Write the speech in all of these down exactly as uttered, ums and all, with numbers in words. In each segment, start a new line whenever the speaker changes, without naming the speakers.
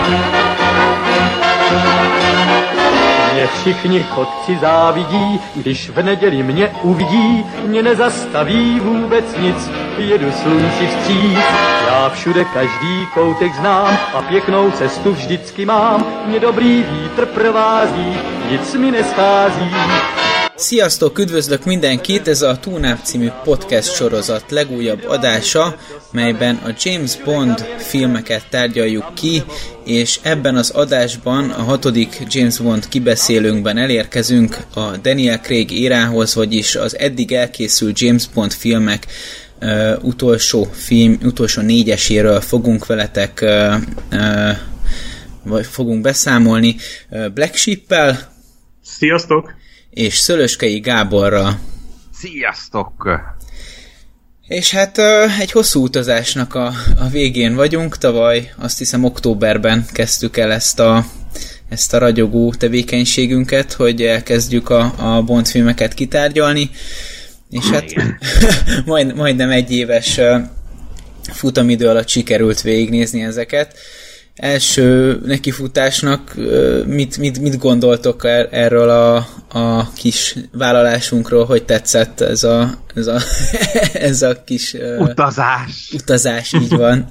Mě všichni chodci závidí, když v neděli mě uvidí, mě nezastaví vůbec nic, jedu slunci vstříc. Já všude každý koutek znám a pěknou cestu vždycky mám, mě dobrý vítr provází, nic mi neschází.
Sziasztok, üdvözlök mindenkit! Ez a TUNAP című podcast sorozat legújabb adása, melyben a James Bond filmeket tárgyaljuk ki, és ebben az adásban a hatodik James Bond kibeszélőnkben elérkezünk a Daniel Craig érához, vagyis az eddig elkészült James Bond filmek uh, utolsó film, utolsó négyeséről fogunk veletek uh, uh, vagy fogunk beszámolni uh, Black Sheep-el.
Sziasztok!
És Szölöskei Gáborral.
Sziasztok!
És hát egy hosszú utazásnak a, a végén vagyunk. Tavaly azt hiszem októberben kezdtük el ezt a, ezt a ragyogó tevékenységünket, hogy elkezdjük a, a Bond filmeket kitárgyalni. És hát majd, majdnem egy éves futamidő alatt sikerült végignézni ezeket. Első nekifutásnak mit, mit, mit gondoltok erről a, a kis vállalásunkról, hogy tetszett ez a, ez a, ez a kis
utazás.
Utazás, így van.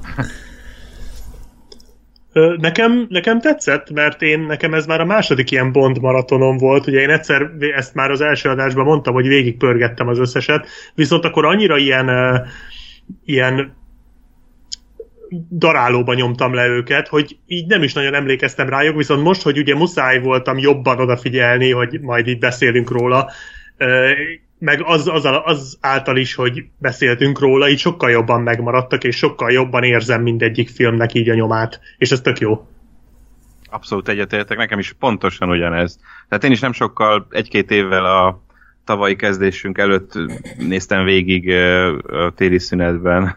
Nekem, nekem tetszett, mert én, nekem ez már a második ilyen Bond maratonom volt. Ugye én egyszer, ezt már az első adásban mondtam, hogy végigpörgettem az összeset, viszont akkor annyira ilyen, ilyen darálóba nyomtam le őket, hogy így nem is nagyon emlékeztem rájuk, viszont most, hogy ugye muszáj voltam jobban odafigyelni, hogy majd így beszélünk róla, meg az, az, az által is, hogy beszéltünk róla, így sokkal jobban megmaradtak, és sokkal jobban érzem mindegyik filmnek így a nyomát, és ez tök jó.
Abszolút egyetértek, nekem is pontosan ugyanez. Tehát én is nem sokkal, egy-két évvel a tavalyi kezdésünk előtt néztem végig a téli szünetben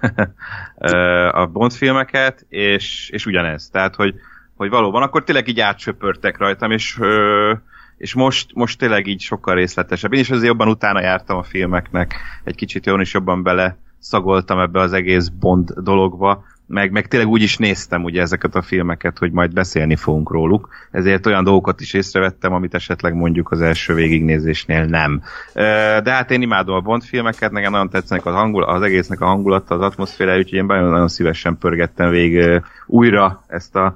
a Bond filmeket, és, és ugyanez. Tehát, hogy, hogy valóban akkor tényleg így átsöpörtek rajtam, és, és most, most tényleg így sokkal részletesebb. Én is azért jobban utána jártam a filmeknek, egy kicsit jól is jobban bele szagoltam ebbe az egész Bond dologba, meg, meg tényleg úgy is néztem ugye ezeket a filmeket, hogy majd beszélni fogunk róluk, ezért olyan dolgokat is észrevettem, amit esetleg mondjuk az első végignézésnél nem. De hát én imádom a Bond filmeket, nekem nagyon tetszenek az, hangul, az egésznek a hangulata, az atmoszféra, úgyhogy én nagyon szívesen pörgettem végig újra ezt a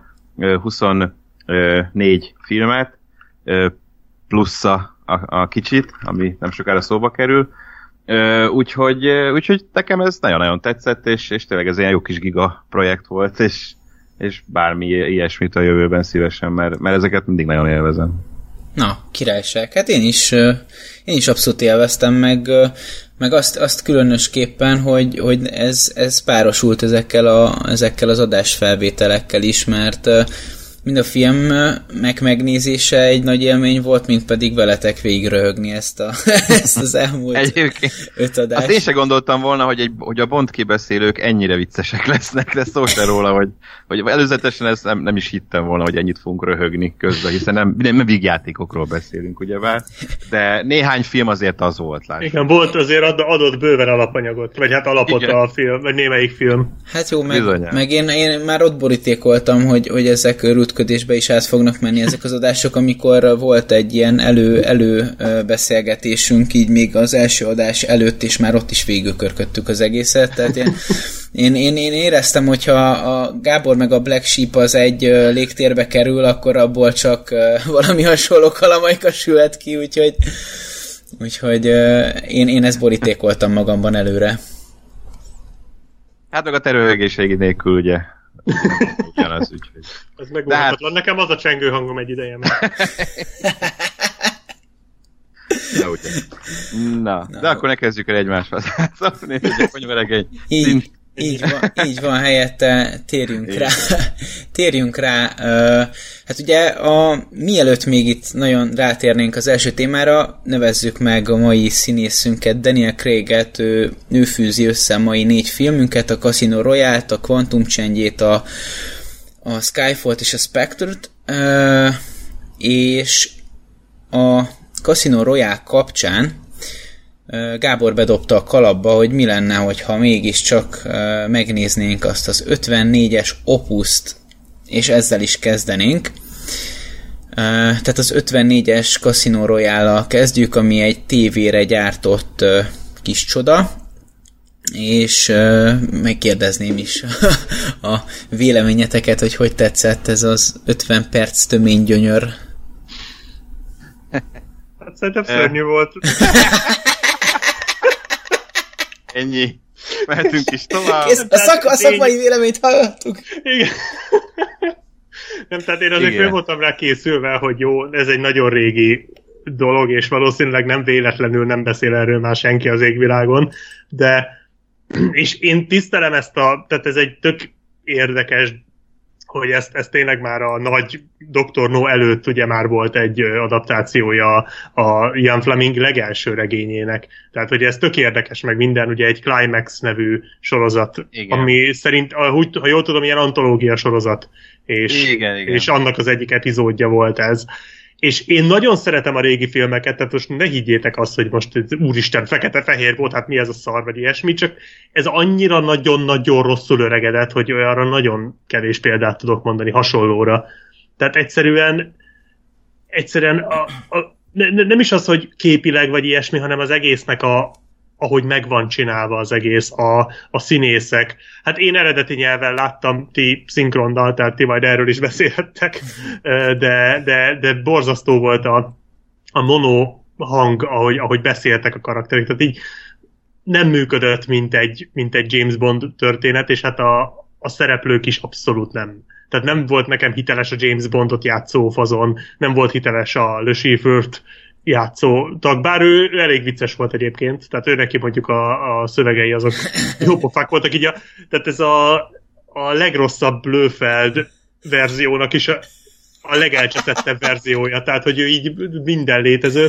huszonnégy filmet, plusz a, a, a kicsit, ami nem sokára szóba kerül. Uh, úgyhogy, uh, úgyhogy nekem ez nagyon-nagyon tetszett, és, és tényleg ez ilyen jó kis giga projekt volt, és, és bármi ilyesmit a jövőben szívesen, mert, mert ezeket mindig nagyon élvezem.
Na, királyság. Hát én is, én is abszolút élveztem, meg, meg azt, azt különösképpen, hogy, hogy ez, ez párosult ezekkel, a, ezekkel az adásfelvételekkel is, mert mind a film meg megnézése egy nagy élmény volt, mint pedig veletek végig röhögni ezt, a, ezt az elmúlt
Egyébként
öt adást.
Azt én sem gondoltam volna, hogy, egy, hogy a Bond kibeszélők ennyire viccesek lesznek, de szó se róla, hogy, hogy előzetesen ezt nem, nem is hittem volna, hogy ennyit fogunk röhögni közben, hiszen nem, nem vígjátékokról beszélünk, ugyebár, de néhány film azért az volt, lássuk.
Igen, volt azért adott bőven alapanyagot, vagy hát alapot igen. A film, vagy némelyik film.
Hát jó, meg, meg én, én már ott borítékoltam, hogy, hogy ezek örültködésbe is át fognak menni ezek az adások, amikor volt egy ilyen elő, elő beszélgetésünk, így még az első adás előtt, és már ott is végigkörködtük az egészet, tehát én, én, én, én éreztem, hogyha a Gábor meg a Black Sheep az egy légtérbe kerül, akkor abból csak valami hasonló kalamajka sülhet ki, úgyhogy, úgyhogy én, én ezt borítékoltam magamban előre.
Hát meg a terőhögéségi nélkül, ugye? Ugyanaz, úgyhogy.
Ez megmondhatatlan. Hát... Nekem az a csengő hangom egy ideje.
Na, ugye. Na, Na, de akkor ne kezdjük el egymáshoz. Szóval nézzük, hogy a konyveregény
így, így, van, így van, helyette térjünk rá. Térjünk rá. Hát ugye, a, mielőtt még itt nagyon rátérnénk az első témára, nevezzük meg a mai színészünket, Daniel Craig-et, ő, ő fűzi össze a mai négy filmünket, a Casino Royale-t, a Quantum Change-ét, a, a Skyfall-t és a Spectre-t, és a Casino Royale kapcsán Gábor bedobta a kalapba, hogy mi lenne, hogyha mégiscsak megnéznénk azt az ötvennégyes opuszt, és ezzel is kezdenénk. Tehát az ötvennégyes Casino Royale-al kezdjük, ami egy tévére gyártott kis csoda, és megkérdezném is a véleményeteket, hogy hogy tetszett ez az ötven perc tömény gyönyör.
Hát szerintem szörnyű volt.
Ennyi. Mehetünk is tovább.
Kész, a, szak, a szakmai véleményt hallottuk.
Igen. Nem, tehát én azért föl voltam rá készülve, hogy jó, ez egy nagyon régi dolog, és valószínűleg nem véletlenül nem beszél erről már senki az égvilágon, de és én tisztelem ezt a, tehát ez egy tök érdekes, hogy ezt, ezt tényleg már a nagy doktor No előtt ugye már volt egy adaptációja a Ian Fleming legelső regényének. Tehát, hogy ez tök érdekes, meg minden, ugye egy Climax nevű sorozat, igen. Ami szerint, ha jól tudom, ilyen antológia sorozat, és,
igen, igen.
és annak az egyik epizódja volt ez. És én nagyon szeretem a régi filmeket, tehát most ne higgyétek azt, hogy most úristen, fekete-fehér volt, hát mi ez a szar, vagy ilyesmi, csak ez annyira nagyon-nagyon rosszul öregedett, hogy olyanra nagyon kevés példát tudok mondani hasonlóra. Tehát egyszerűen egyszerűen a, a, ne, nem is az, hogy képileg vagy ilyesmi, hanem az egésznek a ahogy meg van csinálva az egész, a, a színészek. Hát én eredeti nyelven láttam, ti szinkrondal, tehát ti majd erről is beszélhettek, de, de, de borzasztó volt a, a mono hang, ahogy, ahogy beszéltek a karakterek. Tehát így nem működött, mint egy, mint egy James Bond történet, és hát a, a szereplők is abszolút nem. Tehát nem volt nekem hiteles a James Bondot játszó fazon, nem volt hiteles a Le Chiffre-t játszó tag, bár ő elég vicces volt egyébként, tehát ő neki mondjuk a, a szövegei azok jó pofák voltak, így a, tehát ez a, a legrosszabb Blofeld verziónak is a, a legelcseszettebb verziója, tehát hogy ő így minden létező,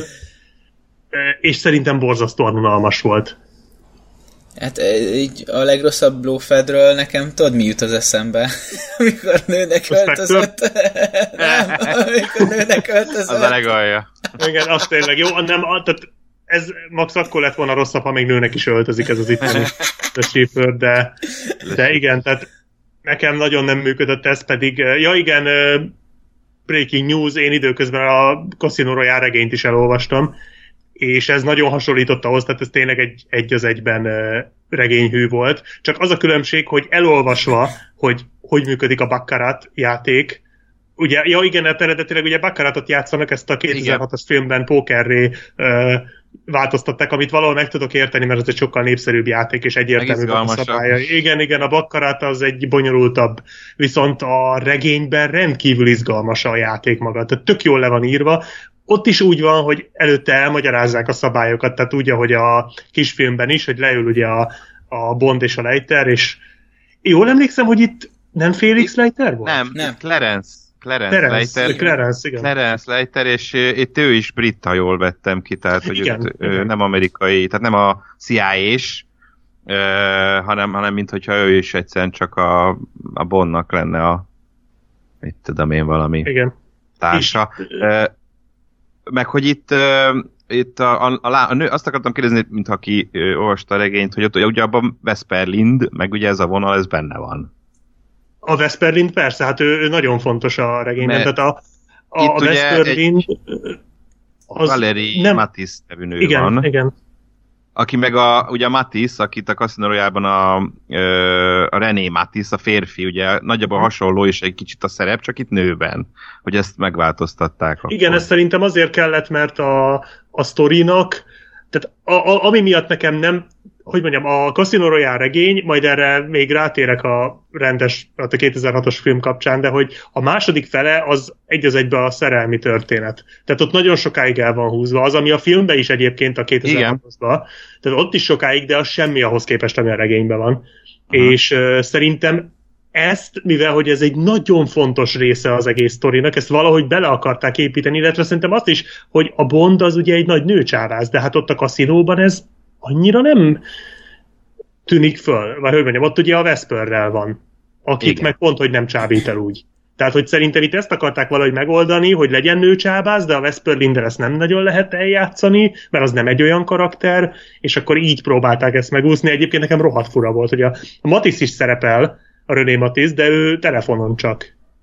és szerintem borzasztóan unalmas volt.
Hát így a legrosszabb Blofeldről nekem tudod mi jut az eszembe? Amikor nőnek öltözött. Nem, amikor nőnek öltözött.
Az a legalja.
Igen, az tényleg jó. Nem, tehát ez max akkor lett volna rosszabb, ha még nőnek is öltözik ez az itteni Schiffer, de, de igen, tehát nekem nagyon nem működött ez, pedig, ja igen, breaking news, én időközben a Casino Royale regényt is elolvastam, és ez nagyon hasonlított ahhoz, tehát ez tényleg egy, egy az egyben regényhű volt. Csak az a különbség, hogy elolvasva, hogy hogy működik a Baccarat játék, ugye, ja igen, eredetileg ugye Baccaratot játszanak, ezt a kétezer-hatos filmben pókerré uh, változtatták, amit valahol meg tudok érteni, mert ez egy sokkal népszerűbb játék, és egyértelműbb a szabálya. Igen, igen, a Baccarat az egy bonyolultabb, viszont a regényben rendkívül izgalmas a játék maga, tehát tök jól le van írva. Ott is úgy van, hogy előtte elmagyarázzák a szabályokat, tehát úgy, ahogy a kisfilmben is, hogy leül ugye a, a Bond és a Leiter, és jól emlékszem, hogy itt nem Felix Leiter volt?
Nem, nem. Clarence. Clarence,
Clarence
Leiter,
Clarence, igen.
Clarence Leiter, és itt ő is brit, ha jól vettem ki, tehát hogy
igen,
őt,
igen.
nem amerikai, tehát nem a C I A-s, hanem, hanem mint hogyha ő is egyszerűen csak a, a Bondnak lenne a mit tudom én valami
igen.
társa. És, meg hogy itt, uh, itt a, a, a, a nő, azt akartam kérdezni, mintha ki uh, olvasta a regényt, hogy ott ugye abban Vesper Lynd, meg ugye ez a vonal, ez benne van.
A Vesper Lynd persze, hát ő, ő nagyon fontos a regényben, tehát a, a, a Vesper Lynd
az Valérie nem... Matisse nevű nő
igen,
van.
Igen.
Aki meg a, ugye a Matisse, akit a Casino Royale-ban a, a René Matisse, a férfi, ugye nagyjából hasonló és egy kicsit a szerep, csak itt nőben, hogy ezt megváltoztatták.
Igen,
akkor.
Ez szerintem azért kellett, mert a, a sztorinak, tehát a, a, ami miatt nekem nem, hogy mondjam, a Casino Royale regény, majd erre még rátérek a rendes, a kétezer-hatos film kapcsán, de hogy a második fele az egy az egyben a szerelmi történet. Tehát ott nagyon sokáig el van húzva. Az, ami a filmben is egyébként a kétezer-hatosban, tehát ott is sokáig, de az semmi ahhoz képest, ami a regényben van. Aha. És uh, szerintem ezt, mivel hogy ez egy nagyon fontos része az egész sztorinak, ezt valahogy bele akarták építeni, illetve szerintem azt is, hogy a Bond az ugye egy nagy nőcsávász, de hát ott a kaszinóban ez annyira nem tűnik föl. Vagy hogy mondjam, ott ugye a Vesperrel van, akit igen. meg pont, hogy nem csábít el úgy. Tehát, hogy szerintem itt ezt akarták valahogy megoldani, hogy legyen nőcsábász, de a Vesper Lyndel ezt nem nagyon lehet eljátszani, mert az nem egy olyan karakter, és akkor így próbálták ezt megúszni. Egyébként nekem rohadt fura volt, hogy a, a Matisse is szerepel, a René Matisse, de ő telefonon csak.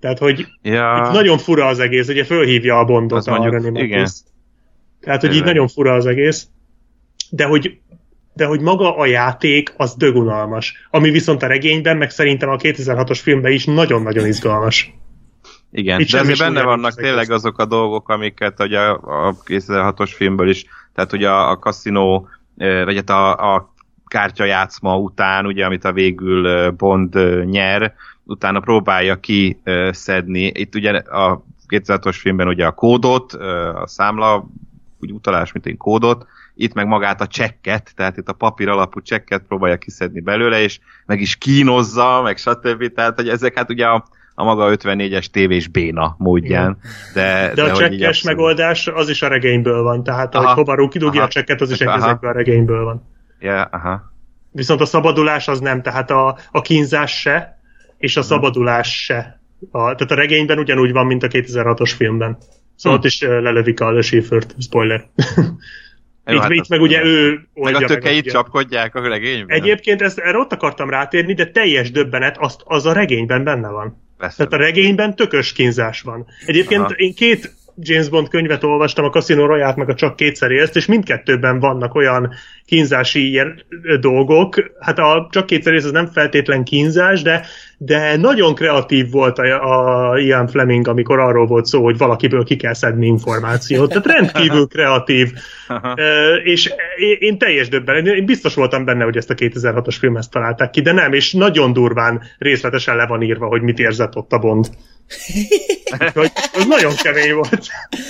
Tehát, hogy
ja.
itt nagyon fura az egész, ugye fölhívja a Bondot
az
a
mondjuk,
René
igen.
Marcus. Tehát, hogy
Ez
így nagyon fura az egész. De hogy, de hogy maga a játék az dögunalmas. Ami viszont a regényben, meg szerintem a kétezer-hatos filmben is nagyon-nagyon izgalmas.
Igen,
Itt
de azért
semmi
benne
súlya
vannak
nincs
tényleg azok a dolgok, amiket ugye a, a kétezer-hatos filmből is, tehát ugye a, a kaszinó, vagy hát a, a kártyajátszma után, ugye, amit a végül Bond nyer, utána próbálja kiszedni. Itt ugye a kétezer-hatos filmben ugye a kódot, a számla, úgy utalás, mint én kódot, itt meg magát a csekket, tehát itt a papír alapú csekket próbálja kiszedni belőle, és meg is kínozza, meg stb. Tehát, hogy ezek hát ugye a, a maga ötvennégyes tévés béna módján. De,
de, de a csekkes
abszolút...
megoldás az is a regényből van, tehát
aha,
ahogy Hovarú kidugja
aha,
a csekket, az is egy
aha.
ezekből a regényből van.
Yeah, aha.
Viszont a szabadulás az nem, tehát a, a kínzás se, és a
hmm.
szabadulás se. A, tehát a regényben ugyanúgy van, mint a kétezer-hatos filmben. Szóval hmm. ott is uh, lelövik a Le Chiffre-t, spoiler.
Jó,
itt,
hát
itt meg ugye ő
meg a tökeit csapkodják a regényben.
Egyébként ezt, erre ott akartam rátérni, de teljes döbbenet, azt, az a regényben benne van.
Persze.
Tehát a regényben tökös kínzás van. Egyébként aha. én két James Bond könyvet olvastam, a Casino Royale-t meg a Csak kétszer élsz, és mindkettőben vannak olyan kínzási ilyen dolgok. Hát a Csak kétszer élsz az nem feltétlen kínzás, de, de nagyon kreatív volt a, a Ian Fleming, amikor arról volt szó, hogy valakiből ki kell szedni információt. Tehát rendkívül kreatív. uh, és én teljes döbben. Én biztos voltam benne, hogy ezt a kétezer-hatos filmet találták ki, de nem, és nagyon durván részletesen le van írva, hogy mit érzett ott a Bond. Hogy az nagyon kemény volt.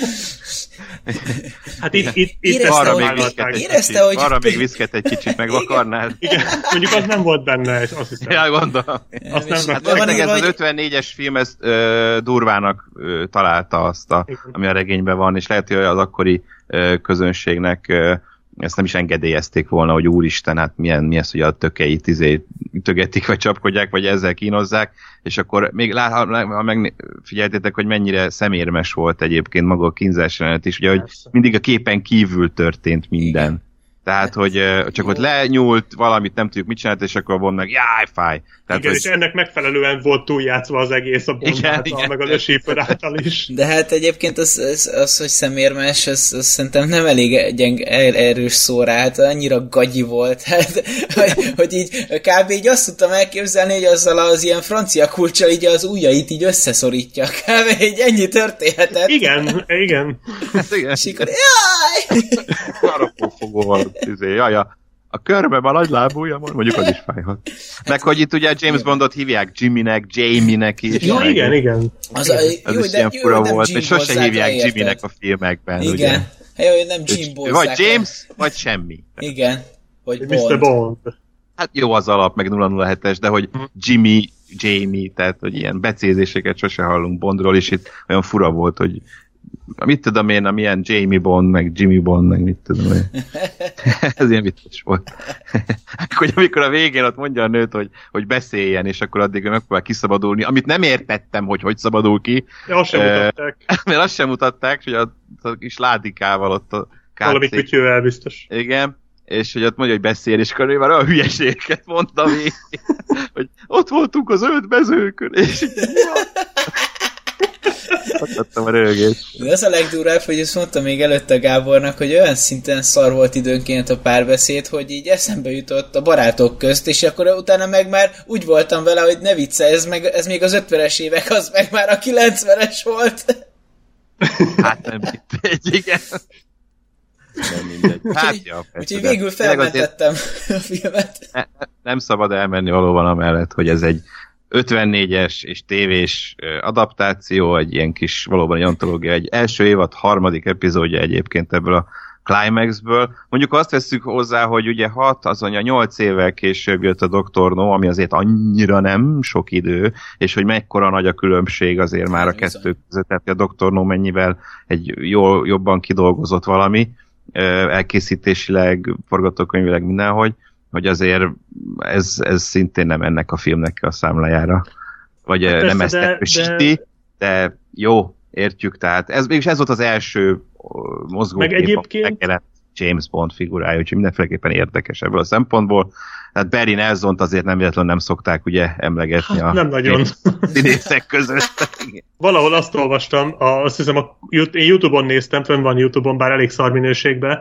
Hát itt, itt, itt
érezte,
arra
hogy,
még viszket egy
érezte,
kicsit,
hogy...
arra még viszket egy kicsit, megvakarnád.
Igen, mondjuk az nem volt benne, azt hiszem.
Ja, gondolom.
Azt nem
hát van ez az ötvennégyes film, ezt ö, durvának ö, találta azt, a, ami a regényben van, és lehet, hogy az akkori ö, közönségnek ö, ezt nem is engedélyezték volna, hogy úristen, hát milyen, mi ez, hogy a tökeit izé, ütögetik, vagy csapkodják, vagy ezzel kínozzák, és akkor még lát, ha megfigyeltétek, hogy mennyire szemérmes volt egyébként maga a kínzás jelenet is, ugye, hogy mindig a képen kívül történt minden. Igen. Tehát, hogy csak ott lenyúlt valamit, nem tudjuk mit csinált, és akkor von meg, jáj, fáj. Tehát,
igen,
hogy...
és ennek megfelelően volt túljátszva az egész a Bond által, meg a Le Chiffre által is.
De hát egyébként az, az, az hogy szemérmes, az, az szerintem nem elég gyeng, er, erős szó rá, hát annyira gagyi volt, hát, hogy, hogy így kb. Így azt tudtam elképzelni, hogy azzal az ilyen francia kulccsal így az ujjait így összeszorítja, kb. Így ennyi történhetett.
Igen, igen.
Hát igen.
És akkor, jaj!
Harapófogóval, izé, jaj, a, a körmem a nagy lábúja, mondjuk az is fájhat. Meg hogy itt ugye James Bondot hívják Jimmynek, Jamie-nek is.
Ja,
meg,
igen, igen.
Az, a,
az
jó,
is
de,
ilyen
jó,
fura
nem
volt,
Jim
és sose hívják
érted?
Jimmynek a filmekben.
Igen.
Ugye?
Jó, nem Jim Bozzák.
Vagy James, vagy semmi.
Igen. Vagy Bond.
miszter Bond.
Hát jó az alap, meg nulla nulla hetes, de hogy Jimmy, Jamie, tehát hogy ilyen becézéseket sose hallunk Bondról, és itt olyan fura volt, hogy mit tudom én, amilyen Jamie Bond, meg Jimmy Bond, meg mit tudom én. Ez ilyen vicces volt. Hogy amikor a végén ott mondja a nőt, hogy, hogy beszéljen, és akkor addig megpróbál kiszabadulni, amit nem értettem, hogy hogy szabadul ki.
De azt sem uh, mutatták.
Mert azt sem mutatták, hogy a, a kis ládikával ott a kárcé.
Valami kütyővel biztos.
Igen. És hogy ott mondja, hogy beszél, és akkor ő már olyan hülyeségeket mondta végén, hogy ott voltunk az öt mezőkön, és így adtam a rögést.
De az a legdurvább, hogy azt mondta még előtte Gábornak, hogy olyan szinten szar volt időnként a párbeszéd, hogy így eszembe jutott a barátok közt, és akkor utána meg már úgy voltam vele, hogy ne vicce, ez, meg, ez még az ötvenes évek, az meg már a kilencvenes volt.
Hát nem mindegy, igen. Nem mindegy. Hát, ja,
úgyhogy végül felmentettem a filmet.
Ne, nem szabad elmenni valóban amellett, hogy ez egy ötvennégyes és tévés adaptáció, egy ilyen kis, valóban egy antológia, egy első évad harmadik epizódja egyébként ebből a Climaxből. Mondjuk azt vesszük hozzá, hogy ugye hat, azon a nyolc évvel később jött a doktor No, ami azért annyira nem sok idő, és hogy mekkora nagy a különbség azért már a kettő között, tehát a doktor No mennyivel egy jól, jobban kidolgozott valami, elkészítésileg, forgatókönyvileg mindenhogy, hogy azért ez, ez szintén nem ennek a filmnek a számlájára. Vagy hát nem ezt erősíti, de... de jó, értjük, tehát ez, mégis ez volt az első mozgókép,
meg egyébként,
James Bond figurája, úgyhogy mindenféleképpen érdekes ebből a szempontból. Tehát Barry Nelsont azért nem véletlenül nem szokták ugye emlegetni
hát,
a
nem nagyon
színészek között.
Valahol azt olvastam, a, azt hiszem, a, én YouTube-on néztem, fönn van YouTube-on, bár elég szar minőségben,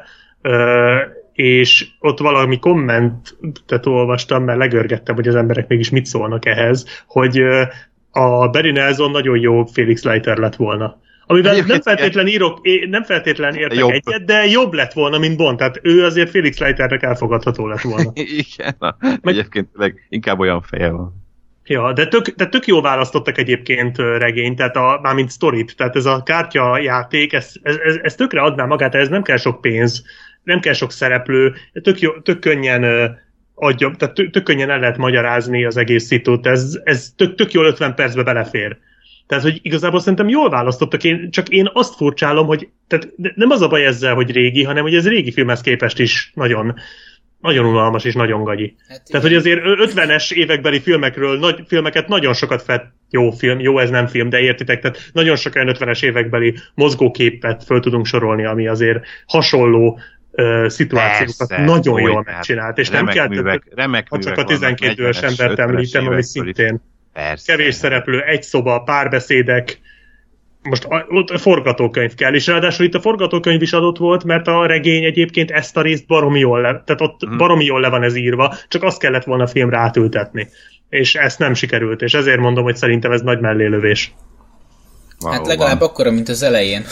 és ott valami kommentet olvastam, mert legörgettem, hogy az emberek mégis mit szólnak ehhez, hogy a Barry Nelson nagyon jó Felix Leiter lett volna. Amivel nem feltétlen írok, nem feltétlen értek jobb. egyet, de jobb lett volna, mint Bond. Tehát ő azért Felix Leiternek elfogadható lett volna.
Igen, na, Meg... egyébként inkább olyan feje van.
Ja, de tök, de tök jól választottak egyébként regényt, tehát a, mármint sztorit, tehát ez a kártyajáték, ez, ez, ez, ez tökre adná magát, ez nem kell sok pénz, nem kell sok szereplő, tök, jó, tök könnyen adja, tehát tök, tök könnyen el lehet magyarázni az egész szitút, ez, ez tök, tök jól ötven percbe belefér. Tehát, hogy igazából szerintem jól választottak, én, csak én azt furcsálom, hogy tehát nem az a baj ezzel, hogy régi, hanem hogy ez régi filmhez képest is nagyon, nagyon unalmas és nagyon gagyi. Hát tehát, hogy azért ötvenes évekbeli filmekről, nagy, filmeket nagyon sokat fett, jó film, jó ez nem film, de értitek, tehát nagyon sok olyan ötvenes évekbeli mozgóképet föl tudunk sorolni, ami azért hasonló uh, szituációkat persze, nagyon jól megcsinált, és nem kell, művek, remek ha csak a tizenkét éves embert említem, ami szintén persze, kevés szereplő, egy szoba, párbeszédek, most ott a forgatókönyv kell, és ráadásul itt a forgatókönyv is adott volt, mert a regény egyébként ezt a részt baromi jól le, tehát ott hmm. baromi jól le van ez írva, csak azt kellett volna a filmre átültetni. És ezt nem sikerült, és ezért mondom, hogy szerintem ez nagy mellélövés.
Valóban. Hát legalább akkora, mint az elején.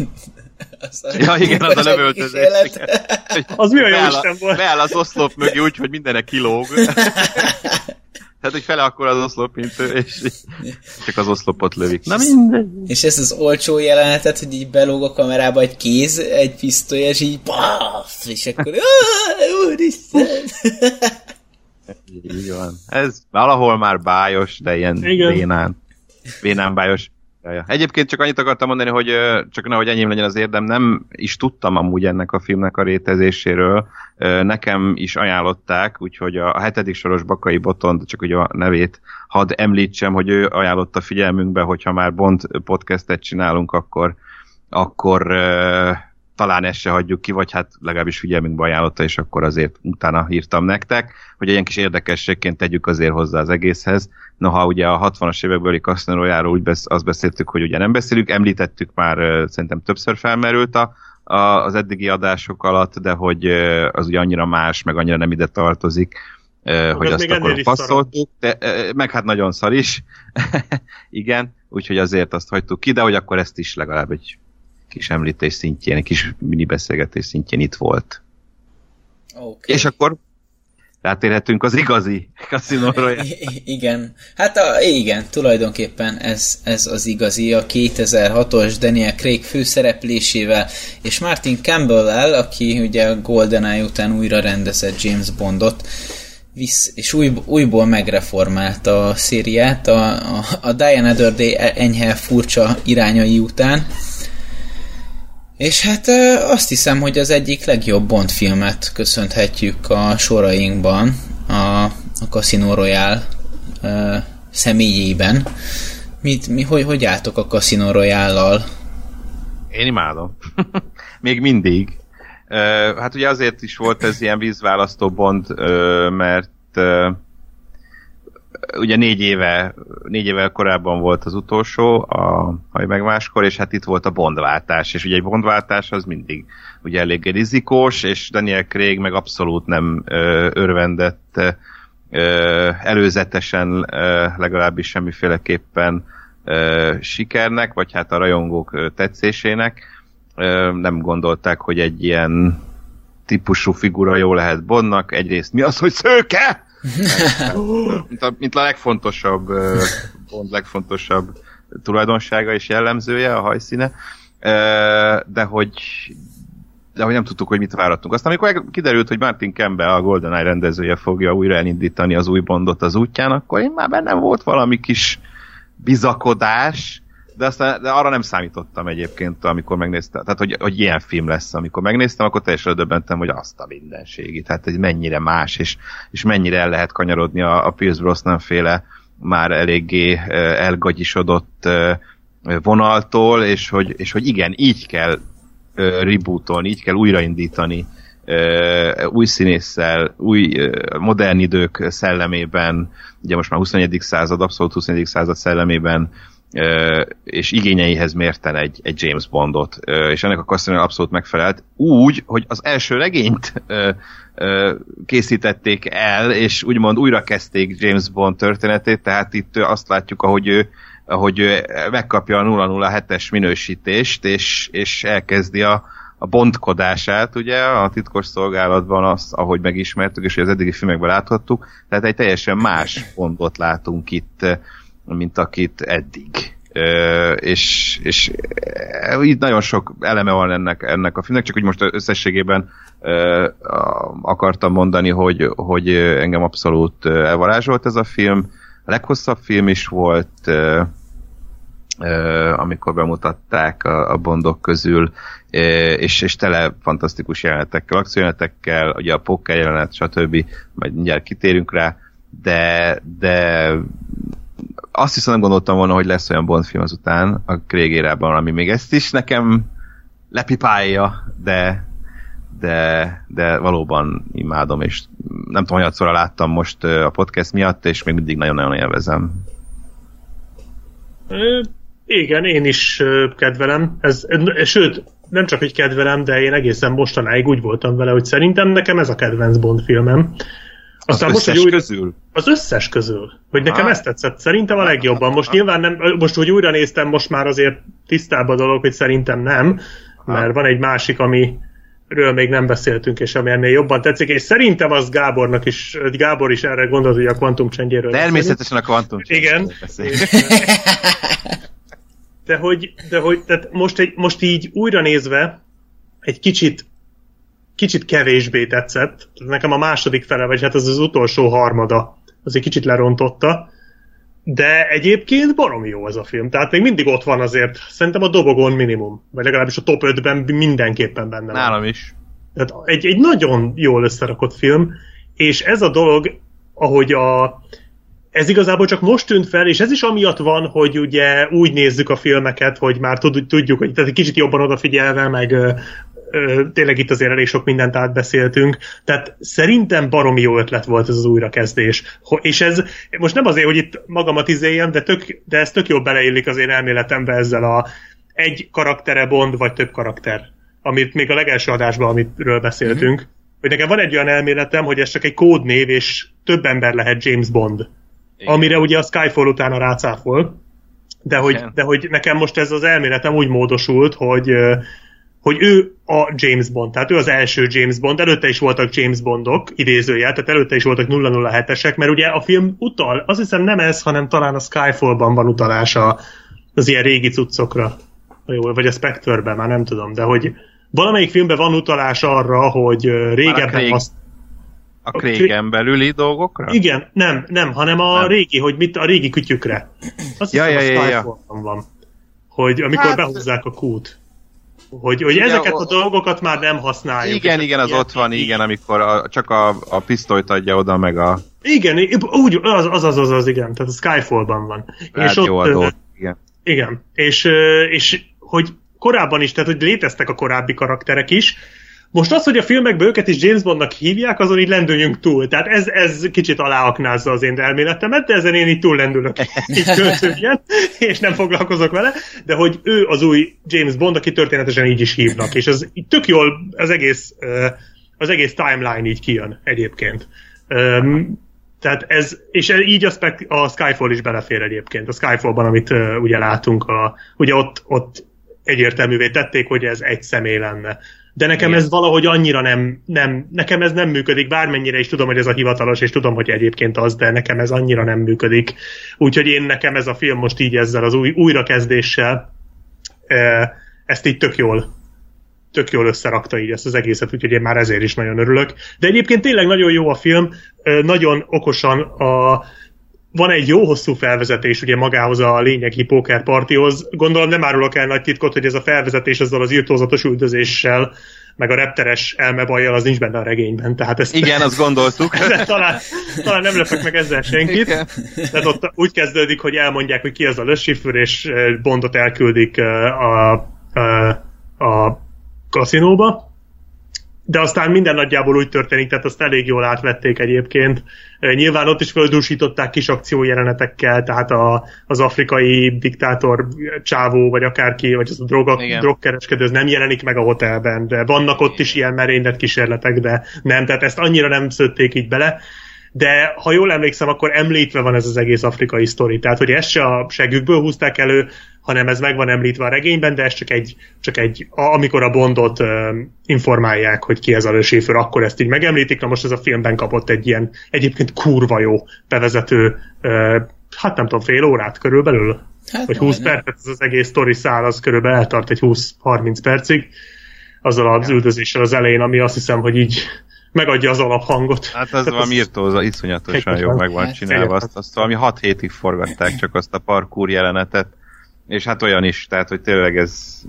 Ja, igen, az a lövöldözés.
Az mi olyan Isten volt?
Beáll az oszlop mögé úgy, hogy mindenek kilóg. Tehát, hogy fele akkor az oszlop, mint ő, és csak az oszlopot lövik. Na mindegy.
És ez az olcsó jelenetet, hogy így belóg a kamerába egy kéz, egy pisztoly, és így baff, és akkor úristen.
Így van. Ez valahol már bájos, de ilyen igen. vénán. Vénán bájos. Jaja. Egyébként csak annyit akartam mondani, hogy csak nehogy enyém legyen az érdem, nem is tudtam amúgy ennek a filmnek a rétezéséről. Nekem is ajánlották, úgyhogy a hetedik soros Bakai Botond, csak ugye a nevét hadd említsem, hogy ő ajánlotta figyelmünkbe, hogyha már Bond podcastet csinálunk, akkor, akkor uh, talán ezt se hagyjuk ki, vagy hát legalábbis figyelmünkbe ajánlotta, és akkor azért utána írtam nektek, hogy ilyen kis érdekességként tegyük azért hozzá az egészhez. Noha ugye a hatvanas évekbeli Casino Royale-ról úgy besz- azt beszéltük, hogy ugye nem beszélünk, említettük már, uh, szerintem többször felmerült a, a, az eddigi adások alatt, de hogy uh, az ugye annyira más, meg annyira nem ide tartozik, uh, hogy azt akkor passzoltuk, de, uh, meg hát nagyon szar is. Igen, úgyhogy azért azt hagytuk ki, de hogy akkor ezt is legalább egy kis említés szintjén, egy kis mini beszélgetés szintjén itt volt.
Okay.
És akkor rátérhetünk az igazi Casino Royale.
Igen, hát a, igen, tulajdonképpen ez, ez az igazi, a kétezer-hatos Daniel Craig főszereplésével, és Martin Campbell-el, aki ugye a GoldenEye után újra rendezett James Bondot, visz, és új, újból megreformálta a szériát a, a, a Die Another Day enyhe furcsa irányai után. És hát azt hiszem, hogy az egyik legjobb Bond filmet köszönhetjük a sorainkban, a, a Casino Royale uh, személyében. Mit, mi, hogy, hogy álltok a Casino Royale-lal?
Én imádom. Még mindig. Uh, hát ugye azért is volt ez ilyen vízválasztó Bond, uh, mert uh, ugye négy éve, négy évvel korábban volt az utolsó, a Haj meg máskor, és hát itt volt a Bondváltás, és ugye egy Bondváltás az mindig ugye eléggé rizikós, és Daniel Craig meg abszolút nem ö, örvendett ö, előzetesen ö, legalábbis semmiféleképpen ö, sikernek, vagy hát a rajongók ö, tetszésének. Ö, nem gondolták, hogy egy ilyen típusú figura jó lehet Bondnak. Egyrészt mi az, hogy szőke? mint, a, mint a legfontosabb Bond legfontosabb tulajdonsága és jellemzője, a hajszíne, de hogy de hogy nem tudtuk, hogy mit várhatunk. Aztán amikor kiderült, hogy Martin Campbell, a GoldenEye rendezője fogja újra elindítani az új Bondot az útján, akkor én már bennem volt valami kis bizakodás, de, aztán, de arra nem számítottam egyébként, amikor megnéztem, tehát hogy, hogy ilyen film lesz, amikor megnéztem, akkor teljesen döbbentem, hogy azt a mindenségét, tehát ez mennyire más, és, és mennyire el lehet kanyarodni a, a Pierce Brosnan féle már eléggé elgagyisodott vonaltól, és hogy, és hogy igen, így kell uh, rebootolni, így kell újraindítani, uh, új színésszel, új uh, modern idők szellemében, ugye most már huszonegyedik század, abszolút huszonegyedik század szellemében, uh, és igényeihez mérten egy, egy James Bondot, uh, és ennek a castingnak abszolút megfelelt, úgy, hogy az első regényt uh, uh, készítették el, és úgymond újra kezdték James Bond történetét, tehát itt azt látjuk, ahogy ő ahogy megkapja a nulla nulla hetes minősítést, és, és elkezdi a, a bondkodását, ugye, a titkos szolgálatban azt, ahogy megismertük, és az eddigi filmekben láthattuk, tehát egy teljesen más Bondot látunk itt, mint akit eddig. Ö, és, és így nagyon sok eleme van ennek, ennek a filmnek, csak úgy most összességében ö, akartam mondani, hogy, hogy engem abszolút elvarázsolt ez a film. A leghosszabb film is volt, uh, uh, amikor bemutatták a, a Bondok közül, uh, és, és tele fantasztikus jelenetekkel, akciójelenetekkel, ugye a poker jelenet, stb. Majd mindjárt kitérünk rá, de, de azt hiszem nem gondoltam volna, hogy lesz olyan Bond film azután a Craig érában, ami még ezt is nekem lepipálja, de de, de valóban imádom, és nem tudom, hogy szorra láttam most a podcast miatt, és még mindig nagyon-nagyon élvezem.
Igen, én is kedvelem. Ez, sőt, nem csak, hogy kedvelem, de én egészen mostanáig úgy voltam vele, hogy szerintem nekem ez a kedvenc Bond filmem. Aztán
az
most,
összes
hogy új...
közül?
Az összes közül. Hogy nekem
ah.
ezt tetszett. Szerintem a legjobban. Most nyilván nem, most, hogy újra néztem, most már azért tisztább a dolog, hogy szerintem nem, mert van egy másik, ami ről még nem beszéltünk, és ami ennél jobban tetszik, és szerintem az Gábornak is, Gábor is erre gondolt, hogy a Quantum Change-ről
természetesen a Quantum
Igen. De hogy, de hogy tehát most, egy, most így újra nézve egy kicsit kicsit kevésbé tetszett. Nekem a második fele, vagy hát az az utolsó harmada, az egy kicsit lerontotta, de egyébként baromi jó ez a film. Tehát még mindig ott van azért. Szerintem a dobogon minimum. Vagy legalábbis a top ötben mindenképpen benne van.
Nálam is.
Tehát egy, egy nagyon jól összerakott film, és ez a dolog, ahogy a... Ez igazából csak most tűnt fel, és ez is amiatt van, hogy ugye úgy nézzük a filmeket, hogy már tudjuk, hogy tehát egy kicsit jobban odafigyelve, meg ö, ö, tényleg itt azért elég sok mindent átbeszéltünk. Tehát szerintem baromi jó ötlet volt ez az újrakezdés. És ez most nem azért, hogy itt magamat izéljem, de, tök, de ez tök jól beleillik az én elméletembe ezzel a egy karaktere Bond, vagy több karakter. Amit még a legelső adásban, amitről beszéltünk. Mm-hmm. Hogy nekem van egy olyan elméletem, hogy ez csak egy kódnév, és több ember lehet James Bond. Igen. Amire ugye a Skyfall utána rácáfol, de hogy, de hogy nekem most ez az elméletem úgy módosult, hogy, hogy ő a James Bond, tehát ő az első James Bond, előtte is voltak James Bondok, idézőjel, tehát előtte is voltak nulla nulla hetesek, mert ugye a film utal, azt hiszem nem ez, hanem talán a Skyfallban van utalása az ilyen régi cuccokra, vagy a Spectre-ben, már nem tudom, de hogy valamelyik filmben van utalás arra, hogy régebben azt
A Craig-en belüli dolgokra?
Igen, nem, nem, hanem a nem. régi, hogy mit a régi kütyükre. Azt
ja,
hiszem
ja,
a
ja,
Skyfallban van. Hogy amikor hát, behúzzák a kút. Hogy, hogy igen, ezeket a, a dolgokat már nem használjuk.
Igen, igen, az ott van, igen, amikor a, csak a, a pisztolyt adja oda, meg a...
Igen, úgy, az, az, az, az, az, igen, tehát a Skyfallban van.
És ott, adót, igen.
Igen, és, és hogy korábban is, tehát hogy léteztek a korábbi karakterek is. Most az, hogy a filmekben őket is James Bondnak hívják, azon így lendüljünk túl. Tehát ez, ez kicsit aláaknázza az én elméletemet, de ezen én így túl lendülök így költően, és nem foglalkozok vele, de hogy ő az új James Bond, aki történetesen így is hívnak, és ez így tök jól az egész, az egész timeline így kijön egyébként. Tehát ez, és így a, spek, a Skyfall is belefér egyébként. A Skyfallban, amit ugye látunk, a, ugye ott, ott egyértelművé tették, hogy ez egy személy lenne. De nekem igen. ez valahogy annyira nem, nem, nekem ez nem működik, bármennyire is tudom, hogy ez a hivatalos, és tudom, hogy egyébként az, de nekem ez annyira nem működik. Úgyhogy én nekem ez a film most így ezzel az új, újrakezdéssel ezt így tök jól, tök jól összerakta így ezt az egészet, úgyhogy én már ezért is nagyon örülök. De egyébként tényleg nagyon jó a film, nagyon okosan a van egy jó hosszú felvezetés ugye magához a lényegi pókerpartihoz. Gondolom nem árulok el nagy titkot, hogy ez a felvezetés azzal az irtózatos üldözéssel, meg a repteres elmebajjal az nincs benne a regényben. Tehát ezt,
igen, azt gondoltuk.
talán, talán nem lepek meg ezzel senkit. Tehát ott úgy kezdődik, hogy elmondják, hogy ki az a Le Chiffre, és Bondot elküldik a, a, a kaszinóba, de aztán minden nagyjából úgy történik, tehát azt elég jól átvették egyébként. Nyilván ott is földúsították kis akciójelenetekkel, tehát a, az afrikai diktátor csávó, vagy akárki, vagy az a drog, drogkereskedő, ez nem jelenik meg a hotelben, de vannak ott is ilyen merénylet kísérletek, de nem, tehát ezt annyira nem szőtték így bele. De ha jól emlékszem, akkor említve van ez az egész afrikai sztori. Tehát, hogy ezt se a segükből húzták elő, hanem ez meg van említve a regényben, de ez csak egy, csak egy amikor a Bondot uh, informálják, hogy ki ez a Le Chiffre, akkor ezt így megemlítik. Na most ez a filmben kapott egy ilyen egyébként kurva jó bevezető, uh, hát nem tudom, fél órát körülbelül? Hát vagy húsz percet, ez az egész sztori szál, az körülbelül eltart egy húsz-harminc percig, azzal az üldözéssel az elején, ami azt hiszem, hogy így megadja az alaphangot.
Hát az valami írtóza, iszonyatosan jó meg van csinálva. Azt, azt valami hat hétig forgatták csak azt a parkour jelenetet, és hát olyan is, tehát hogy tényleg ez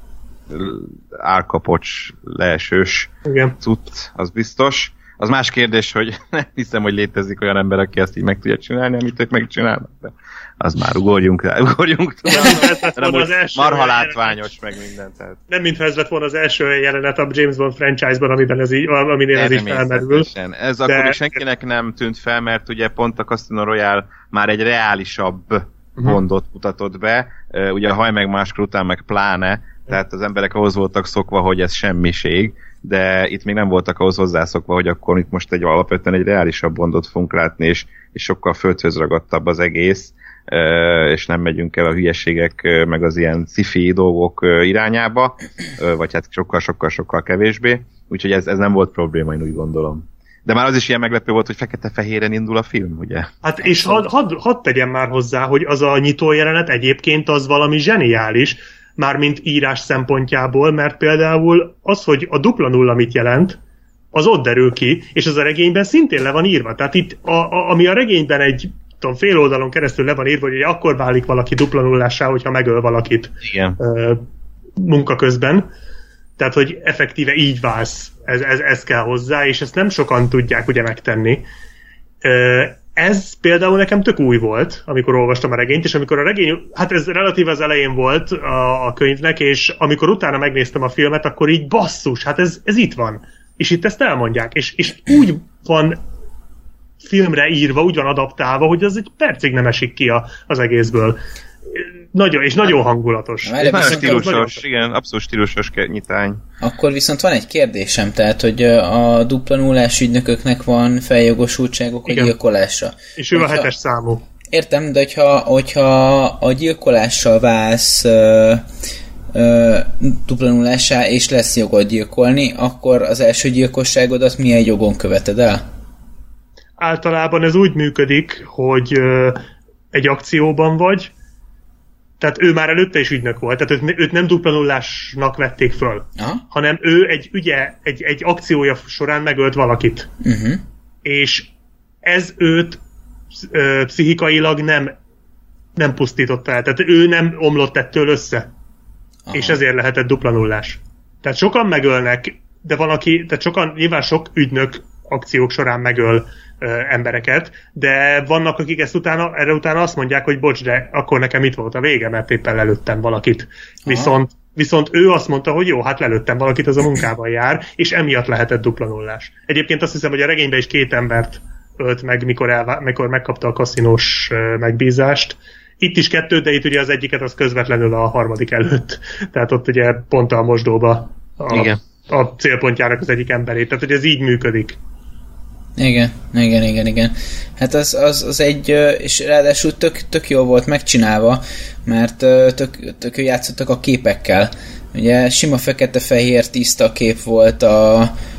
álkapocs, leesős cucc, az biztos. Az más kérdés, hogy nem hiszem, hogy létezik olyan ember, aki ezt így meg tudja csinálni, amit ők megcsinálnak, de az már ugorjunk rá, ugorjunk rá. Marha látványos, meg minden. Tehát. Nem mintha
ez lett volna az első jelenet a James Bond franchise-ban, amiben ez így, aminél ez így felmerül.
Ez de... akkor is senkinek nem tűnt fel, mert ugye pont a Casino Royale már egy reálisabb Bondot mutatott be, ugye a Haj meg máskor után meg pláne, tehát az emberek ahhoz voltak szokva, hogy ez semmiség, de itt még nem voltak ahhoz hozzászokva, hogy akkor itt most egy alapvetően egy reálisabb Bondot fogunk látni, és, és sokkal földhöz ragadtabb az egész, és nem megyünk el a hülyeségek, meg az ilyen sci-fi dolgok irányába, vagy hát sokkal-sokkal-sokkal kevésbé, úgyhogy ez, ez nem volt probléma, én úgy gondolom. De már az is ilyen meglepő volt, hogy fekete-fehéren indul a film, ugye?
Hát és hadd had, had tegyem már hozzá, hogy az a nyitó jelenet egyébként az valami zseniális, mármint írás szempontjából, mert például az, hogy a dupla nulla mit jelent, az ott derül ki, és az a regényben szintén le van írva. Tehát itt, a, a, ami a regényben egy tudom, fél oldalon keresztül le van írva, hogy akkor válik valaki dupla nullássá, hogyha megöl valakit uh, munka közben. Tehát, hogy effektíve így válsz, ez, ez, ez kell hozzá, és ezt nem sokan tudják ugye megtenni. Uh, Ez például nekem tök új volt, amikor olvastam a regényt, és amikor a regény, hát ez relatív az elején volt a, a könyvnek, és amikor utána megnéztem a filmet, akkor így basszus, hát ez, ez itt van. És itt ezt elmondják, és, és úgy van filmre írva, úgy van adaptálva, hogy az egy percig nem esik ki a, az egészből. Nagyon, és nagyon hangulatos.
Na, és stílusos, nagyon... igen, abszolút stílusos nyitány.
Akkor viszont van egy kérdésem, tehát, hogy a dupla nullás ügynököknek van feljogosultságok a gyilkolásra.
És ő hogyha... a hetes számú.
Értem, de hogyha, hogyha a gyilkolással válsz uh, uh, dupla nullássá, és lesz jogod gyilkolni, akkor az első gyilkosságodat milyen jogon követed el?
Általában ez úgy működik, hogy uh, egy akcióban vagy, tehát ő már előtte is ügynök volt, tehát őt, őt nem dupla nullásnak vették föl, aha, hanem ő egy ügye, egy, egy akciója során megölt valakit. Uh-huh. És ez őt ö, pszichikailag nem, nem pusztította el, tehát ő nem omlott ettől össze. Aha. És ezért lehetett dupla nullás. Tehát sokan megölnek, de van aki, tehát sokan, nyilván sok ügynök akciók során megöl embereket, de vannak, akik ezt utána, erre utána azt mondják, hogy bocs, de akkor nekem itt volt a vége, mert éppen lelőttem valakit. Viszont, viszont ő azt mondta, hogy jó, hát lelőttem valakit, az a munkában jár, és emiatt lehetett dupla nullás. Egyébként azt hiszem, hogy a regényben is két embert ölt meg, mikor, elvá- mikor megkapta a kaszinós megbízást. Itt is kettő, de itt ugye az egyiket az közvetlenül a harmadik előtt. Tehát ott ugye pont a mosdóba a, a célpontjának az egyik emberét. Tehát, hogy ez így működik.
Igen, igen, igen, igen. Hát az, az, az egy, és ráadásul tök, tök jó volt megcsinálva, mert tök, tök jó játszottak a képekkel. Ugye sima fekete-fehér tiszta kép volt a,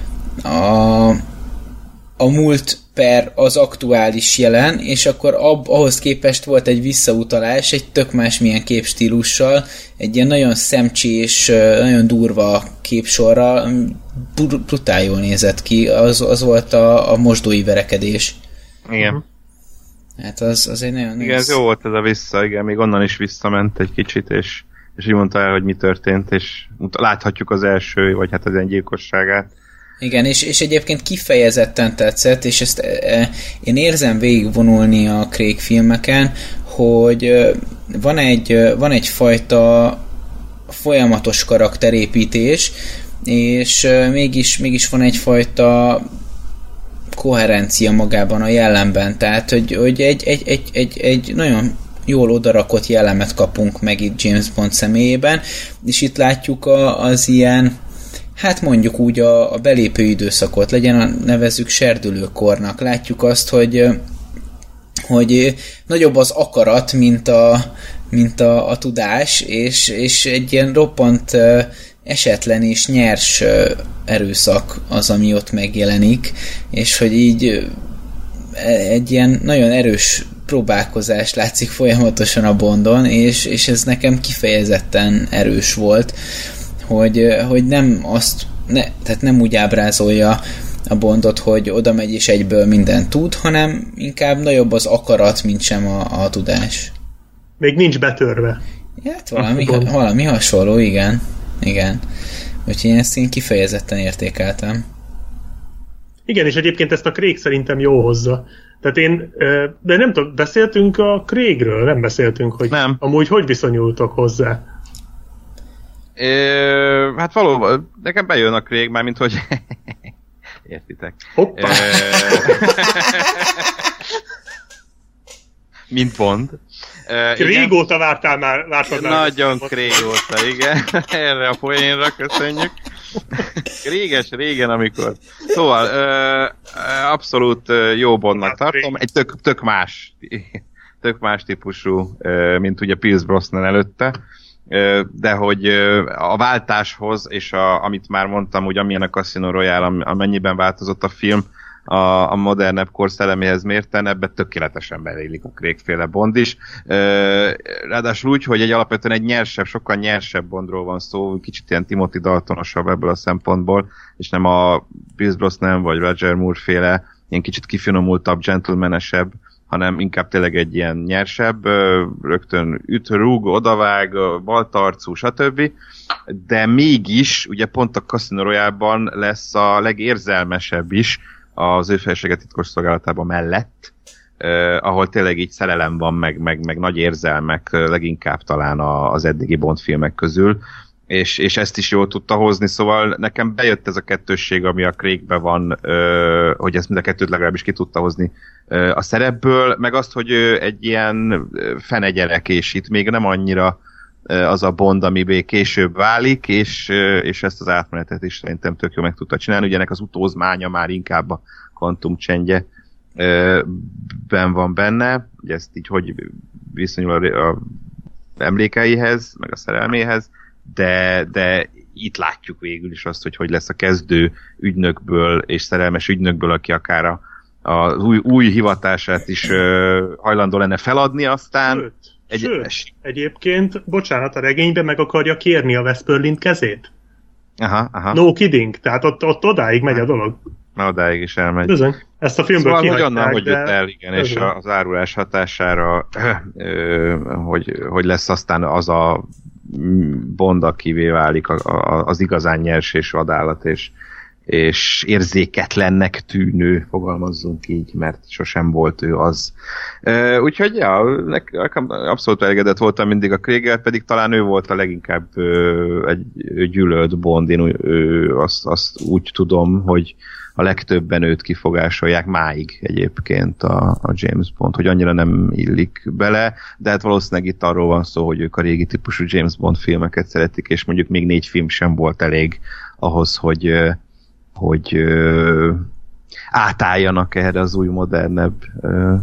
a, a múlt per az aktuális jelen, és akkor ab, ahhoz képest volt egy visszautalás, egy tök másmilyen képstílussal, egy ilyen nagyon szemcsés, nagyon durva képsorral, brutál jól nézett ki, az, az volt a, a mosdói verekedés.
Igen.
Hát az, az egy nagyon...
Igen, ez jó volt ez a vissza, igen, még onnan is visszament egy kicsit, és, és így mondta el, hogy mi történt, és láthatjuk az első, vagy hát az ilyen gyilkosságát.
Igen, és, és egyébként kifejezetten tetszett, és ezt e, én érzem végigvonulni a Craig filmeken, hogy e, van egy, van egyfajta folyamatos karakterépítés, és mégis, mégis van egyfajta koherencia magában a jellemben, tehát hogy, hogy egy, egy, egy, egy, egy nagyon jól odarakott jellemet kapunk meg itt James Bond személyében, és itt látjuk a, az ilyen, hát mondjuk úgy a, a belépő időszakot, legyen a nevezzük serdülőkornak. Látjuk azt, hogy, hogy nagyobb az akarat, mint a, mint a, a tudás, és, és egy ilyen roppant esetlen és nyers erőszak az, ami ott megjelenik, és hogy így egy ilyen nagyon erős próbálkozás látszik folyamatosan a Bondon, és, és ez nekem kifejezetten erős volt, hogy, hogy nem azt, ne, tehát nem úgy ábrázolja a Bondot, hogy oda megy és egyből mindent tud, hanem inkább nagyobb az akarat, mint sem a, a tudás.
Még nincs betörve.
Hát valami, valami hasonló, igen. Igen. Úgyhogy én ezt én kifejezetten értékeltem.
Igen, és egyébként ezt a Craig szerintem jó hozza. Tehát én, de nem tudom, beszéltünk a Craigről, nem beszéltünk, hogy nem. Amúgy hogy viszonyultok hozzá?
É, hát valóban, nekem bejön a Craig, mármint hogy értitek.
Hoppá! É,
mint Bond.
Uh, régóta vártál már, vártad már.
Nagyon régóta, igen. Erre a poénra köszönjük. Réges, régen, amikor. Szóval, uh, abszolút uh, jó Bondnak tartom. Egy tök, tök más, tök más típusú, uh, mint ugye Pierce Brosnan előtte. Uh, de hogy uh, a váltáshoz, és a, amit már mondtam, hogy amilyen a Casino Royale, amennyiben változott a film, a, a modernebb kor szelleméhez mérten, ebben tökéletesen belélik a Craig-féle Bond is. Ráadásul úgy, hogy egy alapvetően egy nyersebb, sokkal nyersebb Bondról van szó, kicsit ilyen Timothy Daltonosabb ebből a szempontból, és nem a Pierce Brosnan vagy Roger Moore-féle, ilyen kicsit kifinomultabb, gentlemanesebb, hanem inkább tényleg egy ilyen nyersebb, rögtön üt, rúg, odavág, baltarcú, stb. De mégis, ugye pont a Casino Royale-ban lesz a legérzelmesebb is, az ő felsége titkos szolgálatában mellett, eh, ahol tényleg így szerelem van, meg, meg, meg nagy érzelmek, leginkább talán a, az eddigi Bond filmek közül, és, és ezt is jól tudta hozni, szóval nekem bejött ez a kettősség, ami a Craigben van, eh, hogy ezt mind a kettőt legalábbis ki tudta hozni eh, a szerepből, meg azt, hogy egy ilyen fenegyerek, és itt még nem annyira az a Bond, amibé később válik, és, és ezt az átmenetet is szerintem tök jó meg tudta csinálni. Ugye ennek az utózmánya már inkább a Quantum csendje ben van benne, ugye ezt így hogy viszonyul a, a emlékeihez, meg a szerelméhez, de, de itt látjuk végül is azt, hogy hogy lesz a kezdő ügynökből és szerelmes ügynökből, aki akár a, az új, új hivatását is hajlandó lenne feladni, aztán
Sőt. Egy, Sőt, egyébként, bocsánat, a regényben meg akarja kérni a Vesperlint kezét.
Aha, aha.
No kidding, tehát ott, ott odáig megy a dolog.
Na, odáig is elmegy.
Bizony. Ezt a filmből
szóval,
kihagyták,
hogy onnan, hogy
de...
jött el, igen, és az árulás hatására, hogy, hogy lesz aztán az a Bond, akivé válik az igazán nyers és vadállat, és és érzéketlennek tűnő, fogalmazzunk így, mert sosem volt ő az. Uh, úgyhogy ja, nekem abszolút elégedett voltam mindig a Craig-el, pedig talán ő volt a leginkább uh, egy gyűlölt Bond, én uh, azt, azt úgy tudom, hogy a legtöbben őt kifogásolják máig egyébként a, a James Bond, hogy annyira nem illik bele, de hát valószínűleg itt arról van szó, hogy ők a régi típusú James Bond filmeket szeretik, és mondjuk még négy film sem volt elég ahhoz, hogy uh, hogy ö, átálljanak erre az új, modernebb ö,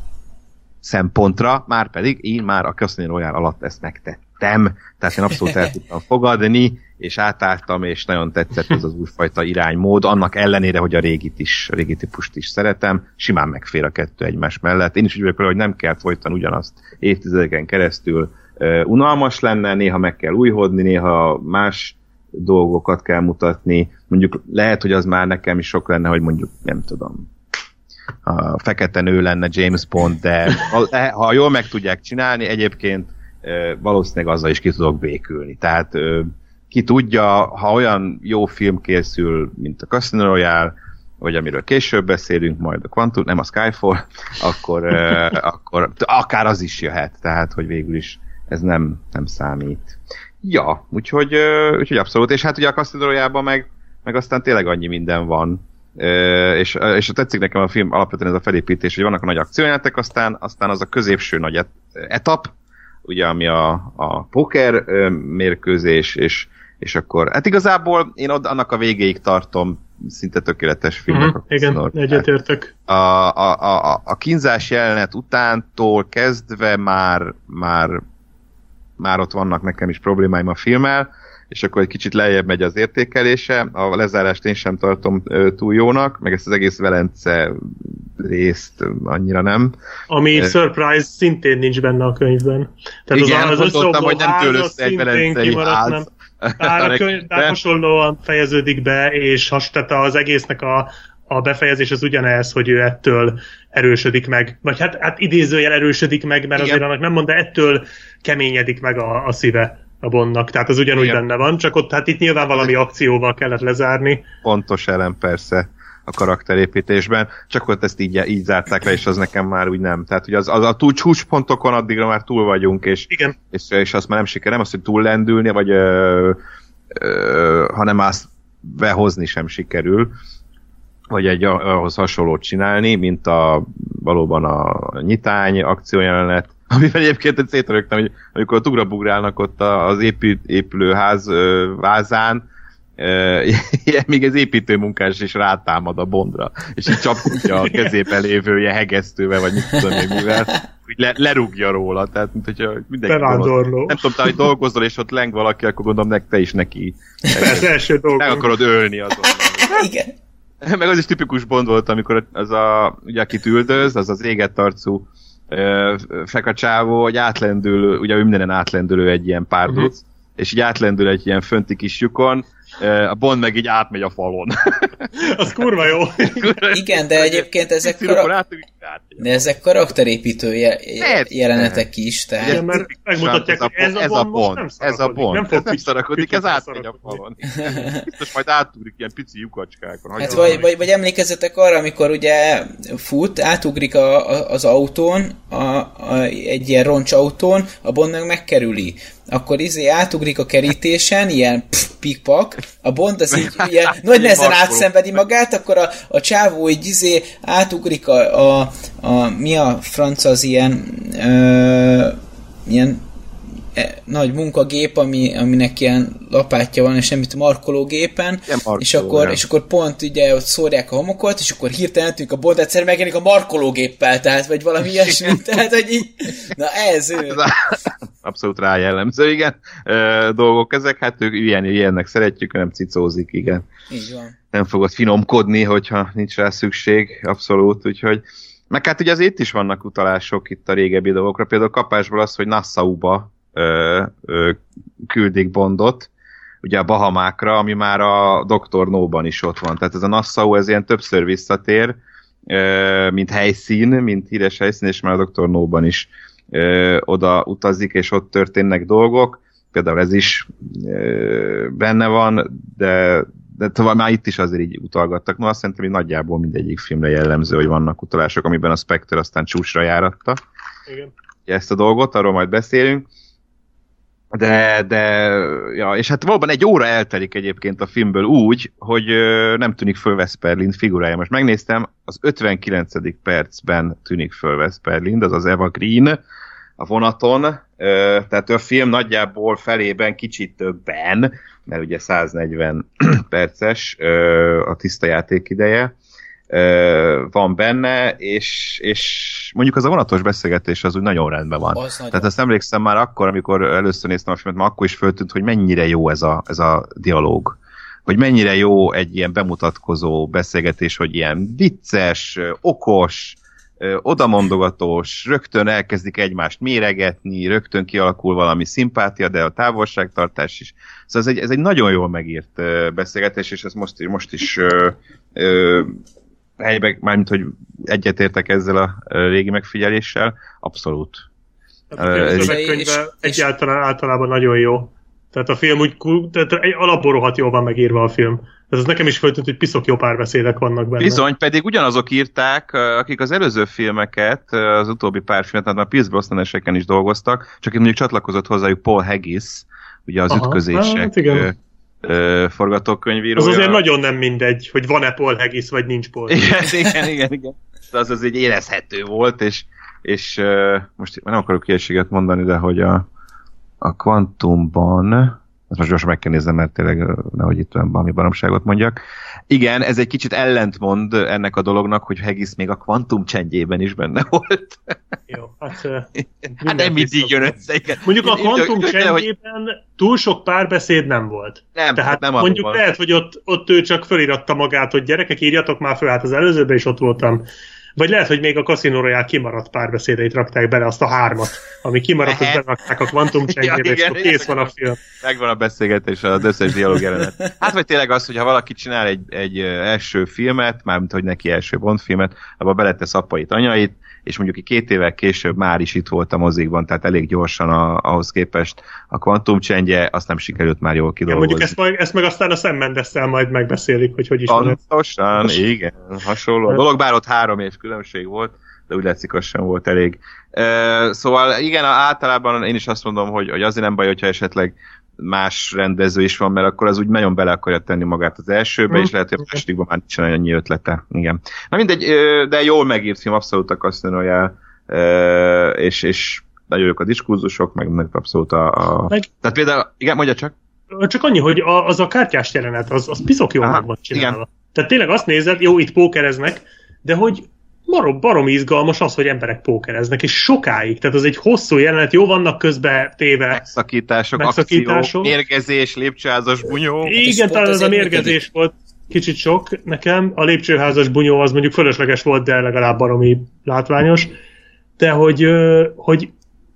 szempontra, már pedig én már a Casino Royale alatt ezt megtettem, tehát én abszolút el tudtam fogadni, és átálltam, és nagyon tetszett ez az újfajta iránymód, annak ellenére, hogy a régit is, a régi típust is szeretem, simán megfér a kettő egymás mellett. Én is úgy vagyok, hogy nem kell folyton ugyanazt évtizedeken keresztül ö, unalmas lenne, néha meg kell újhodni, néha más dolgokat kell mutatni. Mondjuk lehet, hogy az már nekem is sok lenne, hogy mondjuk, nem tudom, a fekete nő lenne James Bond, de ha jól meg tudják csinálni, egyébként valószínűleg azzal is ki tudok békülni. Tehát ki tudja, ha olyan jó film készül, mint a Casino Royale, vagy amiről később beszélünk, majd a Quantum, nem a Skyfall, akkor, akkor akár az is jöhet. Tehát, hogy végül is ez nem, nem számít. Ja, úgyhogy, úgyhogy abszolút, és hát ugye a Kasztidójában meg, meg aztán tényleg annyi minden van, és, és tetszik nekem a film alapvetően ez a felépítés, hogy vannak a nagy akciójáték, aztán, aztán az a középső nagy etap, ugye ami a, a poker mérkőzés, és, és akkor, hát igazából én ott annak a végéig tartom szinte tökéletes filmnek.
Uh-huh, igen, egyetértek.
A, a, a, a kínzás jelenet utántól kezdve már, már, már ott vannak nekem is problémáim a filmmel, és akkor egy kicsit lejjebb megy az értékelése. A lezárást én sem tartom ö, túl jónak, meg ezt az egész Velence részt annyira nem.
Ami uh, surprise szintén nincs benne a könyvben. Tehát
igen,
az, az
gondoltam, hogy nem től össze egy velencei ház.
Bár a könyv hasonlóan fejeződik be, és has, tehát az egésznek a, a befejezés az ugyanez, hogy ő ettől erősödik meg. Vagy hát, hát idézőjel erősödik meg, mert igen. Azért annak nem mond, de ettől keményedik meg a, a szíve a Bondnak. Tehát az ugyanúgy igen. Benne van, csak ott hát itt nyilván valami akcióval kellett lezárni.
Pontos elem persze a karakterépítésben, csak ott ezt így, így zárták le, és az nekem már úgy nem. Tehát, hogy az, az a túl csúcspontokon addigra már túl vagyunk, és,
igen.
és, és azt már nem siker, nem azt, hogy túl lendülni, vagy ö, ö, hanem azt behozni sem sikerül, vagy egy ahhoz hasonlót csinálni, mint a valóban a nyitány akciójelenet, amivel egyébként szétrögtem, hogy amikor ott ugrabugrálnak ott az épül, épülőház vázán, Uh, még az építőmunkás is rátámad a Bondra, és így csapja a kezében lévő ilyen hegesztővel, vagy mit tudom én mivel, hogy le, lerúgja róla, tehát mint hogyha mindenki
bevándorló.
Nem tudom, te, hogy dolgozol, és ott leng valaki, akkor gondolom, nek te is neki.
Persze, első dolgom.
Meg akarod ölni azon.
Igen.
Meg az is tipikus Bond volt, amikor az a, ugye akit üldöz, az az égett arcú fekacsávó, hogy átlendül, ugye ő mindenen átlendülő egy ilyen párduc, uh-huh. és így átlendül egy ilyen fönti kis lyukon, a Bond meg így átmegy a falon.
Az kurva jó.
Igen, de egyébként ezek, kara... de ezek karakterépítő jelenetek is. Tehát...
Igen, mert megmutatják, hogy ez, ez a Bond,
ez a Bond, nem ez nem szarakodik, ez átmegy a falon. Biztos majd átugrik ilyen pici lyukacskákon.
Hát vagy, vagy, vagy emlékezzetek arra, amikor ugye fut, átugrik a, a, az autón, a, a, egy ilyen roncsautón, a Bond meg megkerüli. Akkor izé átugrik a kerítésen, ilyen pff, pikpak, a Bond az így ilyen nagy nehezen átszenvedi magát, akkor a, a csávó így izé átugrik a, a, a mi a franc az ilyen ö, ilyen e, nagy munkagép, ami, aminek ilyen lapátja van, és semmit markológépen, markoló, és, akkor, és akkor pont ugye ott szórják a homokot, és akkor hirtelen tűnik a Bond egyszer megjelenik a markológéppel, tehát, vagy valami ilyesmi, tehát, hogy így, na ez ő.
Abszolút rá jellemző, igen. E, dolgok ezek, hát ők ilyen, ilyennek szeretjük, nem cicózik, igen.
Így van.
Nem fogod finomkodni, hogyha nincs rá szükség, abszolút, úgyhogy meg hát ugye az itt is vannak utalások itt a régebbi dolgokra, például kapásból az, hogy Nassau-ba ö, ö, küldik Bondot, ugye a Bahamákra, ami már a doktor No-ban is ott van. Tehát ez a Nassau, ez ilyen többször visszatér, ö, mint helyszín, mint híres helyszín, és már a doktor No-ban is ö, oda utazik, és ott történnek dolgok. Például ez is ö, benne van, de de tovább már itt is azért így utalgattak. No, azt szerintem, hogy nagyjából mindegyik filmre jellemző, hogy vannak utalások, amiben a Spectre aztán csúcsra járatta.
Igen.
Ezt a dolgot, arról majd beszélünk. De, de, ja, és hát valóban egy óra eltelik egyébként a filmből úgy, hogy ö, nem tűnik föl Vesper Lind figurája. Most megnéztem, az ötvenkilencedik percben tűnik föl Vesper Lind, az az Eva Green a vonaton, ö, tehát a film nagyjából felében kicsit többen, mert ugye száznegyven perces ö, a tiszta játék ideje ö, van benne, és, és mondjuk az a vonatos beszélgetés az úgy nagyon rendben van. Az Tehát nagyon. Ezt emlékszem már akkor, amikor először néztem a filmet, már akkor is föltűnt, hogy mennyire jó ez a, ez a dialóg. Hogy mennyire jó egy ilyen bemutatkozó beszélgetés, hogy ilyen vicces, okos, odamondogatós, rögtön elkezdik egymást méregetni, rögtön kialakul valami szimpátia, de a távolságtartás is. Szóval ez egy, ez egy nagyon jól megírt beszélgetés, és ez most, most is ö, ö, helyben, mármint, hogy egyetértek ezzel a régi megfigyeléssel, abszolút.
Hát a szövegkönyve egyáltalán általában nagyon jó. Tehát a film úgy, tehát egy alapból rohadt jól van megírva a film. Tehát ez nekem is föltűnt, hogy piszok jó párbeszédek vannak benne.
Bizony, pedig ugyanazok írták, akik az előző filmeket, az utóbbi pár filmet, tehát a Pierce Brosnan-eseken is dolgoztak, csak itt mondjuk csatlakozott hozzájuk Paul Haggis, ugye az Aha, ütközések hát ö, ö, forgatókönyvírója.
Az azért nagyon nem mindegy, hogy van-e Paul Haggis, vagy nincs Paul Haggis.
Igen, igen, igen, igen. De az az egy érezhető volt, és, és uh, most nem akarok hülyeséget mondani, de hogy a, a Quantumban, ezt most gyorsan meg kell néznem, mert tényleg nehogy itt valami baromságot mondjak. Igen, ez egy kicsit ellentmond ennek a dolognak, hogy Haggis még a Quantum csendjében is benne volt.
Jó, hát...
hát nem mindig jön össze. Igen.
Mondjuk a Quantum csendjében túl sok párbeszéd nem volt.
Nem,
tehát
nem
mondjuk
van.
Lehet, hogy ott, ott ő csak föliratta magát, hogy gyerekek, írjatok már föl, hát az előzőben is ott voltam. Vagy lehet, hogy még a Casino Royale kimaradt párbeszédeit rakták bele, azt a hármat, ami kimaradt, hogy berakták a Quantum csendjébe, ja, és akkor kész van a film.
Megvan a beszélgetés, az összes dialóg jelenet. Hát vagy tényleg az, hogy ha valaki csinál egy, egy első filmet, mármint hogy neki első Bond filmet, abba beletesz apait, anyait, és mondjuk két évvel később már is itt volt a mozikban, tehát elég gyorsan a, ahhoz képest a Quantum csendje, azt nem sikerült már jól kidolgozni.
Ja, mondjuk ezt, majd, ezt meg aztán a Sam Mendes-szel majd megbeszélik, hogy hogy is van.
Pontosan, igen, hasonló. A dolog, bár ott három év különbség volt, de úgy látszik, az sem volt elég. Uh, szóval igen, általában én is azt mondom, hogy, hogy azért nem baj, hogyha esetleg más rendező is van, mert akkor az úgy nagyon bele akarja tenni magát az elsőbe, mm. és lehet, hogy a másodikban már nincsen annyi ötlete. Igen. Na mindegy, de jól megírt film, abszolút a Casino Royale, és, és nagyon jók a diskurzusok, meg, meg abszolút a... a... Meg... Tehát például, igen, mondja csak.
Csak annyi, hogy a, az a kártyás jelenet, az, az piszok jól meg van csinálva. Igen. Tehát tényleg azt nézed, jó, itt pókereznek, de hogy barom, barom izgalmas az, hogy emberek pókereznek, és sokáig, tehát az egy hosszú jelenet, jó, vannak közben téve
megszakítások, megszakítások. Akció, mérgezés, lépcsőházas bunyó.
Igen, talán ez a mérgezés volt kicsit sok nekem, a lépcsőházas bunyó az mondjuk fölösleges volt, de legalább baromi látványos, de hogy, hogy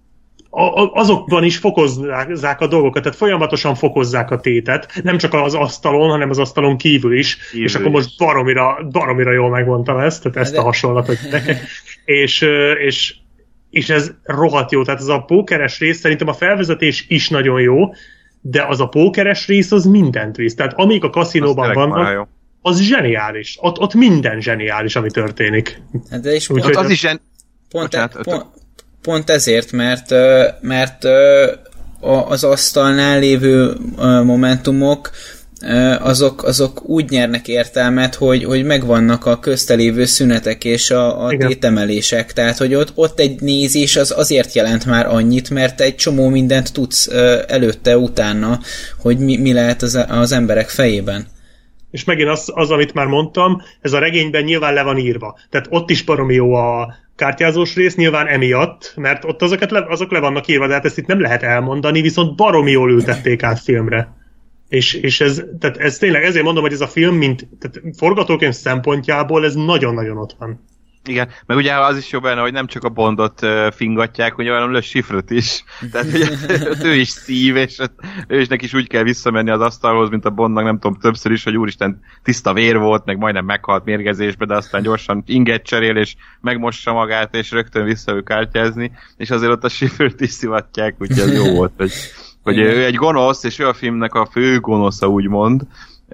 azokban is fokozzák a dolgokat, tehát folyamatosan fokozzák a tétet, nem csak az asztalon, hanem az asztalon kívül is, kívül és akkor is. Most baromira, baromira jól megmondtam ezt, tehát ezt de... a hasonlatot nektek, és, és, és ez rohadt jó, tehát ez a pókeres rész, szerintem a felvezetés is nagyon jó, de az a pókeres rész az mindent visz, tehát amíg a kaszinóban vannak, az zseniális, ott, ott minden zseniális, ami történik.
Hát de is
Úgy, ott az is zsen...
pont, Bocsánat, pont, Pont ezért, mert, mert az asztalnál lévő momentumok azok, azok úgy nyernek értelmet, hogy, hogy megvannak a köztelévő szünetek és a, a tétemelések. Tehát, hogy ott, ott egy nézés az azért jelent már annyit, mert egy csomó mindent tudsz előtte, utána, hogy mi, mi lehet az, az emberek fejében.
És megint az, az, amit már mondtam, ez a regényben nyilván le van írva. Tehát ott is baromi jó a kártyázós rész, nyilván emiatt, mert ott azokat le, azok le vannak írva, de hát ezt itt nem lehet elmondani, viszont baromi jól ültették át filmre. És, és ez, tehát ez tényleg, ezért mondom, hogy ez a film, mint tehát forgatókönyv szempontjából ez nagyon-nagyon ott van.
Igen, meg ugye az is jó benne, hogy nem csak a Bondot uh, fingatják, ugye hanem Le Chiffre-t is. Tehát ugye, ő is szív, és ő is neki is úgy kell visszamenni az asztalhoz, mint a Bondnak, nem tudom, többször is, hogy úristen tiszta vér volt, meg majdnem meghalt mérgezésbe, de aztán gyorsan inget cserél, és megmossa magát, és rögtön vissza ő kártyázni, és azért ott a Chiffre-t is szivatják, úgyhogy ez jó volt, hogy, hogy ő egy gonosz, és ő a filmnek a fő gonosza, úgymond.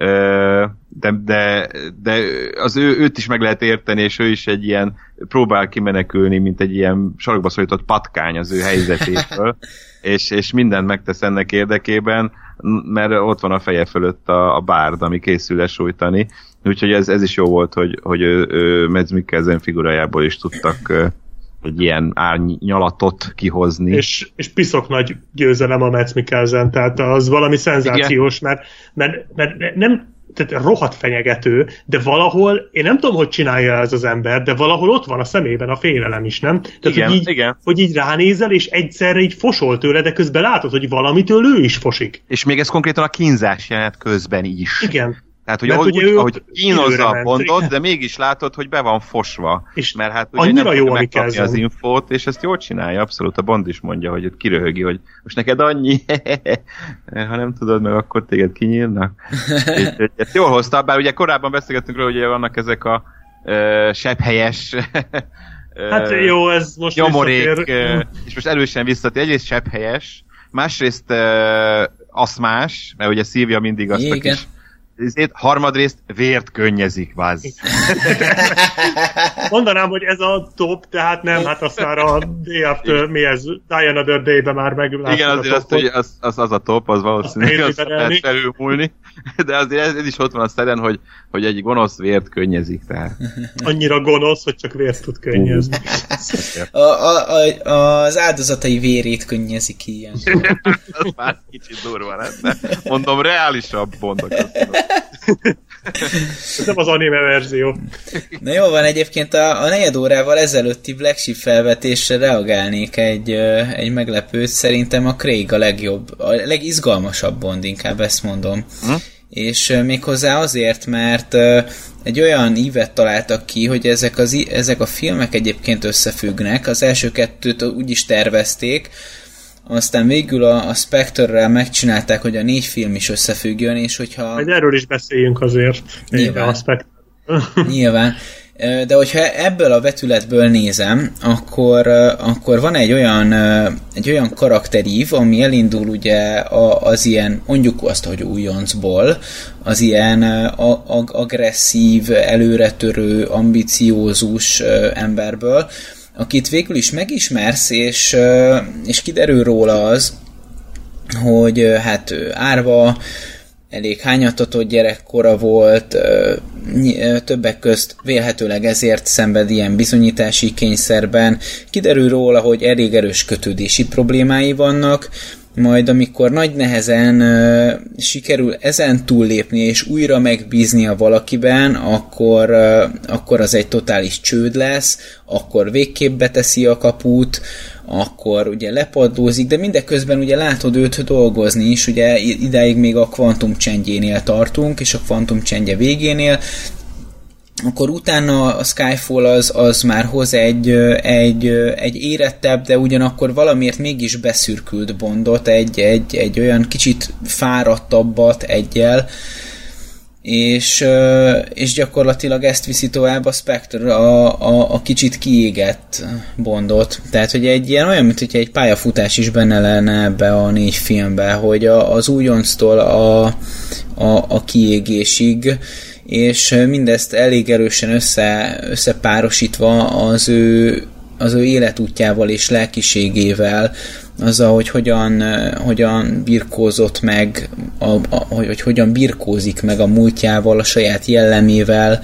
De, de, de az ő, őt is meg lehet érteni, és ő is egy ilyen próbál kimenekülni, mint egy ilyen sarokba szorított patkány az ő helyzetétől, és, és mindent megtesz ennek érdekében, mert ott van a feje fölött a, a bárd, ami készül lesújtani, úgyhogy ez, ez is jó volt, hogy, hogy ő, ő Mads Mikkelsen figurájából is tudtak egy ilyen árnyalatot kihozni.
És, és piszok nagy győzelem a Mads Mikkelsen, tehát az valami szenzációs, mert, mert, mert nem, tehát rohadt fenyegető, de valahol, én nem tudom, hogy csinálja ez az ember, de valahol ott van a szemében a félelem is, nem? Tehát,
igen,
hogy, így,
igen.
hogy így ránézel, és egyszerre így fosol tőle, de közben látod, hogy valamitől ő is fosik.
És még ez konkrétan a kínzás jelenet közben is.
Igen.
Tehát, hogy ahogy, úgy, ahogy kínozza a Bondot, de mégis látod, hogy be van fosva. És mert hát ugye nem
jó,
megkapni az infót, és ezt jól csinálja, abszolút. A Bond is mondja, hogy kiröhögi, hogy most neked annyi, ha nem tudod meg, akkor téged kinyírnak. és, ezt jól hozta, bár ugye korábban beszélgettünk róla, hogy vannak ezek a uh, sebhelyes
hát jó, ez most
nyomorék, uh, és most erősen visszatér. Egyrészt sebhelyes, másrészt uh, aszmás, mert ugye szívja mindig azt
igen.
a kis ezért, harmadrészt vért könnyezik, váz.
Mondanám, hogy ez a top, tehát nem, hát azt már a Day After, mi ez, Die Another Day-ben már meglátjuk.
Igen, azért azt, hogy az, az, az a top, az valószínűleg azt lehet felülmúlni, de azért ez, ez is ott van a szeden, hogy, hogy egy gonosz vért könnyezik. Tehát.
Annyira gonosz, hogy csak vért tud könnyezni.
A, a, a, az áldozatai vérét könnyezik ilyen.
Az már kicsit durva lenne. Mondom, reálisabb bondokat.
Ez nem az anime verzió.
Na jó van, egyébként a, a negyed órával ezelőtti Black Sheep felvetésre reagálnék egy, egy meglepőt. Szerintem a Craig a legjobb, a legizgalmasabb Bond, inkább ezt mondom. Hm? És méghozzá azért, mert egy olyan ívet találtak ki, hogy ezek, az, ezek a filmek egyébként összefüggnek. Az első kettőt úgy is tervezték, aztán végül a, a Spectre-rel megcsinálták, hogy a négy film is összefüggjön, és hogyha...
Hogy erről is beszéljünk azért.
Nyilván.
A Spectre.
Nyilván. De hogyha ebből a vetületből nézem, akkor, akkor van egy olyan, egy olyan karakterív, ami elindul ugye az ilyen, mondjuk azt, hogy újoncból, az ilyen agresszív, előretörő, ambiciózus emberből, akit végül is megismersz, és, és kiderül róla az, hogy hát árva, elég hányatatott gyerekkora volt, többek közt vélhetőleg ezért szenved ilyen bizonyítási kényszerben. Kiderül róla, hogy elég erős kötődési problémái vannak, majd amikor nagy nehezen uh, sikerül ezen túllépni és újra megbíznia valakiben, akkor, uh, akkor az egy totális csőd lesz, akkor végképp beteszi a kaput, akkor ugye lepadlózik, de mindeközben ugye látod őt dolgozni is, ugye idáig még a kvantum csendjénél tartunk, és a kvantum csendje végénél, akkor utána a Skyfall az, az már hoz egy, egy, egy érettebb, de ugyanakkor valamiért mégis beszürkült Bondot, egy, egy, egy olyan kicsit fáradtabbat egyel, és, és gyakorlatilag ezt viszi tovább a Spectre, a, a, a kicsit kiégett Bondot. Tehát, hogy egy ilyen olyan, mint hogyha egy pályafutás is benne lenne ebbe a négy filmbe, hogy a, az újonctól a, a, a kiégésig, és mindezt elég erősen össze, összepárosítva az ő, az ő életútjával és lelkiségével, azzal, hogy hogyan, hogyan birkózott meg, a, a, hogy, hogy hogyan birkózik meg a múltjával, a saját jellemével.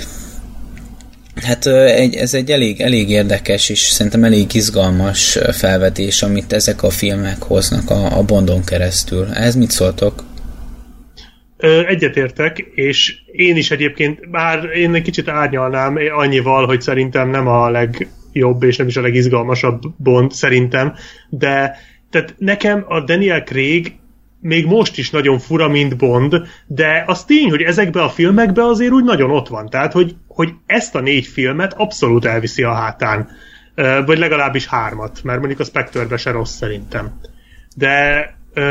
Hát egy, ez egy elég, elég érdekes és szerintem elég izgalmas felvetés, amit ezek a filmek hoznak a, a Bondon keresztül. Ehhez mit szóltok?
Egyetértek, és én is egyébként, bár én egy kicsit árnyalnám annyival, hogy szerintem nem a legjobb és nem is a legizgalmasabb Bond, szerintem, de tehát nekem a Daniel Craig még most is nagyon fura, mint Bond, de az tény, hogy ezekben a filmekben azért úgy nagyon ott van. Tehát, hogy, hogy ezt a négy filmet abszolút elviszi a hátán. Vagy legalábbis hármat, mert mondjuk a Spectre-be se rossz szerintem. De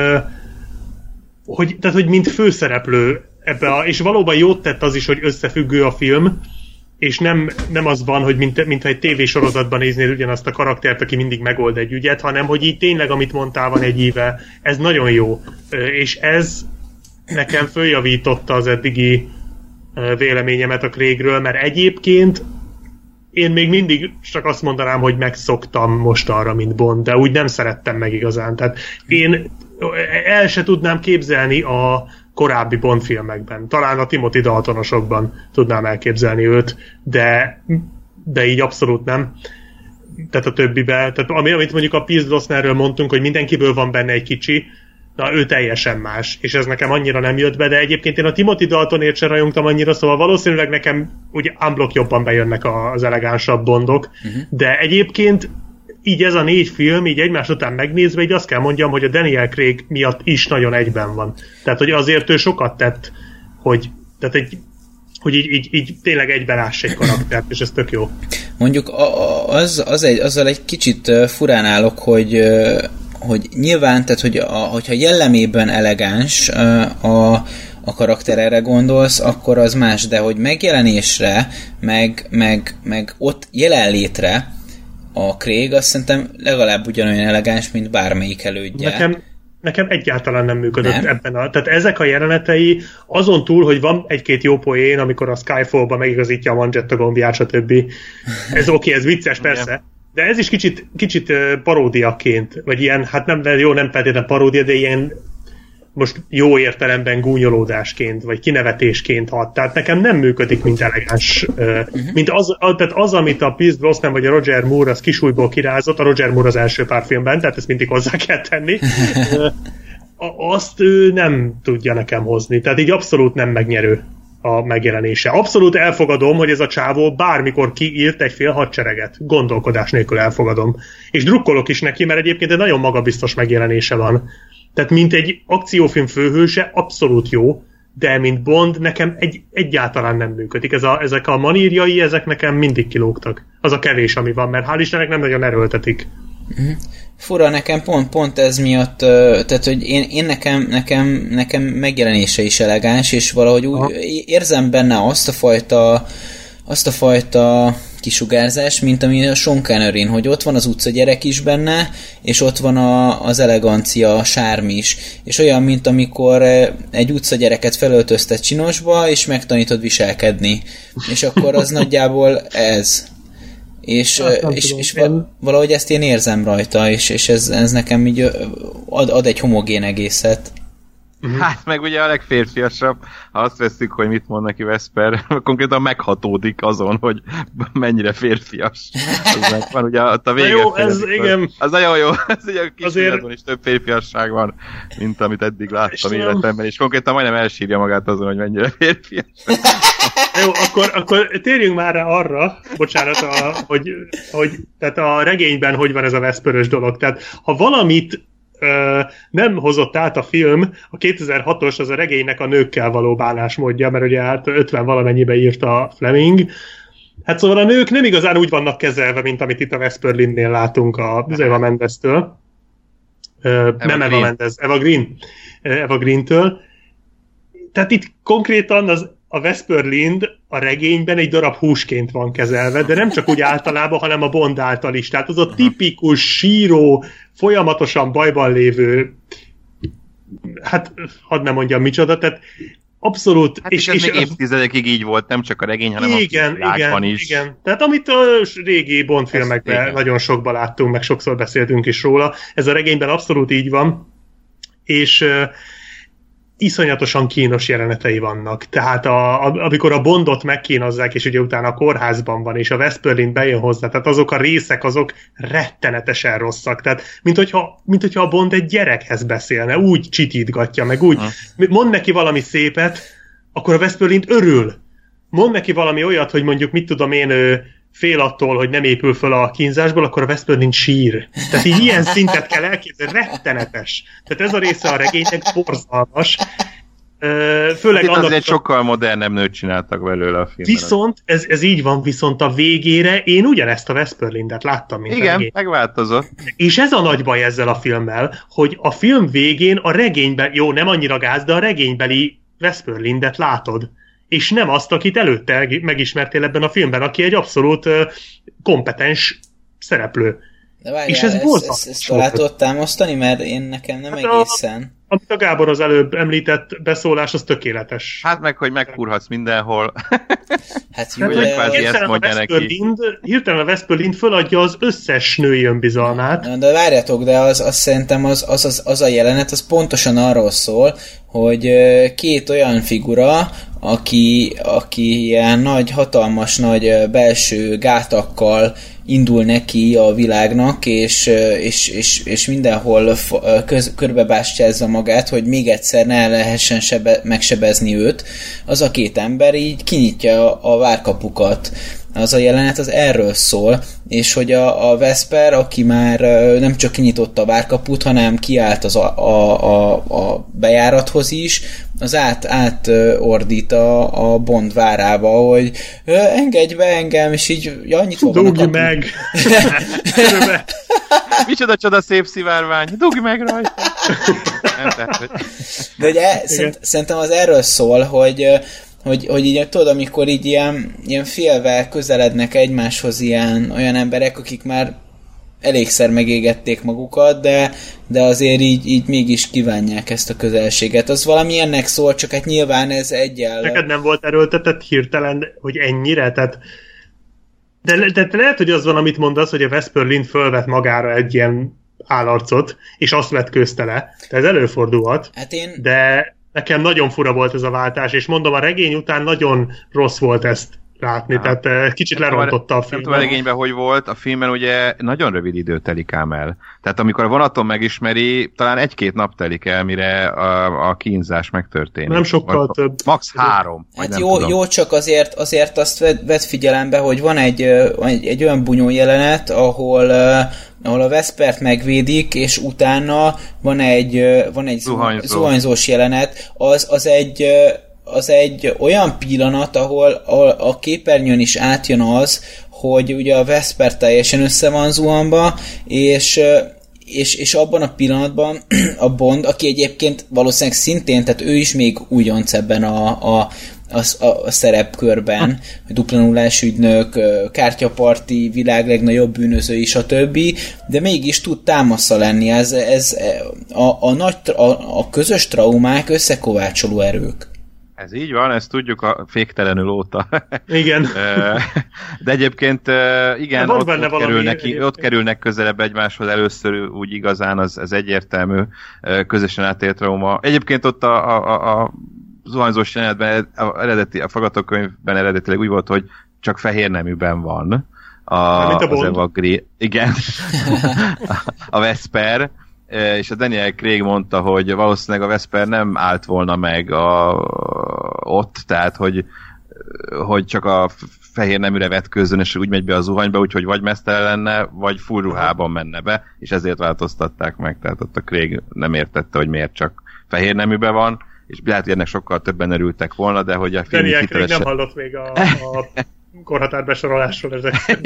hogy, tehát, hogy mint főszereplő ebbe a, és valóban jót tett az is, hogy összefüggő a film, és nem, nem az van, hogy mint, mintha egy tévésorozatban néznél ugyanazt a karaktert, aki mindig megold egy ügyet, hanem hogy így tényleg, amit mondtál, van egy íve, ez nagyon jó. És ez nekem följavította az eddigi véleményemet a Craigről, mert egyébként én még mindig csak azt mondanám, hogy megszoktam most arra, mint Bond, de úgy nem szerettem meg igazán. Tehát én el se tudnám képzelni a korábbi Bond filmekben. Talán a Timothy Daltonosokban tudnám elképzelni őt, de, de így abszolút nem. Tehát a többiben. Tehát amit mondjuk a Pierce Brosnanről mondtunk, hogy mindenkiből van benne egy kicsi, na ő teljesen más, és ez nekem annyira nem jött be, de egyébként én a Timothy Daltonért sem rajongtam annyira, szóval valószínűleg nekem ugye unblock jobban bejönnek az elegánsabb Bondok, uh-huh. De egyébként így ez a négy film, így egymás után megnézve, így azt kell mondjam, hogy a Daniel Craig miatt is nagyon egyben van. Tehát, hogy azért ő sokat tett, hogy, tehát egy, hogy így, így, így tényleg egyben áss egy karaktert, és ez tök jó.
Mondjuk az, az egy, azzal egy kicsit furán állok, hogy, hogy nyilván, tehát, hogy a, hogyha jellemében elegáns a, a karakter, erre gondolsz, akkor az más, de hogy megjelenésre, meg, meg, meg ott jelenlétre a Craig azt szerintem legalább ugyanolyan elegáns, mint bármelyik elődje.
Nekem, nekem egyáltalán nem működött
nem?
ebben a... Tehát ezek a jelenetei, azon túl, hogy van egy-két jó poén, amikor a Skyfall-ba megigazítja a manzsetta gombját, stb. Ez oké, okay, ez vicces, persze. De ez is kicsit, kicsit paródiaként, vagy ilyen, hát nem, jó, nem feltétlenül paródia, de ilyen most jó értelemben gúnyolódásként, vagy kinevetésként hat. Tehát nekem nem működik, mint elegáns. Uh, mint az, a, tehát az, amit a Pierce Brosnan vagy a Roger Moore az kisújból kirázott, a Roger Moore az első pár filmben, tehát ezt mindig hozzá kell tenni, uh, azt ő nem tudja nekem hozni. Tehát így abszolút nem megnyerő a megjelenése. Abszolút elfogadom, hogy ez a csávó bármikor kiírt egy fél hadsereget. Gondolkodás nélkül elfogadom. És drukkolok is neki, mert egyébként egy nagyon magabiztos megjelenése van. Tehát mint egy akciófilm főhőse abszolút jó, de mint Bond nekem egy, egyáltalán nem működik. Ez a, ezek a manírjai, ezek nekem mindig kilógtak. Az a kevés, ami van, mert hál' Istennek nem nagyon erőltetik.
Mm-hmm. Fura, nekem pont, pont ez miatt, tehát, hogy én, én nekem, nekem, nekem megjelenése is elegáns, és valahogy úgy Aha. érzem benne azt a fajta, azt a fajta kisugárzás, mint ami a Sean Conneryn, hogy ott van az utcagyerek is benne, és ott van a, az elegancia, a sárm is. És olyan, mint amikor egy utcagyereket felöltöztet csinosba, és megtanítod viselkedni. És akkor az nagyjából ez. És, hát, és, és valahogy ezt én érzem rajta, és, és ez, ez nekem így ad, ad egy homogén egészet.
Hát meg ugye a legférfiasabb, ha azt veszük, hogy mit mond neki Vesper, konkrétan meghatódik azon, hogy mennyire férfias. Van ugye a vége.
Jó, ez igen.
Az nagyon jó, ez ugye a kisfiadon is több férfiasság van, mint amit eddig láttam életemben, és konkrétan majdnem elsírja magát azon, hogy mennyire férfias.
Jó, akkor, akkor térjünk már rá arra, bocsánat, a, hogy, hogy tehát a regényben hogy van ez a Vesperös dolog. Tehát ha valamit ö, nem hozott át a film, a kétezer-hatos az a regénynek a nőkkel való bánásmódja, mert ugye hát ötven valamennyibe írta Fleming. Hát szóval a nők nem igazán úgy vannak kezelve, mint amit itt a Vesper Lyndnél látunk a Eva Mendes-től. Ö, nem Eva Mendes, Eva Green. Eva Green-től. Tehát itt konkrétan az a Vesper Lynd a regényben egy darab húsként van kezelve, de nem csak úgy általában, hanem a Bond által is. Tehát az a tipikus, síró, folyamatosan bajban lévő, hát hadd nem mondjam micsoda, tehát abszolút...
Hát és, és ez és még évtizedekig így volt, nem csak a regény, hanem
igen,
a világban
igen,
is. Igen,
tehát amit a régi Bond filmekben ezt, nagyon sokban láttunk, meg sokszor beszéltünk is róla, ez a regényben abszolút így van, és... iszonyatosan kínos jelenetei vannak. Tehát a, a, amikor a Bondot megkínozzák, és ugye utána a kórházban van, és a Vesper Lynd bejön hozzá, tehát azok a részek, azok rettenetesen rosszak. Tehát, mint hogyha, mint hogyha a Bond egy gyerekhez beszélne, úgy csitítgatja, meg úgy, mond neki valami szépet, akkor a Vesper Lynd örül. Mond neki valami olyat, hogy mondjuk, mit tudom én, ő fél attól, hogy nem épül föl a kínzásból, akkor a Vesper Lynd sír. Tehát így ilyen szintet kell elképzelni, rettenetes. Tehát ez a része a regénynek borzalmas. Főleg
itt
annak...
azért sokkal modernebb nőt csináltak belőle a filmben.
Viszont, ez, ez így van, viszont a végére én ugyanezt a Vesper Lyndet láttam, mint
igen,
a regény.
megváltozott.
És ez a nagy baj ezzel a filmmel, hogy a film végén a regényben, jó, nem annyira gáz, de a regénybeli Vesper Lyndet látod. És nem azt, akit előtte megismertél ebben a filmben, aki egy abszolút uh, kompetens szereplő.
De várjál,
és ez
ezt, ezt, ezt alá tudod támasztani, mert én nekem nem hát egészen.
A, amit a Gábor az előbb említett beszólás, az tökéletes.
Hát meg, hogy megkurhatsz mindenhol.
Hát jó,
de... Hát, hirtelen, a Vesper Lynd, hirtelen a Vesper Lynd föladja az összes női önbizalmát.
Na, de várjátok, de az, az szerintem az, az, az, az a jelenet, az pontosan arról szól, hogy két olyan figura, aki, aki ilyen nagy, hatalmas, nagy belső gátakkal indul neki a világnak, és, és, és, és mindenhol köz, körbebástyázza magát, hogy még egyszer ne lehessen sebe, megsebezni őt, az a két ember így kinyitja a várkapukat. Az a jelenet az erről szól, és hogy a, a Vesper, aki már nem csak kinyitotta a várkaput, hanem kiállt az a, a, a, a bejárathoz is, az át, át ordít a, a Bond várába, hogy engedj be engem, és így ja, nyitva van a kapu.
Dugj meg!
Micsoda csoda szép szivárvány, dugj meg rajta! Nem, tehát, hogy...
De ugye szerint, szerintem az erről szól, hogy Hogy, hogy így tudod, amikor így ilyen, ilyen félve közelednek egymáshoz ilyen olyan emberek, akik már elégszer megégették magukat, de, de azért így, így mégis kívánják ezt a közelséget. Az valamilyennek szól, csak hát nyilván ez egyel...
Neked nem volt erőltetett hirtelen, hogy ennyire? Tehát, de, de lehet, hogy az van, amit mondasz, hogy a Vesper Lynd fölvet magára egy ilyen állarcot, és azt vetkőzte le. De ez előfordulhat.
Hát én...
De nekem nagyon fura volt ez a váltás, és mondom, a regény után nagyon rossz volt ezt látni, ha. Tehát kicsit nem lerontotta a film.
Nem tudom, a regényben hogy volt, a filmben ugye nagyon rövid idő telik ám el. Tehát amikor a vonaton megismeri, talán egy-két nap telik el, mire a, a kínzás megtörténik.
Nem sokkal
vagy,
több.
Max három.
Hát jó, jó, csak azért, azért azt vedd figyelembe, hogy van egy, egy, egy olyan bunyó jelenet, ahol ahol a Vespert megvédik, és utána van egy, van egy
Zuhanyzó.
zuhanyzós jelenet, az, az egy az egy olyan pillanat, ahol, ahol a képernyőn is átjön az, hogy ugye a Vesper teljesen össze van zuhanva, és, és, és abban a pillanatban a Bond, aki egyébként valószínűleg szintén, tehát ő is még újonc ebben a, a, a, a szerepkörben, dupla nullás ügynök, kártyaparti, világ legnagyobb bűnözői, stb., de mégis tud támasza lenni. Ez, ez a, a, nagy, a, a közös traumák összekovácsoló erők.
Ez így van, ezt tudjuk a féktelenül óta.
Igen.
De egyébként igen,
De
ott, ott, kerülnek,
egyébként.
ott kerülnek közelebb egymáshoz először úgy igazán, az, az egyértelmű közösen átélt trauma. Egyébként ott a, a, a zuhanyzós jelenetben, a, eredeti, a forgatókönyvben eredetileg úgy volt, hogy csak fehér neműben van. A,
Mint a
az Evagri, igen. A Vesper, és a Daniel Craig mondta, hogy valószínűleg a Vesper nem állt volna meg a, ott, tehát hogy, hogy csak a fehér neműre vetkőzzön, és úgy megy be a zuhanyba, úgyhogy vagy mesztelen lenne, vagy full ruhában menne be, és ezért változtatták meg, tehát ott a Craig nem értette, hogy miért csak fehér neműben van, és lehet, hogy ennek sokkal többen örültek volna, de hogy a film
Daniel
hitelesen...
Craig nem hallott még a, a korhatár besorolásról ezek.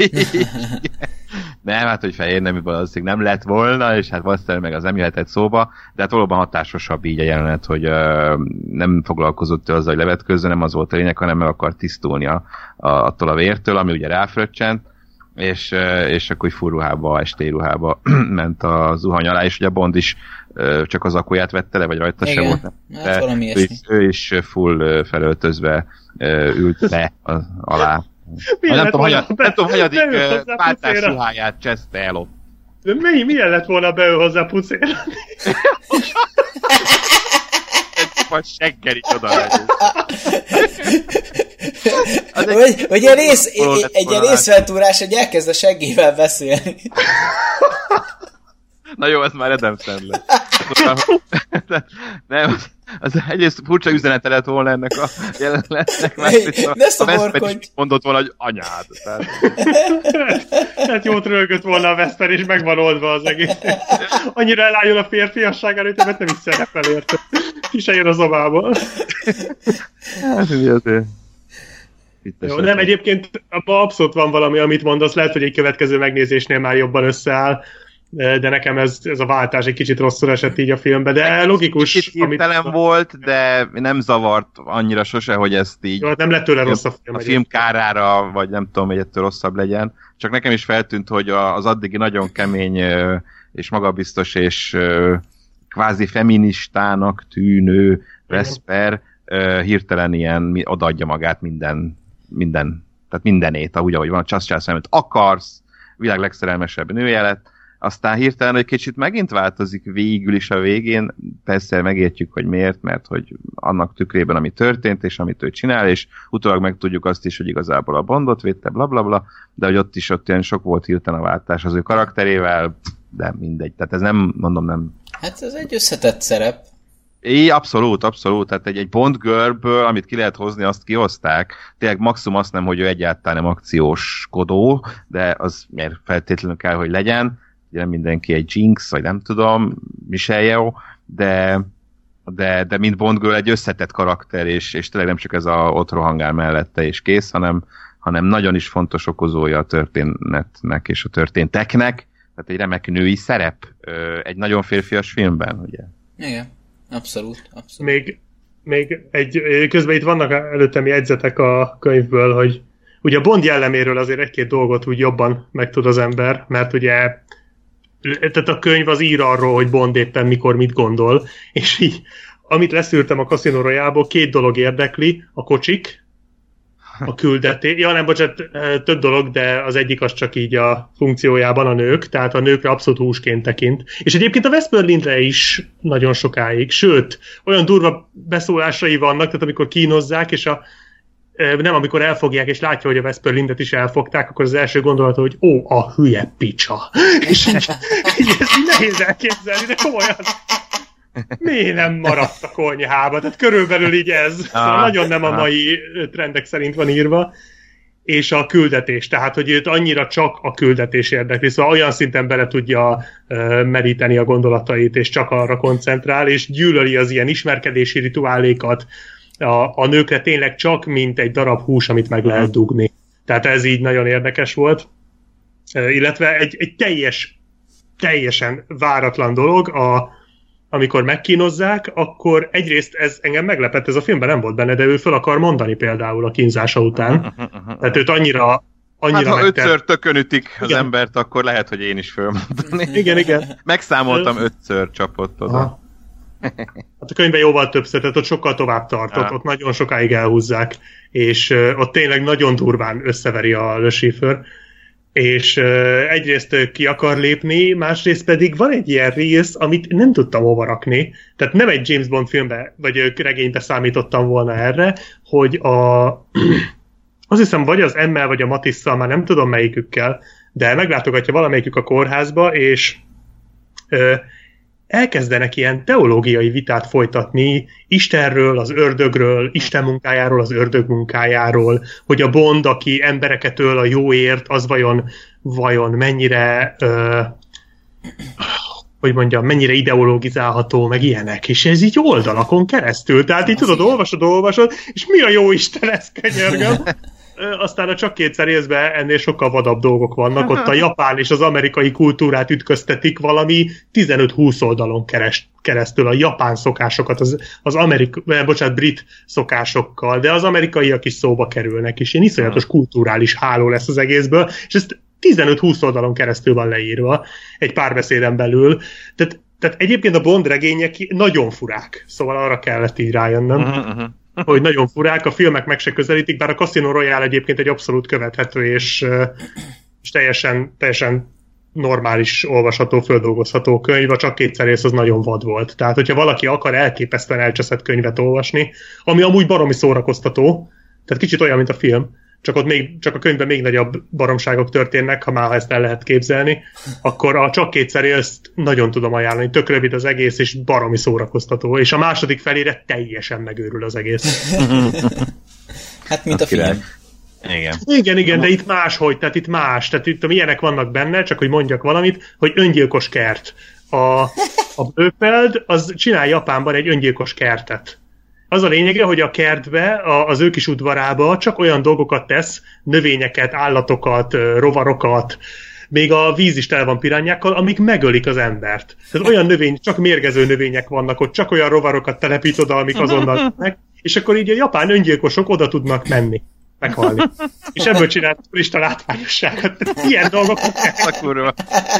Nem, hát, hogy fehér neműből az nem lett volna, és hát valószínűleg meg az nem jöhetett szóba, de hát valóban hatásosabb így a jelenet, hogy uh, nem foglalkozott ő azzal, hogy levetkőzzön, nem az volt a lényeg, hanem meg akart tisztulni a, a, attól a vértől, ami ugye ráfröccsent, és, uh, és akkor full ruhába, estélyruhába ment a zuhany alá, és ugye a Bond is uh, csak az akóját vette le, vagy rajta
igen,
se volt.
Hát de ő
is, ő is full felöltözve uh, ült le az, alá. Nem tudom, hanyad, nem tudom, hanyadik páltás ruháját cseszte el ott.
De mi, milyen lett volna beül hozzá pucérani?
Vagy seggel is oda legyünk.
Vagy, vagy egy, rész, egy, egy ilyen részfeltúrás, hogy elkezd a seggével beszélni.
Na jó, ez már Adam Sandler. Nem, az egyrészt furcsa üzenete lett volna ennek a jelenetnek,
mert ne szomorkodj!
Mondott volna, hogy anyád. Tehát,
hát jót rögött volna a Vesper, és meg van oldva az egész. Annyira elálljon a férfiasság előtt, mert nem is szerepel érte. Ki se jön a zobából.
Hát mi azért...
Jó, nem, egyébként abban abszolút van valami, amit mondasz, lehet, hogy egy következő megnézésnél már jobban összeáll, de nekem ez, ez a váltás egy kicsit rosszul esett így a filmbe, de logikus.
Kicsit hirtelen amit... volt, de nem zavart annyira sose, hogy ezt így...
Jó, nem lett tőle rossz a film.
A film kárára, vagy nem tudom, hogy ettől rosszabb legyen. Csak nekem is feltűnt, hogy az addigi nagyon kemény és magabiztos és kvázi feministának tűnő Vesper hirtelen ilyen odaadja magát minden, minden, tehát mindenét, úgy, ahogy van, csasz-csász, amit akarsz, világ legszerelmesebb nője lett, aztán hirtelen egy kicsit megint változik végül is a végén, persze megértjük, hogy miért, mert hogy annak tükrében, ami történt, és amit ő csinál, és utólag megtudjuk azt is, hogy igazából a Bondot védte, blablabla, bla, bla, de hogy ott is ott ilyen sok volt hirtelen a váltás az ő karakterével, de mindegy, tehát ez nem, mondom, nem...
Hát ez egy összetett szerep.
É, abszolút, abszolút. Tehát egy, egy Bond girlből, amit ki lehet hozni, azt kihozták. Tényleg maximum azt nem, hogy ő egyáltalán nem akcióskodó, de az miért feltétlenül kell, hogy legyen. Ugye nem mindenki egy Jinx, vagy nem tudom, Michelle Yeoh, de, de, de mint Bond girl egy összetett karakter, és, és tényleg nem csak ez a ott rohangál mellette és kész, hanem, hanem nagyon is fontos okozója a történetnek és a történteknek. Tehát egy remek női szerep egy nagyon férfias filmben, ugye?
Igen. Abszolút, abszolút.
Még, még egy, közben itt vannak előttem jegyzetek a könyvből, hogy ugye a Bond jelleméről azért egy-két dolgot úgy jobban megtud az ember, mert ugye tehát a könyv az ír arról, hogy Bond éppen mikor mit gondol, és így, amit leszűrtem a Casino Royale-ból, két dolog érdekli, a kocsik, a küldetés, ja nem, bocsánat, több dolog, de az egyik az csak így a funkciójában a nők, tehát a nőkre abszolút húsként tekint. És egyébként a West Berlinre is nagyon sokáig, sőt, olyan durva beszólásai vannak, tehát amikor kínozzák, és a nem, amikor elfogják, és látja, hogy a West Berlindet is elfogták, akkor az első gondolata, hogy ó, a hülye picsa. És így, így ez így nehéz elképzelni, de komolyan. Miért nem maradt a konyhába? Tehát körülbelül így ez. Szóval nagyon nem a mai trendek szerint van írva. És a küldetés. Tehát, hogy őt annyira csak a küldetés érdekli. Szóval olyan szinten bele tudja meríteni a gondolatait, és csak arra koncentrál, és gyűlöli az ilyen ismerkedési rituálékat, A, a nőkre tényleg csak mint egy darab hús, amit meg lehet dugni. Tehát ez így nagyon érdekes volt. E, illetve egy, egy teljes, teljesen váratlan dolog, a, amikor megkínozzák, akkor egyrészt ez engem meglepett, ez a filmben nem volt benne, de ő föl akar mondani például a kínzása után. Tehát őt annyira annyira
hát ha
megter...
ötször tökön ütik az
igen.
embert, akkor lehet, hogy én is fölmondani.
Igen, igen.
Megszámoltam, ötször csapott oda.
Aha. Hát a könyvben jóval többször, tehát ott sokkal tovább tartott, ott nagyon sokáig elhúzzák, és uh, ott tényleg nagyon durván összeveri a Le Chiffre, és uh, egyrészt ki akar lépni, másrészt pedig van egy ilyen rész, amit nem tudtam hova rakni, tehát nem egy James Bond filmbe, vagy regénybe számítottam volna erre, hogy a azt hiszem, vagy az Emmel, vagy a Matisszal, már nem tudom melyikükkel, de meglátogatja valamelyikük a kórházba, és uh, elkezdenek ilyen teológiai vitát folytatni Istenről, az ördögről, Isten munkájáról, az ördög munkájáról, hogy a Bond, aki embereket öl a jóért, az vajon, vajon mennyire, ö, hogy mondjam, mennyire ideologizálható, meg ilyenek, és ez így oldalakon keresztül, tehát így tudod, olvasod, olvasod, és mi a jó Isten ez, könyörgöm? Aztán a csak kétszer részben ennél sokkal vadabb dolgok vannak, ott a japán és az amerikai kultúrát ütköztetik valami tizenöt-húsz oldalon keres, keresztül a japán szokásokat, az, az amerikai, bocsánat, brit szokásokkal, de az amerikaiak is szóba kerülnek, és ilyen iszonyatos kulturális háló lesz az egészből, és ezt tizenöt-húsz oldalon keresztül van leírva, egy párbeszéden belül. Tehát, tehát egyébként a Bond regények nagyon furák, szóval arra kellett így rájönnöm. Uh-huh, uh-huh. hogy nagyon furák, a filmek meg se közelítik, bár a Casino Royale egyébként egy abszolút követhető és, és teljesen, teljesen normális, olvasható, földolgozható könyv, a csak kétszer rész az nagyon vad volt. Tehát, hogyha valaki akar elképesztően elcseszett könyvet olvasni, ami amúgy baromi szórakoztató, tehát kicsit olyan, mint a film, csak ott még, csak a könyvben még nagyobb baromságok történnek, ha már ezt el lehet képzelni, akkor a csak kétszer részt nagyon tudom ajánlani. Tök rövid az egész, és baromi szórakoztató. És a második felére teljesen megőrül az egész.
Hát, mint a film.
Igen.
Igen, igen, de itt máshogy, tehát itt más. Tehát itt ilyenek vannak benne, csak hogy mondjak valamit, hogy öngyilkos kert. A, a Blofeld, az csinál Japánban egy öngyilkos kertet. Az a lényege, hogy a kertbe, az ő kis udvarába csak olyan dolgokat tesz, növényeket, állatokat, rovarokat, még a víz is tele van pirányákkal, amik megölik az embert. Tehát olyan növény, csak mérgező növények vannak ott, csak olyan rovarokat telepít oda, amik azonnal meg, és akkor így a japán öngyilkosok oda tudnak menni, meghalni. És ebből csinált turista látványosságot. Tehát ilyen dolgokat kell.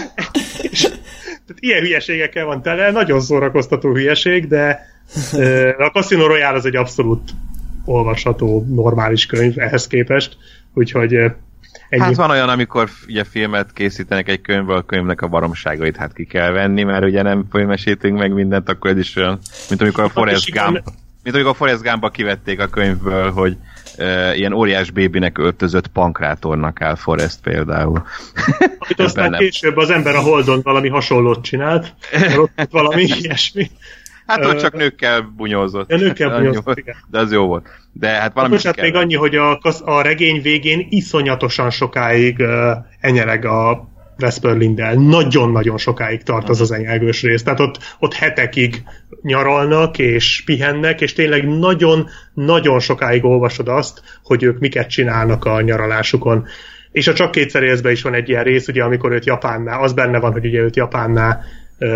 Tehát ilyen hülyeségekkel van tele, nagyon szórakoztató hülyeség, de a Casino Royale az egy abszolút olvasható, normális könyv ehhez képest, úgyhogy ennyi.
Hát van olyan, amikor ugye filmet készítenek egy könyvből, a könyvnek a baromságait hát ki kell venni, mert ugye nem filmesítünk meg mindent, akkor ez is olyan, mint amikor a Forrest Gump, mint amikor a Forrest Gumpba kivették a könyvből, hogy uh, ilyen óriás bébinek öltözött pankrátornak áll Forrest például.
Amit aztán nem. Később az ember a Holdon valami hasonlót csinált, ott valami ilyesmi.
Hát ott csak nőkkel bunyózott.
Ja, nőkkel bunyózott, igen.
De az jó volt. De hát valami
hát még annyi, hogy a, a regény végén iszonyatosan sokáig uh, enyereg a West Berlindel. Nagyon-nagyon sokáig tart az az enyelgős rész. Tehát ott, ott hetekig nyaralnak és pihennek, és tényleg nagyon-nagyon sokáig olvasod azt, hogy ők miket csinálnak a nyaralásukon. És a csak kétszer részben is van egy ilyen rész, ugye, amikor őt Japánnál, az benne van, hogy ugye őt Japánnál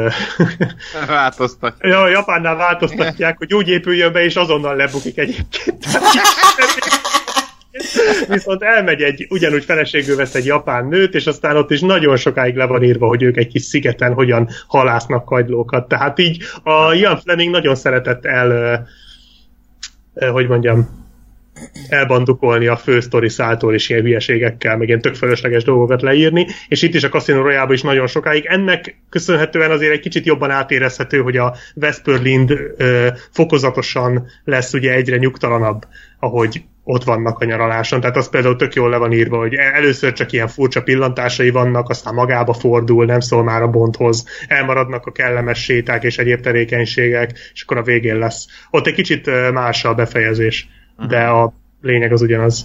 változtatják.
Ja, Japánnál változtatják, hogy úgy épüljön be, és azonnal lebukik egyébként. Viszont elmegy egy, ugyanúgy feleségül vesz egy japán nőt, és aztán ott is nagyon sokáig le van írva, hogy ők egy kis szigeten hogyan halásznak kagylókat. Tehát így a Ian Fleming nagyon szeretett el, hogy mondjam, elbandukolni a fő sztori száltól is ilyen hülyeségekkel, meg ilyen tök fölösleges dolgokat leírni, és itt is a Casino Royale-ban is nagyon sokáig. Ennek köszönhetően azért egy kicsit jobban átérezhető, hogy a Vesper Lynd ö, fokozatosan lesz ugye egyre nyugtalanabb, ahogy ott vannak a nyaraláson. Tehát az például tök jól le van írva, hogy először csak ilyen furcsa pillantásai vannak, aztán magába fordul, nem szól már a Bondhoz, elmaradnak a kellemes séták és egyéb tevékenységek, és akkor a végén lesz. Ott egy kicsit más a befejezés, de a lényeg az ugyanaz.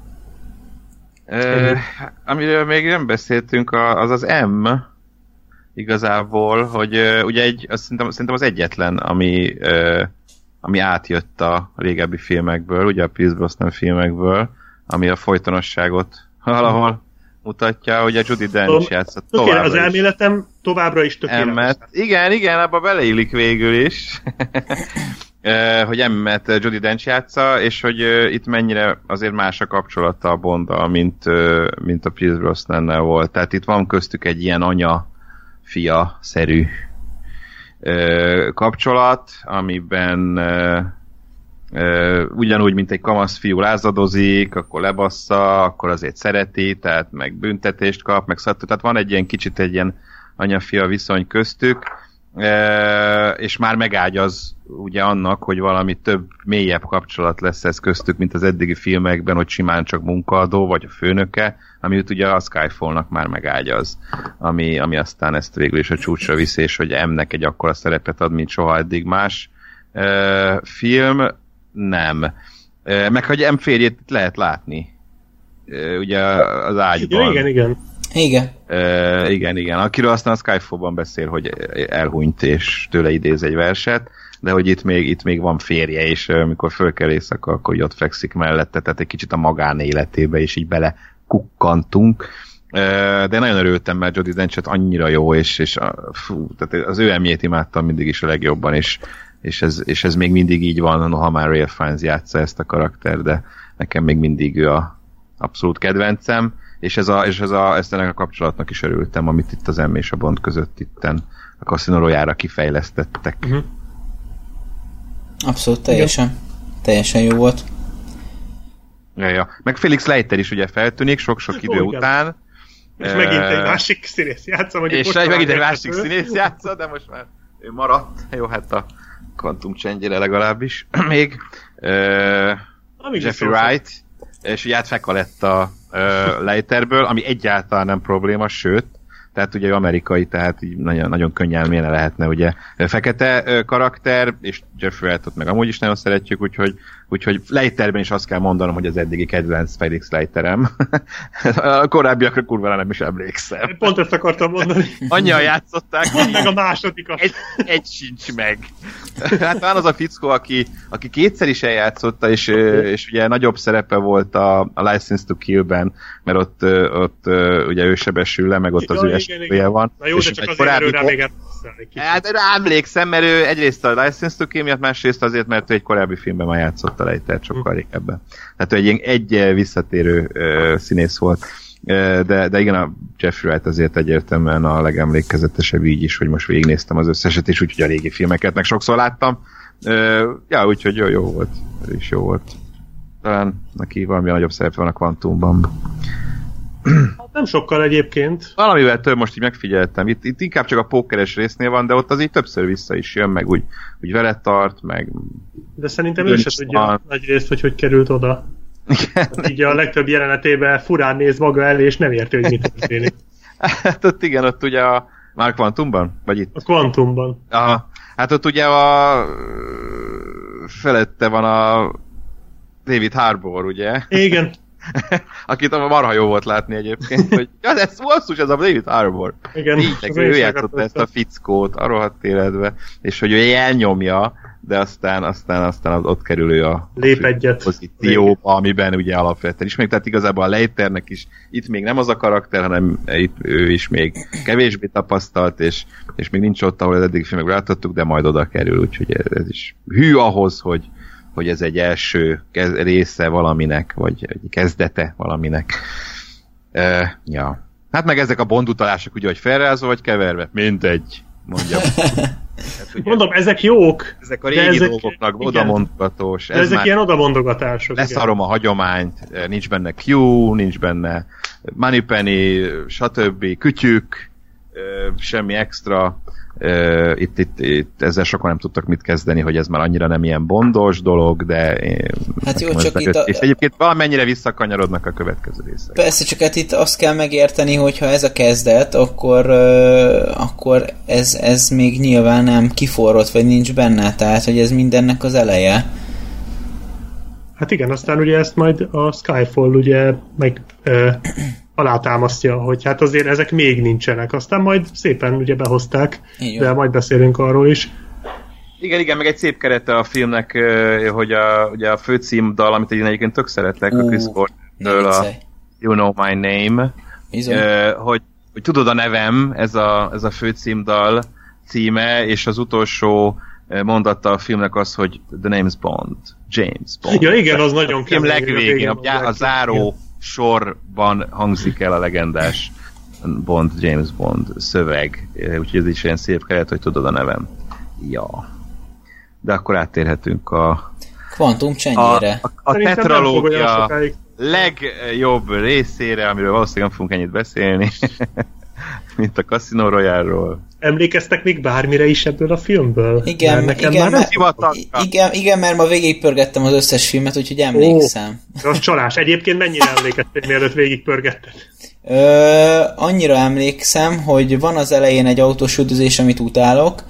Ö, amiről még nem beszéltünk, az az M igazából, hogy uh, ugye egy, azt szerintem, szerintem az egyetlen, ami, uh, ami átjött a régebbi filmekből, ugye a Pierce Brosnan filmekből, ami a folytonosságot valahol mutatja, ugye Judi Dench is játszott továbbra
Az elméletem továbbra is tökéletes.
Igen, igen, abba beleillik végül is. hogy emmet Judi Dench játsza, és hogy uh, itt mennyire azért más a kapcsolata a Bonddal, mint, uh, mint a Pierce Brosnannel volt. Tehát itt van köztük egy ilyen anya-fia-szerű uh, kapcsolat, amiben uh, uh, ugyanúgy, mint egy kamasz fiú lázadozik, akkor lebassza, akkor azért szereti, tehát meg büntetést kap, meg szat, tehát van egy ilyen kicsit egy ilyen anya-fia viszony köztük, E, és már megágyaz ugye annak, hogy valami több, mélyebb kapcsolat lesz ez köztük, mint az eddigi filmekben, hogy simán csak munkaadó, vagy a főnöke, amit ugye a Skyfallnak már megágyaz, ami, ami aztán ezt végül is a csúcsra viszi, és hogy M-nek egy akkora szerepet ad, mint soha eddig más e, film, nem. E, meg hogy M férjét lehet látni. E, ugye az ágyban.
Ja, igen, igen.
Igen.
Uh, igen, igen. Akiről aztán a Skyfall-ban beszél, hogy elhunyt és tőle idéz egy verset, de hogy itt még, itt még van férje, és amikor föl kell éjszaka, akkor ott fekszik mellette, tehát egy kicsit a magánéletébe is így bele kukkantunk. Uh, de nagyon örültem, mert Judi Dench annyira jó, és, és a, fú, tehát az ő emjét imádtam mindig is a legjobban, és, és, ez, és ez még mindig így van, noha már Ralph Fiennes játsza ezt a karakter, de nekem még mindig ő a abszolút kedvencem. És, ez a, és ez a, ezt ennek a kapcsolatnak is örültem, amit itt az M és a Bond között itten a Casino Royale-ra kifejlesztettek. Uh-huh.
Abszolút, teljesen. Igen. Teljesen jó volt.
Ja, ja. Meg Felix Leiter is ugye feltűnik sok-sok idő oh, után.
És uh, megint egy másik színész játsza.
És megint egy másik színész játsza, de most már ő maradt. Jó, hát a Quantum Change-re legalábbis. Még uh, Jeffrey Wright, és ugye átfeka lett a uh, Leiterből, ami egyáltalán nem probléma, sőt, tehát ugye amerikai, tehát így nagyon, nagyon könnyen milyen lehetne ugye fekete uh, karakter, és Jeffrey Wrightot meg amúgy is nagyon szeretjük, úgyhogy, úgyhogy Leiterben is azt kell mondanom, hogy az eddigi kedvenc Felix Leiterem. A korábbiakra kurvára nem is emlékszem.
Pont ezt akartam mondani.
Annyian játszották.
Mondd meg a másodikat.
Egy, egy sincs meg. Hát van az a fickó, aki, aki kétszer is eljátszotta, és, és ugye nagyobb szerepe volt a, a License to Kill-ben, mert ott, ott ugye ő sebesül le, meg ott az ő esője van.
Na jó, de csak azért erőre még
hát rá emlékszem, mert ő egyrészt a License to Kill miatt, másrészt azért, mert ő egy korábbi filmben már játszott a Leiter sokkal régebben. Tehát ő egy, egy visszatérő uh, színész volt. Uh, de, de igen, a Jeffrey Wright azért egyértelműen a legemlékezetesebb így is, hogy most végignéztem az összeset, és úgyhogy a régi filmeket meg sokszor láttam. Uh, ja, úgyhogy jó, jó volt. Ez is jó volt. Talán neki valami nagyobb szerep van a Quantumban.
Hát nem sokkal egyébként.
Valamivel több most így megfigyeltem. Itt, itt inkább csak a pókeres résznél van, de ott az így többször vissza is jön, meg úgy, úgy vele tart, meg...
De szerintem ő se tudja nagy részt, hogy hogy került oda. Hát így a legtöbb jelenetében furán néz maga elé, és nem érti, hogy mit történik.
Hát ott igen, ott ugye a... Már Quantumban? Vagy itt?
A Quantumban.
Aha. Hát ott ugye a... felette van a David Harbour, ugye?
Igen.
Akit marha jó volt látni egyébként, hogy ja, ez basszus, ez a David Harbour.
Igen.
Így, ő játszotta ezt a fickót a rohadt életbe, és hogy ő elnyomja, de aztán, aztán, aztán ott kerül ő a
lép egyet
pozícióba, amiben ugye alapvetően is még, tehát igazából a Leiternek is itt még nem az a karakter, hanem itt ő is még kevésbé tapasztalt, és, és még nincs ott, ahol az eddig filmekben láthattuk, de majd oda kerül, úgyhogy ez is hű ahhoz, hogy hogy ez egy első kez- része valaminek, vagy egy kezdete valaminek. Uh, ja. Hát meg ezek a Bond utalások, ugye, hogy felrázva vagy keverve? Mindegy, mondjam. Hát, ugye,
mondom, ezek jók.
Ezek a régi ezek, dolgoknak odamondogatós.
Ez ezek ilyen odamondogatások.
Leszarom igen. A hagyományt, nincs benne Q, nincs benne Moneypenny, stb. Kütyük, semmi extra. Itt, itt, itt ezzel sokan nem tudtak mit kezdeni, hogy ez már annyira nem ilyen bondos dolog, de
hát jó, csak itt a...
és egyébként valamennyire visszakanyarodnak a következő részek.
Persze, csak hát itt azt kell megérteni, hogy ha ez a kezdet, akkor, akkor ez, ez még nyilván nem kiforrott, vagy nincs benne, tehát hogy ez mindennek az eleje.
Hát igen, aztán ugye ezt majd a Skyfall ugye meg ö, alátámasztja, hogy hát azért ezek még nincsenek. Aztán majd szépen ugye behozták, de majd beszélünk arról is.
Igen, igen, meg egy szép kerete a filmnek, hogy a, ugye a főcímdal, amit én egyébként tök szeretek, uh, a Chris Gordon-től, a You Know My Name, uh, hogy, hogy tudod a nevem, ez a, ez a főcímdal címe, és az utolsó mondatta a filmnek az, hogy The Name's Bond, James Bond.
Ja igen, az nagyon
kemény. A film legvégén, a, a záró sorban hangzik el a legendás Bond, James Bond szöveg, úgyhogy ez is ilyen szép keret, hogy tudod a nevem. Ja. De akkor áttérhetünk a
Quantum Csennyére.
A, a, a tetralógia legjobb részére, amiről valószínűleg nem fogunk ennyit beszélni, mint a Casino Royale-ról.
Emlékeztek még bármire is ebből a filmből?
Igen, mert igen, mert, igen, igen, mert ma végigpörgettem az összes filmet, úgyhogy emlékszem.
Ó, az csalás. Egyébként mennyire emlékeztél, mielőtt végigpörgetted?
Ö, annyira emlékszem, hogy van az elején egy autós üldözés, amit utálok.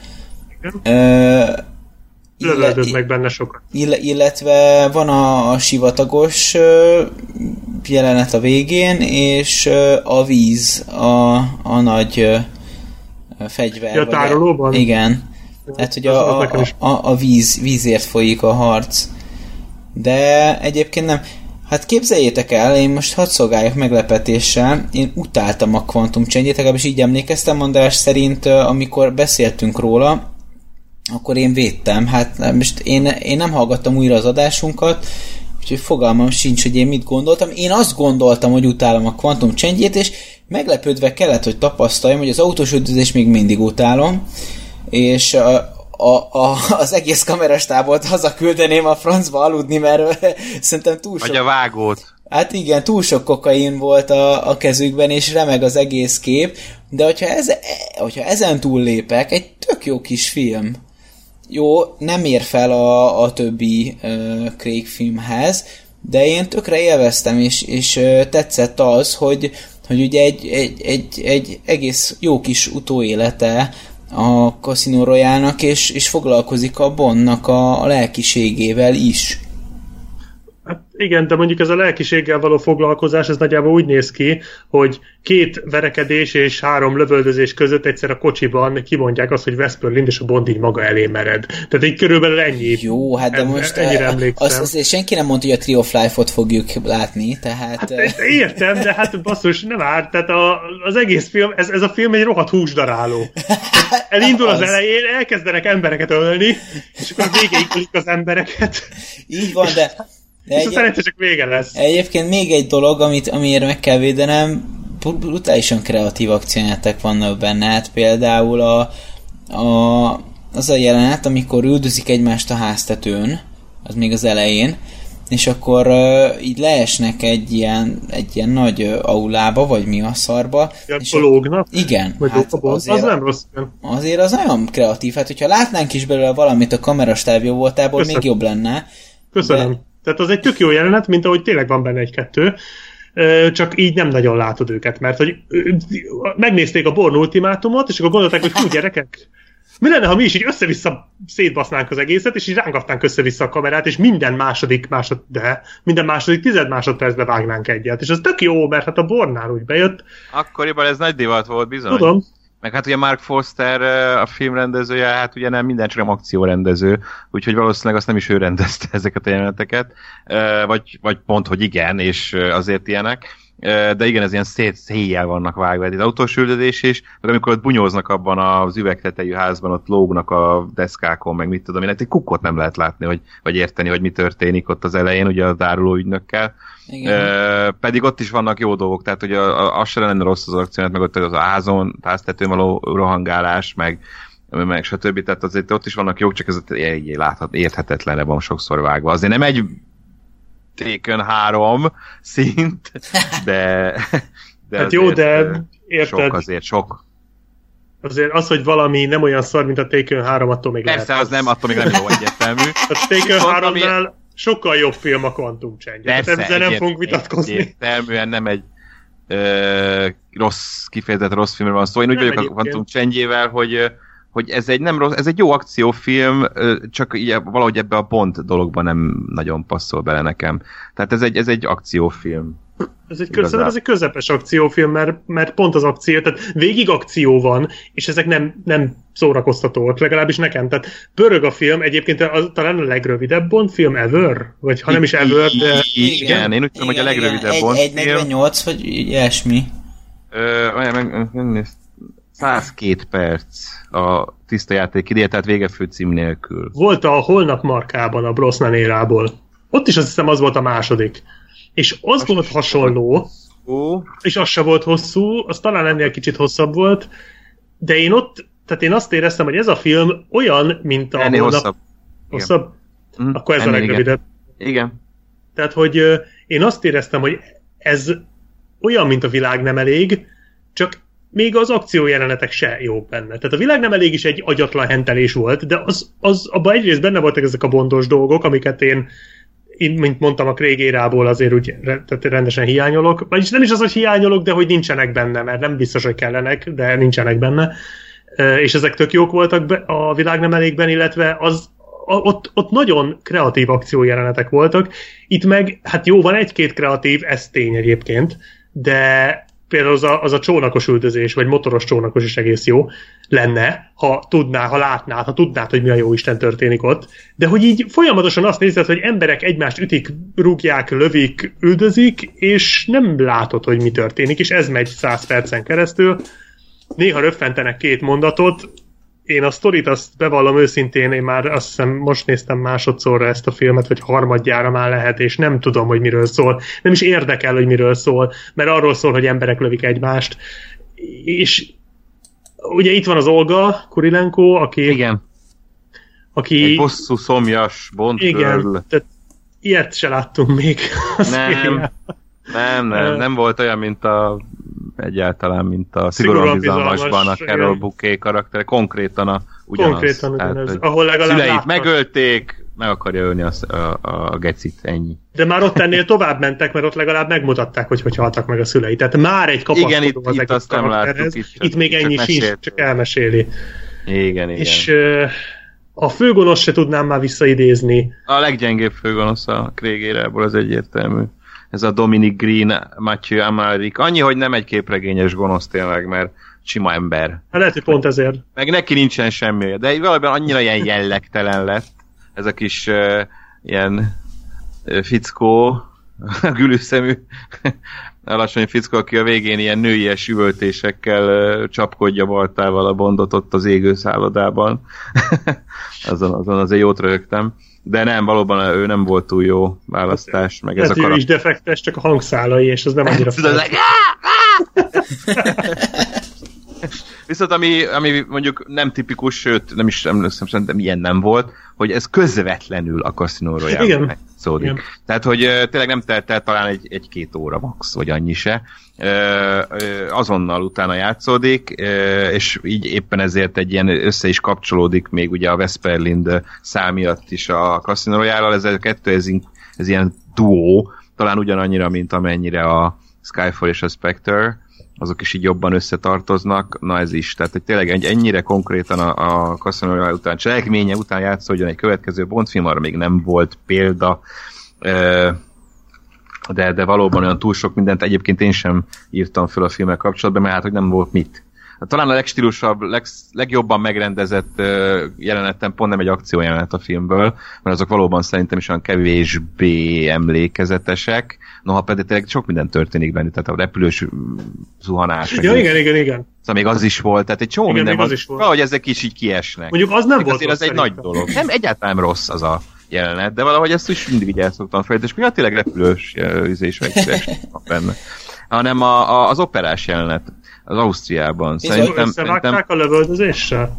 Ö,
Lövöldöd meg benne sokat.
Illetve van a, a sivatagos jelenet a végén, és a víz, a, a nagy fegyver.
Ja, tárolóban?
Igen. Tehát, hogy a, a, a, a víz, vízért folyik a harc. De egyébként nem. Hát képzeljétek el, én most hadd szolgáljak meglepetéssel, én utáltam a Quantum Change-et, legalábbis így emlékeztem, András szerint, amikor beszéltünk róla, akkor én védtem. Hát most én, én nem hallgattam újra az adásunkat, úgyhogy fogalmam sincs, hogy én mit gondoltam. Én azt gondoltam, hogy utálom a Quantum Change-et, és meglepődve kellett, hogy tapasztaljam, hogy az autós üldözést még mindig utálom, és a, a, a, az egész kamerastábot hazaküldeném a francba aludni, mert szerintem túl sok...
Vagy a vágót.
Hát igen, túl sok kokain volt a, a kezükben, és remeg az egész kép, de hogyha, ez, hogyha ezen túl lépek, egy tök jó kis film. Jó, nem ér fel a, a többi uh, Craig filmhez, de én tökre élveztem, és, és uh, tetszett az, hogy, hogy ugye egy, egy, egy, egy egész jó kis utóélete a Casino Royale-nak, és, és foglalkozik a Bondnak a, a lelkiségével is.
Hát igen, de mondjuk ez a lelkiséggel való foglalkozás, ez nagyjából úgy néz ki, hogy két verekedés és három lövöldözés között egyszer a kocsiban kimondják azt, hogy Vesper Lind és a Bond így maga elé mered. Tehát így körülbelül ennyi.
Jó, hát de most
ennyire emlékszem.
Azt, azt senki nem mondta, hogy a Tree of Life-ot fogjuk látni, tehát...
Hát, értem, de hát basszus, nem árt. Tehát a, az egész film, ez, ez a film egy rohadt húsdaráló. Elindul az, az elején, elkezdenek embereket ölni, és akkor végéig ölik az embereket.
Így van, de... De
és aztán egyszer csak vége lesz.
Egyébként még egy dolog, amit, amiért meg kell védenem, brutálisan kreatív akciójátok vannak benne. Hát például a, a, az a jelenet, amikor üldözik egymást a háztetőn, az még az elején, és akkor uh, így leesnek egy ilyen, egy ilyen nagy uh, aulába, vagy mi a szarba.
Ja, és lógnak?
Igen.
Vagy hát azért, az nem rossz.
Azért az nagyon kreatív. Hát, hogyha látnánk is belőle valamit a kamerastáb jó voltából, még jobb lenne.
Köszönöm. De... Tehát az egy tök jó jelenet, mint ahogy tényleg van benne egy-kettő, csak így nem nagyon látod őket, mert hogy megnézték a Bourne Ultimátumot, és akkor gondolták, hogy hú, gyerekek, mi lenne, ha mi is így össze-vissza szétbasznánk az egészet, és így rángatnánk össze-vissza a kamerát, és minden második másod, de minden második tized másodpercbe vágnánk egyet. És az tök jó, mert hát a Bourne-nál úgy bejött.
Akkoriban ez nagy divat volt, bizony.
Tudom.
Meg hát ugye Mark Foster, a filmrendezője, hát ugye nem minden csak akciórendező, úgyhogy valószínűleg azt nem is ő rendezte ezeket a jeleneteket, vagy, vagy pont, hogy igen, és azért ilyenek. de igen, ez ilyen szét, széjjel vannak vágva, egy autós üldözés is, meg amikor ott bunyóznak abban az üvegtetejű házban, ott lógnak a deszkákon, meg mit tudom én, egy kukkot nem lehet látni, hogy, vagy érteni, hogy mi történik ott az elején, ugye a dáruló ügynökkel. Uh, pedig ott is vannak jó dolgok, tehát hogy a, a, az se lenne rossz az akciót, meg ott az házon, háztetőn való rohangálás, meg, meg stb. Tehát azért ott is vannak jók, csak ez így láthat, érthetetlenre van sokszor vágva. Azért nem egy Taken három szint, de, de
hát jó, de érted,
sok azért, sok.
Azért az, hogy valami nem olyan szar, mint a Taken három, attól még
persze,
lehet.
az nem, attól még nem jó egyértelmű.
A Taken háromnál sokkal jobb film a Quantum Change.
Persze,
ezzel nem fogunk vitatkozni.
Egyértelműen nem egy ö, rossz, kifejezett rossz filmről van szó. Én úgy nem vagyok a Quantum Change-ével, hogy, hogy ez egy nem rossz, ez egy jó akciófilm, csak így valahogy ebbe a Bond dologban nem nagyon passzol bele nekem. Tehát ez egy, ez egy akciófilm.
Ez egy, köz, ez egy közepes akciófilm, mert, mert pont az akció, tehát végig akció van, és ezek nem, nem szórakoztatóak, legalábbis nekem. Tehát pörög a film, egyébként az, talán a legrövidebb Bond film ever, vagy ha nem is ever, de...
Igen, én úgy tudom, hogy a legrövidebb Bond film.
egy negyvennyolc, vagy ilyesmi.
százkettő perc a tiszta játék ideje, tehát vége főcím nélkül.
Volt a Holnap markában a Brosnan érából. Ott is azt hiszem az volt a második. És az most volt hasonló,
ó.
és az se volt hosszú, az talán ennél kicsit hosszabb volt, de én ott, tehát én azt éreztem, hogy ez a film olyan, mint a
ennél
Holnap...
hosszabb.
Hosszabb?
Mm,
Akkor ez a legrövidebb.
Igen. igen.
Tehát, hogy uh, én azt éreztem, hogy ez olyan, mint a Világ nem elég, csak még az akciójelenetek se jók benne. Tehát a Világ nem elég is egy agyatlan hentelés volt, de az, az, abban egyrészt benne voltak ezek a bondos dolgok, amiket én Én, mint mondtam, a Craig érából azért úgy tehát rendesen hiányolok. Vagyis nem is az, hogy hiányolok, de hogy nincsenek benne, mert nem biztos, hogy kellenek, de nincsenek benne. És ezek tök jók voltak a Világ nem elégben, illetve az, ott, ott nagyon kreatív akciójelenetek voltak. Itt meg, hát jó, van egy-két kreatív, ez tény egyébként, de például az a, az a csónakos üldözés, vagy motoros csónakos is egész jó lenne, ha tudná, ha látnád, ha tudnád, hogy mi a jó Isten történik ott. De hogy így folyamatosan azt nézed, hogy emberek egymást ütik, rúgják, lövik, üldözik, és nem látod, hogy mi történik, és ez megy száz percen keresztül. Néha röffentenek két mondatot. Én a sztorit, azt bevallom őszintén, én már azt hiszem most néztem másodszorra ezt a filmet, vagy harmadjára már lehet, és nem tudom, hogy miről szól. Nem is érdekel, hogy miről szól, mert arról szól, hogy emberek lövik egymást. És ugye itt van az Olga Kurilenko, aki...
Igen.
Aki...
Egy bosszú, szomjas Bond
igen,
girl.
tehát ilyet se láttunk még.
Nem, nem, nem, nem volt olyan, mint a egyáltalán, mint a Szigorúan bizalmasban a Carol Bouquet karakter, konkrétan a ugyanaz.
Konkrétan ugyanaz,
tehát,
ahol legalább
szüleit
láttak.
Megölték, meg akarja ölni a, a, a gecit, ennyi.
De már ott ennél tovább mentek, mert ott legalább megmutatták, hogy hogy haltak meg a szülei. Tehát már egy kapaszkodó
igen, itt,
az
itt
egész
azt nem láttuk. Itt,
itt még ennyi sincs,
mesélt.
csak elmeséli.
Igen, igen.
És uh, a főgonosz se tudnám már visszaidézni.
A leggyengébb főgonosz a Craig érából, az egyértelmű. Ez a Dominic Green, Matthew Amalric. Annyi, hogy nem egy képregényes gonosz tényleg, mert sima ember.
Hát lehet, hogy pont ezért.
Meg neki nincsen semmi, de valamiben annyira ilyen jellegtelen lett. Ez a kis uh, ilyen uh, fickó, gülőszemű alacsony fickó, aki a végén ilyen nőies üvöltésekkel uh, csapkodja baltával a Bondot ott az égő szállodában. azon, azon azért jót röhögtem. De nem, valóban ő nem volt túl jó választás. Meg ez a
karakter... ő is defektes, csak a hangszálai, és az nem annyira fel.
Viszont ami, ami mondjuk nem tipikus, sőt, nem is emlékszem, szerintem ilyen nem volt, hogy ez közvetlenül a Casino Royale-ban megszódik. Tehát, hogy uh, tényleg nem telt el talán egy, egy-két óra max, vagy annyi se. Uh, uh, azonnal utána játszódik, uh, és így éppen ezért egy ilyen össze is kapcsolódik még ugye a Vesper Lind szám miatt is a Casino Royale-al. Ez a kettő, ez, ez ilyen duó, talán ugyanannyira, mint amennyire a Skyfall és a Spectre, azok is így jobban összetartoznak, na ez is. Tehát hogy tényleg egy, ennyire konkrétan a, a Casino Royale után, cselekménye után játszódjon egy következő Bond film, arra még nem volt példa, de, de valóban olyan túl sok mindent egyébként én sem írtam föl a filmmel kapcsolatban, mert hát hogy nem volt mit. talán a legstílusabb, leg, legjobban megrendezett jelenetem pont nem egy akciójelenet a filmből, mert azok valóban szerintem is olyan kevésbé emlékezetesek, noha pedig tényleg sok minden történik benne, tehát a repülős zuhanás.
Ja, igen, igen, igen.
Szóval még az is volt, tehát egy csomó
igen,
minden
van,
valahogy ezek is így kiesnek.
Mondjuk az nem még volt
azért az egy nagy dolog. Nem, egyáltalán nem rossz az a jelenet, de valahogy ezt is mindig így el szoktam felejteni, és mi a tényleg repülős üzés vagy benne. Hanem a, a, az operás jelenet az Ausztriában.
Szerintem, összevágták szerintem... a lövöldözéssel?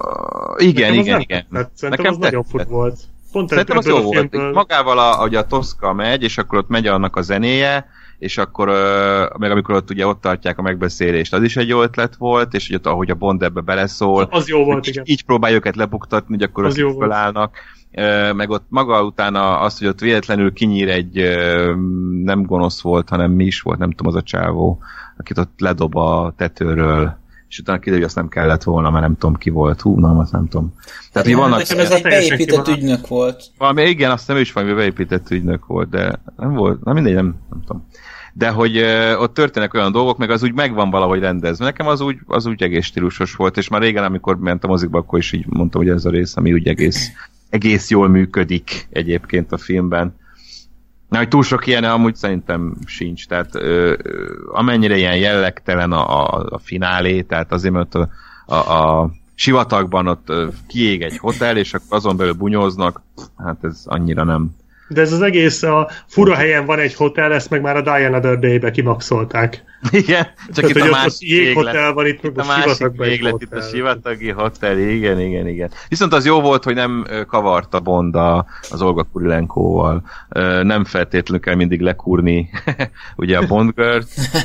Uh, igen, igen, igen.
Hát, szerintem nekem az nagyon fut volt. Pont
szerintem az jó volt. Magával, a, ahogy a Tosca megy, és akkor ott megy annak a zenéje, és akkor uh, meg amikor ott ugye ott tartják a megbeszélést, az is egy jó ötlet volt, és hogy ott, ahogy a Bond ebbe beleszól,
az jó volt, igen.
Így próbálja őket lebuktatni, hogy akkor ott fölállnak. Uh, meg ott maga utána az, hogy ott véletlenül kinyír egy uh, nem gonosz volt, hanem mi is volt, nem tudom, az a csávó, akit ott ledob a tetőről, és utána kiderül, hogy azt nem kellett volna, mert nem tudom ki volt. Hú, nem, azt nem tudom. Tehát,
hogy vannak... Ez egy beépített ügynök volt.
Valami, igen, azt nem is valami beépített ügynök volt, de nem volt, nem mindegy, nem, nem tudom. De hogy uh, ott történnek olyan dolgok, meg az úgy megvan valahogy rendezve. Nekem az úgy, az úgy egész stílusos volt, és már régen, amikor mentem a mozikba, akkor is így mondtam, hogy ez a rész, ami úgy egész, egész jól működik egyébként a filmben. Na, hogy túl sok ilyen amúgy szerintem sincs, tehát ö, amennyire ilyen jellegtelen a, a, a finálé, tehát azért, mert a, a, a sivatagban ott ö, kiég egy hotel, és akkor azon belül bunyóznak, hát ez annyira nem.
De ez az egész, a fura helyen van egy hotel, ezt meg már a Die Another Day-be kimaxolták.
Igen, csak tehát, itt a másik
jéghotel van, itt meg a sivatagban egy hotel.
Itt a sivatagi hotel, igen, igen, igen. Viszont az jó volt, hogy nem kavarta Bond a, az Olga Kurilenkóval. Nem feltétlenül kell mindig lekúrni ugye a Bond-gört.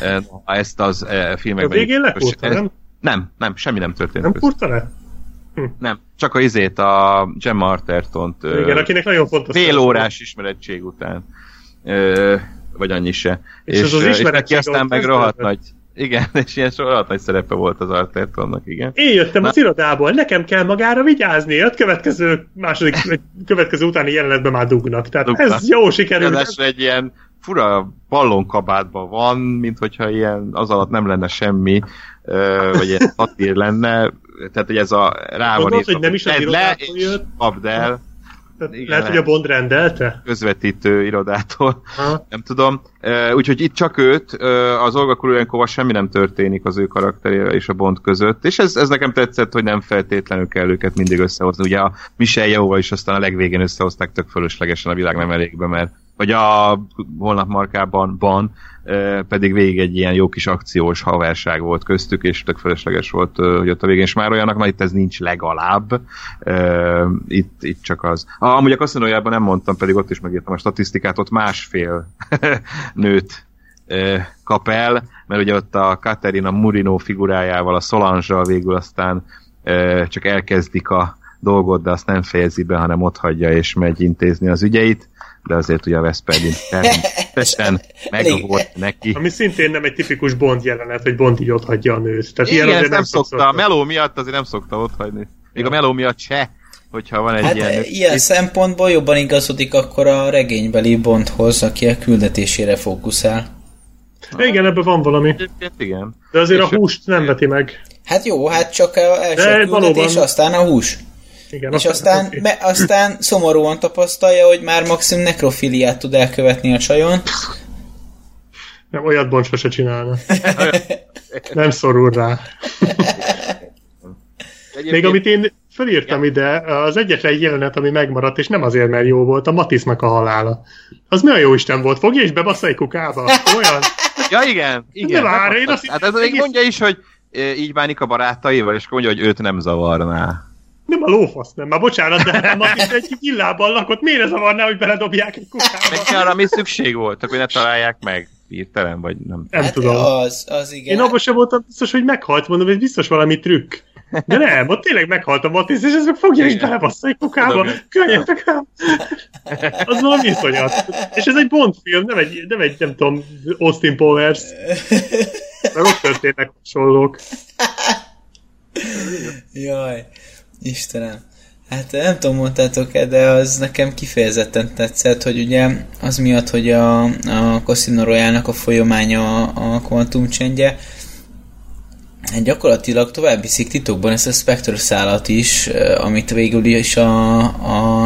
Ezt az filmekben...
A végén lekúrta, nem?
Nem, nem, semmi nem történt.
Nem kurta le?
Hm. Nem, csak a izét, a Gemma Artertont.
Igen, akinek nagyon fontos.
Fél órás ismerettség után. Ö, vagy annyi se.
És, és, az és neki
aztán meg rohadt nagy. Igen, és ilyen rohadt nagy szerepe volt az Artertonnak, igen.
Én jöttem Na. az irodából, nekem kell magára vigyázni, a következő, második, következő utáni jelenetben már dugnak. Tehát Dugnak. Ez jó sikerült.
Ráadásul egy ilyen fura ballonkabátban van, mint hogyha ilyen az alatt nem lenne semmi, vagy ilyen hatír lenne. Tehát, hogy ez a rá van
írva, hogy nem is az irodától jött.
Kapd el.
Igen, lehet, hogy a Bond rendelte?
Közvetítő irodától. Ha. Nem tudom. Úgyhogy itt csak őt, az Olga Kurilenkóval semmi nem történik az ő karakterével és a Bond között. És ez, ez nekem tetszett, hogy nem feltétlenül kell őket mindig összehozni. Ugye a Michelle Yeohval is aztán a legvégén összehozták tök fölöslegesen, a világ nem elégbe, mert vagy a Holnap markában ban, pedig végig egy ilyen jó kis akciós haverság volt köztük, és tök fölösleges volt, hogy ott a végén is már olyanak, na itt ez nincs legalább, itt, itt csak az. Ah, amúgy a Casino-jában nem mondtam, pedig ott is megírtam a statisztikát, ott másfél nőt kap el, mert ugye ott a Caterina Murino figurájával, a Solange-al végül aztán csak elkezdik a dolgot, de azt nem fejezi be, hanem otthagyja és megy intézni az ügyeit, de azért ugye a Vesperlin természetesen megvolt neki.
Ami szintén nem egy tipikus Bond jelenet, hogy Bond így otthagyja a nőt.
Tehát igen, ilyen nem, nem szokta. A meló miatt azért nem szokta otthagyni. Még ja. a meló miatt se, hogyha van egy
hát
ilyen...
ilyen nő. Szempontból jobban igazodik akkor a regénybeli Bondhoz, aki a küldetésére fókuszál.
De igen, ebben van valami.
Igen.
De azért és a húst nem veti meg.
Hát jó, hát csak a első küldetés, aztán a hús. Igen, és aztán, aztán, me, aztán szomorúan tapasztalja, hogy már maximum nekrofiliát tud elkövetni a csajon.
Nem, olyat Bond sose csinálna. Nem szorul rá. Még amit én felírtam ide, az egyetlen jelenet, ami megmaradt, és nem azért, mert jó volt, a Matisznak a halála. Az mi a jó Isten volt? Fogja és bebassza egy kukába? Olyan?
Ja, igen. igen.
De várj, én azt
hát ez egész... mondja is, hogy így bánik a barátaival, és mondja, hogy őt nem zavarná.
Nem a lófasz, nem. Már bocsánat, de Matisz egy villában lakott. Miért zavarná, hogy beledobják egy kukába?
Meg arra mi szükség volt, hogy ne találják meg hirtelen, vagy nem.
Nem
hát
tudom.
Az, az igen.
Én abban sem voltam biztos, hogy meghalt, mondom, ez biztos valami trükk. De nem, ott tényleg meghalt a Matisz, és ez meg fogja is belebassza egy kukába. Könnyetek el! Az valami iszonyat. És ez egy Bond film, nem egy, nem, egy, nem tudom, Austin Powers. Meg ott történnek hasonlók.
Jaj, Istenem. Hát nem tudom, mondtátok-e, de az nekem kifejezetten tetszett, hogy ugye az miatt, hogy a, a Casino Royale-nak a folyamánya a, a kvantumcsendje, gyakorlatilag tovább viszik titokban ezt a Spectre szállat is, amit végül is a, a,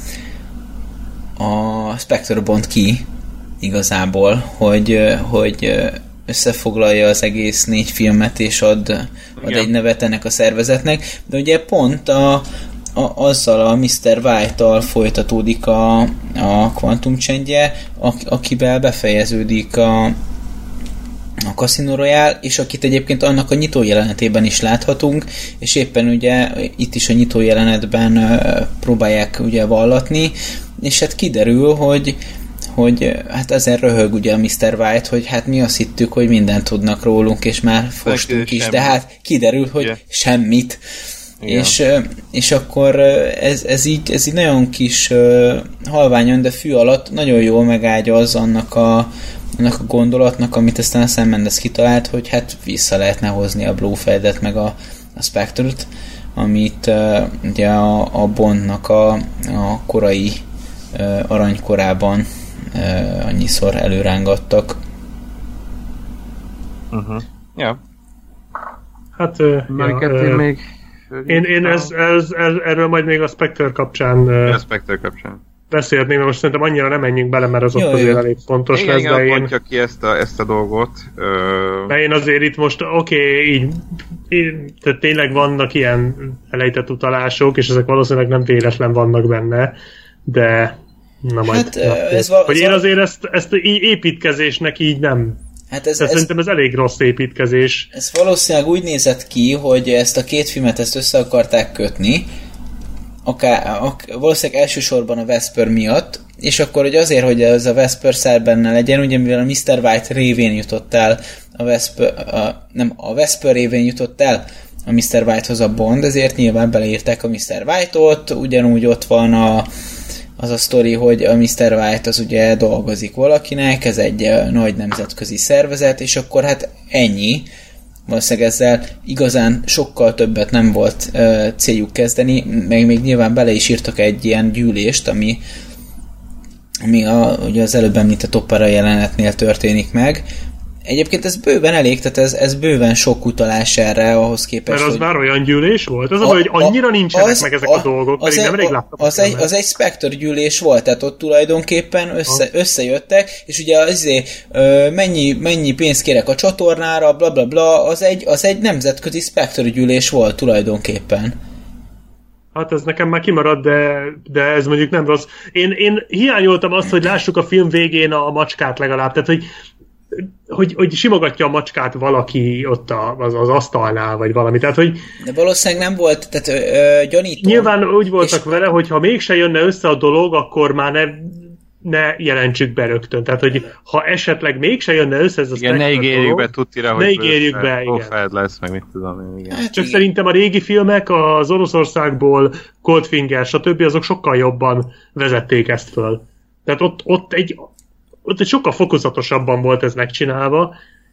a Spectre bont ki igazából, hogy, hogy összefoglalja az egész négy filmet, és ad, ad egy nevet ennek a szervezetnek, de ugye pont a, a, azzal a miszter White-tal folytatódik a, a Quantum Change-je, akivel befejeződik a, a Casino Royale, és akit egyébként annak a nyitó jelenetében is láthatunk, és éppen ugye itt is a nyitó jelenetben próbálják ugye vallatni, és hát kiderül, hogy hogy hát ezen röhög ugye a miszter White, hogy hát mi azt hittük, hogy mindent tudnak rólunk, és már fostunk is, de hát kiderül, hogy yeah. semmit. És, és akkor ez, ez, így, ez így nagyon kis halványon, de fű alatt nagyon jól megágyaz annak a, annak a gondolatnak, amit aztán a Sam Mendes kitalált, hogy hát vissza lehetne hozni a Blofeldet meg a, a Spectre-t, amit ugye a, a Bondnak a, a korai aranykorában Uh, annyiszor előrángattak.
Uh-huh. Ja.
Hát, uh, ja, uh, még én, én ez, ez, ez, erről majd még a Spectre kapcsán uh,
a Spectre kapcsán
beszélhetnék, mert most szerintem annyira nem menjünk bele, mert az ott azért elég fontos
igen,
lesz,
igen,
de én...
pontja ki ezt a, ezt a dolgot. Uh...
De én azért itt most, oké, okay, így, így tehát tényleg vannak ilyen elejtett utalások, és ezek valószínűleg nem véletlen vannak benne, de na majd, hát, na, ez val- hogy én azért ezt, ezt így építkezésnek így nem. Hát ez, ez, szerintem ez elég rossz építkezés.
Ez valószínűleg úgy nézett ki, hogy ezt a két filmet ezt össze akarták kötni, akár, ak- valószínűleg elsősorban a Vesper miatt, és akkor hogy azért, hogy ez a Vesper szár benne legyen, ugye mivel a miszter White révén jutott el a Vesper, a, nem, a Vesper révén jutott el a miszter Whitehoz a Bond, ezért nyilván beleírták a miszter White-ot, ugyanúgy ott van a az a sztori, hogy a miszter White az ugye dolgozik valakinek, ez egy uh, nagy nemzetközi szervezet, és akkor hát ennyi. Valószínűleg ezzel igazán sokkal többet nem volt uh, céljuk kezdeni, meg még nyilván bele is írtak egy ilyen gyűlést, ami, ami a, ugye az előbb említett opera jelenetnél történik meg. Egyébként ez bőven elég, tehát ez, ez bőven sok utalás erre ahhoz képest.
Mert az
hogy...
már olyan gyűlés volt? Az a, a hogy annyira nincsenek az, meg ezek a, a dolgok, pedig nem elég láttam.
Az egy, az egy Spectre gyűlés volt, tehát ott tulajdonképpen össze, összejöttek, és ugye azért mennyi, mennyi pénzt kérek a csatornára, bla bla bla, az egy, az egy nemzetközi Spectre gyűlés volt tulajdonképpen.
Hát ez nekem már kimarad, de, de ez mondjuk nem rossz. Én, én hiányoltam azt, hogy lássuk a film végén a macskát legalább, tehát hogy Hogy, hogy simogatja a macskát valaki ott a, az, az asztalnál, vagy valami. Tehát, hogy
de valószínűleg nem volt, tehát ö, gyanítom.
Nyilván úgy voltak és... vele, hogy ha mégse jönne össze a dolog, akkor már ne, ne jelentsük be rögtön. Tehát, hogy ha esetleg mégse jönne össze ez a
igen, ne ígérjük dolog, be tutira, hogy
ne ígérjük be,
igen. lesz, meg mit tudom én, igen.
Hát, Csak igen. Szerintem a régi filmek az Oroszországból, Goldfinger, stb. Azok sokkal jobban vezették ezt föl. Tehát ott, ott egy ott egy sokkal fokozatosabban volt ez megcsinálva,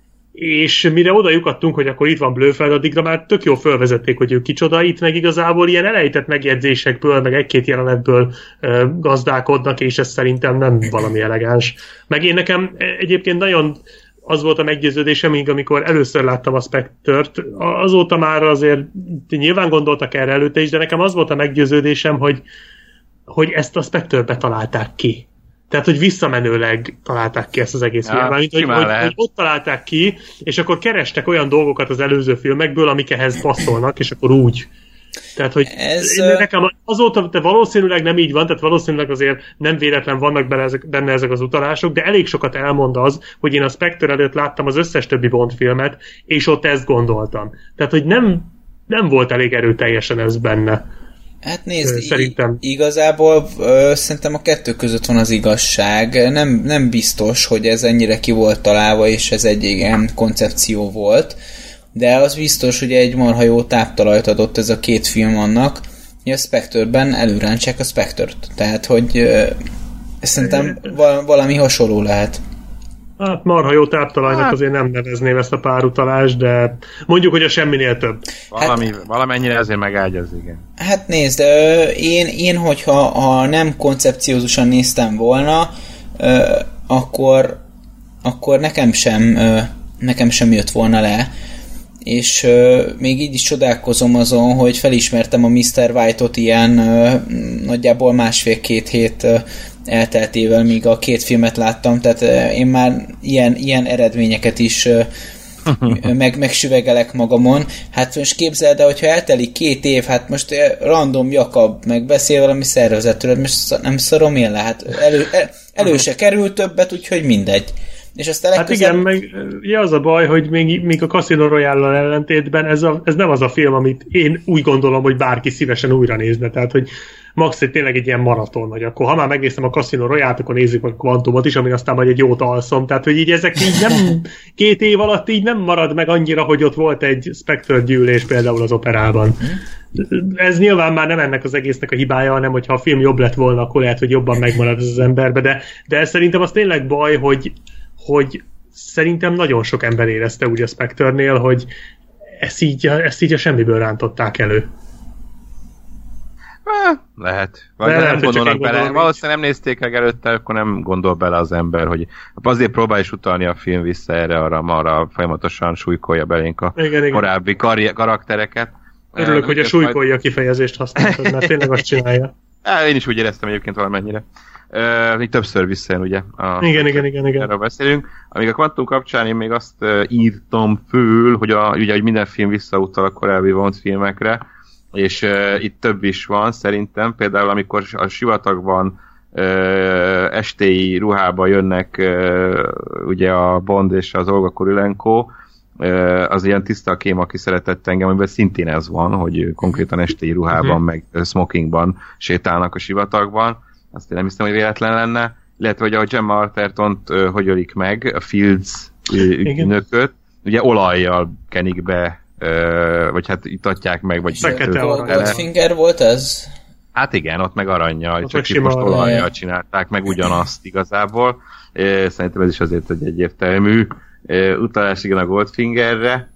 és mire oda lyukadtunk, hogy akkor itt van Blofeld, addigra már tök jól fölvezették, hogy ő kicsoda, itt meg igazából ilyen elejtett megjegyzésekből, meg egy-két jelenetből e, gazdálkodnak, és ez szerintem nem valami elegáns. Meg én nekem egyébként nagyon az volt a meggyőződésem, míg amikor először láttam a Spectre-t, azóta már azért nyilván gondoltak erre előtte is, de nekem az volt a meggyőződésem, hogy, hogy ezt a Spectre-be találták ki. Tehát, hogy visszamenőleg találták ki ezt az egész
ja,
filmet, hogy, hogy, hogy ott találták ki, és akkor kerestek olyan dolgokat az előző filmekből, amik ehhez passzolnak, és akkor úgy. Tehát, hogy Ez, nekem azóta, de valószínűleg nem így van, tehát valószínűleg azért nem véletlen vannak benne ezek, benne ezek az utalások, de elég sokat elmond az, hogy én a Spectre előtt láttam az összes többi Bond filmet, és ott ezt gondoltam. Tehát, hogy nem, nem volt elég erőteljesen ez benne.
Hát nézd, szerintem. igazából ö, szerintem a kettő között van az igazság. Nem, nem biztos, hogy ez ennyire ki volt találva, és ez egy ilyen koncepció volt, de az biztos, hogy egy marha jó táptalajt adott ez a két film annak, hogy a Spectre-ben előrántsák a Spectre-t. Tehát, hogy ö, szerintem valami hasonló lehet.
Hát marha jó táptalajnak hát. Azért nem nevezném ezt a pár utalást, de mondjuk, hogy a semminél több.
Valami, hát, valamennyire azért megágyaz, igen.
Hát nézd, én, én hogyha ha nem koncepciózusan néztem volna, akkor, akkor nekem sem, nekem sem jött volna le. és uh, még így is csodálkozom azon, hogy felismertem a miszter White-ot ilyen uh, nagyjából másfél-két hét uh, elteltével, míg a két filmet láttam, tehát uh, én már ilyen, ilyen eredményeket is uh, meg, megsüvegelek magamon. Hát most képzeld el, hogyha eltelik két év, hát most random Jakab megbeszél valami szervezetről, most nem szarom én le, hát elő, el, elő se kerül többet, úgyhogy mindegy. És aztán
hát legközelebb... igen, meg ja, az a baj, hogy még, még a Casino Royale-lal ellentétben ez, a, ez nem az a film, amit én úgy gondolom, hogy bárki szívesen újra nézne, tehát hogy max egy tényleg egy ilyen maraton, hogy akkor ha már megnéztem a Casino Royale-t, akkor nézzük meg a Quantumot is, ami aztán majd egy jót alszom, tehát hogy így ezek így nem két év alatt így nem marad meg annyira, hogy ott volt egy Spectre gyűlés például az operában. Ez nyilván már nem ennek az egésznek a hibája, hanem hogyha a film jobb lett volna, akkor lehet, hogy jobban megmarad ez az emberbe, de, de szerintem az tényleg baj, hogy hogy szerintem nagyon sok ember érezte úgy a Spectre-nél, hogy ezt így, ezt így a semmiből rántották elő.
Lehet. Vagy nem lehet, gondolnak bele. Gondolom, valószínűleg nem nézték meg előtte, akkor nem gondol bele az ember, hogy azért próbál is utalni a film vissza erre, arra, arra folyamatosan súlykolja belénk a igen, korábbi igen. Karri- karaktereket.
Örülök, uh, hogy a súlykolja majd... kifejezést használtad, mert tényleg azt csinálja.
Én is úgy éreztem egyébként valamennyire. Uh, így többször visszajön, ugye? A,
igen, igen, igen, igen.
Erről beszélünk. Amíg a Quantum kapcsán én még azt uh, írtam föl, hogy, a, ugye, hogy minden film visszautal a korábbi Bond filmekre, és uh, itt több is van szerintem. Például amikor a sivatagban uh, estéi ruhába jönnek uh, ugye a Bond és az Olga Kurylenko, uh, az ilyen tiszta a kém, aki szeretett engem, amiben szintén ez van, hogy konkrétan estéi ruhában, uh-huh. meg smokingban sétálnak a sivatagban. Azt én nem hiszem, hogy véletlen lenne. Illetve, hogy a Gemma Artertont uh, hogy ölik meg, a Fields ügynököt, ugye olajjal kenik be, uh, vagy hát itatják meg, vagy...
Goldfinger volt ez?
Hát igen, ott meg aranyjal, ott csak itt most olajjal csinálták meg ugyanazt igazából. Uh, szerintem ez is azért egy egyértelmű uh, utalás igen a Goldfingerre.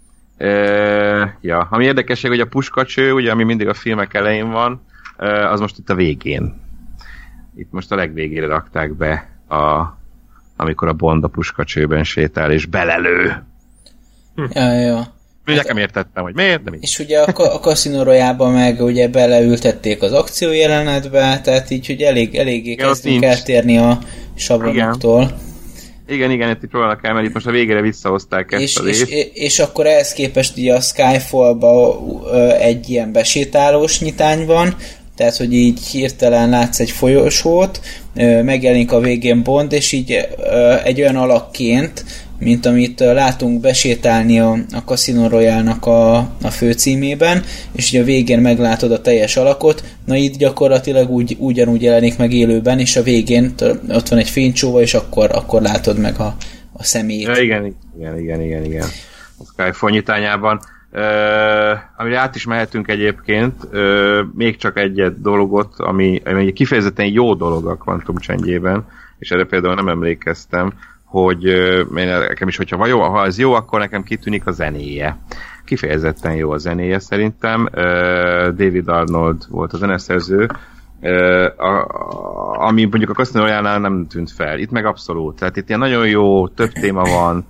Uh, ja. Ami érdekesség, hogy a puskacső, ugye, ami mindig a filmek elején van, uh, az most itt a végén. Itt most a legvégére rakták be, a, amikor a Bond a puskacsőben sétál, és belelő.
Hm. Ja, ja.
Nekem értettem, hogy miért, de mi.
És ugye a, a Casino Royale-ban meg ugye beleültették az akciójelenetbe, tehát így, hogy elég, eléggé igen, kezdünk eltérni a sablonoktól.
Igen. Igen, igen, itt próbálnak el, mert itt most a végére visszahozták ezt
és,
az és,
és, és akkor ehhez képest ugye a Skyfall-ban egy ilyen besétálós nyitány van, tehát, hogy így hirtelen látsz egy folyosót, megjelenik a végén Bond, és így egy olyan alakként, mint amit látunk besétálni a, a Casino Royale-nak a, a főcímében, és ugye a végén meglátod a teljes alakot, na itt gyakorlatilag úgy, ugyanúgy jelenik meg élőben, és a végén ott van egy fénycsóva, és akkor, akkor látod meg a, a szemét.
Ja, igen, igen, igen, igen, igen. A Skyfall nyitányában. Uh, amire át is mehetünk egyébként, uh, még csak egy dologot, ami, ami kifejezetten jó dolog a Quantum csendjében, és erre például nem emlékeztem, hogy uh, nekem is, hogyha jó, ha ez jó, akkor nekem kitűnik a zenéje. Kifejezetten jó a zenéje szerintem. Uh, David Arnold volt a zeneszerző, uh, a, a, ami mondjuk a Casino Royale-nál nem tűnt fel. Itt meg abszolút. Tehát itt ilyen nagyon jó, több téma van,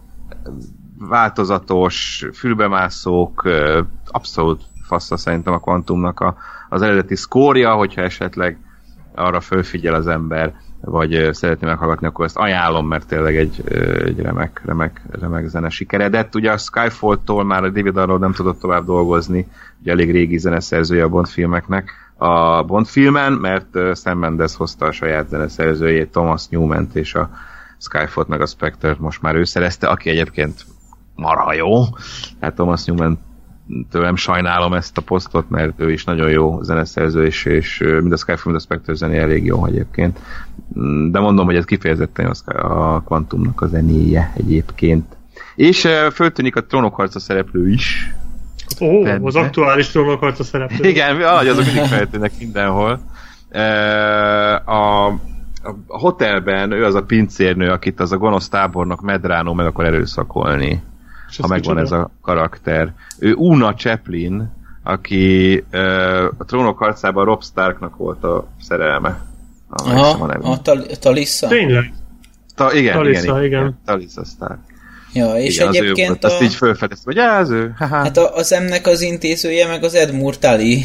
változatos, fülbemászók, abszolút fassza szerintem a Quantumnak a, az eredeti szkórja, hogyha esetleg arra fölfigyel az ember, vagy szeretné meghallgatni, akkor ezt ajánlom, mert tényleg egy, egy remek, remek, remek zene sikeredett. Ugye a Skyfall-tól már a David Arnold nem tudott tovább dolgozni, ugye elég régi zeneszerzője a Bond filmeknek a Bond filmen, mert Sam Mendes hozta a saját zeneszerzőjét, Thomas Newman-t, és a Skyfall-t meg a Spectre-t most már ő szerezte, aki egyébként marha jó. Hát Thomas Newman tőlem sajnálom ezt a posztot, mert ő is nagyon jó zeneszerző, és, és mind a Skyfall, mind a Spectre zené elég jó egyébként. De mondom, hogy ez kifejezetten a Quantumnak a zenéje egyébként. És föltűnik a Trónokharca szereplő is.
Ó, benne. Az aktuális Trónokharca szereplő.
Igen, azok mindig feltűnnek mindenhol. A A hotelben ő az a pincérnő, akit az a gonosz tábornok Medrano meg akar erőszakolni, ha megvan ez a karakter. Ő Una Chaplin, aki uh, a Trónok harcában Robb Starknak volt a szerelme.
Aha, a, a Tal- Talissa?
Tényleg?
Ta, igen,
Talissa,
igen, igen,
igen.
igen. Talissa Stark.
Ja, és
igen,
egyébként
a...
a...
Azt így fölfedeztem, hogy á, az ő.
Hát a, az M-nek az intézője, meg az Ed Murtali.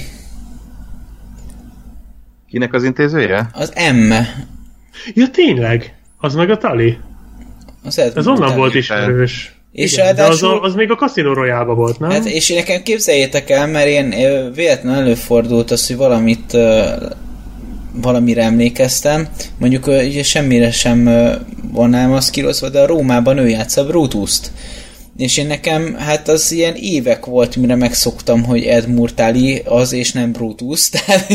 Kinek az intézője?
Az M.
Ja, tényleg? Az meg a Tali?
Az Ed
Ez
Murtali.
onnan volt ismerős.
És
igen,
ráadásul...
de az, a, az még a Casino Royale-ba volt, nem?
Hát és nekem képzeljétek el, mert én véletlenül előfordult az, hogy valamit valamire emlékeztem, mondjuk ugye semmire sem vonnám azt kirozva, de a Rómában ő játsza Brutus-t. És én nekem, hát az ilyen évek volt, mire megszoktam, hogy Ed Murtali az, és nem Brutus, tehát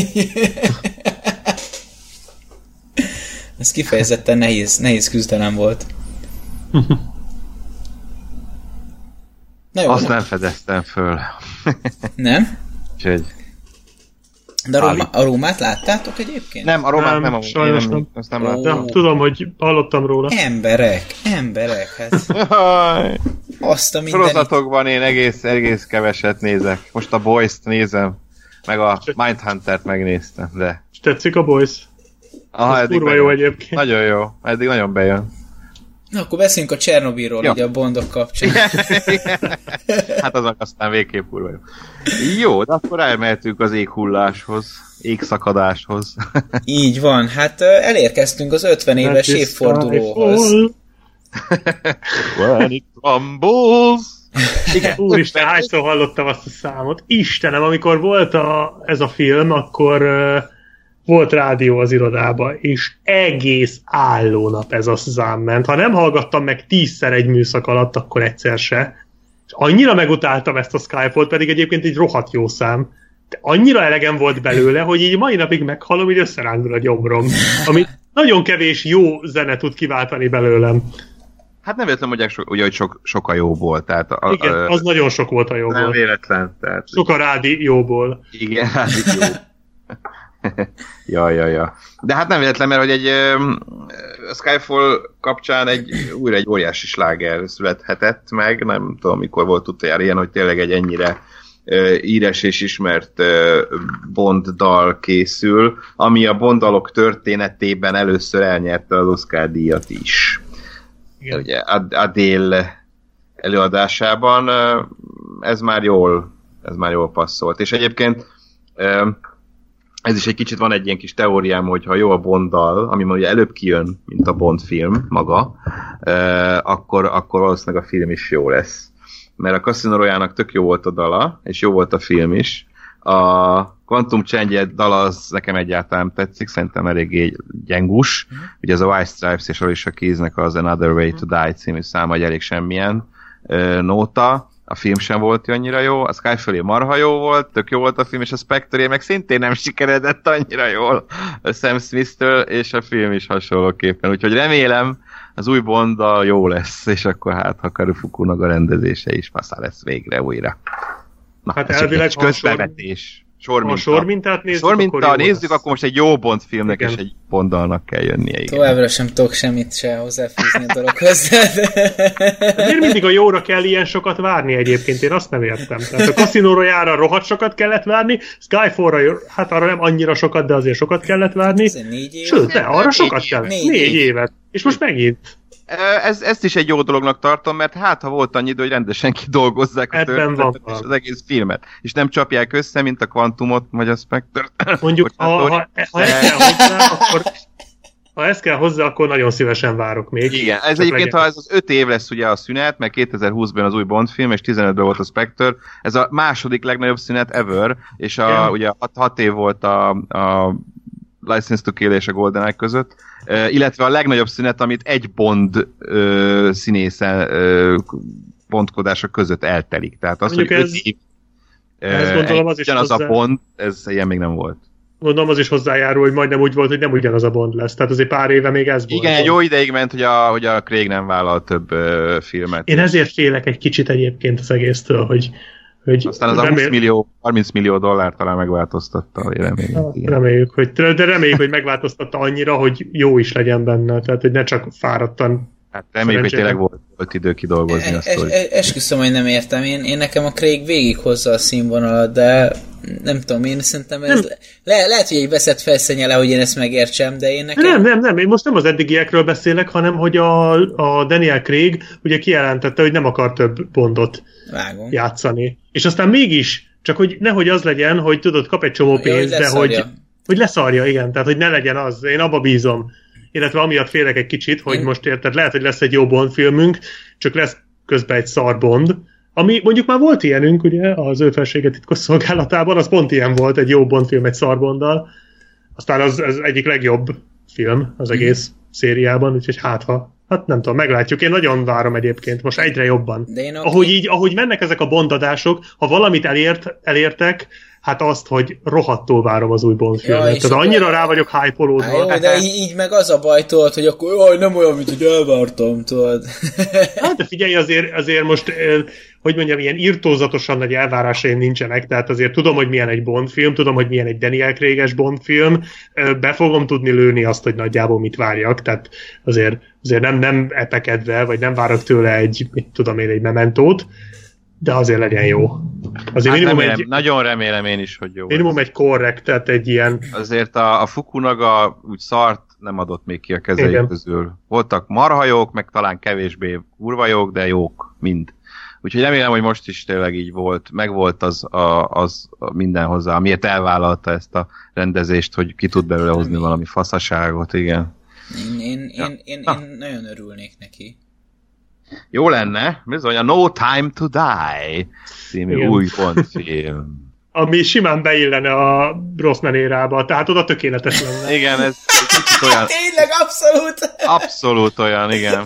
ez kifejezetten nehéz, nehéz küzdelem volt.
Na jó, Azt nem, nem fedeztem föl.
Nem?
Úgyhogy...
De a, Róma, a Rómát láttátok egyébként?
Nem, a Rómát nem, nem,
sajnos nem.
nem, azt nem láttam.
Oh. Tudom, hogy hallottam róla.
Emberek, emberek, hát... Azt a mindenit...
Sorozatokban én egész, egész keveset nézek. Most a Boys-t nézem, meg a Mindhunter-t megnéztem, de...
És tetszik a Boys?
Aha,
ez kurva jó egyébként.
Nagyon jó, eddig nagyon bejön.
Na, akkor beszéljünk a Csernobilról, ja. Ugye a Bondok kapcsán.
Hát azok aztán végképp kurva jó. Jó, de akkor elmehetünk az éghulláshoz, égszakadáshoz.
Így van, hát elérkeztünk az ötven éves évfordulóhoz.
When it crumbles.
Igen, úristen, hányszor hallottam azt a számot. Istenem, amikor volt a, ez a film, akkor uh, volt rádió az irodában, és egész állónap ez a szám ment. Ha nem hallgattam meg tízszer egy műszak alatt, akkor egyszer se. És annyira megutáltam ezt a Skyfall, pedig egyébként egy rohadt jó szám. De annyira elegem volt belőle, hogy így mai napig meghallom, így összerándul a gyomrom. Ami nagyon kevés jó zene tud kiváltani belőlem.
Hát nem véletlen mondják, so, ugye, hogy sok, sok a jóból. Tehát a,
igen, a, az nagyon sok volt a jóból.
Nem véletlen. Tehát...
Sok a rádi jóból.
Igen, rádi jó. ja, ja, ja. De hát nem véletlen, mert hogy egy uh, Skyfall kapcsán egy, újra egy óriási sláger születhetett meg, nem tudom mikor volt utoljára ilyen, hogy tényleg egy ennyire uh, íres és ismert uh, Bond dal készül, ami a Bond dalok történetében először elnyerte az Oscar díjat is. Igen. Ugye Adele előadásában uh, ez már jól ez már jól passzolt. És egyébként uh, ez is egy kicsit van egy ilyen kis teóriám, hogy ha jó a Bonddal, ami ugye előbb kijön, mint a Bond film maga, eh, akkor, akkor valószínűleg a film is jó lesz. Mert a Casino Royale-nak tök jó volt a dala, és jó volt a film is. A Quantum Change dala az nekem egyáltalán tetszik, szerintem eléggé gyengus. Mm. Ugye ez a White Stripes és Alicia Keysnek az Another Way to Die című száma, egy elég semmilyen eh, nóta. A film sem volt annyira jó, a Skyfall marha jó volt, tök jó volt a film, és a Spectre meg szintén nem sikeredett annyira jól a Sam Smith-től, és a film is hasonlóképpen. Úgyhogy remélem, az új Bonddal jó lesz, és akkor hát Hakaru Fukunaga rendezése is faszá lesz végre újra. Na,
hát elvileg
közbevetés. Sorminta.
Ha sormintát nézzük,
sorminta,
akkor
nézzük,
lesz.
Akkor most egy jó Bond filmnek igen. És egy Bonddalnak kell jönnie. Igen.
Továbbra sem tudok semmit se hozzáfűzni a dologhoz.
Miért mindig a jóra kell ilyen sokat várni egyébként? Én azt nem értem. Tehát a Casino Royale-ra rohadt sokat kellett várni, Skyfall-ra hát arra nem annyira sokat, de azért sokat kellett várni.
Négy év.
Sőt, de arra sokat kellett. Négy, négy évet. És most megint.
Ez, ezt is egy jó dolognak tartom, mert hát ha volt annyi idő, hogy rendesen kidolgozzák a történetet és az egész filmet. És nem csapják össze, mint a Quantumot, vagy a Spectre-t.
Mondjuk, ha, ha, ha, ha, ezt kell hozzá, akkor, ha ezt kell hozzá, akkor nagyon szívesen várok még.
Igen, ez egyébként, legyen. Ha ez az öt év lesz ugye a szünet, mert kétezer-húszban az új Bond film, és tizenötben volt a Spectre, ez a második legnagyobb szünet ever, és a, ugye hat, hat év volt a, a License to Kill és a GoldenEye között, uh, illetve a legnagyobb szünet, amit egy Bond uh, színészen uh, bondkodása között eltelik. Tehát az,
mondjuk
hogy
ez,
év,
ez gondolom az is
ugyanaz hozzá... a Bond, ez ilyen még nem volt.
Gondolom az is hozzájárul, hogy majdnem úgy volt, hogy nem ugyanaz a Bond lesz. Tehát azért pár éve még ez volt.
Igen, egy jó ideig ment, hogy a, hogy a Craig nem vállal több uh, filmet.
Én ezért félek egy kicsit egyébként az egésztől, hogy Hogy
aztán az remél... a húsz millió, harminc millió dollár talán megváltoztatta, reméljük.
Ja, reméljük, hogy, de reméljük, hogy megváltoztatta annyira, hogy jó is legyen benne, tehát hogy ne csak fáradtan.
Hát reméljük, hogy tényleg volt, volt idő kidolgozni
e,
azt, hogy...
E, esküszöm, hogy nem értem. Én, én nekem a Craig végig hozza a színvonalat, de nem tudom, én szerintem ez... Le, le, lehet, hogy egy veszett felszenyele, hogy én ezt megértsem, de én nekem...
Nem, nem, nem, én most nem az eddigiekről beszélek, hanem hogy a, a Daniel Craig ugye kijelentette, hogy nem akar több Bondot
Vágom.
játszani. És aztán mégis, csak hogy nehogy az legyen, hogy tudod, kap egy csomó pénzt,
ja,
de hogy, hogy leszarja, igen, tehát hogy ne legyen az, én abba bízom. Illetve amiatt félek egy kicsit, hogy én... most érted, lehet, hogy lesz egy jó Bond filmünk, csak lesz közben egy szar Bond, ami mondjuk már volt ilyenünk, ugye, az ő felsége titkos szolgálatában, az pont ilyen volt, egy jó Bond film egy szar Bonddal. Aztán az, az egyik legjobb film az egész mm. szériában, úgyhogy hát ha, hát nem tudom, meglátjuk. Én nagyon várom egyébként, most egyre jobban. De én ahogy így, ahogy mennek ezek a Bondadások, ha valamit elért, elértek, hát azt, hogy rohadtul várom az új Bond filmet. Ja, tehát annyira a... rá vagyok hype-olódva.
Jó, de így, így meg az a baj, tudod, hogy akkor jaj, nem olyan, mint hogy elvártam, tudod.
Hát de figyelj, azért, azért most, hogy mondjam, ilyen irtózatosan nagy elvárásaim nincsenek, tehát azért tudom, hogy milyen egy Bond film, tudom, hogy milyen egy Daniel Craig-es Bond film, be fogom tudni lőni azt, hogy nagyjából mit várjak, tehát azért, azért nem, nem epekedve, vagy nem várok tőle egy, mit tudom én, egy mementót, de azért legyen jó. Azért
hát
minimum
remélem,
egy,
nagyon remélem én is, hogy jó.
Minimum egy korrekt, tehát egy ilyen...
Azért a, a Fukunaga úgy szart nem adott még ki a kezei Igen. közül. Voltak marhajók, meg talán kevésbé kurvajók, de jók mind. Úgyhogy remélem, hogy most is tényleg így volt, meg volt az, a, az a minden hozzá, amiért elvállalta ezt a rendezést, hogy ki tud belőle hozni valami faszaságot, igen.
Én, én, ja. én, én, én nagyon örülnék neki.
Jó lenne, bizony, a No Time to Die című Igen. új Bond film.
Ami simán beillene a Brosnan érába, tehát oda tökéletes lenne.
Igen, ez kicsit olyan...
Tényleg, abszolút!
Abszolút olyan, igen.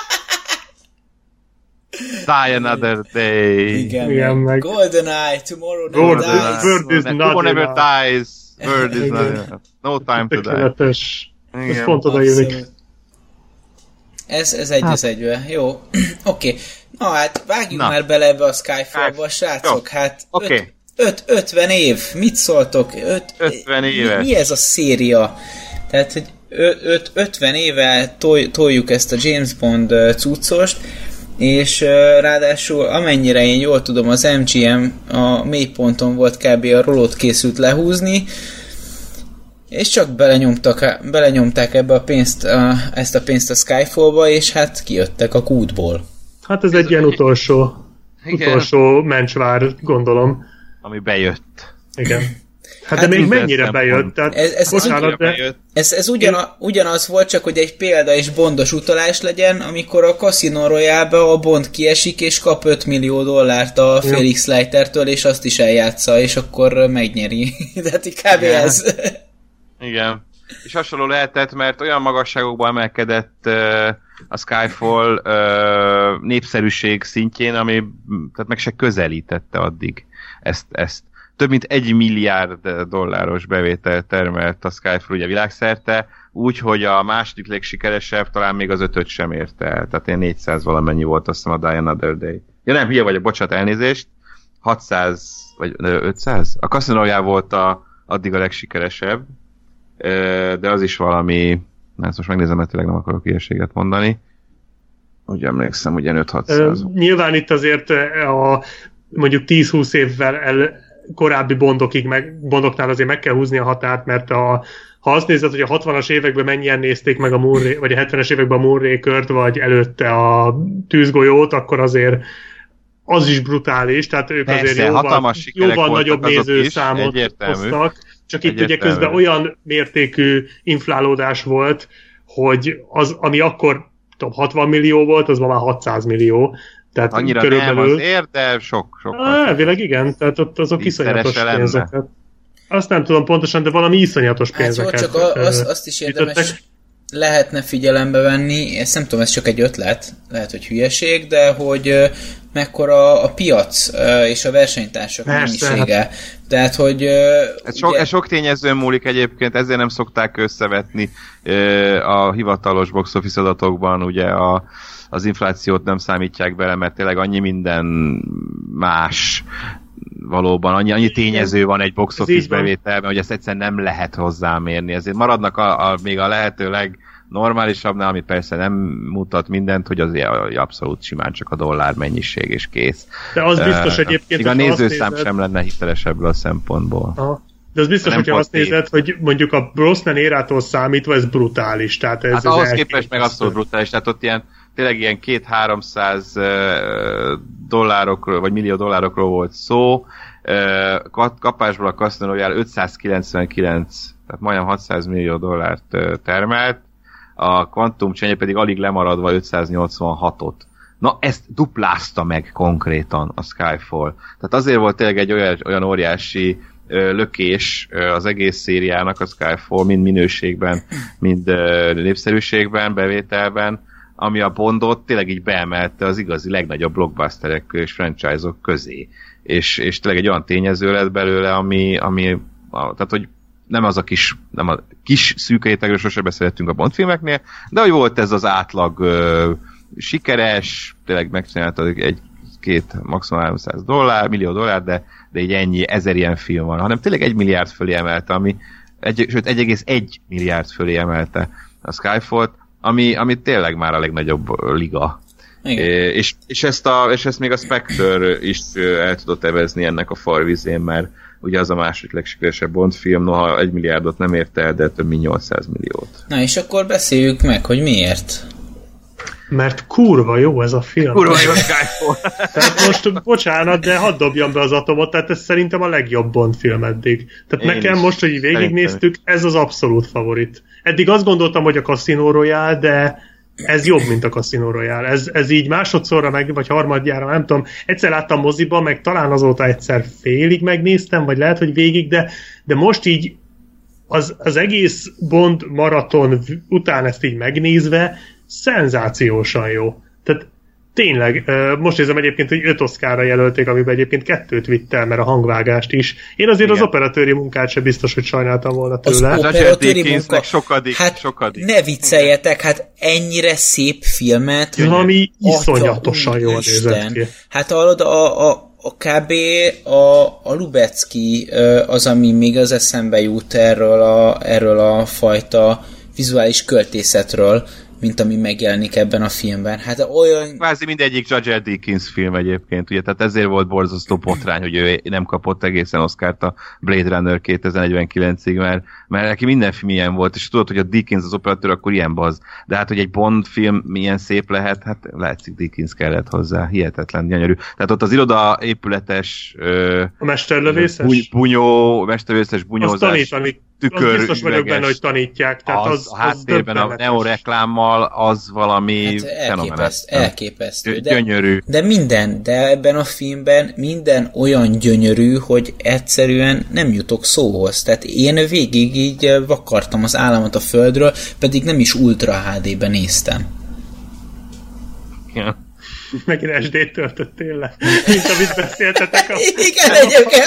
Die Another Day.
Igen, igen meg. GoldenEye, Tomorrow Never Dies.
Word is not
Tomorrow Never Dies. Word is not enough. No Time to Die.
Tökéletes. Ez pont oda jövik.
Ez, ez egy hát. az egyben. Jó. Oké. Okay. Na hát, vágjunk Na. már bele ebbe a Skyfall-ba, srácok. Jó. Hát
okay.
öt, öt, ötven év. Mit szóltok? Öt,
ötven éves.
Mi, mi ez a széria? Tehát, hogy öt, ötven éve tol, toljuk ezt a James Bond cuccost, és uh, ráadásul amennyire én jól tudom, az em gé em a mélyponton volt kb. A rolót készült lehúzni, és csak belenyomtak, belenyomták ebbe a pénzt, a, ezt a pénzt a Skyfall-ba, és hát kijöttek a kútból. Hát ez, ez egy ilyen utolsó, utolsó mencsvár, gondolom.
Ami bejött.
Igen. Hát, hát de még mennyire bejött? Tehát,
ez, ez,
bocsánat, de...
ez, ez ugyan, ugyanaz volt, csak hogy egy példa és bondos utalás legyen, amikor a Casino Royale-be a Bond kiesik, és kap öt millió dollárt a ja. Felix Leitertől, és azt is eljátsza, és akkor megnyeri. De hát így kb. Igen. Ez...
Igen. És hasonló lehetett, mert olyan magasságokba emelkedett uh, a Skyfall uh, népszerűség szintjén, ami tehát meg se közelítette addig ezt, ezt. Több mint egy milliárd dolláros bevételt termelt a Skyfall ugye világszerte, úgyhogy a második legsikeresebb talán még az ötöt sem érte el. Tehát ilyen négyszáz valamennyi volt, azt hiszem, a Die Another Day. Ja nem, hülye vagyok, bocsánat, elnézést. hatszáz vagy ötszáz? A Casino Royale volt a, addig a legsikeresebb, de az is valami, ezt most megnézem, mert tényleg nem akarok ilyeséget mondani. Úgy emlékszem, ugye öt-hatszáz.
Nyilván itt azért a mondjuk tíz-húsz évvel el korábbi bondokig, meg, bondoknál azért meg kell húzni a határt, mert a, ha azt nézed, hogy a hatvanas években mennyien nézték meg a Moonraker, vagy a hetvenes években a Moonrakert, vagy előtte a Tűzgolyót, akkor azért az is brutális, tehát ők
Persze,
azért jóval, jóval nagyobb nézőszámot hoztak, csak itt ugye közben olyan mértékű inflálódás volt, hogy az, ami akkor tudom, hatvan millió volt, az ma már hatszáz millió. Tehát
annyira körülbelül... nem azért, de sok, sok.
Elvileg igen, tehát ott azok iszonyatos pénzeket. Azt nem tudom pontosan, de valami iszonyatos pénzeket.
Hát jó, csak a, az, azt is érdemes ütöttek. Lehetne figyelembe venni, ezt nem tudom, ez csak egy ötlet, lehet, hogy hülyeség, de hogy mekkora a piac és a versenytársak mennyisége. Tehát, hogy...
Ez sok, ugye... sok tényezőn múlik egyébként, ezért nem szokták összevetni a hivatalos box office adatokban, ugye a az inflációt nem számítják bele, mert tényleg annyi minden más valóban, annyi, annyi tényező van egy box office bevételben, hogy ezt egyszerűen nem lehet hozzámérni. Ezért maradnak a, a, még a lehető normálisabbnál, ami persze nem mutat mindent, hogy az abszolút simán csak a dollár mennyiség és kész.
De az biztos uh, egyébként,
a nézőszám nézed... sem lenne hiteles ebből a szempontból.
Aha. De az biztos, hogyha azt nézed, hogy mondjuk a Brosnan érától számítva ez brutális. Tehát ez,
hát
ez
ahhoz képest meg abszolút brutális, tehát ott ilyen tényleg ilyen két-háromszáz dollárokról, vagy millió dollárokról volt szó, kapásból a Casino Royale ötszázkilencvenkilenc, tehát majdnem hatszáz millió dollárt termelt, a Quantum Change pedig alig lemaradva ötszáznyolcvanhatot. Na, ezt duplázta meg konkrétan a Skyfall. Tehát azért volt tényleg egy olyan, olyan óriási lökés az egész szériának a Skyfall, mind minőségben, mind népszerűségben, bevételben, ami a Bondot tényleg így beemelte az igazi legnagyobb blockbusterek és franchise-ok közé. És, és tényleg egy olyan tényező lett belőle, ami, ami a, tehát, hogy nem az a kis, nem a kis szűk rétegről sose beszéltünk a Bond filmeknél, de hogy volt ez az átlag ö, sikeres, tényleg megcsinálta egy két, maximum háromszáz dollár, millió dollár, de, de így ennyi, ezer ilyen film van, hanem tényleg egy milliárd fölé emelte, ami, egy, sőt egy egész egy milliárd fölé emelte a Skyfall-t, ami, ami tényleg már a legnagyobb liga. É, és, és, ezt a, és ezt még a Spectre is el tudott evezni ennek a farvizén, mert ugye az a második legsikeresebb Bond film, noha egy milliárdot nem ért el, de több mint nyolcszáz milliót.
Na és akkor beszéljük meg, hogy miért.
Mert kurva jó ez a film.
Kurva jó a Skyfall.
Tehát most, bocsánat, de hadd dobjam be az atomot, tehát ez szerintem a legjobb Bond film eddig. Tehát Én nekem is. Most, hogy végignéztük, ez az abszolút favorit. Eddig azt gondoltam, hogy a Casino Royale, de ez jobb, mint a Casino Royale. Ez, ez így másodszorra, meg, vagy harmadjára, nem tudom. Egyszer láttam moziba, meg talán azóta egyszer félig megnéztem, vagy lehet, hogy végig, de, de most így az, az egész Bond maraton után ezt így megnézve szenzációsan jó. Tehát tényleg, most nézem egyébként, hogy öt Oscarra jelölték, amiben egyébként kettőt vitt el, mert a hangvágást is. Én azért Igen. az operatőri munkát sem biztos, hogy sajnáltam volna tőle.
Az operatőri munka,
sokadik,
hát
sokadik.
ne vicceljetek, hát ennyire szép filmet.
Valami iszonyatosan jól nézett ki.
Hát hallod, a, a, a kb. a, a Lubecki az, ami még az eszembe jut erről a, erről a fajta vizuális költészetről, mint ami megjelenik ebben a filmben. Hát olyan...
Kvázi mindegyik Roger Deakins film egyébként, ugye, tehát ezért volt borzasztó botrány, hogy ő nem kapott egészen Oscart a Blade Runner kétezer-negyvenkilencig, mert, mert neki minden film ilyen volt, és tudod, hogy a Deakins az operatőr, akkor ilyen baz. De hát, hogy egy Bond film milyen szép lehet, hát látszik Deakins kellett hozzá. Hihetetlen, gyönyörű. Tehát ott az iroda épületes... Ö,
a mesterlövészes?
Buny, bunyó, mesterlövészes bunyózás.
Tükör, biztos vagyok benne, hogy tanítják. Tehát az,
az, a háttérben a neoreklámmal az valami
hát elképesztő, elképesztő.
De, gyönyörű.
De minden, de ebben a filmben minden olyan gyönyörű, hogy egyszerűen nem jutok szóhoz. Tehát én végig így vakartam az államat a földről, pedig nem is Ultra há dé-ben néztem.
Ja. Megint es dét töltöttél le, mint amit beszéltetek. A...
Igen, egyébként.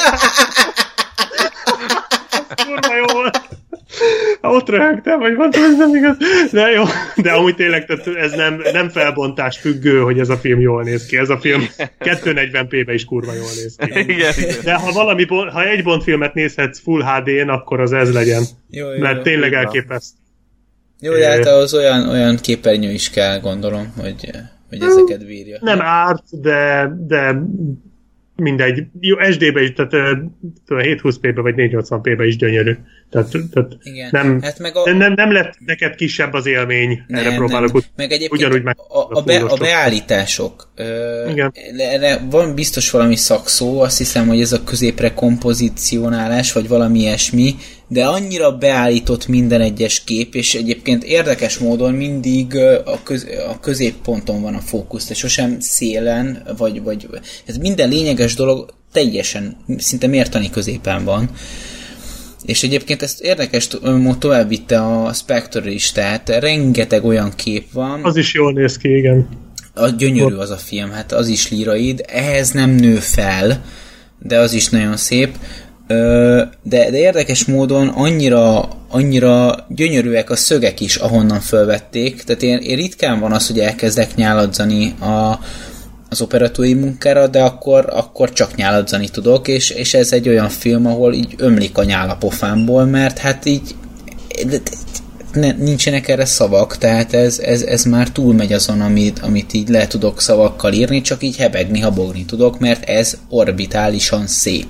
Kurva jó volt. Ha ott röhögtem, vagy mondtam, ez nem igaz. De jó, de amúgy tényleg ez nem, nem felbontás függő, hogy ez a film jól néz ki. Ez a film kétszáznegyven pé-be is kurva jól néz ki.
Igen, igen.
De ha, valami, ha egy Bond filmet nézhetsz Full há dén, akkor az ez legyen. Jó, jó, mert tényleg jó, elképesztő.
Jó, de hát az olyan, olyan képernyő is kell, gondolom, hogy, hogy ezeket bírja.
Nem árt, de, de mindegy. Jó, es dé-be is, tehát hétszázhúsz pé-be vagy négyszáznyolcvan pé-be is gyönyörű. Tehát, tehát
igen.
Nem,
hát meg a...
nem, nem lett neked kisebb az élmény,
nem,
erre próbálok
nem. Meg egyébként ugyanúgy meg a, a, be, a beállítások. Ö, igen. Erre van biztos valami szakszó, azt hiszem, hogy ez a középre kompozicionálás, vagy valami ilyesmi, de annyira beállított minden egyes kép, és egyébként érdekes módon mindig a, köz, a középponton van a fókusz, de sosem szélen, vagy, vagy ez minden lényeges dolog teljesen, szinte mértani középen van. És egyébként ezt érdekes módon tovább vitte a Spectre is, tehát rengeteg olyan kép van.
Az is jól néz ki, igen.
A gyönyörű az a film, hát az is líraid, ehhez nem nő fel, de az is nagyon szép. De, de érdekes módon annyira, annyira gyönyörűek a szögek is, ahonnan fölvették. Tehát én, én ritkán van az, hogy elkezdek nyáladzani a, az operatőri munkára, de akkor, akkor csak nyáladzani tudok, és, és ez egy olyan film, ahol így ömlik a nyál a pofámból, mert hát így ne, nincsenek erre szavak, tehát ez, ez, ez már túlmegy azon, amit, amit így le tudok szavakkal írni, csak így hebegni, habogni tudok, mert ez orbitálisan szép.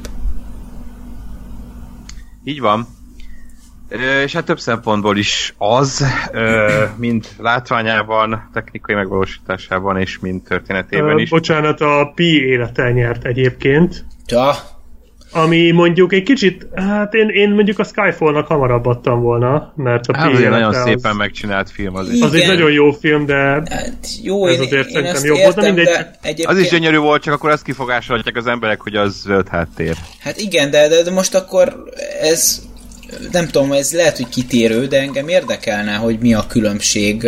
Így van. És hát több szempontból is az, mind látványában, technikai megvalósításában, és mind történetében is.
Bocsánat, a Pi élete nyert egyébként.
Ja.
Ami mondjuk egy kicsit, hát én, én mondjuk a Skyfallnak hamarabb adtam volna, mert a Pi
élete nagyon
az,
szépen megcsinált film az is.
Az egy nagyon jó film, de
hát jó,
ez
én,
azért
én
szerintem jobb volt. Mindegy.
Egyébként...
Az is gyönyörű volt, csak akkor azt kifogásolhatják az emberek, hogy az zöld háttér.
Hát igen, de, de, de most akkor ez... nem tudom, ez lehet, hogy kitérő, de engem érdekelne, hogy mi a különbség,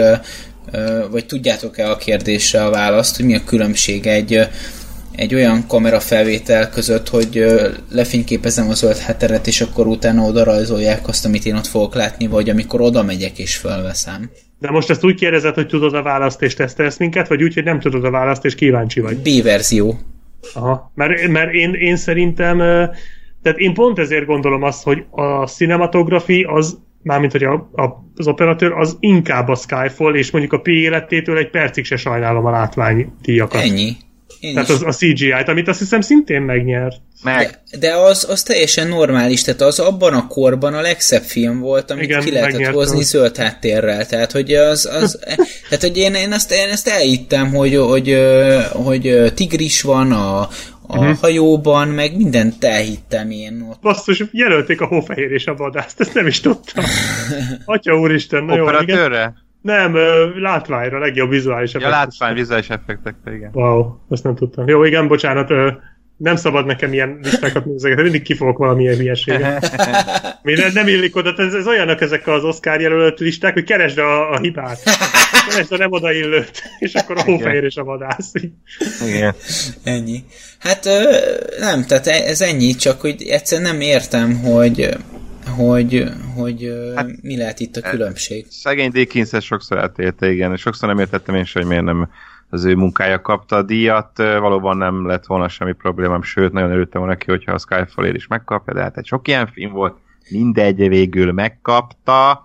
vagy tudjátok-e a kérdésre a választ, hogy mi a különbség egy, egy olyan kamerafelvétel között, hogy lefényképezem a zöld hátteret, és akkor utána oda rajzolják azt, amit én ott fogok látni, vagy amikor oda megyek és felveszem.
De most ezt úgy kérdezed, hogy tudod a választ és tesztelsz minket, vagy úgy, hogy nem tudod a választ és kíváncsi vagy?
B-verzió.
Aha, mert, mert én, én szerintem... Tehát én pont ezért gondolom azt, hogy a cinematografi az, mármint hogy a, a, az operatőr, az inkább a Skyfall, és mondjuk a Pi életétől egy percig se sajnálom a látványdíjakat.
Ennyi. Én
Tehát
is.
az, a cé gé í-t, amit azt hiszem szintén megnyert.
Meg.
De, de az, az teljesen normális, tehát az abban a korban a legszebb film volt, amit
igen,
ki lehetett
megnyerte.
hozni zöld háttérrel, tehát hogy az, az tehát hogy én, én, azt, én ezt elhittem, hogy, hogy, hogy tigris van a, a uh-huh. hajóban, meg mindent elhittem én ott.
Basszus, jelölték a Hófehér és a vadászt, ezt nem is tudtam. Atya úristen, na jó.
Operatőrre?
Nem, látványra, legjobb vizuális
effektus. Ja, látvány, vizuális effektekre, igen.
Wow, ezt nem tudtam. Jó, igen, bocsánat, nem szabad nekem ilyen listákat nézegetni, mindig kifogok valamilyen hülyeséget. Minden nem illik oda, ez, ez olyanok ezek az Oscar jelölt listák, hogy keresd a, a hibát. Keresd a nem odaillőt, és akkor a Hófehér és a vadász.
Igen.
Ennyi. Hát nem, tehát ez ennyi, csak hogy egyszerűen nem értem, hogy hogy, hogy hát, mi lehet itt a különbség.
Szegény Dickens sokszor átélte, igen, és sokszor nem értettem én sem, hogy miért nem az ő munkája kapta a díjat, valóban nem lett volna semmi problémám, sőt, nagyon örültem volna ki, hogyha a Skyfall is megkapja, de hát egy sok ilyen film volt, mindegy végül megkapta.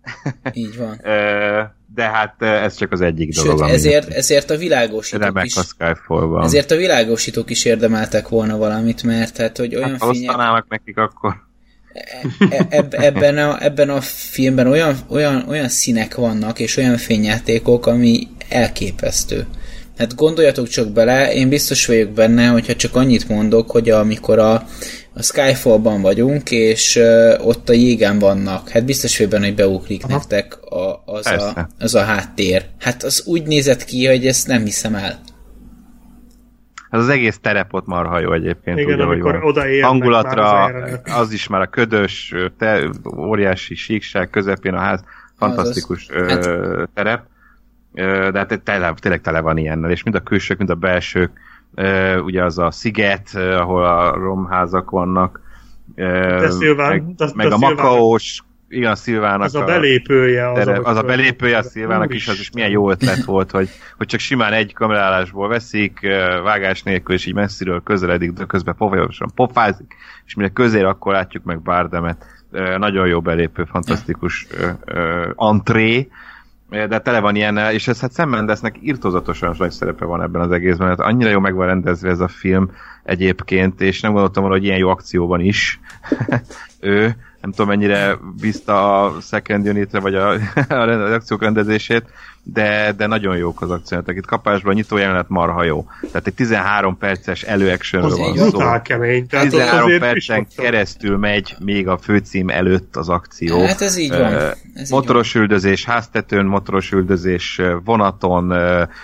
Így van.
De hát ez csak az egyik
Sőt,
dolog.
Sőt, ezért, ezért a világosítók is
a Skyfall-ban.
Ezért a világosítók is érdemeltek volna valamit, mert hát, hogy olyan
hát, ha
fények...
osztanának nekik, akkor...
Eb, ebben, a, ebben a filmben olyan, olyan, olyan színek vannak, és olyan fényjátékok, ami elképesztő. Hát gondoljatok csak bele, én biztos vagyok benne, hogyha csak annyit mondok, hogy amikor a, a Skyfall-ban vagyunk, és uh, ott a jégen vannak, hát biztos vagyok benne, hogy beugrik Aha. nektek a, az, a, az a háttér. Hát az úgy nézett ki, hogy ezt nem hiszem el.
Ez az egész terep ott marha jó egyébként.
Igen,
úgy,
amikor odaérnek
hangulatra, az, az is már a ködös, te, óriási síkság közepén a ház, fantasztikus ö, hát... terep. Ö, de hát tele, tényleg tele van ilyennel, és mind a külsők, mind a belsők, ö, ugye az a sziget, ahol a romházak vannak, ö,
Szilván,
meg,
de,
meg
de
a makaós, igen, a Szilvának
az a belépője. Az,
a, az a belépője a Szilvának is, az is milyen jó ötlet volt, hogy, hogy csak simán egy kamerálásból veszik, vágás nélkül, és így messziről közeledik, de közben pofájosan pofázik, és mire közér, akkor látjuk meg Bardamet. Nagyon jó belépő, fantasztikus antré, de tele van ilyennel, és ez hát Sam Mendesnek irtózatosan nagy szerepe van ebben az egészben, hát annyira jó meg van rendezve ez a film egyébként, és nem gondoltam volna, hogy ilyen jó akcióban is ő, nem tudom mennyire bízta a second unitre, vagy a, az akciók rendezését, de, de nagyon jók az akciók. Itt kapásban a nyitó jelenet marha jó. Tehát egy tizenhárom perces előactionről van szó.
Kemény.
tizenhárom percen keresztül megy még a főcím előtt az akció.
Hát ez így van. Ez
motoros
így van.
üldözés háztetőn, motoros üldözés vonaton,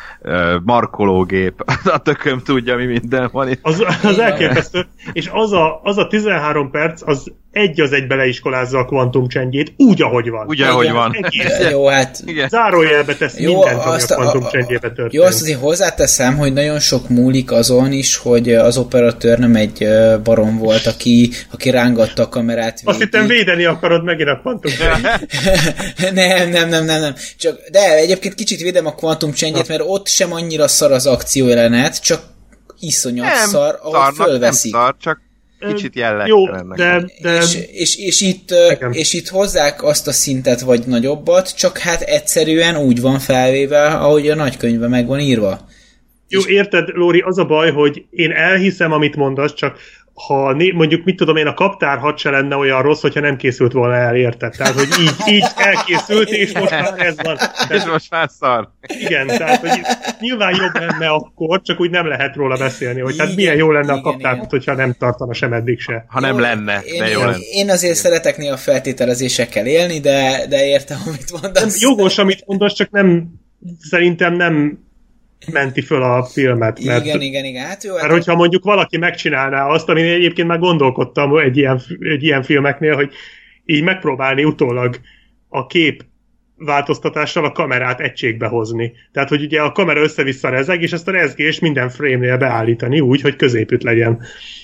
markológép, a tököm tudja, mi minden van itt.
Az, az elképesztő. És az a, az a tizenhárom perc, az egy az egybe leiskolázza a kvantum csendjét, úgy, ahogy van.
Úgy, ahogy van.
Egész. Jó, hát...
Zárójelbe tesz jó, mindent, ami a kvantum csendjébe történik.
Jó, azt azért hozzáteszem, hogy nagyon sok múlik azon is, hogy az operatőr nem egy barom volt, aki, aki rángatta a kamerát végig.
Azt hittem védeni akarod megint a kvantum csendjét.
nem, nem, nem, nem, nem. Csak, de egyébként kicsit védem a kvantum csendjét, mert ott sem annyira szar az akciójelenet, csak iszonyat
nem,
szar, ahol
szarnak,
fölveszik.
Nem szar, csak kicsit jellegtelennek.
Jó, de... de...
És, és, és, itt, és itt hozzák azt a szintet, vagy nagyobbat, csak hát egyszerűen úgy van felvéve, ahogy a nagykönyvben meg van írva.
Jó, érted, Lóri, az a baj, hogy én elhiszem, amit mondasz, csak ha né- mondjuk, mit tudom én, a kaptár had se lenne olyan rossz, hogyha nem készült volna el, érted? Tehát, hogy így, így elkészült, és most már ez van. Tehát,
és most már szar.
Igen, tehát, hogy nyilván jobb lenne akkor, csak úgy nem lehet róla beszélni, hogy tehát milyen jó lenne a kaptárhat, hogyha nem tartana sem eddig se.
Ha nem lenne,
én,
de jó
én,
lenne.
Én azért igen. szeretek néha feltételezésekkel élni, de, de értem, amit mondasz.
Nem, jogos, amit mondasz, csak nem, szerintem nem menti föl a filmet. Mert,
igen, igen, igen. Hát jó,
mert
hát
hogyha mondjuk valaki megcsinálná azt, amin egyébként már gondolkodtam egy ilyen, egy ilyen filmeknél, hogy így megpróbálni utólag a kép változtatással a kamerát egységbe hozni. Tehát, hogy ugye a kamera össze-vissza rezeg, és ezt a rezgést minden frame-nél beállítani úgy, hogy középütt legyen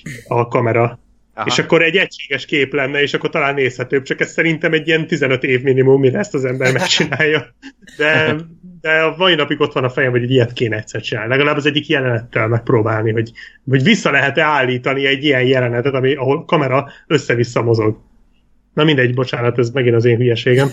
a kamera. Aha. És akkor egy egységes kép lenne, és akkor talán nézhetőbb, csak ez szerintem egy ilyen tizenöt év minimum, mire ezt az ember megcsinálja. De, de a mai napig ott van a fejem, hogy ilyet kéne egyszer csinálni. Legalább az egyik jelenettel megpróbálni, hogy, hogy vissza lehet-e állítani egy ilyen jelenetet, ami, ahol a kamera össze-vissza mozog. Na mindegy, bocsánat, ez megint az én hülyeségem.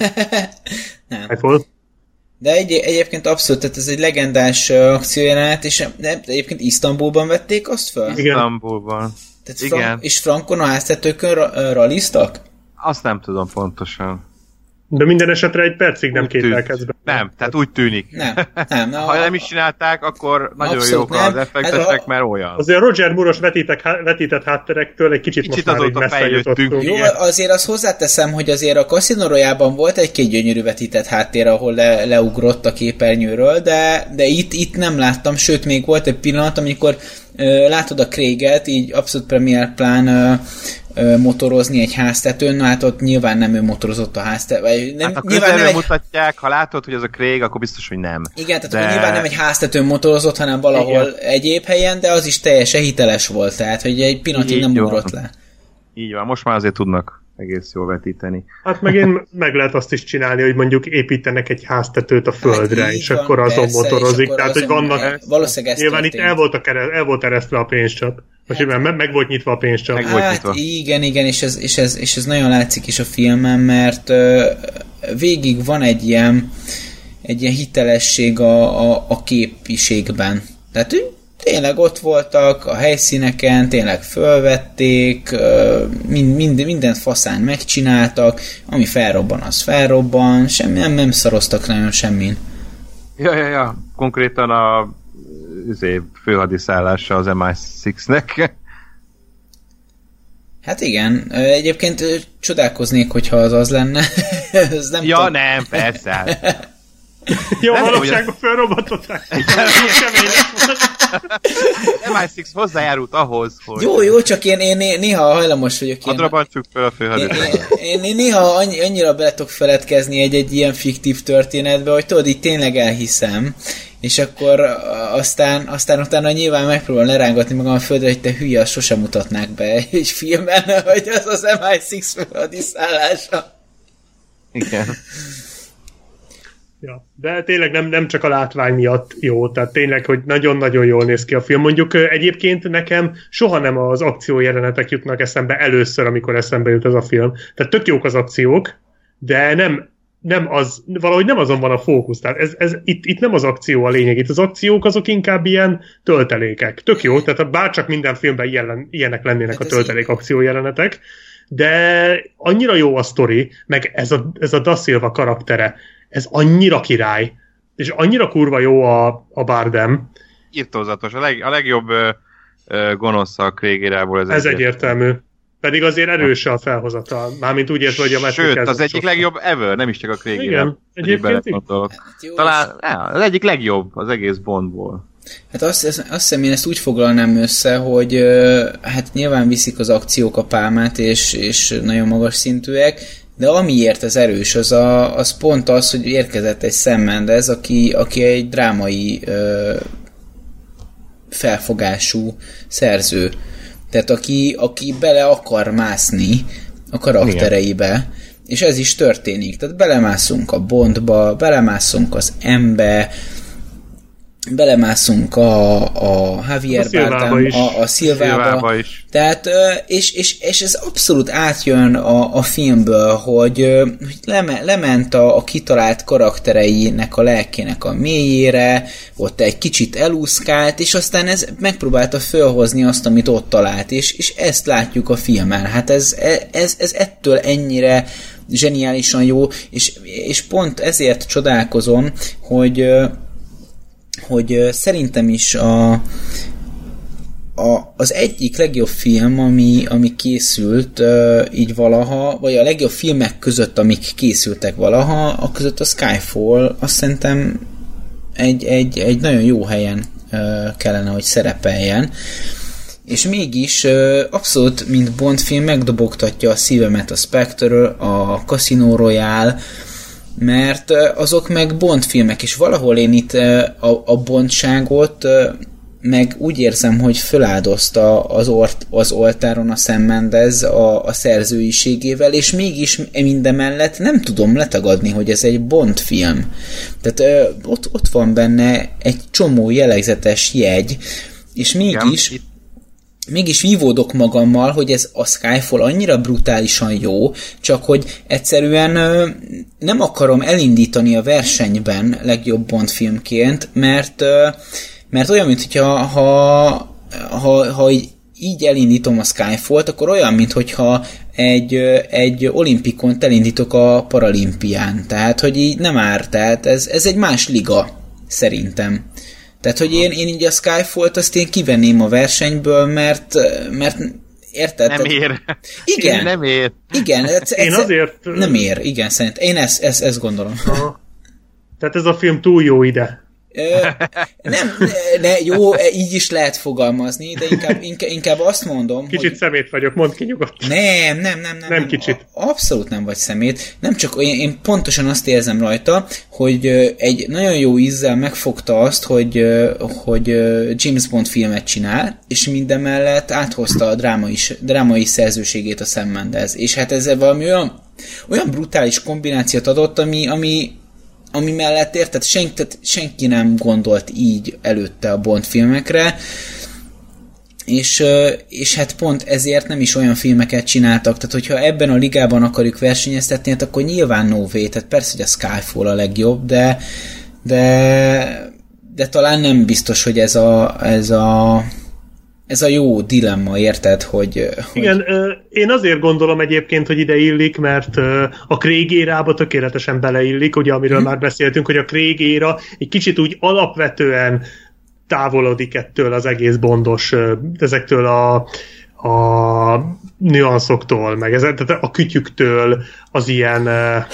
Nem.
Eiffel.
De egy, egyébként abszolút, tehát ez egy legendás uh, akciójelenet, és de egyébként Isztambulban vették azt fel?
Isztambulban.
Tehát
igen.
Frank, és Frankon a háztetőkön ra, uh, raliztak?
Azt nem tudom pontosan.
De minden esetre egy percig nem kételkedsz be.
Nem, tehát úgy tűnik.
Nem, nem. Na,
ha nem is csinálták, akkor nagyon jók
nem.
az effektesek, hát, mert olyan.
Azért a Roger Moore-os vetített hátterektől egy kicsit,
kicsit
most már így messze jutottunk.
Jó, azért azt hozzáteszem, hogy azért a Casino Royale-ban volt egy-két gyönyörű vetített háttér, ahol le, leugrott a képernyőről, de, de itt, itt nem láttam, sőt, még volt egy pillanat, amikor ö, látod a Craig-et, így abszolút premier plán ö, ö, motorozni egy háztetőn, na hát ott nyilván nem ő motorozott a háztetőn.
Hát ha közelről egy... mutatják, ha látod, hogy ez a Craig, akkor biztos, hogy nem.
Igen, tehát
de...
nyilván nem egy háztetőn motorozott, hanem valahol igen. egyéb helyen, de az is teljesen hiteles volt, tehát hogy egy pillanatig nem ugrott le.
Így van, most már azért tudnak egész jól vetíteni.
Hát meg én meg lehet azt is csinálni, hogy mondjuk építenek egy háztetőt a földre, hát és van, akkor azon persze, motorozik. Akkor tehát, azon hogy vannak...
Valószínűleg
nyilván történt. Itt el volt, a kereszt, el volt eresztve a pénzcsap. Most hát, meg, meg volt nyitva a pénzcsap.
Meg volt hát nyitva. Igen, igen, és ez, és, ez, és ez nagyon látszik is a filmen, mert uh, végig van egy ilyen, egy ilyen hitelesség a, a, a képiségben. Tehát tényleg ott voltak a helyszíneken, tényleg fölvették, mind, mind, mindent faszán megcsináltak, ami felrobban, az felrobban, semmi, nem, nem szaroztak nagyon semmin.
Ja, ja, ja, konkrétan a főhadiszállása az em i hatnak.
Hát igen, egyébként csodálkoznék, hogyha az az lenne. Ez nem
ja,
tudom.
nem, persze.
Jó, valóságban felrobbantották. em
i hat hozzájárult ahhoz, hogy...
Jó, jó, csak én, én néha hajlamos vagyok.
Hadd robbantsuk fel a főhadiszállást.
Én, én, én néha annyira bele tudok feledkezni egy-egy ilyen fiktív történetbe, hogy tudod, így tényleg elhiszem, és akkor aztán, aztán utána nyilván megpróbálom lerángatni magam a földre, hogy te hülye, azt sosem mutatnák be egy filmben, hogy az az em i hat főhadiszállása.
Igen.
Ja, de tényleg nem, nem csak a látvány miatt jó, tehát tényleg, hogy nagyon-nagyon jól néz ki a film. Mondjuk egyébként nekem soha nem az akciójelenetek jutnak eszembe először, amikor eszembe jut ez a film. Tehát tök jók az akciók, de nem, nem az, valahogy nem azon van a fókusz. Tehát ez, ez, itt, itt nem az akció a lényeg, itt az akciók azok inkább ilyen töltelékek. Tök jó, tehát bárcsak minden filmben ilyen, ilyenek lennének hát a töltelék akciójelenetek, de annyira jó a sztori, meg ez a, ez a Da Silva karaktere, ez annyira király, és annyira kurva jó a, a Bardem.
Irtózatos, a, leg, a legjobb ö, ö, gonosz a Craig Irából. Ez,
ez egyértelmű. Pedig azért erős a felhozata. Mármint úgy ért, hogy a Matrix.
Sőt, az egyik sokkal. legjobb ever, nem is csak a Craig Irából.
Igen, egyébként
hát talán já, az egyik legjobb az egész Bondból.
Hát azt, azt hiszem, én ezt úgy foglalnám össze, hogy hát nyilván viszik az akciók a pálmát, és, és nagyon magas szintűek, de amiért ez erős, az, a, az pont az, hogy érkezett egy Sam Mendes, aki, aki egy drámai ö, felfogású szerző. Tehát aki, aki bele akar mászni a karaktereibe, igen. És ez is történik. Tehát belemászunk a Bondba, belemászunk az M-be, belemászunk a, a Javier Bardem, a, a Silvába, is. Tehát, és, és, és ez abszolút átjön a, a filmből, hogy, hogy leme, lement a, a kitalált karaktereinek a lelkének a mélyére, ott egy kicsit elúszkált, és aztán ez megpróbálta fölhozni azt, amit ott talált, és, és ezt látjuk a filmen. Hát ez, ez, ez ettől ennyire zseniálisan jó, és, és pont ezért csodálkozom, hogy hogy szerintem is a, a, az egyik legjobb film, ami, ami készült uh, így valaha, vagy a legjobb filmek között, amik készültek valaha, a között a Skyfall, azt szerintem egy, egy, egy nagyon jó helyen uh, kellene, hogy szerepeljen. És mégis uh, abszolút, mint Bond film, megdobogtatja a szívemet a Spectre, a Casino Royale, mert azok meg Bond filmek, és valahol én itt a, a Bondságot meg úgy érzem, hogy föláldozta az, ort, az oltáron a Sam Mendes a, a szerzőiségével, és mégis mindemellett nem tudom letagadni, hogy ez egy Bond film. Tehát ott, ott van benne egy csomó jellegzetes jegy, és mégis... Igen, mégis vívódok magammal, hogy ez a Skyfall annyira brutálisan jó, csak hogy egyszerűen ö, nem akarom elindítani a versenyben legjobb Bond filmként, mert, ö, mert olyan, mintha ha, ha, ha így elindítom a Skyfallt, akkor olyan, mintha egy, egy olimpikont elindítok a paralimpián. Tehát, hogy így nem árt, tehát ez, ez egy más liga, szerintem. Tehát, hogy én, én így a Skyfallt azt én kivenném a versenyből, mert, mert érted?
Nem ér.
Igen.
Én nem ér.
Igen. Ez,
én azért...
Nem ér, igen, szerintem. Én ezt, ezt, ezt gondolom.
Aha. Tehát ez a film túl jó ide.
Ö, nem, ne, jó, így is lehet fogalmazni, de inkább, inkább, inkább azt mondom,
kicsit hogy... szemét vagyok, mondd ki nyugodtan.
Nem, nem, nem, nem.
Nem kicsit.
Abszolút nem vagy szemét. Nem csak, én, én pontosan azt érzem rajta, hogy egy nagyon jó ízzel megfogta azt, hogy, hogy James Bond filmet csinál, és mindemellett áthozta a drámai, drámai szerzőségét a Sam Mendes. És hát ezzel valami olyan, olyan brutális kombinációt adott, ami, ami ami mellett érted, senki, tehát senki nem gondolt így előtte a Bond filmekre, és, és hát pont ezért nem is olyan filmeket csináltak, tehát hogyha ebben a ligában akarjuk versenyeztetni, hát akkor nyilván no way, tehát persze, hogy a Skyfall a legjobb, de, de, de talán nem biztos, hogy ez a, ez a ez a jó dilemma, érted, hogy...
Igen, hogy... én azért gondolom egyébként, hogy ide illik, mert a Craig érába tökéletesen beleillik, ugye, amiről hmm. már beszéltünk, hogy a Craig éra egy kicsit úgy alapvetően távolodik ettől az egész bondos, ezektől a, a nüanszoktól, meg ez, tehát a kütyüktől, az ilyen...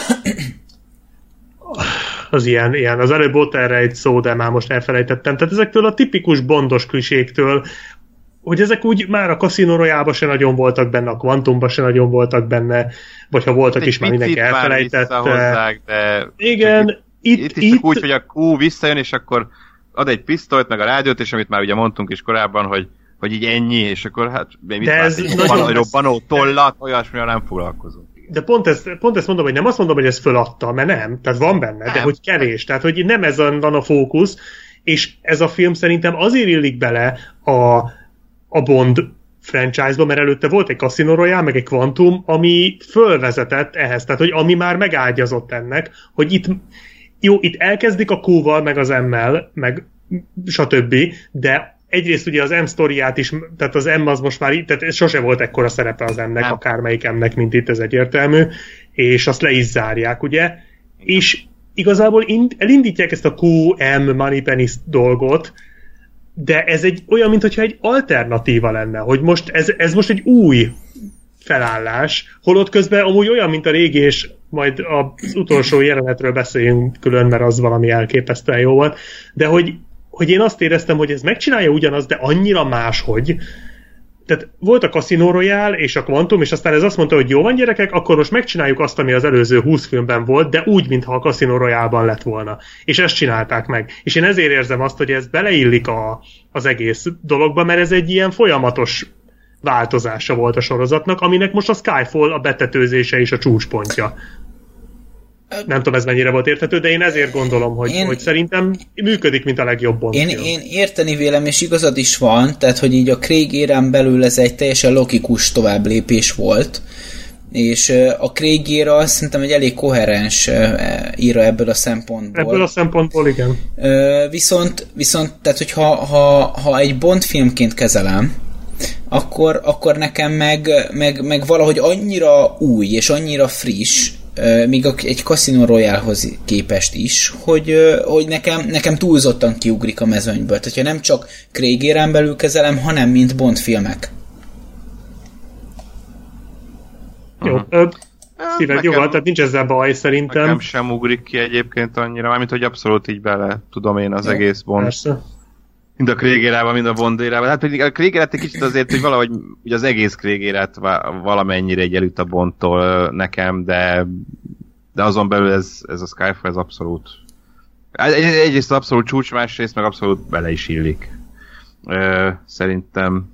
az ilyen, ilyen, az előbb volt erre egy szó, de már most elfelejtettem, tehát ezektől a tipikus bondos kliséktől, hogy ezek úgy már a Casino Royale-ba se nagyon voltak benne, a Quantumba se nagyon voltak benne, vagy ha voltak egy is, már mindenki elfelejtette.
Hozzák, de
igen,
itt, itt, itt, itt úgy, hogy a Q visszajön, és akkor ad egy pisztolyt, meg a rádiót, és amit már ugye mondtunk is korábban, hogy, hogy így ennyi, és akkor hát mit
de ez
van, robbanó tollat, olyasmivel nem foglalkozunk.
De pont ezt, pont ezt mondom, hogy nem azt mondom, hogy ez föladta, mert nem, tehát van benne, nem. De hogy kevés, tehát hogy nem ez van a fókusz, és ez a film szerintem azért illik bele a a Bond franchise-ba, mert előtte volt egy Casino Royale, meg egy Quantum, ami fölvezetett ehhez, tehát hogy ami már megágyazott ennek, hogy itt jó, itt elkezdik a Q-val, meg az M-mel, meg stb., de egyrészt ugye az M sztoriát is, tehát az M az most már, tehát sose volt ekkora szerepe az M-nek, nem. Akármelyik M-nek, mint itt, ez egyértelmű, és azt le is zárják, ugye, és igazából elindítják ezt a Q M Moneypenny dolgot, de ez egy olyan, mintha egy alternatíva lenne, hogy most ez, ez most egy új felállás, holott közben amúgy olyan, mint a régi, és majd az utolsó jelenetről beszéljünk külön, mert az valami elképesztően jó volt, de hogy, hogy én azt éreztem, hogy ez megcsinálja ugyanazt, de annyira máshogy. Tehát volt a Casino Royale és a Quantum, és aztán ez azt mondta, hogy jó van gyerekek, akkor most megcsináljuk azt, ami az előző húsz filmben volt, de úgy, mintha a Casino Royale-ban lett volna. És ezt csinálták meg. És én ezért érzem azt, hogy ez beleillik a, az egész dologba, mert ez egy ilyen folyamatos változása volt a sorozatnak, aminek most a Skyfall a betetőzése és a csúcspontja. Nem tudom, ez mennyire volt érthető, de én ezért gondolom, hogy, én, hogy szerintem működik, mint a legjobb Bond
én,
film.
Én érteni vélem, és igazad is van, tehát, hogy így a Craig érán belül ez egy teljesen logikus továbblépés volt, és a Craig éra szerintem egy elég koherens íra ebből a szempontból.
Ebből a szempontból, igen.
Viszont, viszont tehát, hogyha ha, ha egy Bond filmként kezelem, akkor, akkor nekem meg, meg, meg valahogy annyira új és annyira friss, még egy Casino Royale-hoz képest is, hogy, hogy nekem, nekem túlzottan kiugrik a mezőnyből. Tehát, ha nem csak Craig érán belül kezelem, hanem mint Bond filmek.
Jó, uh-huh. Szíved nyugodt, tehát nincs ezzel baj szerintem.
Nekem sem ugrik ki egyébként annyira, mármint hogy abszolút így bele tudom én az ja, egész Bond. Persze. Mind a Craig érában, mind a Bond érában. Hát pedig a Craig érát egy kicsit azért, hogy valahogy ugye az egész Craig érát valamennyire egy elütt a Bondtól nekem, de, de azon belül ez, ez a Skyfall ez abszolút egy, egyrészt abszolút csúcs, másrészt meg abszolút bele is illik. Szerintem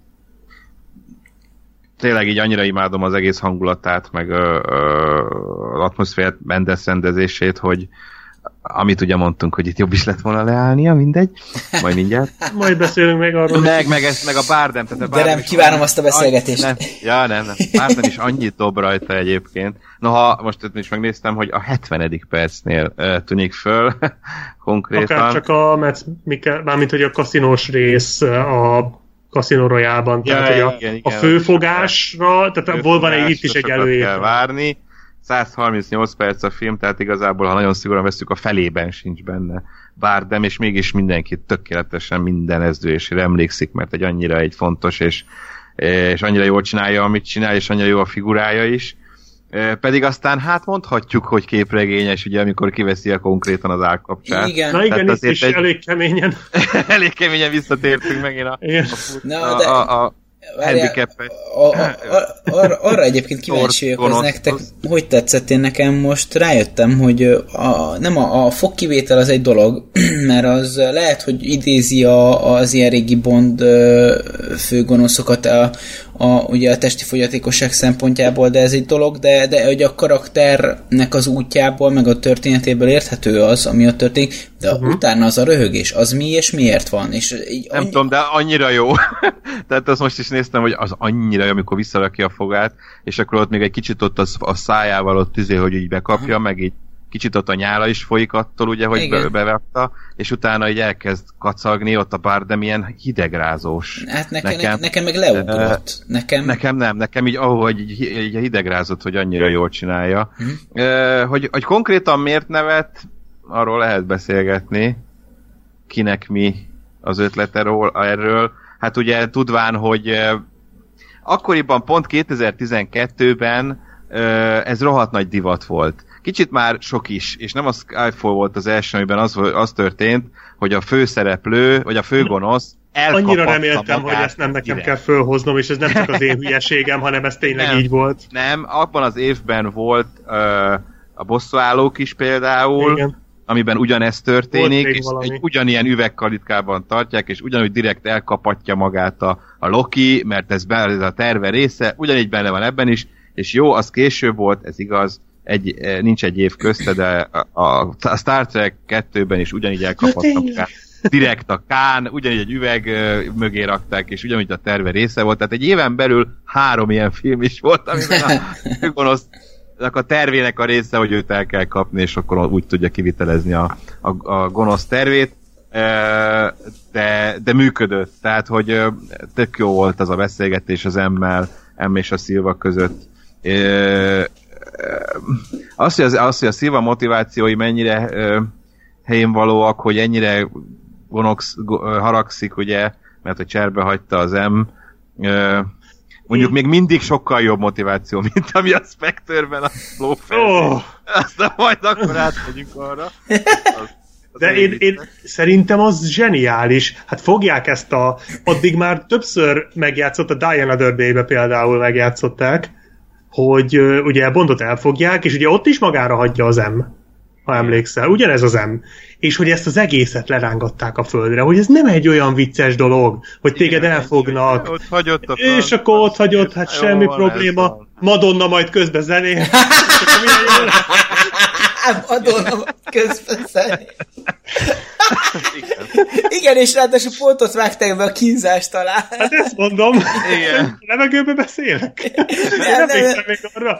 tényleg így annyira imádom az egész hangulatát, meg ö, ö, az atmoszférát, Mendes rendezését, hogy amit ugye mondtunk, hogy itt jobb is lett volna leállnia, mindegy, majd mindjárt.
Majd beszélünk meg arról.
Meg, meg, ezt, meg a Bardem. Tehát a
Bardem de nem kívánom azt a beszélgetést.
Nem, ja, nem, nem. Bardem is annyit dob rajta egyébként. Noha, most is megnéztem, hogy a hetvenedik percnél uh, tűnik föl konkrétan.
Akár csak a, mármint hogy a kaszinós rész a Casino Royale-ban, ja, tehát igen, a, igen, a főfogásra, tehát főfogás, van egy, itt is egy előér.
Kell várni. száz harmincnyolc perc a film, tehát igazából, ha nagyon szigorúan veszük, a felében sincs benne Bardem, és mégis mindenki tökéletesen minden ezdőésére emlékszik, mert egy annyira egy fontos, és, és annyira jól csinálja, amit csinál, és annyira jó a figurája is. Pedig aztán hát mondhatjuk, hogy képregényes, ugye, amikor kiveszi a konkrétan az állkapcsát.
Igen. Na igen, itt is egy... elég keményen.
elég keményen visszatértünk megint a, a,
Na,
a,
de...
a, a handicap-et.
Arra, arra egyébként kíváncsi vagyok, az nektek hogy tetszett. Én nekem most rájöttem, hogy a, nem a, a fogkivétel az egy dolog, mert az lehet, hogy idézi a, az ilyen régi Bond főgonoszokat a, a, ugye a testi fogyatékosság szempontjából, de ez egy dolog, de, de hogy a karakternek az útjából, meg a történetéből érthető az, ami ott történik, de uh-huh. utána az a röhögés, az mi és miért van? És így
nem annyi... tudom, de annyira jó. Tehát azt most is néztem, hogy az annyira jó, amikor visszarakja a fogát, és akkor ott még egy kicsit ott az, a szájával ott tüzé, hogy így bekapja, uh-huh. meg így kicsit ott a nyála is folyik attól, ugye, hogy be, bevettem, és utána így elkezd kacagni, ott a Bardem ilyen hidegrázós.
Hát nekem, nekem, nekem meg leugrott.
Uh,
nekem...
nekem nem, nekem így, ahogy így, így hidegrázott, hogy annyira jól csinálja. Uh-huh. Uh, hogy, hogy konkrétan miért nevet, arról lehet beszélgetni, kinek mi az ötlete erről. Hát ugye tudván, hogy uh, akkoriban pont kétezer-tizenkettőben uh, ez rohadt nagy divat volt. Kicsit már sok is, és nem a Skyfall volt az első, amiben az, az történt, hogy a főszereplő, vagy a főgonosz elkapatta
Annyira reméltem, hogy ezt nem nekem direkt kell fölhoznom, és ez nem csak az én hülyeségem, hanem ez tényleg
nem,
így volt.
Nem, abban az évben volt uh, a bosszúállók is például, igen. amiben ugyanezt történik, és egy ugyanilyen üvegkalitkában tartják, és ugyanúgy direkt elkapatja magát a, a Loki, mert ez, be, ez a terve része, ugyanígy benne van ebben is, és jó, az később volt, ez igaz, egy, nincs egy év közte, de a, a, a Star Trek kettőben is ugyanígy elkapattak magát. Direkt a Kán, ugyanígy egy üveg mögé rakták, és ugyanúgy a terve része volt, tehát egy éven belül három ilyen film is volt, amiben a gonosznak a tervének a része, hogy őt el kell kapni, és akkor úgy tudja kivitelezni a, a, a gonosz tervét, de, de működött, tehát hogy tök jó volt az a beszélgetés az M-mel, M és a Silva között. Az, hogy, az, az, hogy a Silva motivációi mennyire helyén valóak, hogy ennyire gonosz, haragszik, ugye, mert hogy cserbe hagyta az M. Mondjuk még mindig sokkal jobb motiváció, mint ami a Spectre-ben a Blofeld. Oh. Aztán majd akkor átmegyünk arra. Az, az
De én, én szerintem az zseniális. Hát fogják ezt a... Addig már többször megjátszott, a Die Another Day-be például megjátszották, hogy uh, ugye Bondot elfogják, és ugye ott is magára hagyja az M, ha emlékszel. Ugyanez az M. És hogy ezt az egészet lerángatták a földre, hogy ez nem egy olyan vicces dolog, hogy téged igen, elfognak.
Ott hagyott a
és föld, akkor ott hagyott, hát semmi van, probléma. Madonna majd közbe zenél.
adom közbeszállni. Igen. Igen, és ráadásul pontot vágták be a kínzást alá.
Hát ezt mondom. Igen. Levegőbe beszélek. Nem, nem, nem. Még arra.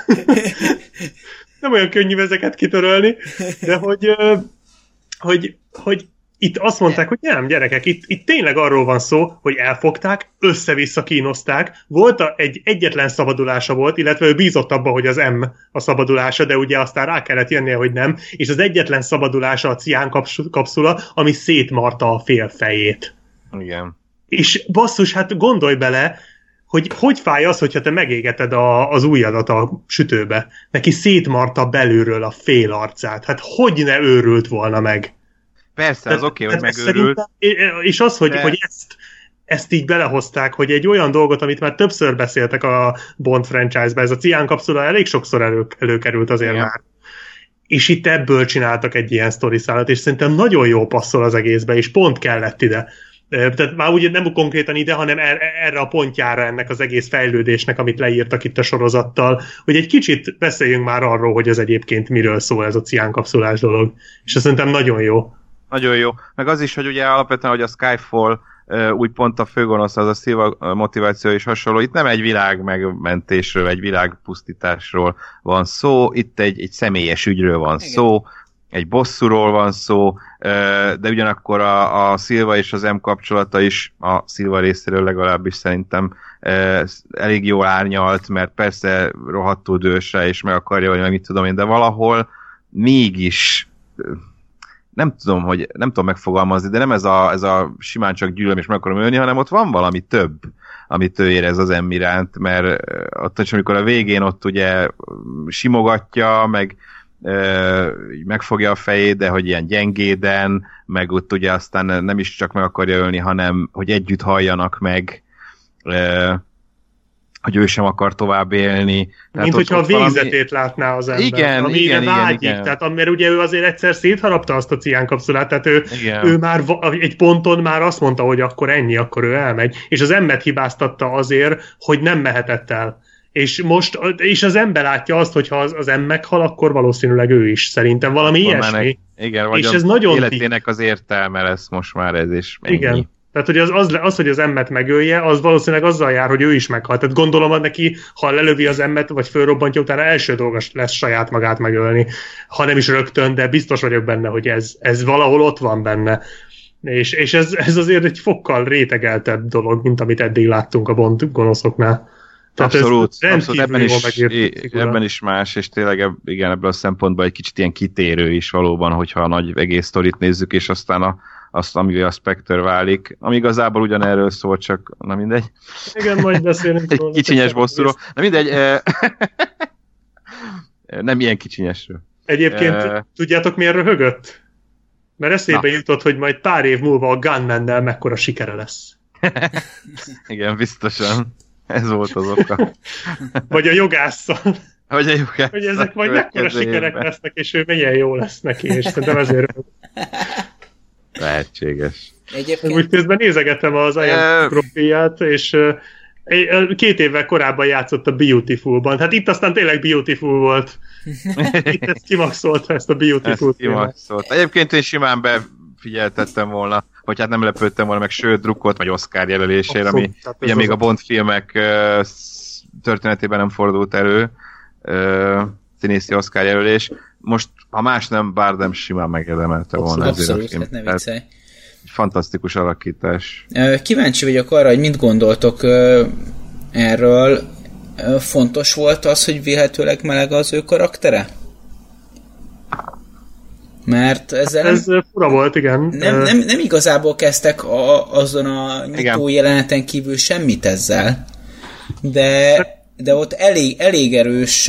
Nem olyan könnyű ezeket kitörölni, de hogy, hogy, hogy itt azt mondták, hogy nem, gyerekek, itt, itt tényleg arról van szó, hogy elfogták, össze-vissza kínozták, volt a, egy egyetlen szabadulása volt, illetve ő bízott abban, hogy az M a szabadulása, de ugye aztán rá kellett jönnie, hogy nem, és az egyetlen szabadulása a cián kapszula, ami szétmarta a fél fejét.
Igen.
És basszus, hát gondolj bele, hogy hogy fáj az, hogyha te megégeted a, az ujjadat a sütőbe. Neki szétmarta belülről a fél arcát. Hát hogy ne őrült volna meg?
Persze, az oké, okay, hogy megőrült.
És az, hogy, de... hogy ezt, ezt így belehozták, hogy egy olyan dolgot, amit már többször beszéltek a Bond franchise-ben, ez a cián kapszula elég sokszor elő, előkerült azért igen. Már. És itt ebből csináltak egy ilyen sztoriszálat, és szerintem nagyon jó passzol az egészbe, és pont kellett ide. Tehát már ugye nem konkrétan ide, hanem erre a pontjára ennek az egész fejlődésnek, amit leírtak itt a sorozattal, hogy egy kicsit beszéljünk már arról, hogy ez egyébként miről szól ez a ciánkapszulás dolog. És ez szerintem nagyon jó.
Nagyon jó. Meg az is, hogy ugye alapvetően, hogy a Skyfall úgy pont a főgonosz, az a szíva motiváció is hasonló. Itt nem egy világ megmentésről, egy világ pusztításról van szó, itt egy, egy személyes ügyről van igen. szó, egy bosszúról van szó, de ugyanakkor a, a Silva és az M kapcsolata is a Silva részéről legalábbis szerintem elég jól árnyalt, mert persze rohadtul dőse, és meg akarja, vagy meg mit tudom én, de valahol mégis nem tudom, hogy nem tudom megfogalmazni, de nem ez a, ez a simán csak gyűlöm és meg akarom ölni, hanem ott van valami több, amit ő érez az M iránt, mert ott, amikor a végén ott ugye simogatja, meg megfogja a fejét, de hogy ilyen gyengéden, meg ott ugye aztán nem is csak meg akarja ölni, hanem hogy együtt halljanak meg, hogy ő sem akar tovább élni.
Tehát mint hogyha a végzetét valami... látná az ember.
Igen,
amire
igen,
vágyik.
igen, igen.
Tehát, mert ugye ő azért egyszer szétharapta azt a ciánkapszulát, tehát ő, ő már egy ponton már azt mondta, hogy akkor ennyi, akkor ő elmegy. És az embert hibáztatta azért, hogy nem mehetett el. És most, és az ember látja azt, hogy ha az, az em meghal, akkor valószínűleg ő is. Szerintem valami akkor ilyesmi. Mennek,
igen, vagy és ez nagyon életének tí... az értelme lesz most már ez, és ennyi. Igen.
Tehát, hogy az, az, az, hogy az emmet megölje, az valószínűleg azzal jár, hogy ő is meghal. Tehát gondolom, hogy neki, ha lelövi az emmet, vagy fölrobbantja, utána első dolga lesz saját magát megölni. Ha nem is rögtön, de biztos vagyok benne, hogy ez, ez valahol ott van benne. És, és ez, ez azért egy fokkal rétegeltebb dolog, mint amit eddig láttunk a Bond gonoszoknál. Tehát
abszolút, abszolút ebben, is, ebben is más, és tényleg eb, igen, ebből a szempontból egy kicsit ilyen kitérő is valóban, hogyha a nagy egész sztorit nézzük, és aztán a, azt, amíg a Spectre válik, ami igazából ugyanerről szól, csak na mindegy.
Igen, majd beszélünk.
Egy kicsinyes bosszúról. Na mindegy, nem ilyen kicsinyesről.
Egyébként uh, tudjátok miért röhögött? Mert eszébe na. jutott, hogy majd pár év múlva a Gunman-nel mekkora sikere lesz.
Igen, biztosan. Ez volt az oka.
Vagy a jogásszal.
Vagy a jogásszal.
Hogy ezek majd mekkora sikerek évben. lesznek, és ő milyen jó lesz neki, és szerintem ezért...
Lehetséges.
Egyébként... Úgy közben nézegetem az Ian profilját, és két évvel korábban játszott a Beautiful-ban. Hát itt aztán tényleg Beautiful volt. Itt ezt kimaxolta, ezt a Beautiful.
Ezt kimaxolta. Egyébként én simán befigyeltettem volna, vagy hát nem lepődtem volna meg, sőt drukkolt, vagy Oscar jelölésére, ami ugye még a Bond filmek uh, történetében nem fordult elő, uh, színészi Oscar jelölés. Most, ha más nem, Bardem simán megérdemelte volna ezért a film.
Hát ne viccelj.
Fantasztikus alakítás.
Kíváncsi vagyok arra, hogy mit gondoltok erről. Fontos volt az, hogy véletőleg meleg az ő karaktere? Mert ezzel nem,
ez fura volt, igen.
Nem, nem, nem igazából kezdtek a, azon a nyitó jeleneten kívül semmit ezzel, de, de ott elég, elég erős...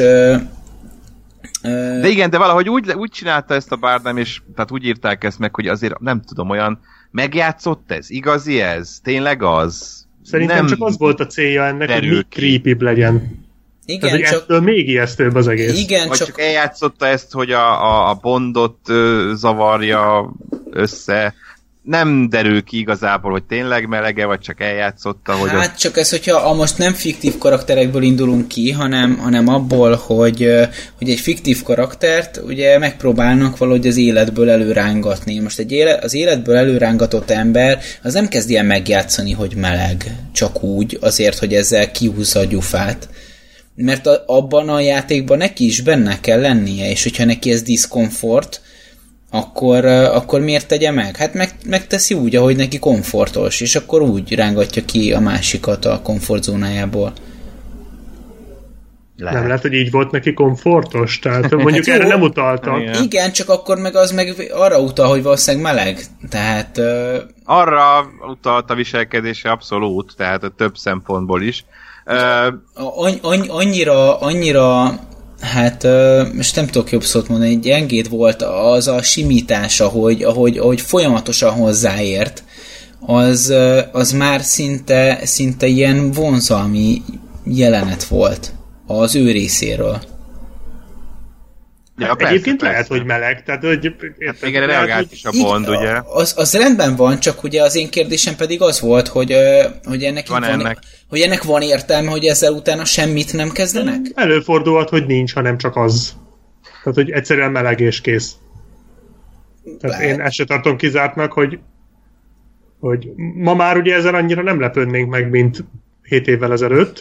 De igen, de valahogy úgy, úgy csinálta ezt a Bardem, és tehát úgy írták ezt meg, hogy azért nem tudom, olyan megjátszott ez? Igazi ez? Tényleg az?
Szerintem nem csak az volt a célja ennek, hogy még creepybb legyen.
Igen,
tehát, csak... ettől még ijesztőbb az egész.
Igen, vagy csak... csak eljátszotta ezt, hogy a, a, a Bondot ö, zavarja össze. nem derül ki igazából, hogy tényleg melege, vagy csak eljátszotta. Hogy
hát
ott...
csak ez, hogyha a most nem fiktív karakterekből indulunk ki, hanem, hanem abból, hogy, hogy egy fiktív karaktert ugye megpróbálnak valahogy az életből előrángatni. Most egy élet, az életből előrángatott ember az nem kezd ilyen megjátszani, hogy meleg, csak úgy, azért, hogy ezzel kihúzza a gyufát. Mert a, abban a játékban neki is benne kell lennie, és hogyha neki ez diszkomfort, akkor, akkor miért tegye meg? Hát meg, megteszi úgy, ahogy neki komfortos, és akkor úgy rángatja ki a másikat a komfortzónájából.
Lehet. Nem lehet, hogy így volt neki komfortos? Tehát mondjuk hát erre nem utaltak.
Igen. Igen, csak akkor meg az meg arra utal, hogy valószínűleg meleg. Tehát... Uh...
Arra utalt a viselkedése abszolút, tehát a több szempontból is.
Uh... Any- annyira, annyira hát uh, most nem tudok jobb szót mondani, gyengéd volt az a simítás, ahogy, ahogy, ahogy folyamatosan hozzáért, az, uh, az már szinte, szinte ilyen vonzalmi jelenet volt az ő részéről.
Ja, hát persze, egyébként persze. Lehet, hogy meleg, tehát hogy...
Hát még erre reagált is a Bond, ugye?
Az, az rendben van, csak ugye az én kérdésem pedig az volt, hogy, hogy, ennek,
van
van,
ennek.
hogy ennek van értelme, hogy ezzel utána semmit nem kezdenek?
Előfordulhat, hogy nincs, hanem csak az. Tehát, hogy egyszerűen meleg és kész. Tehát Bár... én ezt se tartom kizártnak, hogy, hogy ma már ugye ezzel annyira nem lepődnénk meg, mint hét évvel ezelőtt,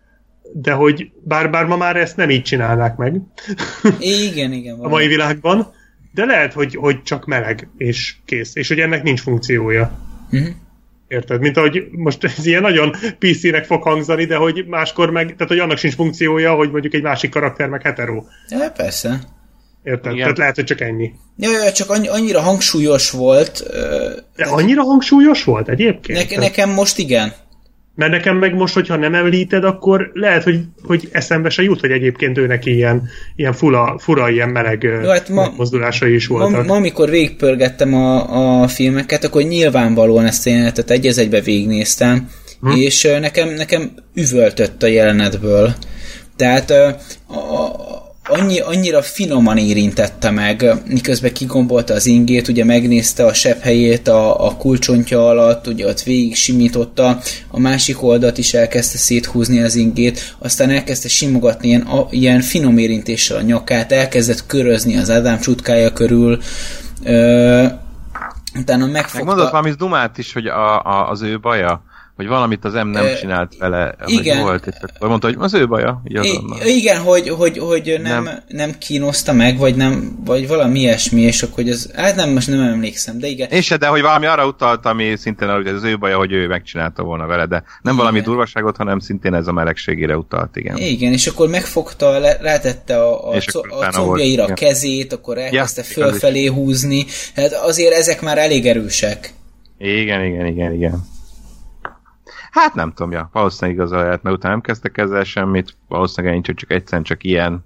de hogy bár, bár ma már ezt nem így csinálnák meg.
Igen, igen.
A mai világban, de lehet, hogy, hogy csak meleg, és kész. És hogy ennek nincs funkciója. Uh-huh. Érted? Mint ahogy most ez ilyen nagyon pé cé-nek fog hangzani, de hogy máskor meg, tehát hogy annak sincs funkciója, hogy mondjuk egy másik karakter meg hetero.
Ja, persze.
Érted? Igen. Tehát lehet, hogy csak ennyi.
Ja, ja, csak annyira hangsúlyos volt.
De annyira hangsúlyos volt egyébként?
Ne- nekem most igen.
Mert nekem meg most, hogyha nem említed, akkor lehet, hogy, hogy eszembe se jut, hogy egyébként őnek ilyen, ilyen fura, fura, ilyen meleg Jó, hát ma, mozdulásai is voltak.
Ma, ma amikor végigpörgettem a, a filmeket, akkor nyilvánvalóan ezt a jelenetet egy az egybe végignéztem, hm. és nekem, nekem üvöltött a jelenetből. Tehát a, a, Annyi, annyira finoman érintette meg, miközben kigombolta az ingét, ugye megnézte a sebhelyét a, a kulcsontja alatt, ugye ott végig simította, a másik oldalt is elkezdte széthúzni az ingét, aztán elkezdte simogatni ilyen, a, ilyen finom érintéssel a nyakát, elkezdett körözni az Ádám csutkája körül, ö, utána megfogta...
Megmondott valami dumát is, hogy a, a, az ő baja? Hogy valamit az M nem e, csinált vele,
igen.
Volt, és akkor mondta, hogy az ő baja.
I- igen, hogy, hogy, hogy nem, nem. nem kínozta meg, vagy, nem, vagy valami ilyesmi, és akkor hogy az, hát nem, most nem emlékszem, de igen.
Én se, de hogy valami arra utalt, ami szintén hogy az ő baja, hogy ő megcsinálta volna vele, de nem igen. Valami durvaságot, hanem szintén ez a melegségére utalt, igen.
Igen, és akkor megfogta, rátette a, a, co- a combjaira a kezét, akkor elkezdte ja, fölfelé húzni, hát azért ezek már elég erősek.
Igen, igen, igen, igen. Hát nem tudom, ja, valószínűleg igaza lehet, mert utána nem kezdtek ezzel semmit, valószínűleg nincs, csak egyszerűen csak ilyen.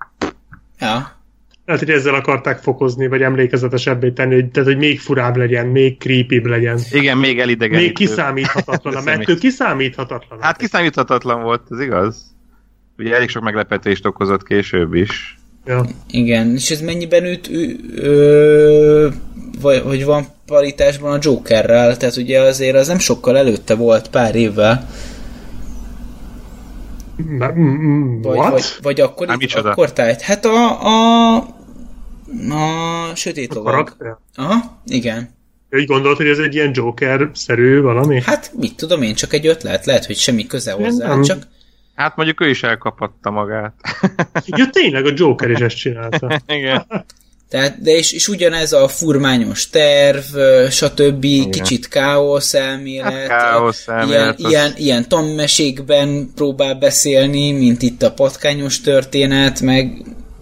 Ja.
Lehet, hogy ezzel akarták fokozni, vagy emlékezetesebbé tenni, hogy, tehát, hogy még furább legyen, még creepybb legyen.
Igen, még elidegenítő.
Még kiszámíthatatlan, mert ő kiszámíthatatlan.
Hát kiszámíthatatlan volt, ez igaz. Ugye elég sok meglepetést okozott később is.
Ja.
Igen, és ez mennyiben üt, ő, ö, vagy, vagy van paritásban a Jokerrel, tehát ugye azért az nem sokkal előtte volt, pár évvel. Vagy, vagy, vagy akkor,
hát,
itt, akkor tájt. Hát a, a, a sötét lovag. Aha, igen.
Úgy gondolt, hogy ez egy ilyen Joker-szerű valami?
Hát mit tudom én, csak egy ötlet, lehet, hogy semmi köze hozzá, nem. Csak...
Hát mondjuk ő is elkapatta magát.
Ja, tényleg a Joker is ezt csinálta.
Igen.
Tehát, de és, és ugyanez a furmányos terv, stb. Igen. Kicsit káosz elmélet, hát
káosz elmélet
ilyen,
az...
ilyen, ilyen tanmesékben próbál beszélni, mint itt a patkányos történet, meg...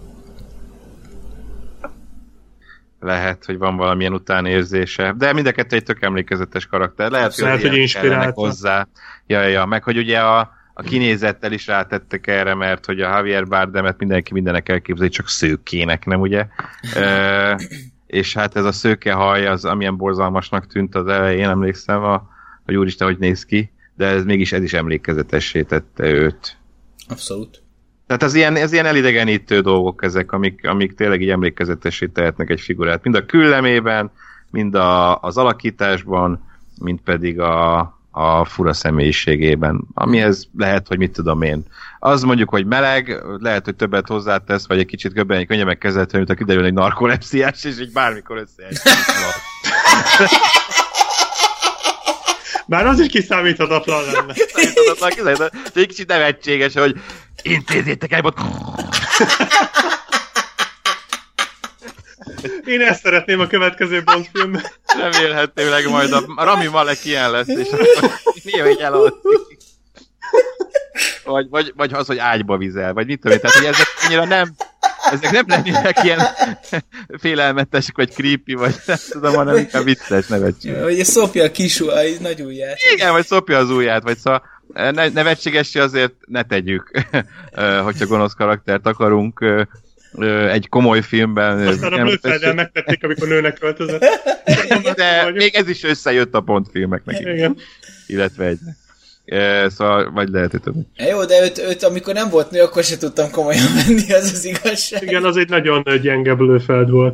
Lehet, hogy van valamilyen utánérzése, de mind a kettő egy tök emlékezetes karakter. Lehet,
Lehet hogy inspirálta
hozzá. Ja, ja, meg hogy ugye a A kinézettel is rátettek erre, mert hogy a Javier Bardemet mindenki mindenek elképzeli, csak szőkének, nem ugye? e, és hát ez a szőke haj, az amilyen borzalmasnak tűnt az elején, emlékszem, a, hogy úristen, hogy néz ki, de ez mégis ez is emlékezetessé tette őt.
Abszolút.
Tehát az ilyen, ez ilyen elidegenítő dolgok ezek, amik, amik tényleg így emlékezetessé tehetnek egy figurát. Mind a küllemében, mind a, az alakításban, mind pedig a, a fura személyiségében, amihez lehet, hogy mit tudom én. Az mondjuk, hogy meleg, lehet, hogy többet hozzátesz, vagy egy kicsit köbben, könnyebben kezelhető, mint a kiderül egy narkolepsziás, és így bármikor összeállít.
Már az is kiszámíthatatlan lenne.
Kiszámíthatatlan, kiszámíthatatlan. Egy kicsit nevetséges, hogy intézzétek el,
Én ezt szeretném a következő Bond filmben.
Remélhetőleg majd a Rami Malek ilyen lesz, és akkor néha így elalszik. Vagy, vagy, vagy az, hogy ágyba vizel, vagy mit tudom én. Tehát, hogy ezek annyira nem, ezek nem lennének ilyen félelmetesek, vagy creepy, vagy nem tudom, hanem inkább vicces, nevetséges.
Vagy szopja a kis ujját, nagy ujját.
Igen, vagy szopja az ujját, vagy szóval ne, nevetségesi azért ne tegyük, hogyha gonosz karaktert akarunk egy komoly filmben.
Aztán a Blöffelddel megtették, amikor nőnek költözött.
De még ez is összejött a Bond filmeknek.
Igen.
Illetve egy. E, szóval, vagy lehet, hogy tudom.
Jó, de őt, őt, amikor nem volt nő, akkor se tudtam komolyan venni, az az igazság.
Igen, az egy nagyon gyenge Blöfeld volt.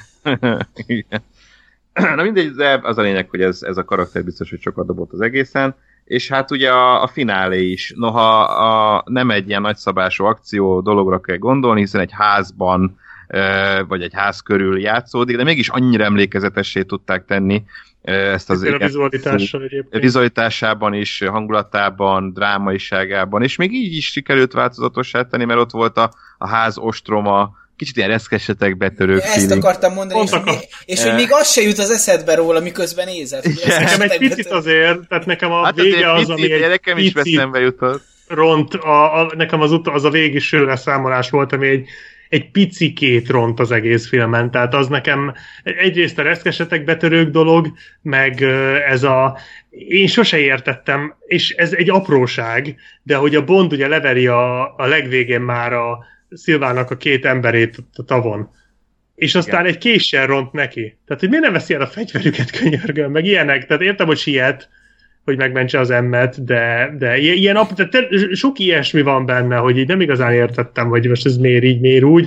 Igen. Na mindegy, de az a lényeg, hogy ez, ez a karakter biztos, hogy sokat dobott az egészen. És hát ugye a, a finálé is. Noha a, nem egy ilyen nagyszabású akció dologra kell gondolni, hiszen egy házban e, vagy egy ház körül játszódik, de mégis annyira emlékezetessé tudták tenni ezt az
igen, a vizualitással egyébként.
Vizualitásában is, hangulatában, drámaiságában, és még így is sikerült változatossá tenni, mert ott volt a, a ház ostroma, kicsit ilyen reszkesetek, betörők.
Ezt feeling. Akartam mondani, és,
akar...
még, és hogy még az se jut az eszedbe róla, miközben nézed.
Nekem egy picit azért, tehát nekem a hát vége az, ami egy
nekem is veszembe jutott.
Ront, a, a, nekem az, ut- az a végi sőleszámolás volt, ami egy egy picikét ront az egész filmen, tehát az nekem egyrészt a reszkesetek betörők dolog, meg ez a... Én sose értettem, és ez egy apróság, de hogy a Bond ugye leveri a, a legvégén már a Szilvának a két emberét a tavon, és aztán igen. Egy késsel ront neki. Tehát, hogy miért nem veszi el a fegyverüket, könyörgöm, meg ilyenek, tehát értem, hogy siet, hogy megmentse az emmet, de, de ilyen, tehát sok ilyesmi van benne, hogy így nem igazán értettem, hogy most ez miért így, miért úgy.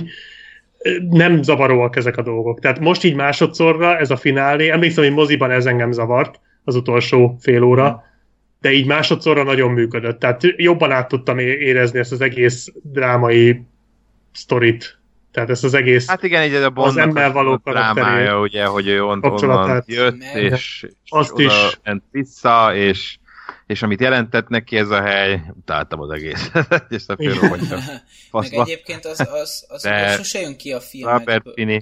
Nem zavaróak ezek a dolgok. Tehát most így másodszorra ez a finálé, emlékszem, hogy moziban ez engem zavart, az utolsó fél óra, de így másodszorra nagyon működött. Tehát jobban át tudtam érezni ezt az egész drámai sztorit. Tehát ezt az egész...
Hát igen, így a Bondnak a drámája, ugye, hogy ő on, onnan jött, és, és
azt
oda
is.
ment vissza, és, és amit jelentett neki ez a hely, utáltam az egész. És a félre mondjam.
Meg egyébként az, az, az, az sose jön ki a filmek.
Albert Finney.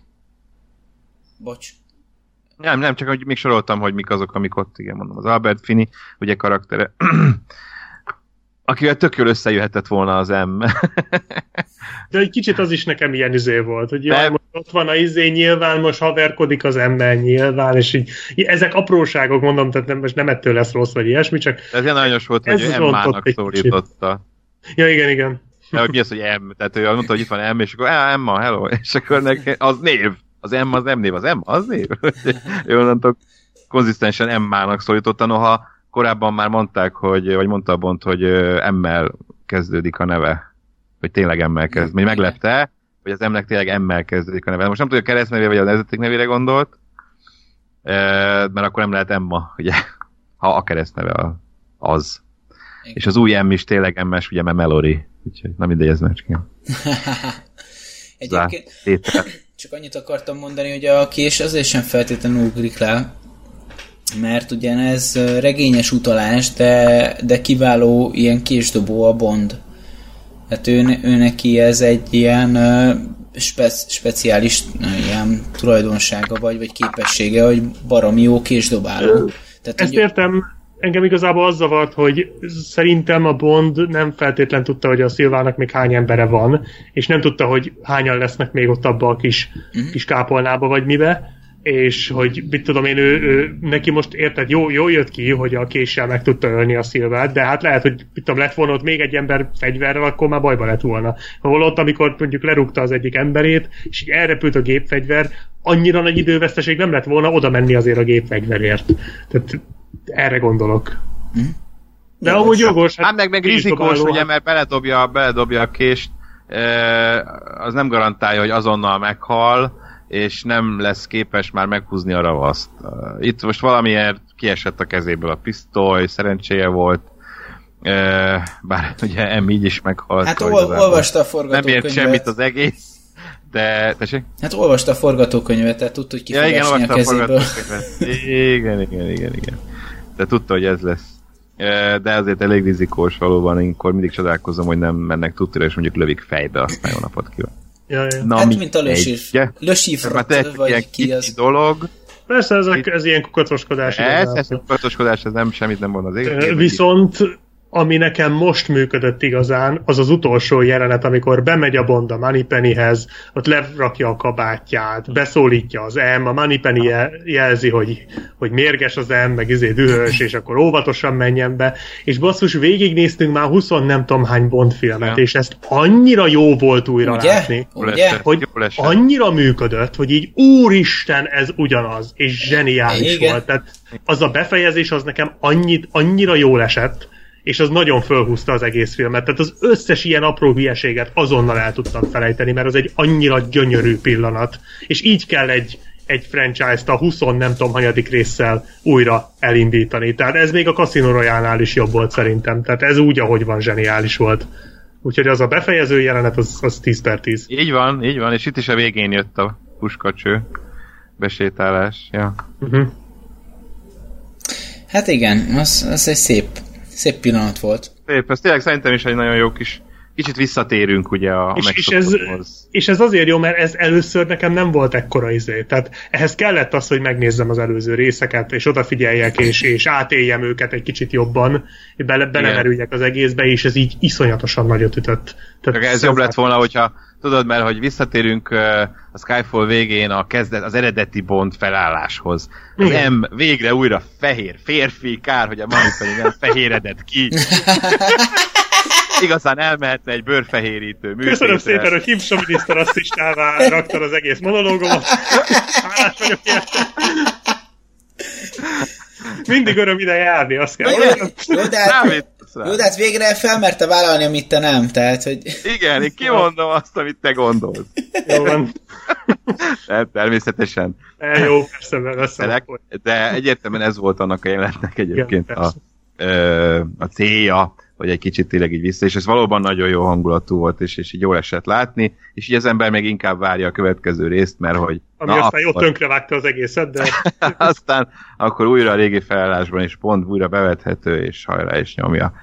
Bocs.
Nem, nem, csak hogy még soroltam, hogy mik azok, amik ott, igen, mondom. Az Albert Finney, ugye karaktere, akivel tök jól összejöhetett volna az M.
De egy kicsit az is nekem ilyen izé volt, hogy jaj, most ott van a izé, nyilván most haverkodik az ember nyilván, és így, ezek apróságok, mondom, tehát nem, most nem ettől lesz rossz, vagy ilyesmi, csak...
Ez ilyen aranyos volt, hogy Emmának szólította.
Ja, igen, igen.
De hogy mi az, hogy M? Tehát ő mondta, hogy itt van M, és akkor ah, Emma, hello, és akkor neki, az név. Az M az nem név, az M az név. Ő onnantól konzisztensen Emmának szólította, noha korábban már mondták, hogy, vagy mondta a Bond, hogy M-mel kezdődik a neve. Hogy tényleg M-mel kezd. Még meglepte, hogy az M-nek tényleg M-mel kezdődik a neve. Most nem tudja, a keresztnevé vagy a nevezeték nevére gondolt, mert akkor nem lehet Emma, ugye, ha a keresztneve az. Igen. És az új M is tényleg M-es, ugye, mert Mallory. Úgyhogy nem mindegy, ez mecskén.
Egyébként csak annyit akartam mondani, hogy a kés azért sem feltétlenül ugrik le, mert ugyan ez regényes utalás, de, de kiváló ilyen késdobó a Bond. Hát ő, ő neki ez egy ilyen spec, speciális ilyen tulajdonsága vagy, vagy képessége, hogy baromi jó késdobáló. Tehát,
ezt
ugye...
értem, engem igazából az zavart, hogy szerintem a Bond nem feltétlen tudta, hogy a Szilvának még hány embere van, és nem tudta, hogy hányan lesznek még ott abba a kis, uh-huh. kis kápolnába, vagy mibe, és hogy mit tudom én, ő, ő, neki most érted, jó, jó jött ki, hogy a késsel meg tudta ölni a Szilvát, de hát lehet, hogy mit tudom, lett volna ott még egy ember fegyverrel, akkor már bajba lett volna. Holott, amikor mondjuk lerúgta az egyik emberét, és így elrepült a gépfegyver, annyira nagy időveszteség nem lett volna oda menni azért a gépfegyverért. Tehát erre gondolok. Hm? De jogos, amúgy jogos.
Hát, hát meg, meg rizikós, ugye, mert beledobja, beledobja a kést, az nem garantálja, hogy azonnal meghal, és nem lesz képes már meghúzni a ravaszt. Itt most valamiért kiesett a kezéből a pisztoly, szerencséje volt, bár ugye em így is meghalt.
Hát ol- olvasta a forgatókönyvet.
Nem ért semmit az egész, de... Tessék?
Hát olvasta a forgatókönyvet, tehát tudta, hogy ki fog esni a kezéből.
Igen, igen, igen, igen. De tudta, hogy ez lesz. De azért elég rizikós valóban, amikor mindig csodálkozom, hogy nem mennek tudtira, és mondjuk lövik fejbe, aztán jó napot kíván.
Ja, ja.
Na, hát mint a lösifrott, vagy ki az.
Dolog.
Persze, ezek, ez ilyen kukacoskodás.
Ez, ez kukacoskodás, ez nem semmit nem van az ég.
Viszont ami nekem most működött igazán, az az utolsó jelenet, amikor bemegy a Bond a Moneypennyhez, ott lerakja a kabátját, beszólítja az M, a Moneypenny jelzi, hogy, hogy mérges az M, meg izé dühös, és akkor óvatosan menjen be, és basszus, végignéztünk már húsz nem tudom hány Bond filmet, ja. És ezt annyira jó volt újra
ugye?
látni,
ugye?
hogy annyira működött, hogy így úristen, ez ugyanaz, és zseniális igen. volt. Tehát az a befejezés, az nekem annyit, annyira jól esett, és az nagyon fölhúzta az egész filmet. Tehát az összes ilyen apró hülyeséget azonnal el tudtam felejteni, mert az egy annyira gyönyörű pillanat. És így kell egy, egy franchise-t a húsz nem tudom hanyadik résszel újra elindítani. Tehát ez még a Casino Royale-nál is jobb volt szerintem. Tehát ez úgy, ahogy van, zseniális volt. Úgyhogy az a befejező jelenet, az, az tíz per tíz.
Így van, így van, és itt is a végén jött a puskacső besétálás. Ja. Uh-huh.
Hát igen, az, az egy szép Szép pillanat volt.
Szép, ez tényleg szerintem is egy nagyon jó kis... Kicsit visszatérünk ugye a
és, és, ez, és ez azért jó, mert ez először nekem nem volt ekkora izé. Tehát ehhez kellett az, hogy megnézzem az előző részeket, és odafigyeljek, és, és átéljem őket egy kicsit jobban, bele, belemerüljek az egészbe, és ez így iszonyatosan nagyot ütött. Tehát
ez jobb lett volna, hogyha tudod, mert hogy visszatérünk a Skyfall végén a kezdet, az eredeti Bond felálláshoz. Az igen. M végre újra fehér férfi, kár, hogy a Moneypenny nem fehéredett ki. Igazán elmehetne egy bőrfehérítő műtétre.
Köszönöm szépen, hogy himsominiszter asszistává raktad az egész monológomat. Hálás vagyok érte. Mindig öröm ide járni, azt kell.
Jó, jó, de hát, jó, de hát végre felmerte vállalni, amit te nem, tehát, hogy...
Igen, én kimondom azt, amit te gondolsz.
Jó van.
De, természetesen.
E, jó, persze, veszem.
De egyértelműen ez volt annak a jelenetnek egyébként igen, a, a célja, hogy egy kicsit tényleg így vissza, és ez valóban nagyon jó hangulatú volt, és, és így jól esett látni, és így az ember még inkább várja a következő részt, mert hogy...
Ami na, aztán akkor... jó tönkrevágta az egészet, de...
aztán akkor újra a régi felállásban, és pont újra bevethető, és hajrá is nyomja.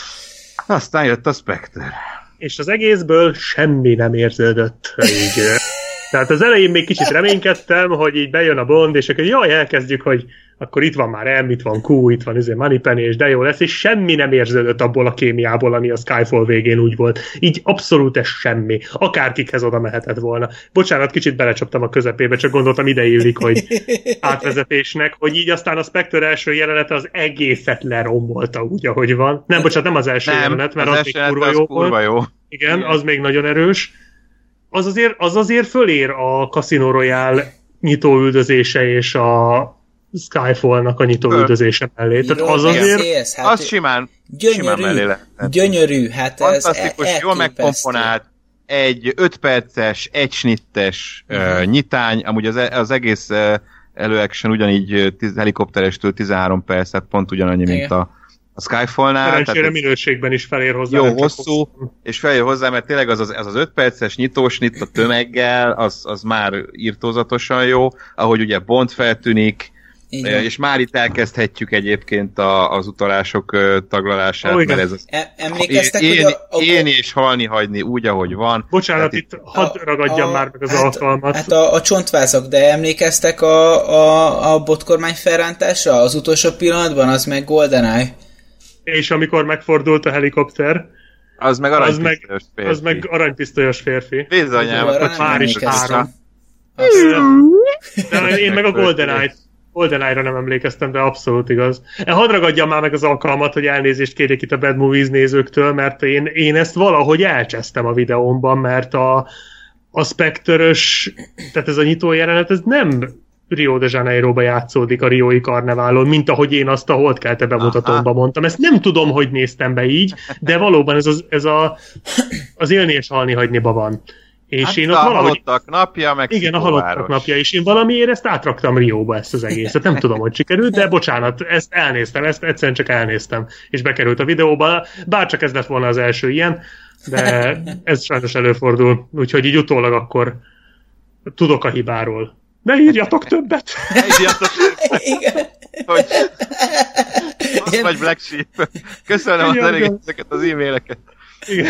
Aztán jött a Spectre.
És az egészből semmi nem érződött így. Tehát az elején még kicsit reménykedtem, hogy így bejön a Bond, és akkor jaj, elkezdjük, hogy akkor itt van már M, itt van Q, itt van izé Moneypenny, és de jó lesz, és semmi nem érződött abból a kémiából, ami a Skyfall végén úgy volt. Így abszolút ez semmi. Akárkikhez oda mehetett volna. Bocsánat, kicsit belecsaptam a közepébe, csak gondoltam ide illik, hogy átvezetésnek, hogy így aztán a Spectre első jelenete az egészet lerombolta úgy, ahogy van. Nem, bocsánat, nem az első nem, jelenet, mert az, az még kurva jó
kurva jó.
Igen, igen, az még nagyon erős. Az azért, az azért fölér a Casino Royale nyitóüldözése és a Skyfall-nak a nyitóüldözése mellé.
Tehát
jó, az azért...
Szélsz, hát az simán,
gyönyörű,
simán mellé lehet.
Gyönyörű, hát ez
fantasztikus, jól megkomponált, egy öt perces, egy snittes uh, uh, nyitány, amúgy az, az egész uh, előaction ugyanígy tiz, helikopterestől tizenhárom perc, tehát pont ugyanannyi, igen, mint a a Skyfall-nál.
Szerencsére minőségben is felér hozzá.
Jó, hosszú, és felér hozzá, mert tényleg az az, az, az öt perces nyitós-nyit a tömeggel, az, az már írtózatosan jó, ahogy ugye Bond feltűnik, igen, és már itt elkezdhetjük egyébként a, az utalások taglalását, oh, mert ez az...
E- emlékeztek,
élni,
hogy a, a...
élni és halni hagyni úgy, ahogy van.
Bocsánat, itt hadd ragadjam a, már meg az hát, alkalmat.
Hát a, a csontvázak, de emlékeztek a, a, a botkormány felrántásra az utolsó pillanatban, az meg GoldenEye.
És amikor megfordult a helikopter,
az meg aranypisztolyos férfi.
Az meg aranypisztolyos férfi.
Bizonyám,
akkor már is három. De én meg a GoldenEye GoldenEye-ra nem emlékeztem, de abszolút igaz. Hadd ragadjam már meg az alkalmat, hogy elnézést kérjek itt a Bad Movies nézőktől, mert én, én ezt valahogy elcsesztem a videómban, mert a, a Spectre-ös, tehát ez a nyitó jelenet, ez nem Rio de Janeiroba játszódik a Riói karneválon, mint ahogy én azt a Holdkelte bemutatómban mondtam. Ezt nem tudom, hogy néztem be így, de valóban ez, az, ez a, az élni és halni hagyniba van. És
hát
én ott
a
valahogy...
halottak napja, meg
Igen, a halottak napja, és én valamiért ezt átraktam Rióba, ezt az egészet. Nem tudom, hogy sikerült, de bocsánat, ezt elnéztem, ezt egyszerűen csak elnéztem, és bekerült a videóba, bárcsak ez lett volna az első ilyen, de ez sajnos előfordul, úgyhogy így utólag akkor tudok a hibáról. Ne írjatok többet!
Ne írjatok többet!
Igen.
Hogy... Az vagy Black Sheep. Köszönöm az elég ezeket az e-maileket.
Igen.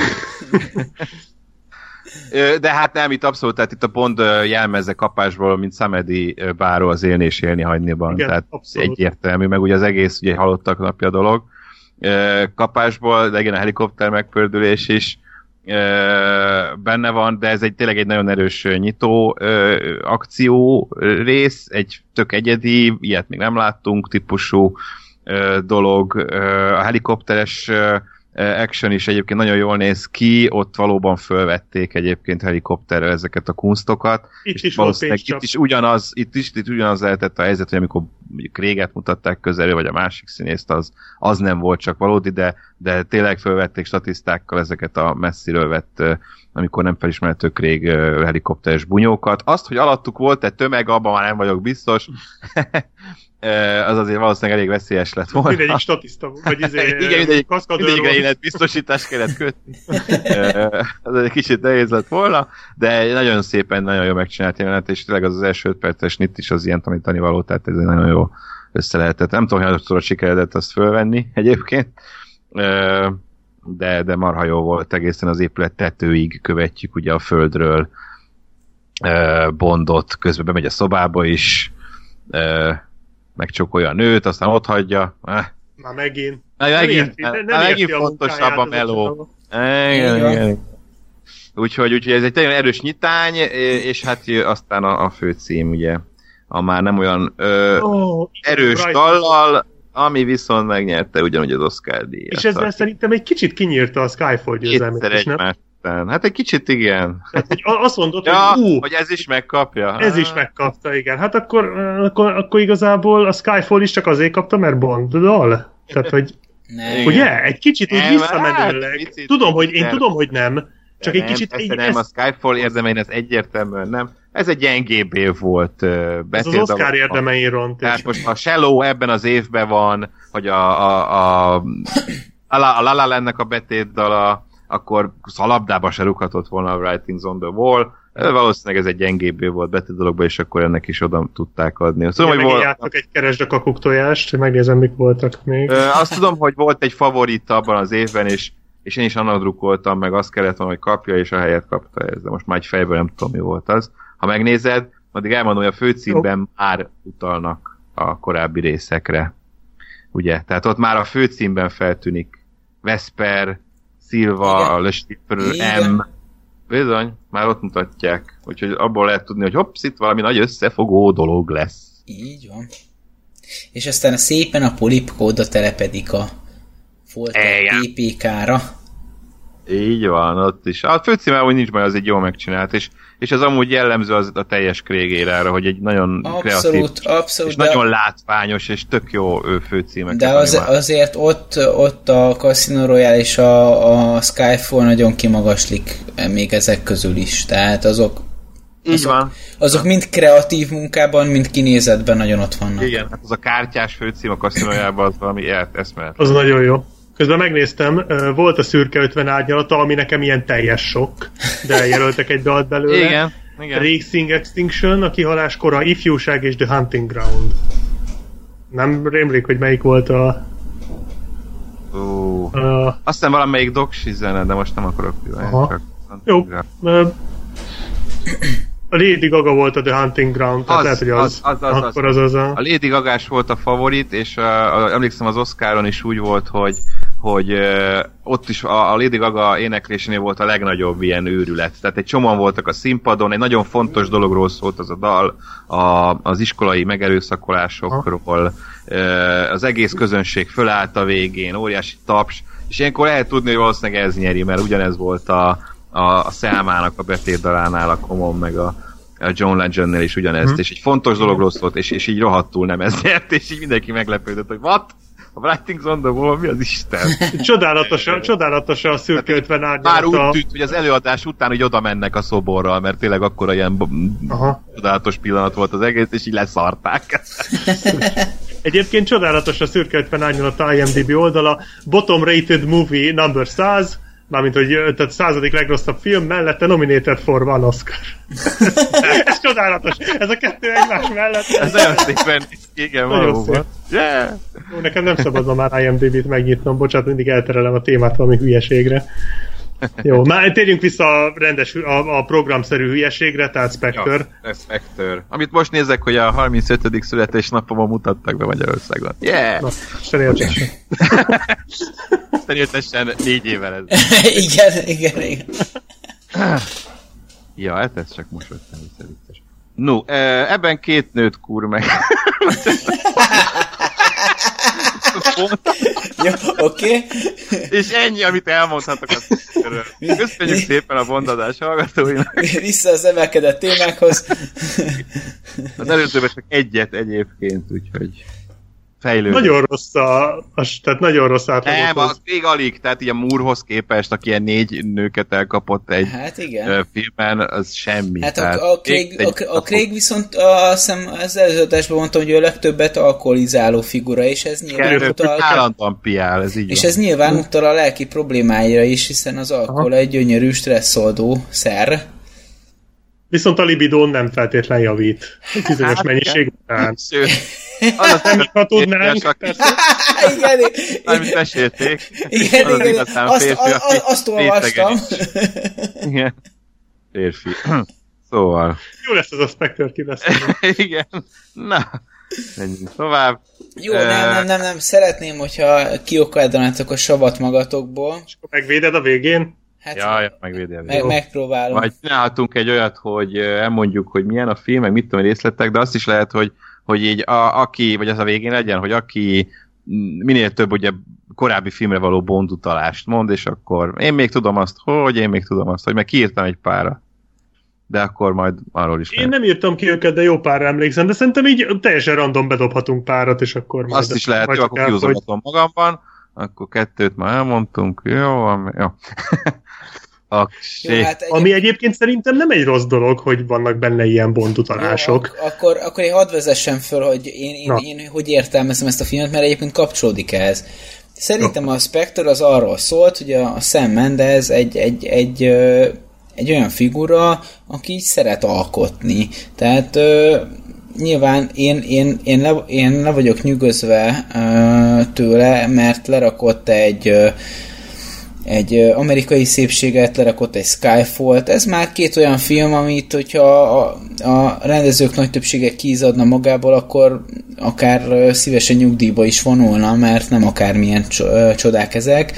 De hát nem, itt abszolút, tehát itt a Bond jelmezze kapásból, mint Samedi báró az élni és élni hagyniban. Igen, tehát abszolút. Egyértelmű, meg ugye az egész ugye halottak napja dolog kapásból, de igen, a helikopter megpördülés is benne van, de ez egy tényleg egy nagyon erős nyitó akció rész, egy tök egyedi, ilyet még nem láttunk, típusú dolog. A helikopteres action is egyébként nagyon jól néz ki, ott valóban fölvették egyébként helikopterrel ezeket a kunstokat.
Itt
és
is
valószínűleg itt is ugyanaz, itt is itt ugyanaz lehetett a helyzet, hogy amikor Craig-et mutatták közelről, vagy a másik színészt, az, az nem volt csak valódi, de, de tényleg fölvették statisztákkal ezeket a messziről vett, amikor nem felismerhető Craig helikopteres bunyókat. Azt, hogy alattuk volt egy tömeg, abban már nem vagyok biztos. Az azért valószínűleg elég veszélyes lett volna.
Mindegyik statiszta, vagy izé,
igen, mindegyik, mindegyikre életbiztosítást kellett kötni. Az egy kicsit nehéz lett volna, de nagyon szépen, nagyon jól megcsinált jelenet, és tényleg az az első öt perces nit is az ilyen tanítani való, tehát ez nagyon jó össze lehetett. Nem tudom, hogy hányszor sikeredett azt fölvenni egyébként, de, de marha jó volt, egészen az épület tetőig követjük ugye a földről Bondot, közben bemegy a szobába is, megcsókolja a nőt, aztán ott hagyja. Eh.
Már megint.
Na, megint, nem érti, nem megint érti fontosabb a meló. Igen, igen. Úgyhogy, úgyhogy ez egy nagyon erős nyitány, és hát aztán a, a főcím, ugye, a már nem olyan ö, oh, erős right. dallal, ami viszont megnyerte ugyanúgy az Oscar díjat.
És ezzel szerintem egy kicsit kinyírta a Skyfall győzelmét is, nem?
Hát egy kicsit igen.
Tehát, hogy azt mondod,
ja,
hogy ú,
hogy ez is megkapja.
Ez is megkapta, igen. Hát akkor, akkor, akkor igazából a Skyfall is csak azért kapta, mert Bond-dal. Tehát, hogy
nem.
Ugye? Egy kicsit úgy visszamenőleg. Hát, tudom, hogy én tudom, hogy nem. Csak egy kicsit így...
Nem, ez... a Skyfall érdemein ez egyértelműen nem. Ez egy gyengébb év volt.
Ez az Oscar érdemein ront.
Tehát most a Shallow ebben az évben van, hogy a a, a, a, a La La Landnek a betétdala, akkor a labdába se rúghatott volna a Writings on the Wall. Valószínűleg ez egy gyengébb év volt betét dologba, és akkor ennek is oda tudták adni. Azt tudom,
hogy volt... jártak egy keresd a kakuk tojást, hogy megnézem, mik voltak még.
Ö, azt tudom, hogy volt egy favorit abban az évben, és, és én is annak drukkoltam, meg azt kellett volna, hogy kapja, és a helyet kapta ez. De most már egy fejből nem tudom, mi volt az. Ha megnézed, addig elmondom, hogy a főcímben Jó. már utalnak a korábbi részekre. Ugye? Tehát ott már a főcímben feltűnik Vesper, Silva, a Le Chiffre, M. Bizony, már ott mutatják. Úgyhogy abból lehet tudni, hogy hopsz, itt valami nagy összefogó dolog lesz.
Így van. És aztán szépen a polipka oda telepedik a Folter té pé ká-ra.
Így van, ott is. A főcímmel, hogy nincs baj, az egy jól megcsinált, és, és az amúgy jellemző az a teljes Craig érára, hogy egy nagyon
abszolút,
kreatív,
abszolút,
és nagyon látványos, és tök jó főcímek.
De az, azért ott, ott a Casino Royale és a, a Skyfall nagyon kimagaslik még ezek közül is, tehát azok
így
azok,
van.
Azok mind kreatív munkában, mind kinézetben nagyon ott vannak.
Igen, hát az a kártyás főcím a Casino Royale-ban az valami eszmélet.
Az nagyon jó. Közben megnéztem, volt a Szürke ötven árnyalata, ami nekem ilyen teljes sok, de jelöltek egy dalt belőle.
Igen, igen.
Racing Extinction, a kihalás kora, Ifjúság és The Hunting Ground. Nem rémlik, hogy melyik volt a...
Uh, a... Azt hiszem valamelyik doksi zene, de most nem akarok
csak jó. A Lady Gaga volt a The Hunting Ground, tehát az, lehet, hogy az.
az, az, az,
akkor az, az, az a...
a Lady Gagás volt a favorit, és uh, emlékszem az Oscaron is úgy volt, hogy hogy uh, ott is a, a Lady Gaga éneklésénél volt a legnagyobb ilyen őrület. Tehát egy csomóan voltak a színpadon, egy nagyon fontos dologról szólt az a dal, a, az iskolai megerőszakolásokról, uh, az egész közönség fölállt a végén, óriási taps, és ilyenkor lehet tudni, hogy valószínűleg ez nyeri, mert ugyanez volt a, a, a Selmának a betétdalánál, a Common, meg a, a John Legendnél is ugyanezt, hmm. és egy fontos dologról szólt, és, és így rohadtul nem ez nyert, és így mindenki meglepődött, hogy what? A Writings on the Wall, mi az Isten?
Csodálatos, csodálatos a szürke ötven árnyalata.
Már úgy tűnt, hogy az előadás után, hogy oda mennek a szoborral, mert tényleg akkora ilyen Aha. csodálatos pillanat volt az egész, és így leszarták.
Egyébként csodálatos a szürke ötven árnyalata I M D B oldala. Bottom rated movie number száz, mármint, hogy tehát századik legrosszabb film, mellette nominated for one Oscar. Ez csodálatos. Ez a kettő egymás mellett.
Ez nagyon szépen, igen, valóban. Yeah.
Ó, nekem nem szabadna már I M D B-t megnyitnom, bocsánat, mindig elterelem a témát valami hülyeségre. Jó, már térjünk vissza a rendes, a, a programszerű hülyeségre, tehát Spectre.
Ja, Spectre. Amit most nézek, hogy a harmincötödik születésnapomon mutattak be Magyarországon. Yeah!
Na, szerintem.
Szerintem négy évvel ez.
igen, igen, igen.
Ja, hát ez csak most vettem vissza vicces. No, ebben két nőt kur meg.
Jó, oké. Okay.
És ennyi, amit elmondhatok a Spectre-ről. Köszönjük szépen a bondadás hallgatóinak.
Vissza az emelkedett témákhoz.
Az előzőben csak egyet egyébként, úgyhogy fejlődő.
Nagyon rossz a, a tehát nagyon rossz átlagot.
Nem, az még alig, tehát ilyen Moore-hoz képest, aki ilyen négy nőket elkapott egy
hát igen.
filmen, az semmi.
Hát a, a, Craig, a, a Craig viszont azt hiszem az előző adásban mondtam, hogy ő a legtöbbet alkoholizáló figura, és ez nyilván
Kerül, utal... Állandóan piál, ez így
És
van.
ez nyilván utal a lelki problémáira is, hiszen az alkohol Aha. egy gyönyörű stresszoldó szer. Viszont
a libidón nem feltétlen javít. Egy bizonyos hát, mennyiség után.
Sőt, az nem,
ha tudnánk.
Igen,
amit mesélték.
Igen, az igen, az azt, férfi, azt, azt olvastam.
Igen. Férfi. Szóval.
Jó lesz ez a Spectre kibeszélni.
Igen. Na, menjünk tovább.
Jó, uh, nem, nem, nem, nem. Szeretném, hogyha kiokádolnátok a savat magatokból.
És akkor megvéded a végén?
Hát,
Jaj, megvédi
meg, megpróbálom.
Vagy csinálhatunk egy olyat, hogy elmondjuk, hogy milyen a film, meg mit tudom, részletek, de azt is lehet, hogy, hogy így a, aki, vagy az a végén legyen, hogy aki minél több ugye korábbi filmre való Bond utalást mond, és akkor én még tudom azt, hogy én még tudom azt, hogy meg kiírtam egy pára. De akkor majd arról is
Én lehet. Nem írtam ki őket, de jó párra emlékszem, de szerintem így teljesen random bedobhatunk párat, és akkor majd...
Azt is lehet, jó, akkor kiúzom magamban, akkor kettőt már elmondtunk, jó, jó.
Jó, hát egy... Ami egyébként szerintem nem egy rossz dolog, hogy vannak benne ilyen bondutalások.
Jó, ak- akkor, akkor én hadd vezessem föl, hogy én, én, én, én hogy értelmezem ezt a filmet, mert egyébként kapcsolódik ehhez. Szerintem a Spectre az arról szólt, hogy a Sam Mendes egy, egy, egy, egy olyan figura, aki így szeret alkotni. Tehát nyilván én, én, én, le, én le vagyok nyűgözve tőle, mert lerakott egy egy amerikai szépséget, lerakott egy Skyfall-t. Ez már két olyan film, amit hogyha a, a rendezők nagy többsége kiizadna magából, akkor akár szívesen nyugdíjba is vonulna, mert nem akármilyen csodák ezek.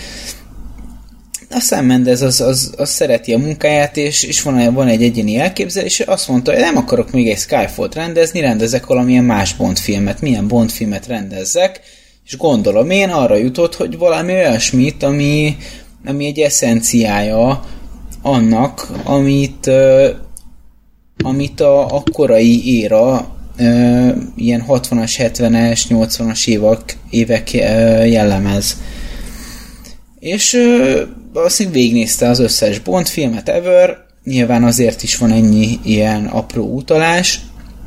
A Sam Mendes az, az, az szereti a munkáját, és, és van, van egy egyéni elképzelés, és azt mondta, hogy nem akarok még egy Skyfall-t rendezni, rendezek valamilyen más Bond filmet. Milyen Bond filmet rendezzek? És gondolom én arra jutott, hogy valami olyasmit, ami ami egy eszenciája annak, amit, uh, amit a, a korai éra uh, ilyen hatvanas, hetvenes, nyolcvanas évek, évek uh, jellemez. És uh, valószínűleg végignézte az összes Bond filmet ever, nyilván azért is van ennyi ilyen apró utalás,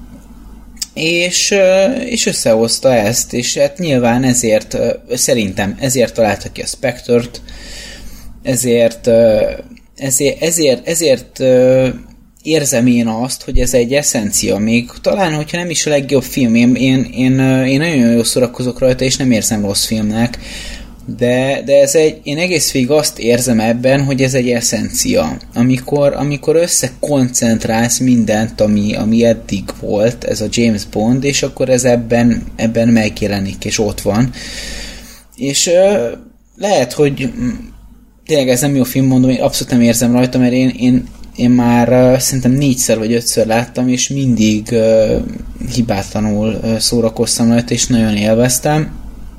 és, uh, és összehozta ezt, és hát nyilván ezért, uh, szerintem ezért találta ki a Spectre-t, Ezért, ezért, ezért, ezért érzem én azt, hogy ez egy eszencia. Még talán, hogyha nem is a legjobb film, én, én, én, én nagyon jól szórakozok rajta, és nem érzem rossz filmnek, de, de ez egy, én egész végig azt érzem ebben, hogy ez egy eszencia. Amikor, amikor összekoncentrálsz mindent, ami, ami eddig volt, ez a James Bond, és akkor ez ebben, ebben megjelenik, és ott van. És lehet, hogy tényleg ez nem jó film, mondom, én abszolút nem érzem rajta, mert én, én, én már uh, szerintem négyszer vagy ötször láttam, és mindig uh, hibátlanul uh, szórakoztam rajta, és nagyon élveztem.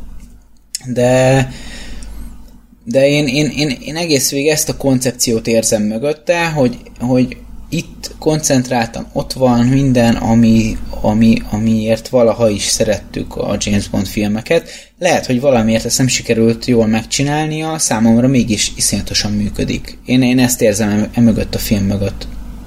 De de én, én, én, én egész végig ezt a koncepciót érzem mögötte, hogy, hogy itt koncentráltan ott van minden, ami, ami, amiért valaha is szerettük a James Bond filmeket. Lehet, hogy valamiért ezt nem sikerült jól megcsinálnia, számomra mégis iszonyatosan működik. Én, én ezt érzem emögött a film mögött.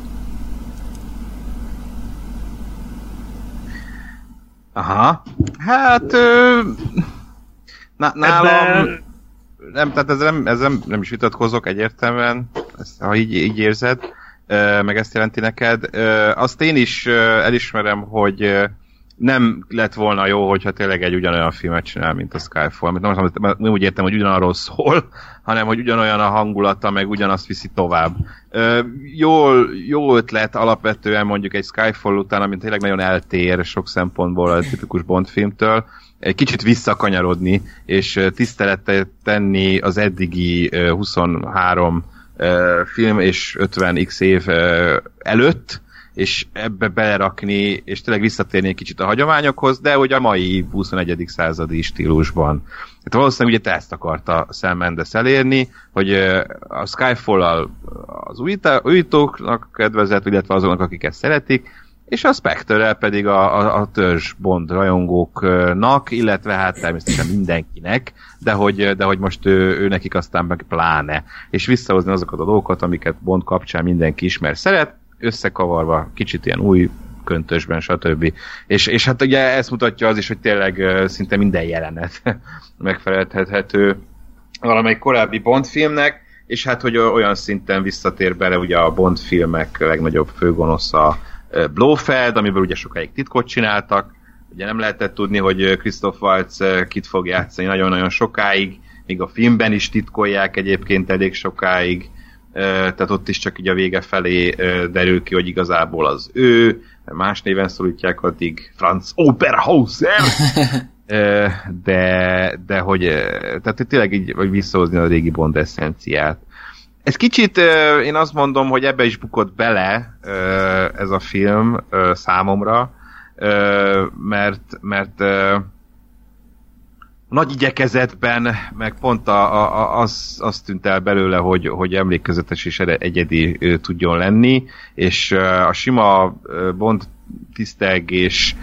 Aha. Hát ö, na, nálam
Ebben...
nem, tehát ezzel nem, ezzel nem, nem is vitatkozok egyértelműen, ezt, ha így, így érzed, ö, meg ezt jelenti neked. Ö, azt én is ö, elismerem, hogy ö, nem lett volna jó, hogyha tényleg egy ugyanolyan filmet csinál, mint a Skyfall. Nem, nem úgy értem, hogy ugyanarról szól, hanem hogy ugyanolyan a hangulata, meg ugyanazt viszi tovább. Ö, jól, jó ötlet alapvetően mondjuk egy Skyfall után, amit tényleg nagyon eltér sok szempontból a tipikus Bond filmtől, egy kicsit visszakanyarodni, és tisztelettel tenni az eddigi huszonhárom film és ötven x év előtt, és ebbe belerakni, és tényleg visszatérni egy kicsit a hagyományokhoz, de hogy a mai huszonegyedik századi stílusban. Hát valószínűleg ugye te ezt akarta Sam Mendes elérni, hogy a Skyfall-al az újítóknak kedvezett, illetve azoknak, akik ezt szeretik, és a Spectre-rel pedig a, a, a törzs Bond rajongóknak, illetve hát természetesen mindenkinek, de hogy, de hogy most ő, ő nekik aztán meg pláne. És visszahozni azokat a dolgokat, amiket Bond kapcsán mindenki ismer, szeret, összekavarva, kicsit ilyen új köntösben, stb. És, és hát ugye ezt mutatja az is, hogy tényleg szinte minden jelenet megfeleltethető valamelyik korábbi Bond filmnek, és hát hogy olyan szinten visszatér bele ugye a Bond filmek legnagyobb főgonosza Blofeld, amiből ugye sokáig titkot csináltak. Ugye nem lehetett tudni, hogy Christoph Waltz kit fog játszani nagyon-nagyon sokáig, míg a filmben is titkolják egyébként elég sokáig, tehát ott is csak így a vége felé derül ki, hogy igazából az ő, más néven szólítják addig Franz Oberhauser, de, de hogy tehát tényleg így hogy visszahozni a régi Bond eszenciát. Ez kicsit, én azt mondom, hogy ebbe is bukott bele ez a film számomra, mert, mert nagy igyekezetben, meg pont a, a, az, az tűnt el belőle, hogy, hogy emlékezetes és egyedi tudjon lenni, és a sima Bond tisztelgés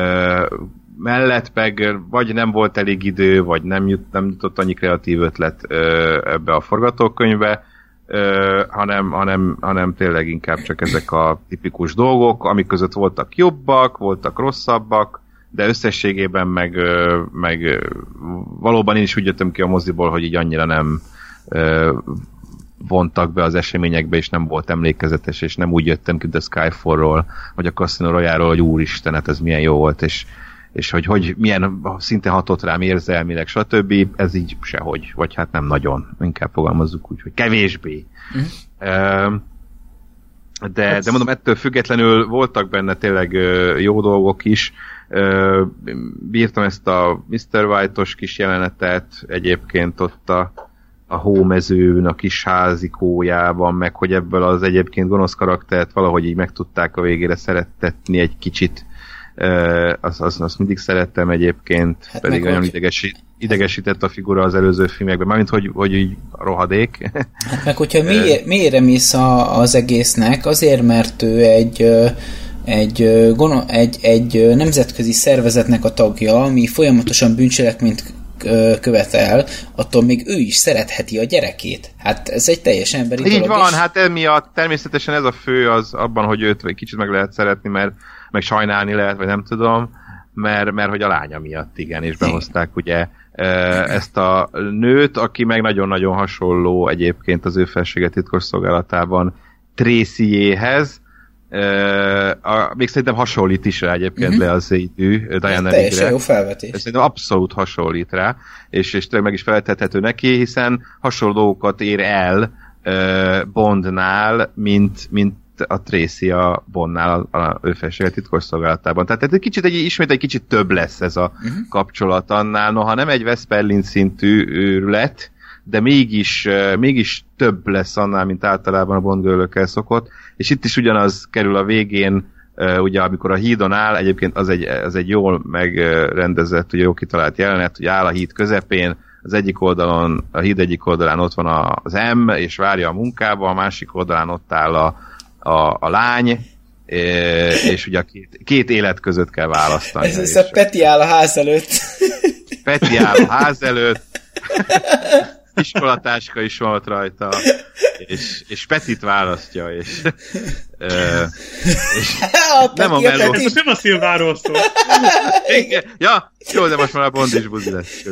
mellett meg vagy nem volt elég idő, vagy nem, jut, nem jutott annyi kreatív ötlet ebbe a forgatókönyvbe, Uh, hanem, hanem, hanem tényleg inkább csak ezek a tipikus dolgok, amik között voltak jobbak, voltak rosszabbak, de összességében meg, meg valóban én is úgy jöttem ki a moziból, hogy így annyira nem uh, vontak be az eseményekbe, és nem volt emlékezetes, és nem úgy jöttem ki, de Skyfallról, vagy a Casino Royale-ról, hogy úristen, hát ez milyen jó volt, és és hogy, hogy milyen szinten hatott rám érzelmileg, stb. Ez így sehogy, vagy hát nem nagyon, inkább fogalmazzuk úgy, hogy kevésbé. Mm. De, de mondom, ettől függetlenül voltak benne tényleg jó dolgok is. Bírtam ezt a miszter White-os kis jelenetet, egyébként ott a, a hómezőn, a kis házikójában, meg hogy ebből az egyébként gonosz karaktert valahogy így meg tudták a végére szerettetni egy kicsit. Uh, azt, azt, azt mindig szerettem egyébként, hát pedig nagyon hogy... idegesít, idegesített a figura az előző filmekben, mármint hogy, hogy így rohadék.
Hát meg hogyha mély, mélyre mész a, az egésznek, azért mert ő egy, egy, egy, egy nemzetközi szervezetnek a tagja, ami folyamatosan bűncselekményt követel, attól még ő is szeretheti a gyerekét. Hát ez egy teljesen emberi
így
dolog.
Így van,
is.
Hát emiatt természetesen ez a fő az abban, hogy őt egy kicsit meg lehet szeretni, mert meg sajnálni lehet, vagy nem tudom, mert, mert hogy a lánya miatt, igen, és behozták ugye ezt a nőt, aki meg nagyon-nagyon hasonló egyébként az ő felsége titkosszolgálatában Tracyjéhez, a, még szerintem hasonlít is rá egyébként uh-huh. le az idő Diana Rigre.
Teljesen jó felvetés.
Szerintem abszolút hasonlít rá, és, és tényleg meg is feltethető neki, hiszen hasonló dolgokat ér el Bondnál, mint, mint a Tracy a Bondnál a, a ő felsége titkosszolgálatában. Tehát egy kicsit egy, ismét egy kicsit több lesz ez a uh-huh. kapcsolat annál, noha nem egy West Berlin szintű őrület, de mégis, mégis több lesz annál, mint általában a Bond girl-ökkel szokott, és itt is ugyanaz kerül a végén, ugye amikor a hídon áll, egyébként az egy, az egy jól megrendezett, ugye jó kitalált jelenet, hogy áll a híd közepén, az egyik oldalon, a híd egyik oldalán ott van az M, és várja a munkába, a másik oldalán ott áll a, a, a lány, és ugye a két, két élet között kell választani.
Ez, ez a Peti áll a ház előtt.
Peti áll a ház előtt, iskolatáska is volt rajta, és, és Petit választja, és, ö, és
a
nem a
Peti,
meló.
Ez most nem a Szilváról szól.
Ja, jó, de most már a Bond is buzi lesz.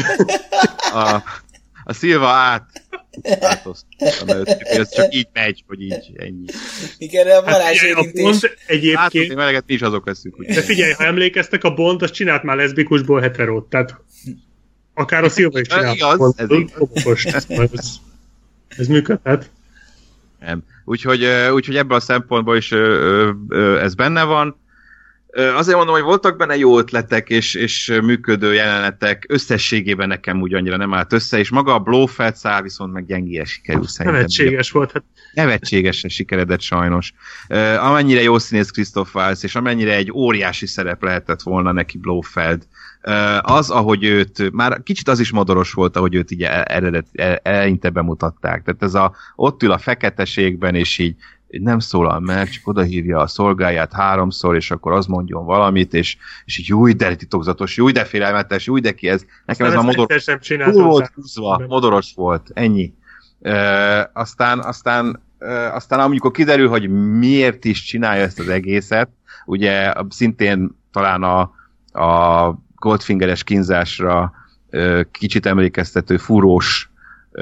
A, a Szilva át átosztottam őt, ez csak így megy, hogy így, ennyi.
Igen, a
Hát,
varázsérintés.
a Bond
Látott,
egyébként...
hogy meleget mi is azok leszünk. Úgy.
De figyelj, ha emlékeztek, a Bond az csinált már leszbikusból heterót, tehát akár a Szilva is csinált.
Igaz, ez igaz.
Ez, ez működhet.
Nem. Úgyhogy, úgyhogy ebből a szempontból is ö, ö, ez benne van. Azért mondom, hogy voltak benne jó ötletek és, és működő jelenetek, összességében nekem úgy annyira nem állt össze, és maga a Blofeld szál viszont meg gyengére sikerül szerintem.
Nevetséges volt. Hát.
Nevetségesen sikeredett sajnos. Uh, amennyire jó színész Christoph Waltz, és amennyire egy óriási szerep lehetett volna neki Blofeld, uh, az, ahogy őt, már kicsit az is modoros volt, ahogy őt így eredet, eleinte bemutatták. Tehát ez a, ott ül a feketeségben, és így nem szólal meg, csak odahívja a szolgáját háromszor, és akkor az mondjon valamit, és, és így új, de titokzatos, új, de félelmetes, új, de ki ez. Nekem ez a modoros túl volt húzva, modoros volt, ennyi. E, aztán, aztán, e, aztán amikor kiderül, hogy miért is csinálja ezt az egészet, ugye szintén talán a, a Goldfingeres kínzásra e, kicsit emlékeztető furós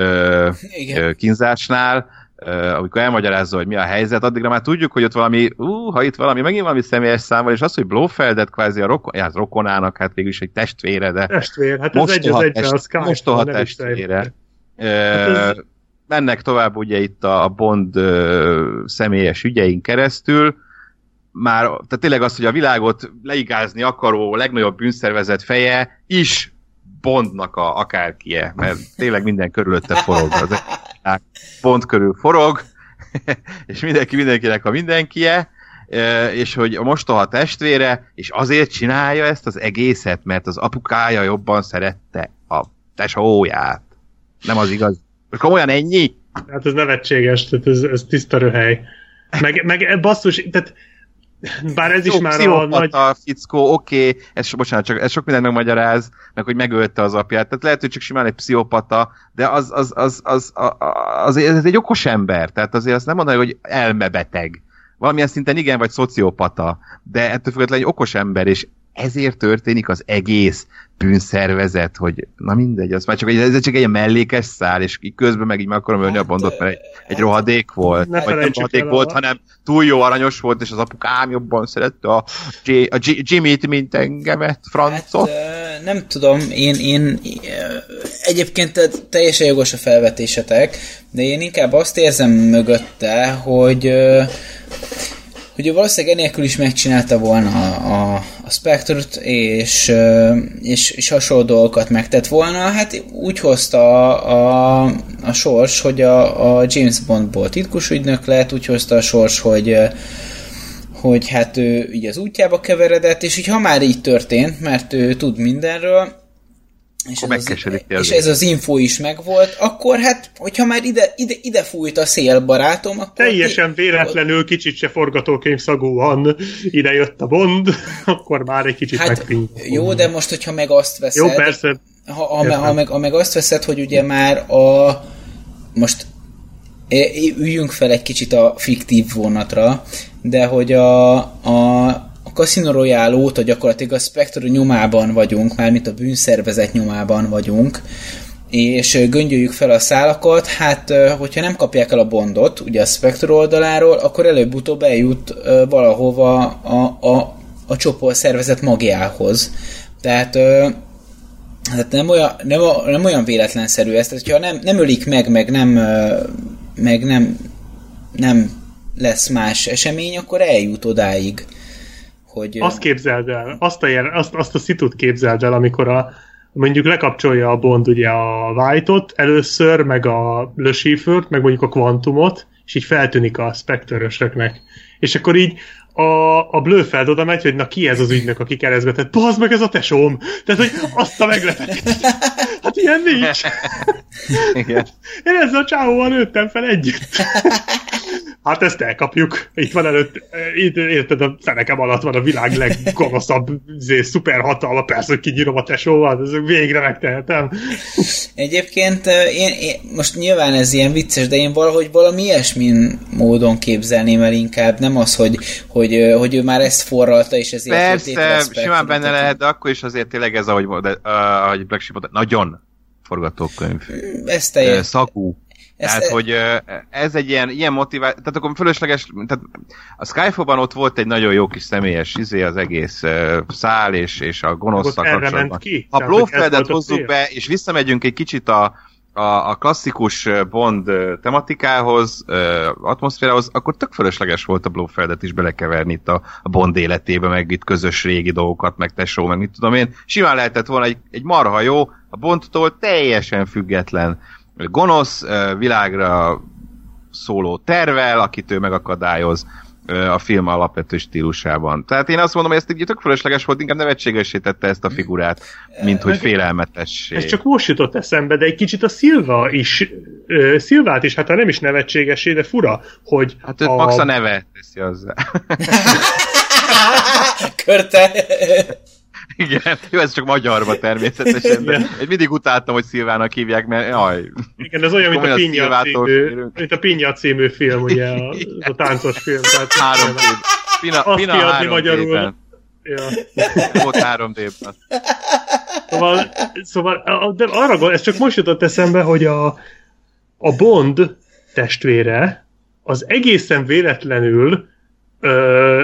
e, kínzásnál, Uh, amikor elmagyarázza, hogy mi a helyzet, addigra már tudjuk, hogy ott valami, uh, ha itt valami, megint valami személyes számmal, és az, hogy Blofeldet kvázi a rokon, ja, az rokonának, hát végül is egy testvére, de
testvér, hát ez egy az egyre, az Skype.
Mostoha testvére. Uh, hát ez... Mennek tovább ugye itt a Bond uh, személyes ügyein keresztül, már, tehát tényleg az, hogy a világot leigázni akaró legnagyobb bűnszervezet feje is Bondnak a akárkie, mert tényleg minden körülötte forog. Az Bond körül forog, és mindenki mindenkinek a mindenkie, és hogy a mostoha testvére, és azért csinálja ezt az egészet, mert az apukája jobban szerette a tesóját. Nem az igaz. Komolyan ennyi?
Hát ez nevetséges, tehát ez, ez tiszta röhely. Meg, meg basszus, tehát bár ez jó, is már a nagy...
a fickó, oké, okay, ez, bocsánat, csak ez sok mindent megmagyaráz, meg hogy megölte az apját, tehát lehet, hogy csak simán egy pszichopata, de az, az, az, az, az, az, az ez egy okos ember, tehát azért azt nem mondani, hogy elmebeteg. Valamilyen szinten igen, vagy szociopata, de ettől függetlenül egy okos ember, és ezért történik az egész bűnszervezet, hogy na mindegy, az már csak, ez csak egy mellékes szál, és közben meg így meg akarom ölni a Bondot, mert egy, egy rohadék volt, ne vagy nem rohadék volt, a... hanem túl jó aranyos volt, és az apukám jobban szerette a, G- a G- Jimmy-t, mint engemet, francot.
Hát, nem tudom, én, én egyébként teljesen jogos a felvetésetek, de én inkább azt érzem mögötte, hogy hogy ő valószínűleg enélkül is megcsinálta volna a, a, a Spectre-t, és, és, és hasonló dolgokat megtett volna. Hát úgy hozta a, a, a sors, hogy a, a James Bondból titkos ügynök lett, úgy hozta a sors, hogy, hogy hát ő így az útjába keveredett, és így ha már így történt, mert ő tud mindenről, és ez, az, és ez az info is megvolt, akkor hát, hogyha már ide, ide, ide fújt a szél, barátom, akkor...
Teljesen véletlenül, kicsit se forgatókönyv szagúan ide jött a Bond, akkor már egy kicsit hát, megpingt.
Jó, de most, hogyha meg azt veszed...
Jó, persze.
Ha, ha, ha, meg, ha meg azt veszed, hogy ugye már a... Most üljünk fel egy kicsit a fiktív vonatra, de hogy a... a a Casino Royale óta gyakorlatilag a Spectre nyomában vagyunk, mármint a bűnszervezet nyomában vagyunk, és göngyöljük fel a szálakat, hát hogyha nem kapják el a Bondot, ugye a Spectre oldaláról, akkor előbb-utóbb eljut valahova a, a, a csoport szervezet magjához. Tehát, tehát nem, olyan, nem, nem olyan véletlenszerű ez, tehát hogyha nem, nem ölik meg, meg nem, meg nem, nem lesz más esemény, akkor eljut odáig. Hogy,
azt képzeld el, azt a, jel, azt, azt a szitut képzeld el, amikor a, mondjuk lekapcsolja a Bond ugye a White-ot először, meg a Le Chiffre-t, meg mondjuk a Quantumot, és így feltűnik a Spectre-ösöknek. És akkor így a, a Blofeld oda megy, hogy na ki ez az ügynök, aki keresztbe tett, bazd meg ez a tesóm! Tehát, hogy azt a meglepetés. Hát ilyen nincs.
Igen.
Én ezzel a csávóval nőttem fel együtt. Hát ezt elkapjuk. Itt van előtt, itt, érted, a fenekem alatt van a világ leggonoszabb szuperhatalma, persze, hogy kinyírom a tesóval, ez végre megtehetem.
Egyébként én, én, most nyilván ez ilyen vicces, de én valahogy valami ilyesmin módon képzelném el inkább, nem az, hogy, hogy, hogy ő már ezt forralta, és ezért...
Persze, simán benne lehet, de akkor is azért tényleg ez, ahogy, de, uh, ahogy Black Sheep mondta, nagyon forgatókönyv.
Ez teljes...
Szagú. Tehát, ezt... hogy ez egy ilyen, ilyen motiváció, tehát akkor fölösleges, tehát a Skyfall-ban ott volt egy nagyon jó kis személyes izé, az egész uh, szál és, és a gonoszszal kapcsolatban. Ha Blofeldet hozzuk be, és visszamegyünk egy kicsit a, a, a klasszikus Bond tematikához, uh, atmoszférához, akkor tök fölösleges volt a Blofeldet is belekeverni itt a, a Bond életébe, meg itt közös régi dolgokat, meg tesó, meg mit tudom én. Simán lehetett volna egy, egy marha jó, a Bondtól teljesen független gonosz világra szóló tervel, akit ő megakadályoz a film alapvető stílusában. Tehát én azt mondom, hogy ezt így tök fölösleges volt, inkább nevetségesé tette ezt a figurát, mint hogy félelmetessé.
Ez csak most jutott eszembe, de egy kicsit a Silva is, uh, Silvát is, hát nem is nevetségesé, de fura, hogy...
Hát őt a... max a neve teszi hozzá.
Körte!
Igen, jó, ez csak magyarban természetesen, de én mindig utáltam, hogy Szilvának hívják, mert jaj.
Igen, ez olyan, mint a, Pinya című, mint a Pinya című film, ugye, a, a táncos film. Tehát
három D. Pina,
azt
Pina
kiadni
három
magyarul. Ja.
Volt három D-ben.
Szóval, szóval de arra, ez csak most jutott eszembe, hogy a, a Bond testvére az egészen véletlenül ö,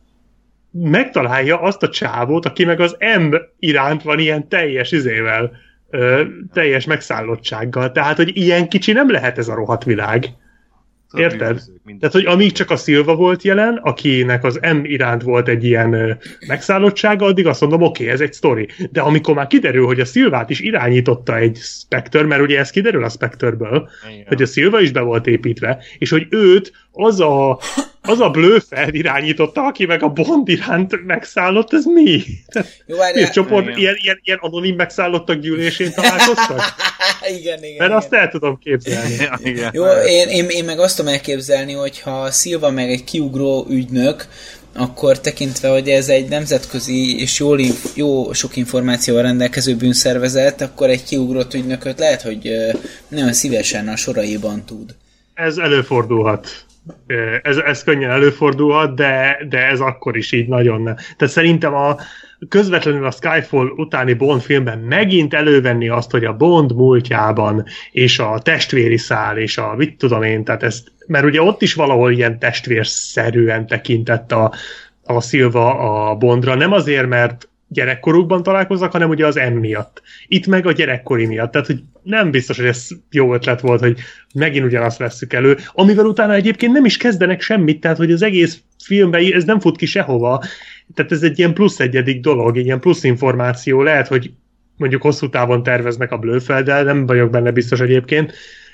megtalálja azt a csávót, aki meg az M iránt van ilyen teljes izével, ö, teljes megszállottsággal. Tehát, hogy ilyen kicsi nem lehet ez a rohadt világ. Érted? Tehát, hogy amíg csak a Silva volt jelen, akinek az M iránt volt egy ilyen ö, megszállottsága, addig azt mondom, oké, okay, ez egy sztori. De amikor már kiderül, hogy a Silvát is irányította egy Spectre, mert ugye ez kiderül a Spectre-ből, hogy a Silva is be volt építve, és hogy őt az a, az a Blofeld irányította, aki meg a Bond iránt megszállott, ez mi?
Jó, várjál,
mi a csoport ilyen, ilyen, ilyen anonim megszállottak gyűlésén találkoztak?
igen, igen.
Mert
igen.
azt el tudom képzelni.
Igen.
Jó, én, én, én meg azt tudom elképzelni, hogyha a Silva meg egy kiugró ügynök, akkor tekintve, hogy ez egy nemzetközi és jó, jó sok információval rendelkező bűnszervezet, akkor egy kiugrott ügynököt lehet, hogy nagyon szívesen a soraiban tud.
Ez előfordulhat. Ez, ez könnyen előfordulhat, de, de ez akkor is így nagyon nem. Tehát szerintem a közvetlenül a Skyfall utáni Bond filmben megint elővenni azt, hogy a Bond múltjában, és a testvéri szál, és a mit tudom én, tehát ezt, mert ugye ott is valahol ilyen testvérszerűen tekintett a, a Silva a Bondra, nem azért, mert gyerekkorukban találkoznak, hanem ugye az M miatt. Itt meg a gyerekkori miatt. Tehát, hogy nem biztos, hogy ez jó ötlet volt, hogy megint ugyanazt vesszük elő, amivel utána egyébként nem is kezdenek semmit, tehát, hogy az egész filmben ez nem fut ki sehova. Tehát ez egy ilyen plusz egyedik dolog, egy ilyen plusz információ. Lehet, hogy mondjuk hosszú távon terveznek a Blöfelddel, nem vagyok benne biztos egyébként,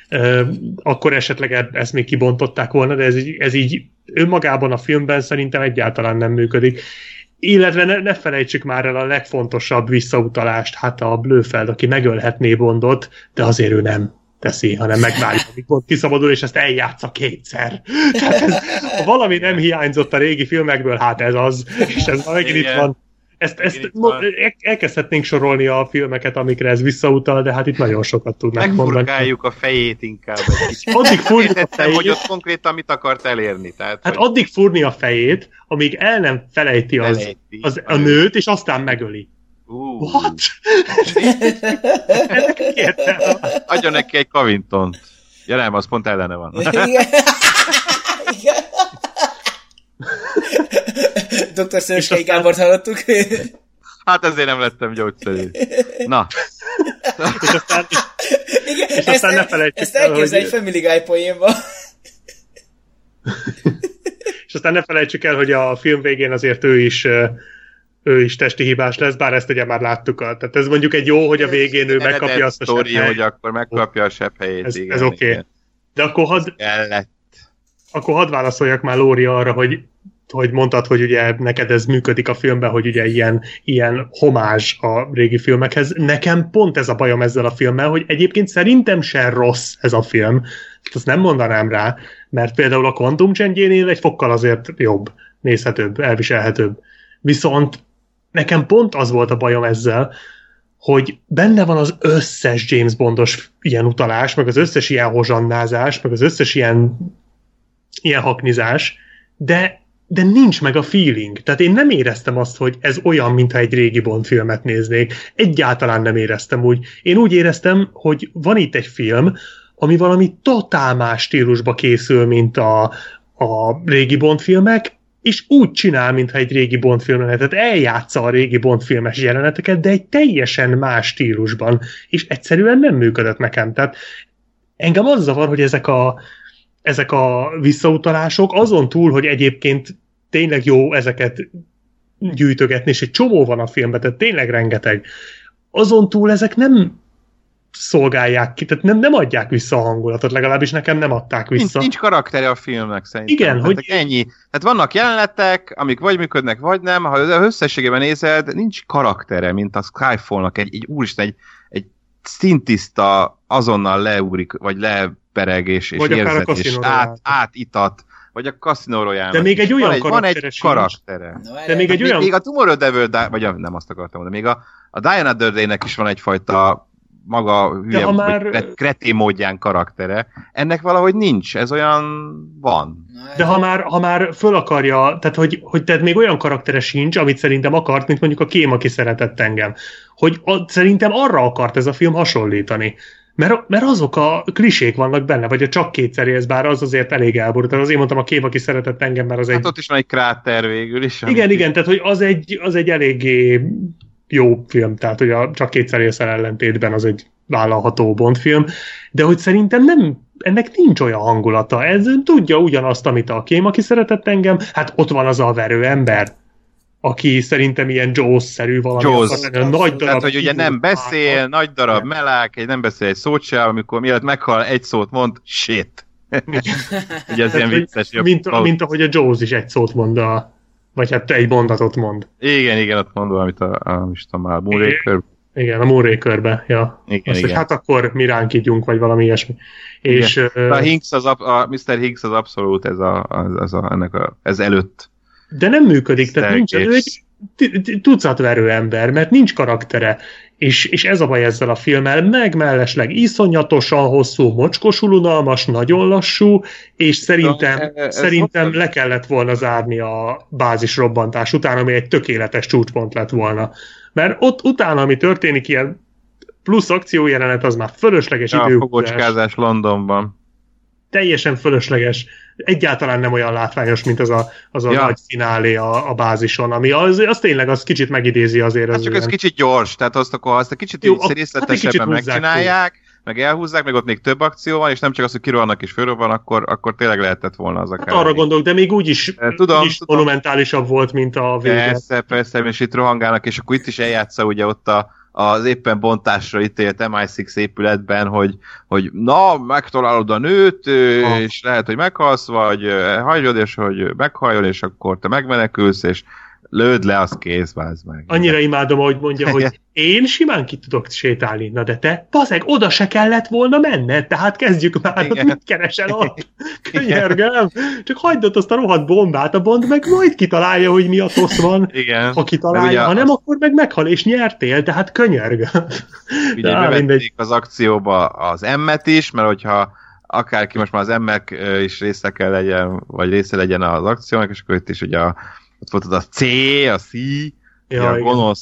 akkor esetleg ezt még kibontották volna, de ez így, ez így önmagában a filmben szerintem egyáltalán nem működik. Illetve ne, ne felejtsük már el a legfontosabb visszautalást, hát a Blofeld, aki megölhetné Bondot, de azért ő nem teszi, hanem megvárja, amíg Bond kiszabadul, és ezt eljátsza kétszer. Tehát ez, ha valami nem hiányzott a régi filmekből, hát ez az, és ez megint itt van. Ezt, ezt elkezdhetnénk sorolni a filmeket, amikre ez visszautal, de hát itt nagyon sokat tudnánk mondani.
Megfurkáljuk a fejét inkább.
Addig fúrjuk a fejét.
Hogy ott konkrétan mit akart elérni. Tehát,
hát
hogy...
addig fúrni a fejét, amíg el nem felejti az, felejti. az a nőt, és aztán megöli.
Uh.
What?
Adjon neki egy Covingtont. Ja nem, az pont ellene van.
Igen. Igen. doktor Szöröskei Gábort hallottuk.
Hát ezért nem lettem gyógyszerű. Na.
És aztán,
igen,
és aztán
ezt,
ne felejtsük
ezt el, hogy... egy Family Guy poénba.
És aztán ne felejtsük el, hogy a film végén azért ő is ő is testi hibás lesz, bár ezt ugye már láttuk. Tehát ez mondjuk egy jó, hogy a végén ő megkapja azt a
sepphelyét. Hogy akkor megkapja a sepphelyét.
Ez, ez oké. Okay. De akkor hadd,
Kellett.
akkor hadd válaszoljak már Lóri arra, hogy hogy mondtad, hogy ugye neked ez működik a filmben, hogy ugye ilyen, ilyen homázs a régi filmekhez. Nekem pont ez a bajom ezzel a filmmel, hogy egyébként szerintem sem rossz ez a film. Azt nem mondanám rá, mert például a Quantum Change-jénél egy fokkal azért jobb, nézhetőbb, elviselhetőbb. Viszont nekem pont az volt a bajom ezzel, hogy benne van az összes James Bondos ilyen utalás, meg az összes ilyen hozsannázás, meg az összes ilyen, ilyen haknizás, de, de nincs meg a feeling. Tehát én nem éreztem azt, hogy ez olyan, mintha egy régi Bond filmet néznék. Egyáltalán nem éreztem úgy. Én úgy éreztem, hogy van itt egy film, ami valami totál más stílusba készül, mint a, a régi Bond filmek, és úgy csinál, mintha egy régi Bond film lenne. Tehát eljátsza a régi Bond filmes jeleneteket, de egy teljesen más stílusban. És egyszerűen nem működött nekem. Tehát engem az zavar, hogy ezek a, ezek a visszautalások azon túl, hogy egyébként tényleg jó ezeket gyűjtögetni, és egy csomó van a filmben, tehát tényleg rengeteg. Azon túl ezek nem szolgálják ki, tehát nem, nem adják vissza a hangulatot, legalábbis nekem nem adták vissza.
Nincs, nincs karaktere a filmnek szerintem.
Igen,
tehát
hogy...
ennyi. Tehát vannak jelenetek, amik vagy működnek, vagy nem, ha az összességében nézed, nincs karaktere, mint a Skyfallnak egy, egy úristen, egy, egy szintiszta azonnal leugrik, vagy lepereg, és, és érzet, és át, átitat, vagy a Casino Royale.
De még egy olyan
van egy, van egy karaktere.
No, de még egy
még,
olyan...
még a Tomorrow Devil, vagy a, nem azt akartam mondani, még a, a Die Another Day-nek is van egyfajta maga hülye, már... kretén módján karaktere. Ennek valahogy nincs, ez olyan van.
De ha már, ha már föl akarja, tehát hogy, hogy tehát még olyan karaktere sincs, amit szerintem akart, mint mondjuk a Kém, aki szeretett engem. Hogy a, szerintem arra akart ez a film hasonlítani. Mert, mert azok a klisék vannak benne, vagy a csak kétszer élsz, bár az azért elég elborult. Tehát azért mondtam a Kém, aki szeretett engem, mert az
hát
egy...
ott is van egy kráter végül is.
Igen, igen, tehát hogy az egy, az egy eléggé jó film, tehát hogy a csak kétszer élsz el ellentétben az egy vállalható Bond film, de hogy szerintem nem, ennek nincs olyan hangulata. Ez tudja ugyanazt, amit a Kém, aki szeretett engem, hát ott van az a verő ember, aki szerintem ilyen Jaws-szerű valami.
Jaws.
Nagy darab.
Tehát, hogy ugye nem beszél, áll, nagy darab melák, egy nem beszél egy szót sem, amikor mielőtt meghal egy szót mond, shit. Ugye ez ilyen vicces.
Mint, mint ahogy a Jaws is egy szót mond, a, vagy hát egy mondatot mond.
Igen, igen, ott mond valamit a, a, a, a Moonraker.
Igen, a Moonraker-be, ja.
Igen,
azt,
igen.
hogy hát akkor mi ránk ígyunk, vagy valami ilyesmi. És,
uh, a Hinks az, a miszter Hinks az abszolút ez, a, az a, ennek a, ez előtt.
De nem működik, tehát nincs, ő egy tucatverő ember, mert nincs karaktere. És, és ez a baj ezzel a filmmel, meg mellesleg iszonyatosan hosszú, mocskosul unalmas, nagyon lassú, és szerintem, de, ez szerintem le kellett volna zárni a bázisrobbantás után, ami egy tökéletes csúcspont lett volna. Mert ott utána, ami történik, ilyen plusz akciójelenet, az már fölösleges
ja,
idő.
A fogocskázás Londonban.
Teljesen fölösleges. Egyáltalán nem olyan látványos, mint az a, az a ja. nagy finálé a, a bázison, ami az, az tényleg az kicsit megidézi azért.
Hát
az
csak
ilyen.
ez kicsit gyors, tehát azt, akkor azt a kicsit
Jó,
részletesebben hát megcsinálják, ki. meg elhúzzák, meg ott még több akció van, és nem csak az, hogy kirohannak és fölrobban, akkor, akkor tényleg lehetett volna az akár.
Hát arra gondolok, de még úgy is,
tudom,
úgy is
tudom.
monumentálisabb volt, mint a vége.
Persze, persze, és itt rohangálnak, és akkor itt is eljátsza ugye ott a az éppen bontásra ítélt em i hat épületben, hogy, hogy na, megtalálod a nőt, ah. és lehet, hogy meghalsz, vagy hagyod, és hogy meghalljon, és akkor te megmenekülsz, és lőd le, az kész, vázd meg.
Annyira imádom, ahogy mondja, hogy én simán ki tudok sétálni, na de te, bazeg, oda se kellett volna menned, tehát kezdjük már, hogy mit keresel ott? Könyörgöm, csak hagyd ott azt a rohadt bombát, a Bond meg majd kitalálja, hogy mi a tosz van,
igen.
ha kitalálja, ha nem,
az...
akkor meg meghal, és nyertél, tehát könyörgöm.
Ugye bevették az akcióba az emmet is, mert hogyha akárki most már az emmek is része kell legyen, vagy része legyen az akciónak, és akkor itt is ugye a ott volt az a C, a C, ja, a gonosz...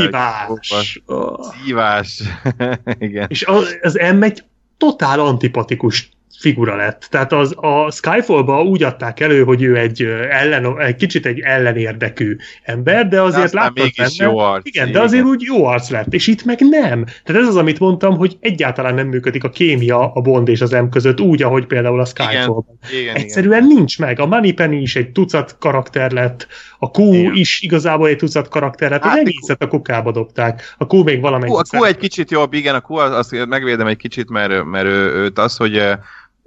Szívás.
Szívás. Igen.
És az, az M egy totál antipatikus figura lett. Tehát az, a Skyfall-ba úgy adták elő, hogy ő egy, ellen, egy kicsit egy ellenérdekű ember, de azért
de
láttad benne...
Jó arc,
igen, de
igen.
azért úgy jó arc lett, és itt meg nem. Tehát ez az, amit mondtam, hogy egyáltalán nem működik a kémia a Bond és az M között úgy, ahogy például a Skyfall-ban.
Igen, igen,
egyszerűen
igen.
nincs meg. A Moneypenny is egy tucat karakter lett, a Q igen. is igazából egy tucat karakter lett, hát az egészet a kukába dobták. A Q még valamelyik...
A Q egy kicsit jobb, igen, a Q azt megvédem egy kicsit, mert, mert ő, őt az, hogy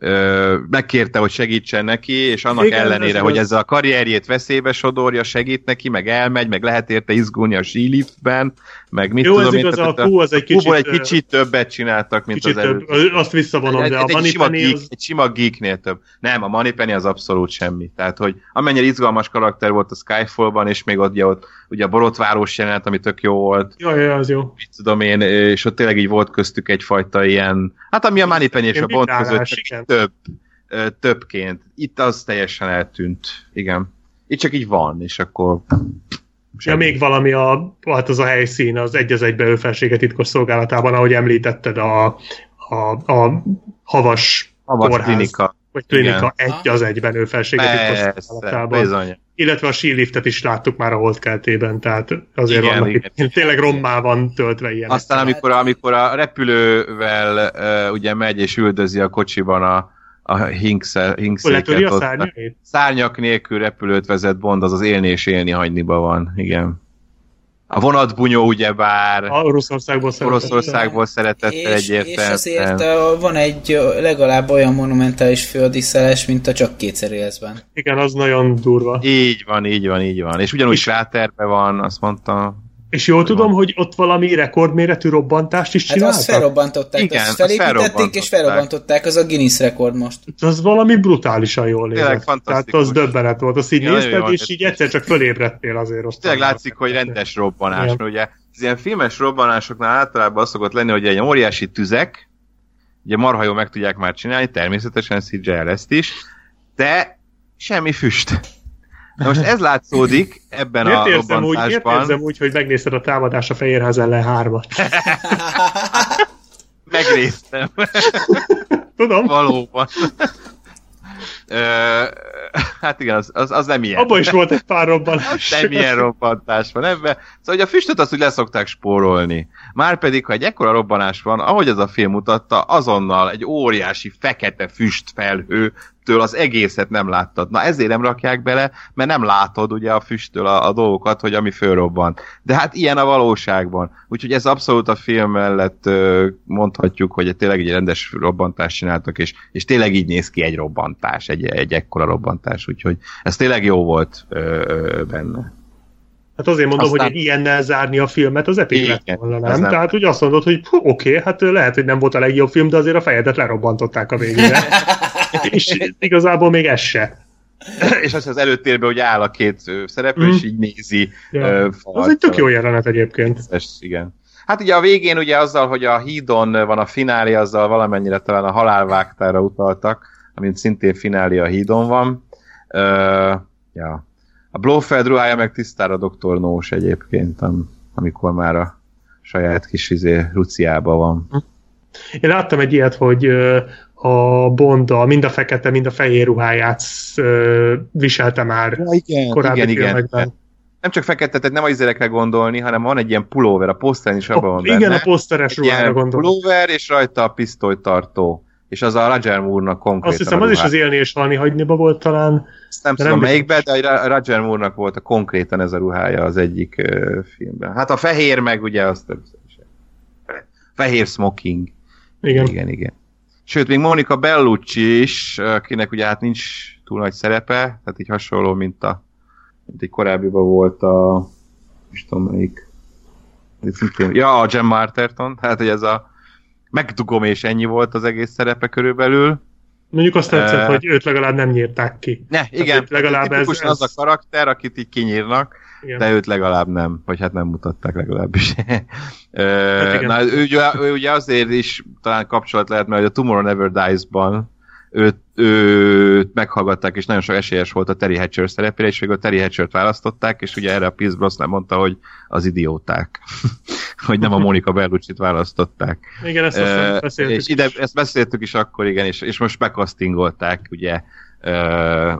ö, megkérte, hogy segítsen neki, és annak igen, ellenére, ez hogy ezzel a karrierjét veszélybe sodorja, segít neki, meg elmegy, meg lehet érte izgulni a síliftben, meg mit
jó,
tudom,
mint a Q az egy kicsit,
egy kicsit többet csináltak, mint
kicsit
az előtt.
Több, azt visszavonom, de a
egy,
Moneypenny
sima
az...
Egy sima geeknél több. Nem, a Moneypenny az abszolút semmi. Tehát, hogy amennyire izgalmas karakter volt a Skyfallban, és még ott, ugye, ott ugye a borotváros jelenet, ami tök jó volt.
Jaj, jaj, az jó.
Mit tudom én, és ott tényleg így volt köztük egyfajta ilyen, hát ami a Moneypenny és a Bond között több, többként. Itt az teljesen eltűnt. Igen. Itt csak így van, és akkor...
Ja, még valami, a, hát az a helyszín, az egy az egybe őfelsége titkos szolgálatában, ahogy említetted, a, a, a havas,
havas
kórház,
klinika.
vagy klinika igen. egy az egyben őfelsége titkos szolgálatában.
Bizony.
Illetve a síliftet is láttuk már a holdkeltében, tehát azért igen, vannak igen. Itt, tényleg rommá van töltve ilyen.
Aztán amikor, amikor a repülővel uh, ugye megy és üldözi a kocsiban a a Hinkséket
a szárnyak?
Szárnyak nélkül repülőt vezet Bond, az az élni és élni hagyniba van, igen. A vonatbunyó ugyebár
a Oroszországból szeretett.
Oroszországból szeretett egyértelműen.
És azért van egy legalább olyan monumentális főadiszálás, mint a Csak kétszer élszben.
Igen, az nagyon durva.
Így van, így van, így van. És ugyanúgy kráterben van, azt mondta.
És jól tudom, van. Hogy ott valami rekordméretű robbantást is csináltak?
Hát azt felrobbantották,
igen,
azt felépítették és felrobbantották, az a Guinness rekord most.
Az valami brutálisan jól nézett. Tehát az döbbenet volt, azt így ja, nézted, és így egyszer csak fölébredtél azért.
És tényleg látszik, hogy rendes robbanás, mert ugye az ilyen filmes robbanásoknál általában az szokott lenni, hogy egy óriási tüzek, ugye marha jól meg tudják már csinálni, természetesen cé gé í ezt is, de semmi füst. Na most ez látszódik ebben miért a robbantásban.
Úgy, miért érzem úgy, hogy megnézted a Támadás a Fehérház ellen hármat?
Megnéztem.
Tudom.
Valóban. Hát igen, az, az, az nem ilyen.
Abban is volt egy pár robbanás.
Nem ilyen robbantás van ebben. Szóval hogy a füstöt azt úgy leszokták spórolni. Márpedig, ha egy ekkora robbanás van, ahogy az a film mutatta, azonnal egy óriási fekete füstfelhő től az egészet nem láttad. Na ezért nem rakják bele, mert nem látod ugye a füsttől a, a dolgokat, hogy ami fölrobban. De hát ilyen a valóságban. Úgyhogy ez abszolút a film mellett ö, mondhatjuk, hogy tényleg egy rendes robbantást csináltak, és, és tényleg így néz ki egy robbantás, egy, egy ekkora robbantás. Úgyhogy ez tényleg jó volt ö, ö, benne.
Hát azért mondom, aztán... hogy egy ilyennel zárni a filmet, az epik lett volna, nem? nem? Tehát úgy azt mondod, hogy oké, okay, hát lehet, hogy nem volt a legjobb film, de azért a fejedet lerobbantották a végére. És igazából még ez se.
És az az előtérben, hogy áll a két szereplő, mm. és így nézi.
Ja. Az egy tök jó jelenet egyébként.
Igen. Hát ugye a végén ugye azzal, hogy a hídon van a finálé, azzal valamennyire talán a halálvágtára utaltak, amint szintén finálé a hídon van. Uh, ja. A Blofeld ruhája meg tisztára doktor Nós egyébként, am, amikor már a saját kis izé Luciában van.
Én láttam egy ilyet, hogy a Bond a, mind a fekete, mind a fehér ruháját viselte már ja, igen, korábbi igen, filmekben. Igen.
Nem csak fekete, tehát nem a izérekre gondolni, hanem van egy ilyen pulóver, a poszteren is abban van
igen,
benne.
a poszteres ruhára gondolni.
Pulóver, és rajta a pisztolytartó. És az a Roger Moore-nak konkrétan.
Azt hiszem, az is az élni és halni hagyniba volt talán.
Ezt nem tudom melyikben, de a Roger Moore-nak volt a konkrétan ez a ruhája az egyik uh, filmben. Hát a fehér meg ugye az többször is. Fehér smoking.
Igen.
Igen, igen. Sőt, még Monica Bellucci is, akinek ugye hát nincs túl nagy szerepe, tehát így hasonló, mint a mint egy korábbiban volt a nem tudom melyik. Ja, a Gemma Arterton, tehát hogy ez a megdugom, és ennyi volt az egész szerepe körülbelül.
Mondjuk azt tetszett, uh, hogy őt legalább nem nyírták ki.
Ne, igen, legalább ez, ez... az a karakter, akit így kinyírnak, igen. De őt legalább nem, vagy hát nem mutatták legalábbis. uh, hát na, ő, ő ugye azért is talán kapcsolat lehet, mert a Tomorrow Never Dies-ban őt, őt meghallgatták, és nagyon sok esélyes volt a Terry Hatcher szerepére, és végül a Terry Hatchert választották, és ugye erre a Pierce Brosnan mondta, hogy az idióták. hogy nem a Monica Bellucci-t választották.
Igen, ezt aztán uh, beszéltük
és ide, ezt beszéltük is akkor, igen, és, és most bekasztingolták, ugye, uh,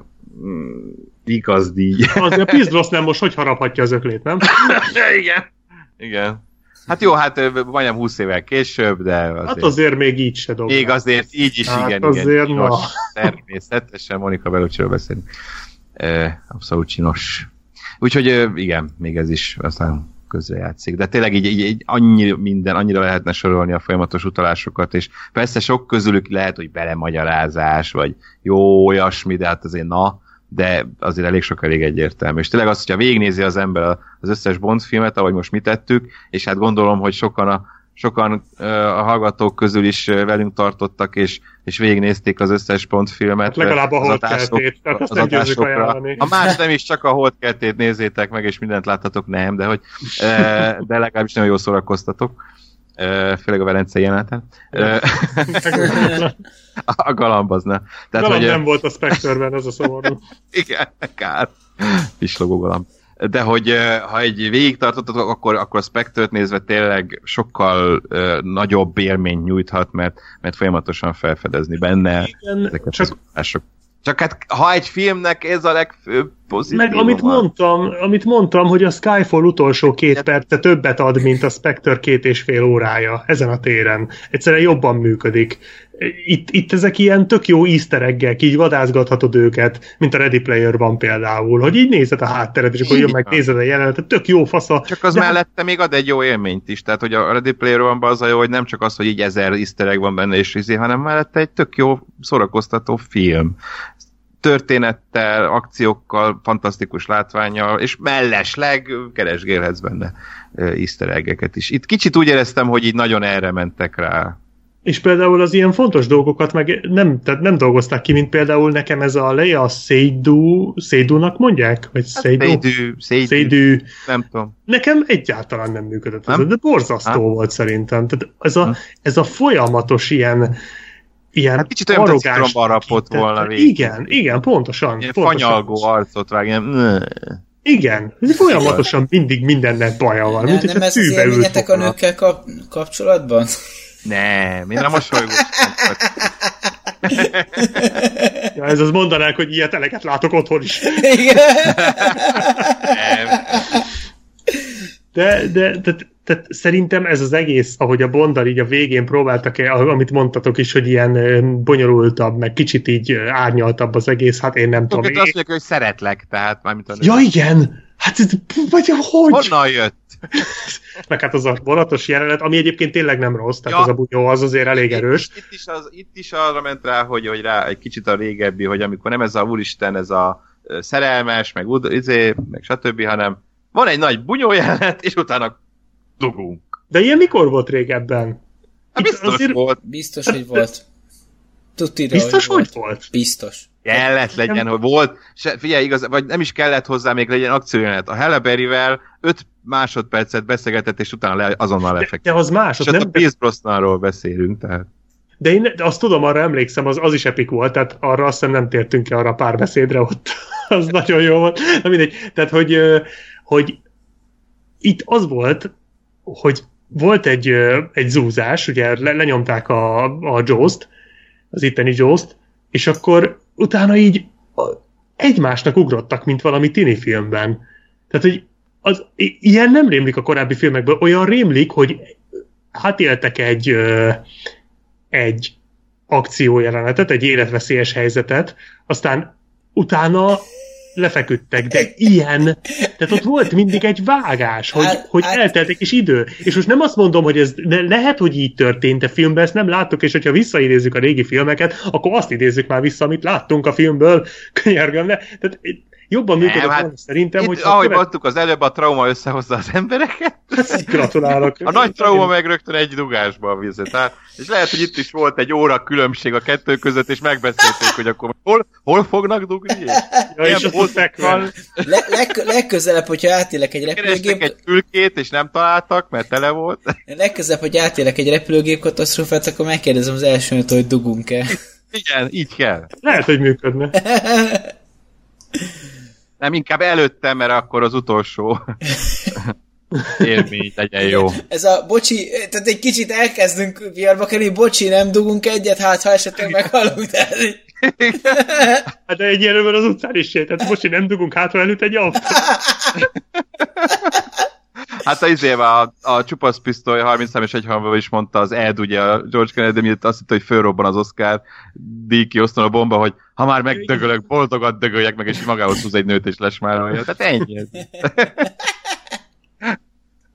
igazdi.
Azért a Pierce Brosnan most hogy haraphatja az öklét, nem?
igen. Igen. Hát jó, hát majdnem húsz évvel később, de azért...
Hát azért még így se dobál.
Még azért így is, hát igen,
azért
igen. Csinos, természetesen Monica Bellucci-ről beszélünk. Uh, abszolút csinos. Úgyhogy uh, igen, még ez is aztán közrejátszik. De tényleg így, így, így annyi minden, annyira lehetne sorolni a folyamatos utalásokat, és persze sok közülük lehet, hogy belemagyarázás, vagy jó, olyasmi, de hát azért na, de azért elég sok elég egyértelmű. És tényleg az, hogyha végignézi az ember az összes Bond filmet, ahogy most mi tettük, és hát gondolom, hogy sokan a sokan uh, a hallgatók közül is uh, velünk tartottak, és, és végignézték az összes Bond-filmet. Hát
legalább a Holdkertét, tehát azt nem győzzük ajánlani.
Ha más nem is, csak a Holdkertét nézzétek meg, és mindent láthatok, nem, de hogy uh, de legalábbis nagyon jól szórakoztatok. Uh, főleg a Velencei jeleneten. Uh, a galamb az ne.
Tehát, galamb hogy, nem volt a Spectre-ben, ez a szomorú.
Igen, kár. Pislogó galamb. De hogy ha egy végig tartottatok, akkor, akkor a Spectre-t nézve tényleg sokkal uh, nagyobb élményt nyújthat, mert, mert folyamatosan felfedezni benne
igen,
ezeket
csak...
az utások. Csak hát, ha egy filmnek ez a legfőbb pozitív.
Meg amit mondtam, amit mondtam, hogy a Skyfall utolsó két perce többet ad, mint a Spectre két és fél órája ezen a téren. Egyszerűen jobban működik. Itt, itt ezek ilyen tök jó easter eggek, így vadászgathatod őket, mint a Ready Player van például, hogy így nézed a hátteret, és akkor jön meg nézed a jelenetet, tök jó fasza.
Csak az de... mellette még ad egy jó élményt is, tehát hogy a Ready Player van az a jó, hogy nem csak az, hogy így ezer easter egg van benne és izé, hanem mellette egy tök jó szórakoztató film. Történettel, akciókkal, fantasztikus látvánnyal, és mellesleg keresgélhetsz benne easter eggeket is. Itt kicsit úgy éreztem, hogy így nagyon erre mentek rá.
És például az ilyen fontos dolgokat meg nem, tehát nem dolgozták ki, mint például nekem ez a Leia Seydoux, Seydoux-nak mondják? Vagy
Seydoux?
Seydoux.
Nem tudom.
Nekem egyáltalán nem működött
nem?
ez, de borzasztó nem? volt szerintem. Tehát ez a, ez a folyamatos ilyen ilyen
hát kicsit olyan, mint a citromban rapott volna végig.
Igen, igen, pontosan.
Ilyen
pontosan.
fanyalgó arcot vág, ilyen...
Igen, folyamatosan mindig mindennek baja van.
Nem, nem ez az élményetek a nőkkel kap- kapcsolatban?
Nem, én nem mosolygok.
Ja, ez az mondanák, hogy ilyet eleget látok otthon is.
Igen.
De, de, de, de szerintem ez az egész, ahogy a Bonddal így a végén próbáltak, amit mondtatok is, hogy ilyen bonyolultabb, meg kicsit így árnyaltabb az egész, hát én nem tudom.
Azt mondják, hogy szeretlek, tehát mármint a...
Ja igen! Hát vagy hogy?
Honnan jött?
Meg hát az a vonatos jelenet, ami egyébként tényleg nem rossz, tehát ja. az a bunyó az azért elég erős.
Itt, itt, is az, itt is arra ment rá, hogy, hogy rá egy kicsit a régebbi, hogy amikor nem ez a úristen, ez a szerelmes, meg izé, meg stb., hanem van egy nagy bunyó jelenet, és utána dugunk.
De ilyen mikor volt régebben?
Hát biztos azért... volt.
Biztos, hogy volt. Tudtira,
biztos, hogy volt?
volt? Biztos.
Kellett legyen, hogy volt. Se, figyelj, igaz, vagy nem is kellett hozzá még legyen akciójelenet. A Halle Berryvel öt másodpercet beszélgetett, és utána le, azonnal lefeküdt.
De, de az más.
És nem... a Pierce Brosnanról beszélünk, tehát.
De én de azt tudom, arra emlékszem, az, az is epik volt, tehát arra azt hiszem nem tértünk ki arra a párbeszédre ott. Az nagyon jó volt. Na mindegy. Tehát, hogy, hogy itt az volt, hogy volt egy, egy zúzás, ugye le, lenyomták a, a Jaws-t, az itteni Jaws-t, és akkor utána így egymásnak ugrottak, mint valami tini filmben. Tehát, hogy az, ilyen nem rémlik a korábbi filmekből, olyan rémlik, hogy hát éltek egy egy akciójelenetet, egy életveszélyes helyzetet, aztán utána lefeküdtek, de ilyen, tehát ott volt mindig egy vágás, hogy, hát, hogy hát... eltelt egy kis idő. És most nem azt mondom, hogy ez ne, lehet, hogy így történt a filmben, ezt nem láttuk, és hogyha visszaidézzük a régi filmeket, akkor azt idézzük már vissza, amit láttunk a filmből, könyörgöm, de tehát jobban működött hát, volna szerintem, hogy...
Ahogy követ... mondtuk, az előbb a trauma összehozza az embereket.
Hát, gratulálok.
A nagy trauma meg rögtön egy dugásba a vizet. És lehet, hogy itt is volt egy óra különbség a kettő között, és megbeszélték, hogy akkor hol, hol fognak dugni?
Ja, és ott van.
Le, leg, legközelebb, hogyha átélek egy repülőgép...
Kerestek egy fülkét, és nem találtak, mert tele volt.
Legközelebb, hogy átélek egy repülőgép katasztrófát, akkor megkérdezem az elsőt, hogy dugunk-e.
Igen, így kell.
Lehet, hogy működne.
Nem, inkább előttem, mert akkor az utolsó élmény legyen jó.
Ez a bocsi, tehát egy kicsit elkezdünk viarba kerülni, bocsi, nem dugunk egyet, hát ha esetleg meghalunk, de...
Hát de egy ilyenőben az utcán is sér, tehát bocsi, nem dugunk hátra előtt egy autó.
Hát az izével a, a csupasz pisztoly harmincszám és egy halomban is mondta az Ed, ugye a George Kennedy, miért azt hitte, hogy fölrobban az Oscar díjkiosztón a bomba, hogy ha már megdögölök, boldogat dögöljek meg, és magához húz egy nőt és lesmárolja. Tehát ennyi.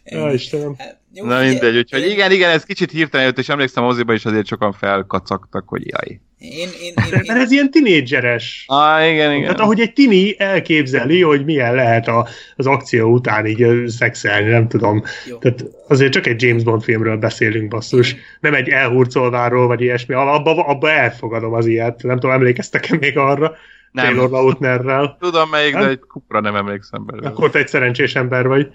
Ja, Istenem.
Jó,
Na
ugye,
mindegy, úgyhogy
én,
igen, igen, ez kicsit hirtelen jött, és emlékszem a moziba is azért sokan felkacagtak, hogy jaj.
én, én,
De,
én,
mert
én,
ez ilyen tinédzseres.
Ah, igen, igen.
Tehát ahogy egy tini elképzeli, hogy milyen lehet a, az akció után így ö, szexelni, nem tudom.
Jó.
Tehát azért csak egy James Bond filmről beszélünk, basszus. Nem egy elhurcolváról, vagy ilyesmi. Abba, abba elfogadom az ilyet. Nem tudom, emlékeztek-e még arra?
Nem.
Taylor Lautnerrel.
Tudom melyik,
Nem?
de egy kupra nem emlékszem belőle.
Akkor te egy szerencsés ember vagy.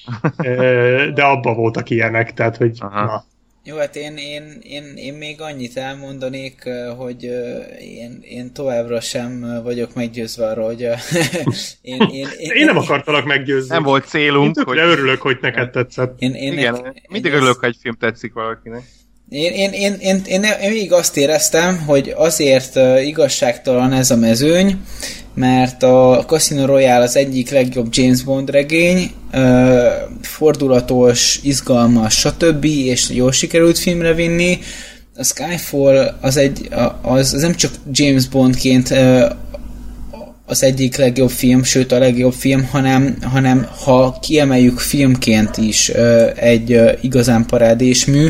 Ö, De abba voltak ilyenek, tehát hogy
Aha.
na.
Jó, hát én, én, én, én még annyit elmondanék, hogy én, én továbbra sem vagyok meggyőzve arról, hogy én, én, én,
Én nem akartalak meggyőzni.
Nem volt
Én
célunk,
tökre
hogy...
örülök, hogy neked tetszett.
Én, én,
Igen,
nek-
mindig
én
örülök,
ezt-
ha egy film tetszik valakinek.
Én, én, én, én, én, én még azt éreztem, hogy azért uh, igazságtalan ez a mezőny, mert a Casino Royale az egyik legjobb James Bond regény, uh, fordulatos, izgalmas, stb. És jól sikerült filmre vinni. A Skyfall az, egy, az, az nem csak James Bondként uh, az egyik legjobb film, sőt a legjobb film, hanem, hanem ha kiemeljük filmként is uh, egy uh, igazán parádésmű.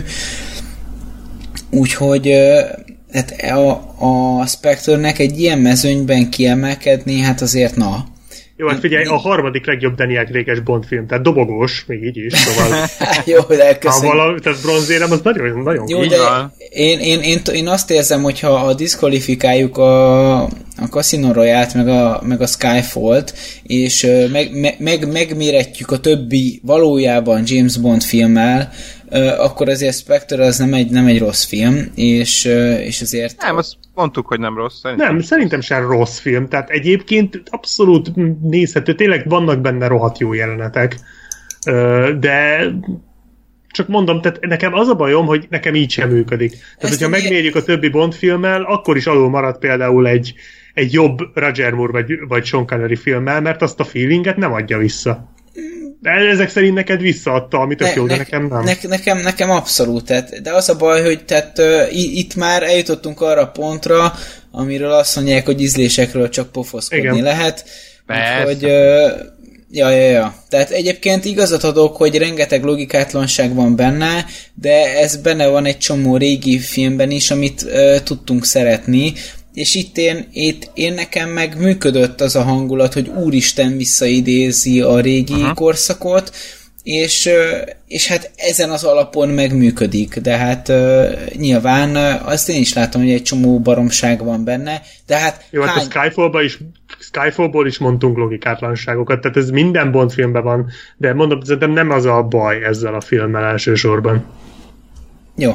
Úgyhogy hát a, a Spectre-nek egy ilyen mezőnyben kiemelkedni, hát azért na.
Jó, hát figyelj, a harmadik legjobb Daniel Craig-es Bond film, tehát dobogós, még így is, szóval...
Jó, de
Ha
köszönjük.
valami, tehát bronzérem, az nagyon, nagyon
Jó,
így
de
van.
én, én, én, én azt érzem, hogy ha a diszkvalifikáljuk a, a Casino Royale-t, meg a, meg a Skyfall-t, és ö, meg, meg, meg, megméretjük a többi valójában James Bond filmmel, ö, akkor azért Spectre az nem egy, nem egy rossz film, és, ö, és azért...
Nem, azt mondtuk, hogy nem rossz. Szerintem.
Nem, szerintem sem rossz film, tehát egyébként abszolút nézhető, tényleg vannak benne rohadt jó jelenetek, Ö, de csak mondom, tehát nekem az a bajom, hogy nekem így sem működik. Tehát,
Ezt
hogyha
ugye-
megmérjük a többi Bond filmmel, akkor is alul marad például egy, egy jobb Roger Moore vagy, vagy Sean Connery filmmel, mert azt a feelinget nem adja vissza. De ezek szerint neked visszaadta, ami tök
Ne-
jó, de
ne-
nekem nem.
Ne, nekem, nekem abszolút, tehát, de az a baj, hogy tehát, uh, itt már eljutottunk arra a pontra, amiről azt mondják, hogy ízlésekről csak pofozkodni
Igen.
lehet.
Persze.
Úgyhogy, uh, ja, ja, ja. Tehát egyébként igazat adok, hogy rengeteg logikátlanság van benne, de ez benne van egy csomó régi filmben is, amit uh, tudtunk szeretni, és itt én, itt én nekem meg működött az a hangulat, hogy úristen visszaidézi a régi uh-huh. korszakot, és, ö, és hát ezen az alapon megműködik, de hát uh, nyilván uh, azt én is látom, hogy egy csomó baromság van benne, de hát
Jó, hát
hány...
a Skyfallban is, Skyfallból is mondtunk logikátlanságokat, tehát ez minden Bond filmben van, de mondom, szerintem nem az a baj ezzel a filmmel elsősorban.
Jó.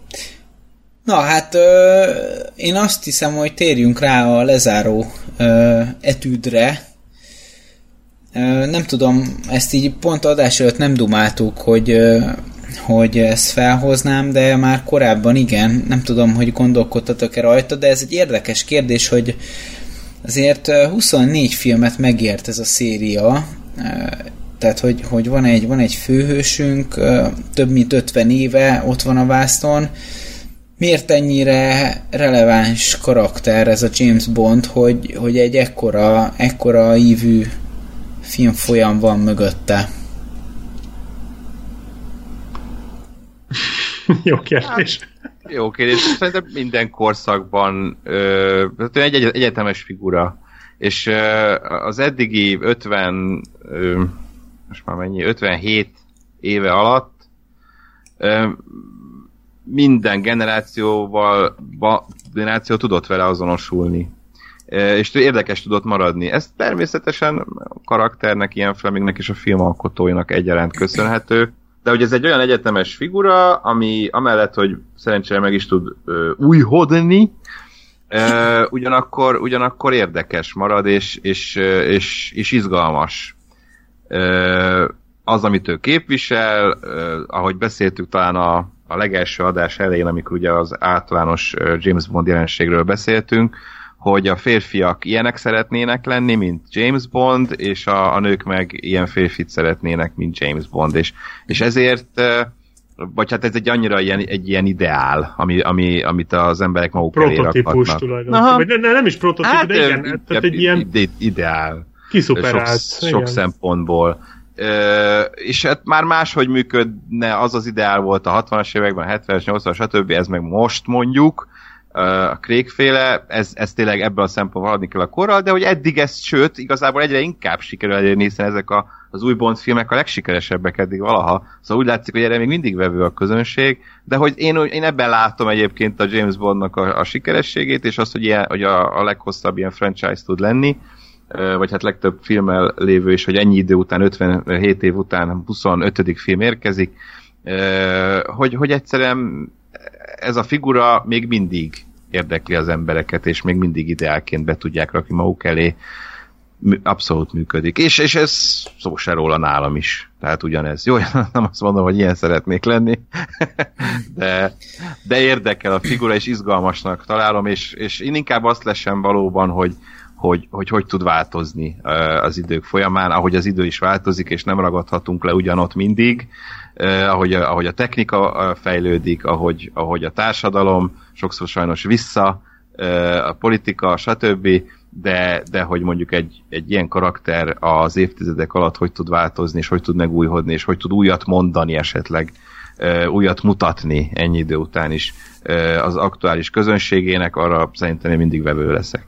Na hát ö, én azt hiszem, hogy térjünk rá a lezáró ö, etűdre. Ö, nem tudom, ezt így pont adás előtt nem dumáltuk, hogy, ö, hogy ezt felhoznám, de már korábban igen, nem tudom, hogy gondolkodtatok-e rajta, de ez egy érdekes kérdés, hogy azért huszonnégy filmet megért ez a széria, tehát hogy, hogy van, egy, van egy főhősünk, több mint ötven éve ott van a vászton. Miért ennyire releváns karakter ez a James Bond, hogy, hogy egy ekkora, ekkora ívű filmfolyam van mögötte?
Jó kérdés.
Jó kérdés. Szerintem minden korszakban ö, egy, egy egyetemes figura. És ö, az eddigi ötven, ö, most már mennyi, ötvenhét éve alatt ö, minden generációval ba, generáció tudott vele azonosulni. Ö, és érdekes tudott maradni. Ez természetesen a karakternek, ilyen Flemingnek és a filmalkotóinak egyaránt köszönhető. De hogy ez egy olyan egyetemes figura, ami amellett, hogy szerencsére meg is tud ö, újhodni, ö, ugyanakkor, ugyanakkor érdekes marad, és, és, és, és izgalmas. Ö, az, amit ő képvisel, ö, ahogy beszéltük talán a, a legelső adás elején, amikor ugye az általános James Bond jelenségről beszéltünk, hogy a férfiak ilyenek szeretnének lenni, mint James Bond, és a, a nők meg ilyen férfit szeretnének, mint James Bond, és, és ezért, vagy hát ez egy annyira ilyen, egy ilyen ideál, ami, ami, amit az emberek maguk elé
Prototípus
rakhatnak.
tulajdonképpen. Ne, nem is prototípus,
Hát,
de igen, tehát egy ilyen
ide, ideál.
kiszuperált.
Sok, sok szempontból. Ö, és hát már máshogy működne, az az ideál volt a hatvanas években, a hetvenes, nyolcvanas, stb. Ez meg most mondjuk, a Craig-féle, ez, ez tényleg ebből a szempontból haladni kell a korral, de hogy eddig ez, sőt, igazából egyre inkább sikerül elérni, hiszen ezek a, az új Bond filmek a legsikeresebbek eddig valaha. Szóval úgy látszik, hogy erre még mindig vevő a közönség, de hogy én, én ebben látom egyébként a James Bondnak a, a sikerességét, és azt, hogy, ilyen, hogy a, a leghosszabb ilyen franchise tud lenni, vagy hát legtöbb filmmel lévő, és hogy ennyi idő után, ötvenhét év után huszonötödik film érkezik, hogy, hogy egyszerűen ez a figura még mindig érdekli az embereket, és még mindig ideálként be tudják rakni maguk elé. Abszolút működik. És, és ez szó se róla nálam is. Tehát ugyanez. Jó, nem azt mondom, hogy ilyen szeretnék lenni, de, de érdekel a figura, és izgalmasnak találom, és, és én inkább azt lesem valóban, hogy Hogy, hogy hogy tud változni az idők folyamán, ahogy az idő is változik, és nem ragadhatunk le ugyanott mindig, ahogy a, ahogy a technika fejlődik, ahogy, ahogy a társadalom sokszor sajnos vissza, a politika, stb., de, de hogy mondjuk egy, egy ilyen karakter az évtizedek alatt hogy tud változni, és hogy tud megújhodni, és hogy tud újat mondani esetleg, újat mutatni ennyi idő után is az aktuális közönségének, arra szerintem én mindig vevő leszek.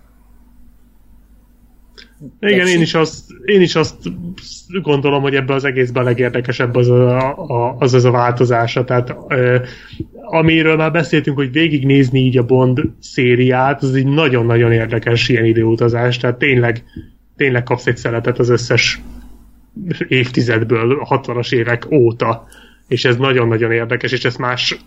Igen, én is, azt, én is azt gondolom, hogy ebben az egészben a legérdekesebb az a, a, az, az a változása. Tehát ö, amiről már beszéltünk, hogy végignézni így a Bond szériát, az egy nagyon-nagyon érdekes ilyen időutazás. Tehát tényleg, tényleg kapsz egy szeletet az összes évtizedből, hatvanas évek óta. És ez nagyon-nagyon érdekes, és ezt más,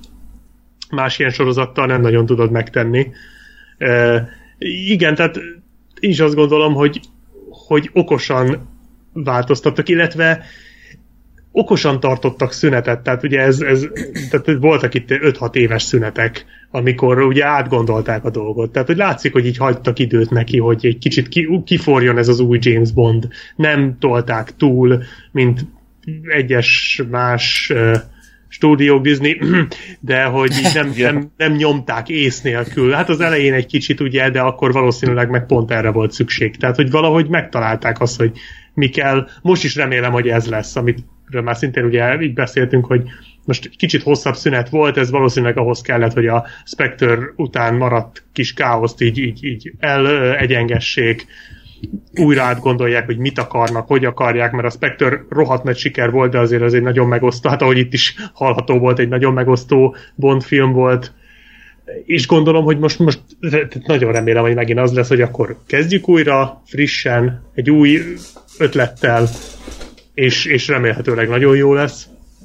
más ilyen sorozattal nem nagyon tudod megtenni. Ö, igen, tehát én is azt gondolom, hogy hogy okosan változtattak, illetve okosan tartottak szünetet, tehát ugye ez, ez tehát voltak itt öt-hat éves szünetek, amikor ugye átgondolták a dolgot, tehát hogy látszik, hogy így hagytak időt neki, hogy egy kicsit ki, kiforjon ez az új James Bond, nem tolták túl, mint egyes más uh, stúdiók Disney, de hogy így nem, nem, nem nyomták ész nélkül. Hát az elején egy kicsit ugye, de akkor valószínűleg meg pont erre volt szükség. Tehát, hogy valahogy megtalálták azt, hogy mi kell. Most is remélem, hogy ez lesz, amiről már szintén ugye így beszéltünk, hogy most egy kicsit hosszabb szünet volt, ez valószínűleg ahhoz kellett, hogy a Spectre után maradt kis káoszt így, így, így elegyengessék, újra átgondolják, hogy mit akarnak, hogy akarják, mert a Spectre rohadt nagy siker volt, de azért az egy nagyon megosztó, hát ahogy itt is hallható volt, egy nagyon megosztó Bond film volt, és gondolom, hogy most, most nagyon remélem, hogy megint az lesz, hogy akkor kezdjük újra, frissen, egy új ötlettel, és, és remélhetőleg nagyon jó lesz.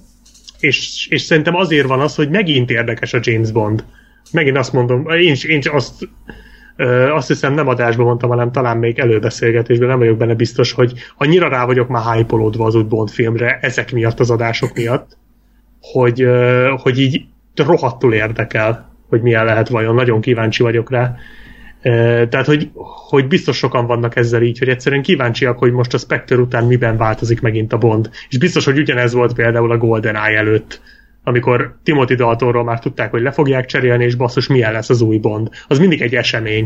És, és szerintem azért van az, hogy megint érdekes a James Bond. Megint azt mondom, én is, én is azt Ö, azt hiszem nem adásban mondtam, hanem talán még előbeszélgetésben, nem vagyok benne biztos, hogy annyira rá vagyok már hype-olódva az új Bond filmre, ezek miatt, az adások miatt, hogy, ö, hogy így rohadtul érdekel, hogy milyen lehet vajon, nagyon kíváncsi vagyok rá. Ö, tehát, hogy, hogy biztos sokan vannak ezzel így, hogy egyszerűen kíváncsiak, hogy most a Spectre után miben változik megint a Bond. És biztos, hogy ugyanez volt például a GoldenEye előtt, amikor Timothy Daltonról már tudták, hogy le fogják cserélni, és basszus, milyen lesz az új Bond. Az mindig egy esemény.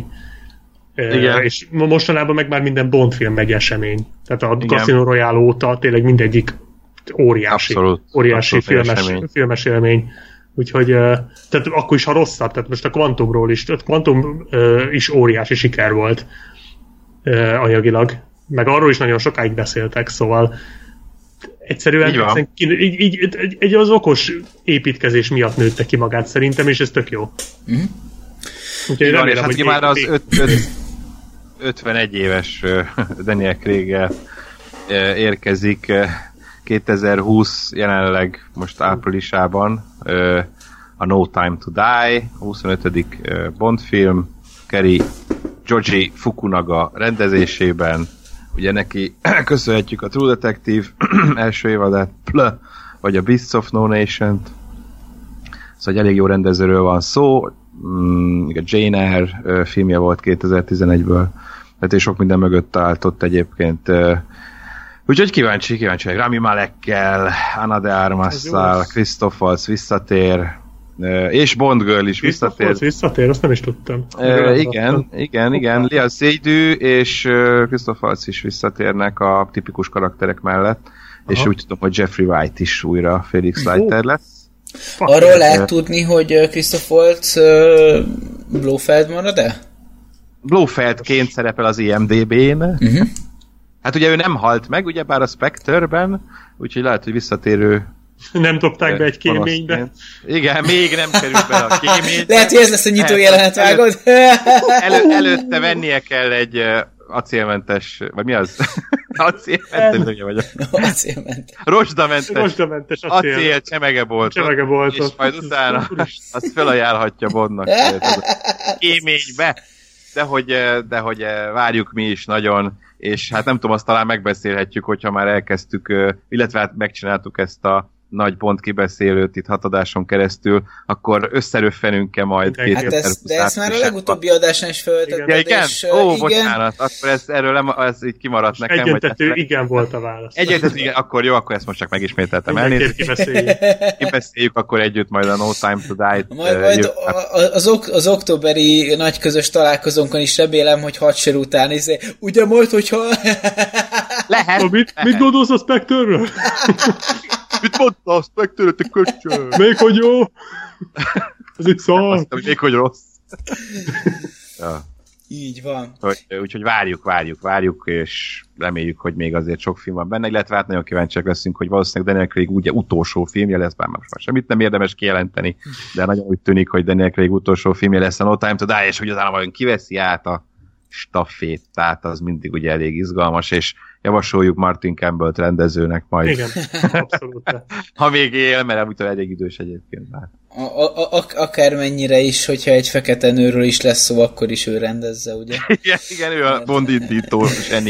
Igen. És mostanában meg már minden Bond film egy esemény. Tehát a Igen. Casino Royale óta tényleg mindegyik óriási, abszolút, óriási abszolút filmes, filmes élmény. Úgyhogy, tehát akkor is, ha rosszabb, tehát most a Quantumról is, a Quantum is óriási siker volt anyagilag. Meg arról is nagyon sokáig beszéltek, szóval egyszerűen, egyszerűen így, így, így, egy, egy az okos építkezés miatt nőtte ki magát szerintem, és ez tök jó. Mm-hmm. Úgyhogy remélem,
hát hogy már az ötvenegy éves Daniel Craig érkezik kétezer-húsz jelenleg most áprilisában a No Time to Die, a huszonötödik Bond film, Kerry Joji Fukunaga rendezésében. Ugye neki köszönhetjük a True Detective első évadát, vagy a Beasts of No Nation-t. Szóval elég jó rendezőről van szó. A Jane Eyre filmje volt kétezer-tizenegyből. Tehát és sok minden mögött állt ott egyébként. Úgyhogy kíváncsi, kíváncsi. Rami Malekkel, Ana de Armasszal, Christoph Waltz visszatér, és Bond Girl is visszatér.
Christoph Waltz visszatér, azt nem is tudtam.
Uh, igen, igen, igen. Léa Seydoux és Christoph Waltz is visszatérnek a tipikus karakterek mellett. és úgy tudom, hogy Jeffrey Wright is újra Felix Leiter lesz.
Arról lehet tudni, hogy Christoph Waltz uh, Blofeld marad-e?
Blofeldként szerepel az I M D B-n.
Uh-huh.
Hát ugye ő nem halt meg, ugyebár a Spectre-ben, úgyhogy lehet, hogy visszatérő.
Nem dobták be egy kéménybe.
Igen, még nem került be a kéménybe.
Lehet, hogy ez lesz a nyitó jelenet, vágod?
Elő, előtte vennie kell egy uh, acélmentes, vagy mi az? Acélmentes, nem vagyok.
Acélmentes.
Rozsdamentes.
Rozsdamentes acél.
Acél csemegeboltot.
Csemegeboltot.
És majd utána azt felajánlhatja Bondnak. Kéménybe. De hogy, de hogy várjuk mi is nagyon, és hát nem tudom, azt talán megbeszélhetjük, hogyha már elkezdtük, illetve hát megcsináltuk ezt a nagy Bond kibeszélőt itt hatadáson keresztül, akkor összeröffenünk-e majd
hát ez, de ezt már a legutóbbi adásnál is feltetted.
Ja, igen? És, Ó, igen. Bocsánat, akkor ez, erről nem, ez így kimaradt nekem.
Egyöntető igen volt a válasz.
Egyöntető igen, akkor jó, akkor ezt most csak megismételtem. Elnézést.
Kibeszéljük.
Kibeszéljük akkor együtt majd a No Time to Die-t.
Majd, majd az, ok, az októberi nagy közös találkozónkon is remélem, hogy hadser után is, ugye majd, hogyha...
Lehet.
Mit,
lehet.
mit gondolsz a Spectre-ről?
Mit mondta a Spectre-ről, te köcsög?
Még hogy jó? Ez egy szar.
Még hogy rossz. Ja.
Így van.
Úgyhogy várjuk, várjuk, várjuk, és reméljük, hogy még azért sok film van benne, illetve hát nagyon kíváncsiak leszünk, hogy valószínűleg Daniel Craig ugye utolsó filmje lesz, bár most már semmit nem érdemes kijelenteni, de nagyon úgy tűnik, hogy Daniel Craig utolsó filmje lesz a No Time to Die, és hogy utána vajon kiveszi át a stafétát, az mindig ugye elég izgalmas, és javasoljuk Martin Campbell-t rendezőnek majd.
Igen, abszolút.
Ha még él, mert amúgytól elég idős egyébként már.
A, a, a, akármennyire is, hogyha egy fekete nőről is lesz szó, akkor is ő rendezze, ugye?
igen, igen, ő a Bond indító, Zseni.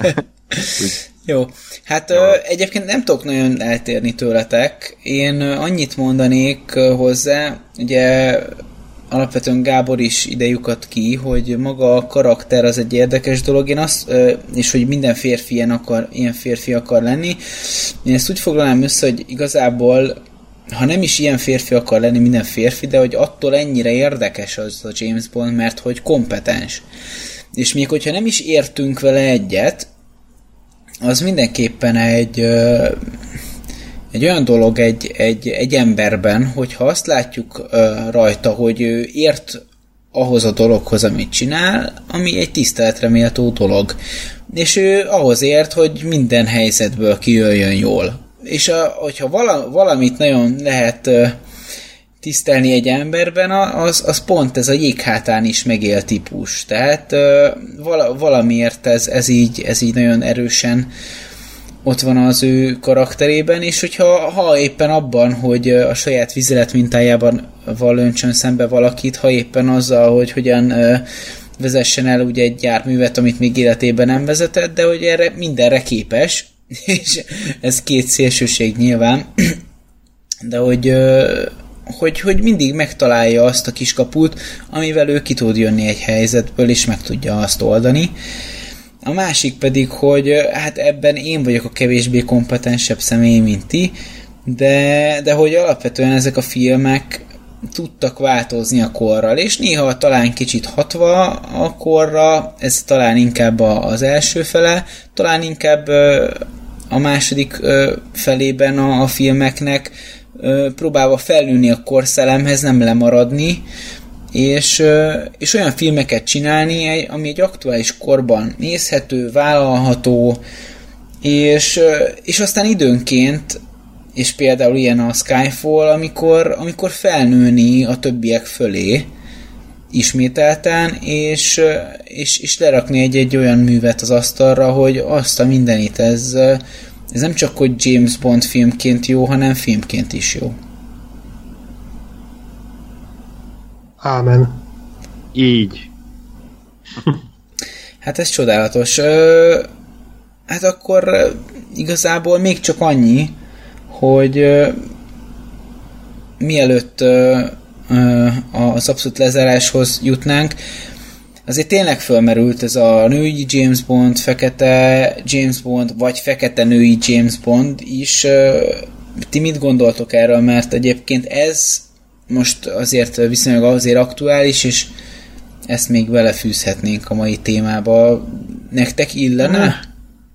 Jó, hát Jó. Ö, egyébként nem tudok nagyon eltérni tőletek. Én annyit mondanék hozzá, ugye alapvetően Gábor is ide lyukadt ki, hogy maga a karakter az egy érdekes dolog, én azt, és hogy minden férfi ilyen, akar, ilyen férfi akar lenni. Én ezt úgy foglalnám össze, hogy igazából, ha nem is ilyen férfi akar lenni minden férfi, de hogy attól ennyire érdekes az a James Bond, mert hogy kompetens. És még hogyha nem is értünk vele egyet, az mindenképpen egy... egy olyan dolog egy, egy, egy emberben, hogyha azt látjuk uh, rajta, hogy ő ért ahhoz a dologhoz, amit csinál, ami egy tiszteletre méltó dolog. És ő ahhoz ért, hogy minden helyzetből kijöjjön jól. És a, hogyha vala, valamit nagyon lehet uh, tisztelni egy emberben, az, az pont ez a jéghátán is megél típus. Tehát uh, vala, valamiért ez, ez, így, ez így nagyon erősen ott van az ő karakterében, és hogyha ha éppen abban, hogy a saját vizelet mintájában öntsön szembe valakit, ha éppen azzal, hogy hogyan vezessen el ugye egy járművet, amit még életében nem vezetett, de hogy erre mindenre képes, és ez két szélsőség nyilván, de hogy, hogy, hogy mindig megtalálja azt a kiskaput, amivel ő ki tud jönni egy helyzetből, és meg tudja azt oldani. A másik pedig, hogy hát ebben én vagyok a kevésbé kompetensebb személy, mint ti, de, de hogy alapvetően ezek a filmek tudtak változni a korral, és néha talán kicsit hatva a korra, ez talán inkább az első fele, talán inkább a második felében a, a filmeknek próbálva felnőni a korszellemhez, nem lemaradni, És, és olyan filmeket csinálni, ami egy aktuális korban nézhető, vállalható, és, és aztán időnként, és például ilyen a Skyfall, amikor, amikor felnőni a többiek fölé ismételten, és, és, és lerakni egy-egy olyan művet az asztalra, hogy azt a mindenit, ez, ez nem csak hogy James Bond filmként jó, hanem filmként is jó.
Ámen.
Így.
Hát ez csodálatos. Hát akkor igazából még csak annyi, hogy mielőtt az abszolút lezáráshoz jutnánk, azért tényleg fölmerült ez a női James Bond, fekete James Bond, vagy fekete női James Bond is. Ti mit gondoltok erről? Mert egyébként ez most azért viszonylag azért aktuális, és ezt még belefűzhetnénk a mai témába. Nektek illene?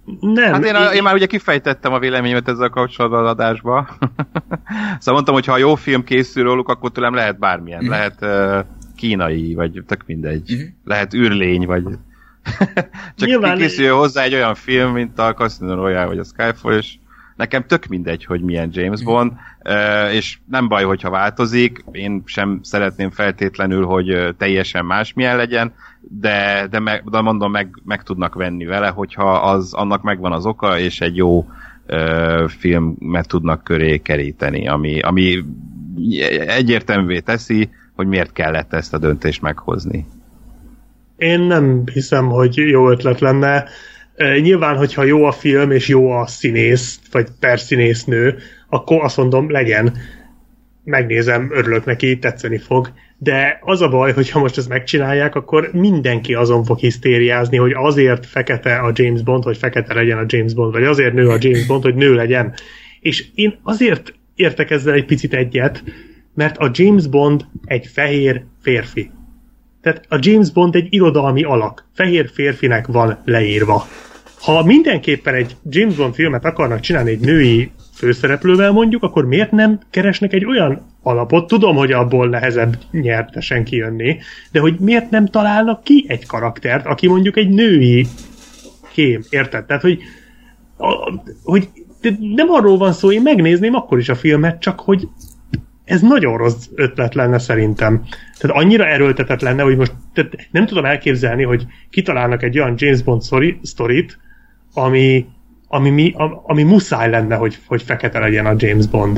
Nem.
Hát én, a, én már ugye kifejtettem a véleményemet ezzel kapcsolatban az adásba. Szóval mondtam, hogy ha jó film készül róluk, akkor tőlem lehet bármilyen. Mm. Lehet uh, kínai, vagy tök mindegy. Mm. Lehet űrlény, vagy... Csak nyilván készül hozzá egy olyan film, mint a Casino Royale, vagy a Skyfall, és nekem tök mindegy, hogy milyen James Bond, uh, és nem baj, hogyha változik. Én sem szeretném feltétlenül, hogy teljesen másmilyen legyen, de, de, meg, de mondom, meg, meg tudnak venni vele, hogyha az, annak megvan az oka, és egy jó uh, filmet tudnak köré keríteni, ami, ami egyértelművé teszi, hogy miért kellett ezt a döntést meghozni.
Én nem hiszem, hogy jó ötlet lenne. E, nyilván, hogyha jó a film, és jó a színész, vagy per színésznő, akkor azt mondom, legyen. Megnézem, örülök neki, tetszeni fog. De az a baj, hogyha most ezt megcsinálják, akkor mindenki azon fog hisztériázni, hogy azért fekete a James Bond, hogy fekete legyen a James Bond, vagy azért nő a James Bond, hogy nő legyen. És én azért értek ezzel egy picit egyet, mert a James Bond egy fehér férfi. Tehát a James Bond egy irodalmi alak. Fehér férfinek van leírva. Ha mindenképpen egy James Bond filmet akarnak csinálni egy női főszereplővel mondjuk, akkor miért nem keresnek egy olyan alapot? Tudom, hogy abból nehezebb nyertesen kijönni, de hogy miért nem találnak ki egy karaktert, aki mondjuk egy női kém, érted? Tehát, hogy, a, hogy nem arról van szó, én megnézném akkor is a filmet, csak hogy ez nagyon rossz ötlet lenne szerintem. Tehát annyira erőltetett lenne, hogy most tehát nem tudom elképzelni, hogy kitalálnak egy olyan James Bond sztorit, ami, ami, mi, ami muszáj lenne, hogy, hogy fekete legyen a James Bond.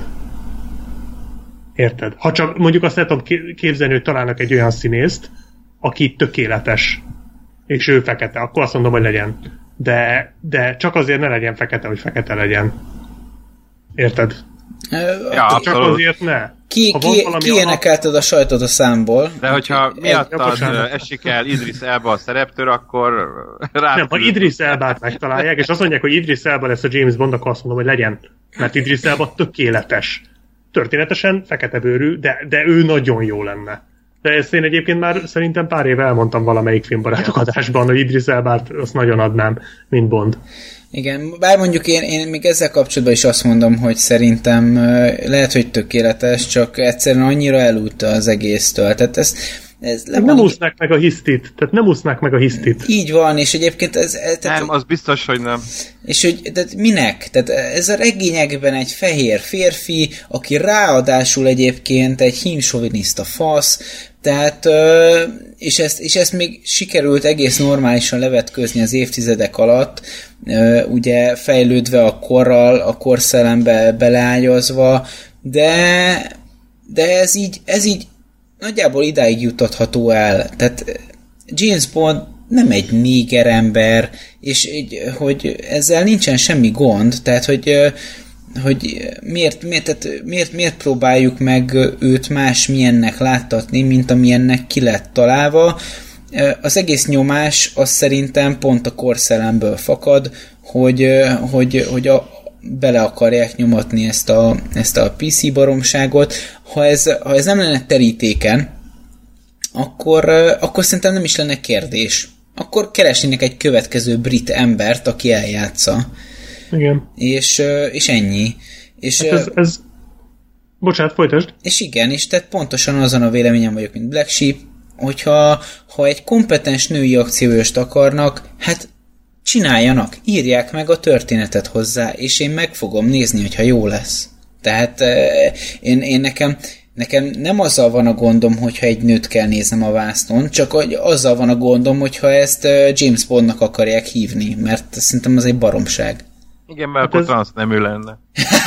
Érted? Ha csak mondjuk azt nem tudom képzelni, hogy találnak egy olyan színészt, aki tökéletes, és ő fekete, akkor azt mondom, hogy legyen. De, de csak azért ne legyen fekete, hogy fekete legyen. Érted?
Ja,
csak azért ne.
Ki, ki, kiénekelted a sajtot a számból.
De hogyha miattad esik el Idris Elba a szereptől, akkor rá...
Nem, ha Idris Elbát megtalálják, és azt mondják, hogy Idris Elba lesz a James Bond, akkor azt mondom, hogy legyen. Mert Idris Elba tökéletes. Történetesen fekete bőrű, de, de ő nagyon jó lenne. De ezt én egyébként már szerintem pár éve elmondtam valamelyik filmbarátok adásban, hogy Idris Elbát azt nagyon adnám, mint Bond.
Igen, bár mondjuk én, én még ezzel kapcsolatban is azt mondom, hogy szerintem lehet, hogy tökéletes, csak egyszerűen annyira elújta az egésztől. Tehát ez, ez
nem van... úsznak meg a hisztit. Tehát nem úsznak meg a hisztit.
Így van, és egyébként ez... Tehát,
nem, az biztos, hogy nem.
És hogy tehát minek? Tehát ez a regényekben egy fehér férfi, aki ráadásul egyébként egy hímsoviniszta fasz, tehát, és ezt, és ezt még sikerült egész normálisan levetközni az évtizedek alatt, ugye fejlődve a korral, a korszellembe beleágyazva, de, de ez így, ez így nagyjából idáig jutatható el. Tehát James Bond nem egy néger ember, és így, hogy ezzel nincsen semmi gond, tehát hogy hogy miért, miért, tehát miért, miért próbáljuk meg őt másmilyennek láttatni, mint amilyennek ki lett találva. Az egész nyomás az szerintem pont a korszellemből fakad, hogy, hogy, hogy a, bele akarják nyomatni ezt a, ezt a pé cé baromságot. Ha ez, ha ez nem lenne terítéken, akkor, akkor szerintem nem is lenne kérdés. Akkor keresnének egy következő brit embert, aki eljátsza.
Igen.
És, és ennyi. És,
hát ez, ez... Bocsánat, folytasd.
És igen, és tehát pontosan azon a véleményem vagyok, mint Black Sheep, hogyha ha egy kompetens női akcióst akarnak, hát csináljanak, írják meg a történetet hozzá, és én meg fogom nézni, hogyha jó lesz. Tehát én, én nekem, nekem nem azzal van a gondom, hogyha egy nőt kell néznem a vásznon, csak azzal van a gondom, hogyha ezt James Bondnak akarják hívni, mert szerintem az egy baromság.
Igen, mert hát akkor ez... transznemű lenne.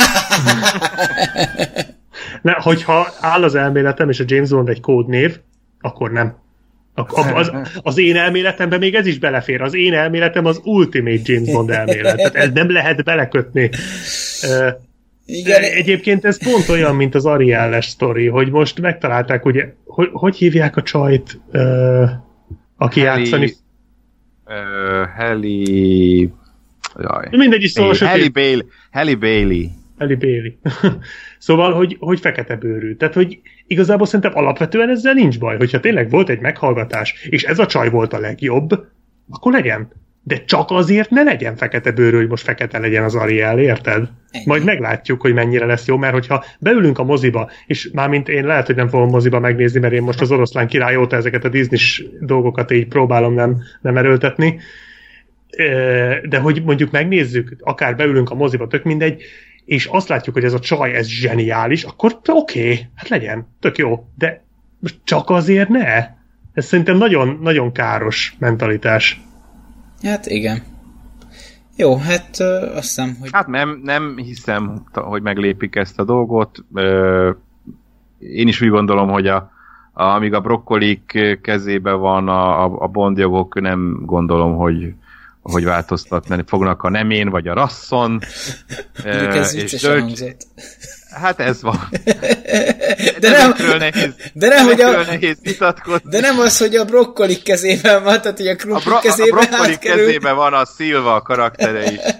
Ne, hogyha áll az elméletem, és a James Bond egy kódnév, akkor nem. Az, az én elméletemben még ez is belefér. Az én elméletem az Ultimate James Bond elmélet. Tehát ez nem lehet belekötni. Igen. Egyébként ez pont olyan, mint az Ariel-es sztori, hogy most megtalálták, ugye, hogy, hogy hívják a csajt, uh, aki Heli, játszani...
Uh, Heli... Jaj.
Mindegy is szól,
Halle Bailey. Halle Bailey.
Halle Bailey. Szóval, hogy, hogy fekete bőrű. Tehát, hogy igazából szerintem alapvetően ezzel nincs baj. Hogyha tényleg volt egy meghallgatás, és ez a csaj volt a legjobb, akkor legyen. de csak azért ne legyen fekete bőrű, hogy most fekete legyen az Ariel, érted? Ennyi. Majd meglátjuk, hogy mennyire lesz jó, mert hogyha beülünk a moziba, és mármint én lehet, hogy nem fogom moziba megnézni, mert én most az Oroszlán király óta ezeket a Disney-s dolgokat így próbálom nem, nem erőltetni, de hogy mondjuk megnézzük, akár beülünk a moziba, tök mindegy, és azt látjuk, hogy ez a csaj, ez zseniális, akkor oké, okay, hát legyen, tök jó, de csak azért ne. Ez szerintem nagyon, nagyon káros mentalitás.
Hát igen. Jó, hát ö, azt hiszem, hogy...
Hát nem, nem hiszem, hogy meglépik ezt a dolgot. Én is úgy gondolom, hogy a, a, amíg a brokkolik kezében van a, a bondjogok, nem gondolom, hogy hogy változtatni fognak a nemén, vagy a rasszon.
Ez és dölt...
Hát ez van.
De nem,
nehéz,
de nem, hogy a,
nehéz vitatkozni.
De nem az, hogy a brokkolik kezében van, tehát hogy a krumpli
a bro-
kezében
A brokkolik
átkerül.
kezében van a Szilva, a karaktere is.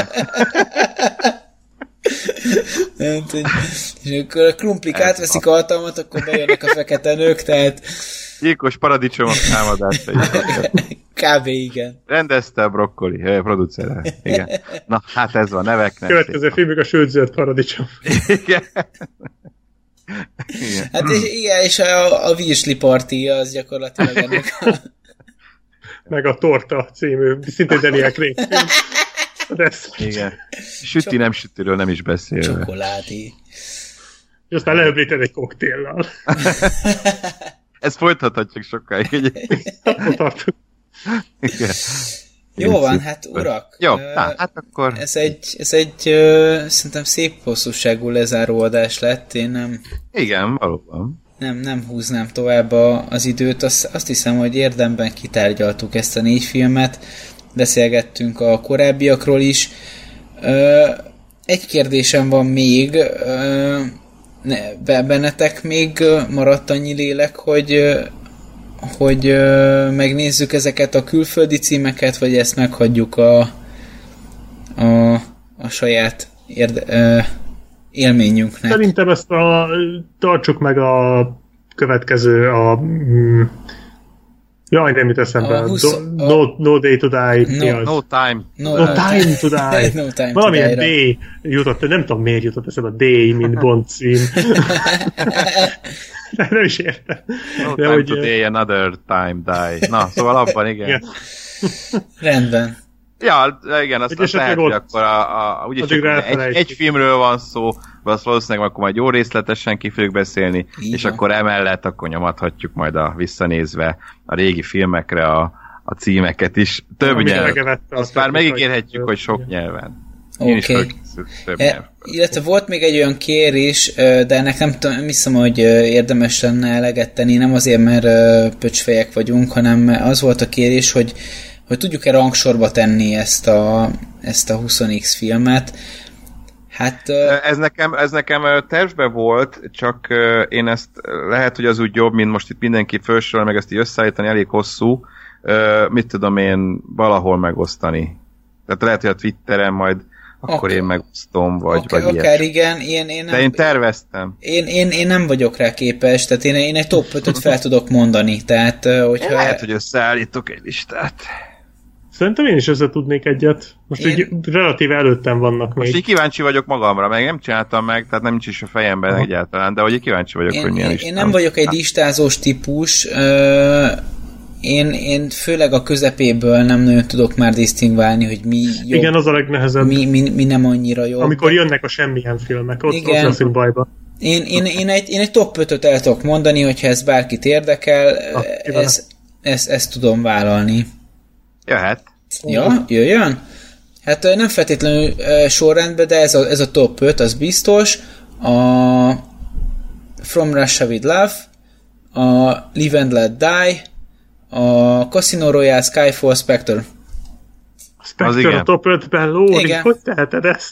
Nem, hogy, és akkor a krumplik átveszik a hatalmat, akkor bejönnek a fekete nők, tehát...
Gyilkos paradicsomok támadásai.
Kb. Igen.
Rendezte a brokkoli, eh, producere. Igen. Na, hát ez van, nevek nem.
Következő filmük a sült-zöld paradicsom.
Igen.
Igen. Hát és, igen, és a, a Virsli Party az gyakorlatilag ennek a...
Meg a Torta című, szintén Daniel Craig film.
Igen. Süti, Csok... nem sütiről nem is beszél.
Csokoládi. És
aztán leöblíted egy koktéllal.
Ezt folytathatjuk sokáig.
Igen. Jó van, hát urak.
Jó, uh, na, hát akkor...
Ez egy, ez egy uh, szerintem szép hosszúságú lezáróadás lett, én nem...
Igen, valóban.
Nem, nem húznám tovább a, az időt, azt, azt hiszem, hogy érdemben kitárgyaltuk ezt a négy filmet, beszélgettünk a korábbiakról is. Uh, egy kérdésem van még, uh, ne, bennetek még maradt annyi lélek, hogy hogy megnézzük ezeket a külföldi címeket, vagy ezt meghagyjuk a a, a saját érde, élményünknek.
Szerintem ezt a, tartsuk meg a következő a mm, jaj, nem jut eszembe.
husz,
Do,
a,
no, no Day to Die.
No, no Time.
No, no Time to Die.
No time
Valamilyen
to die
D jutott, nem tudom miért jutott eszembe a D, mint Bond cím. Nem is értem.
No De time hogy, today, another time die. Na, szóval abban, igen. igen.
Rendben.
Ja, igen, azt, azt lehet, hogy akkor a, a, úgyis egy, egy filmről van szó, azt valószínűleg akkor majd jó részletesen ki fogjuk beszélni, igen. És akkor emellett akkor nyomathatjuk majd a visszanézve a régi filmekre a, a címeket is. Több nyelv. Azt már megígérhetjük, hogy sok igen. nyelven.
Oké. Okay. E, illetve volt még egy olyan kérés, de ennek nem tudom, nem hiszem, hogy érdemes lenne eleget tenni, nem azért, mert pöcsfejek vagyunk, hanem az volt a kérés, hogy, hogy tudjuk-e rangsorba tenni ezt a, ezt a húsz x filmet. Hát,
ez, nekem, ez nekem tervben volt, csak én ezt lehet, hogy az úgy jobb, mint most itt mindenki felsorol, meg ezt így összeállítani, elég hosszú, mit tudom én valahol megosztani. Tehát lehet, hogy a Twitteren majd akkor okay. én megosztom, vagy, okay, vagy
akár igen, én, én nem,
de én terveztem.
Én, én, én nem vagyok rá képes, tehát én, én egy top ötöt fel tudok mondani, tehát hogyha...
Lehet, hogy összeállítok egy listát.
Szerintem én is össze tudnék egyet. Most én... így relatív előttem vannak még.
Most így kíváncsi vagyok magamra, meg nem csináltam meg, tehát nem nincs is a fejemben Aha. egyáltalán, de hogy így kíváncsi vagyok,
én,
hogy milyen
én,
listám.
Én nem vagyok egy listázós típus, uh, Én, én főleg a közepéből nem nagyon tudok már disztingválni, hogy mi jobb.
Igen, az a legnehezebb.
Mi, mi, mi nem annyira jó.
Amikor jönnek a semmilyen filmek, ott, ott leszünk bajba.
Én, én, én, egy, én egy top ötöt el tudok mondani, hogyha ez bárkit érdekel, ah, ez, ezt, ezt tudom vállalni.
Jöhet.
Ja, jöjjön? Hát nem feltétlenül sorrendben, de ez a, ez a top öt, az biztos. A From Russia With Love, a Live and Let Die, a Casino Royale, Skyfall, Spectre.
Spectre a top ötben, Lóri, hogy teheted ezt?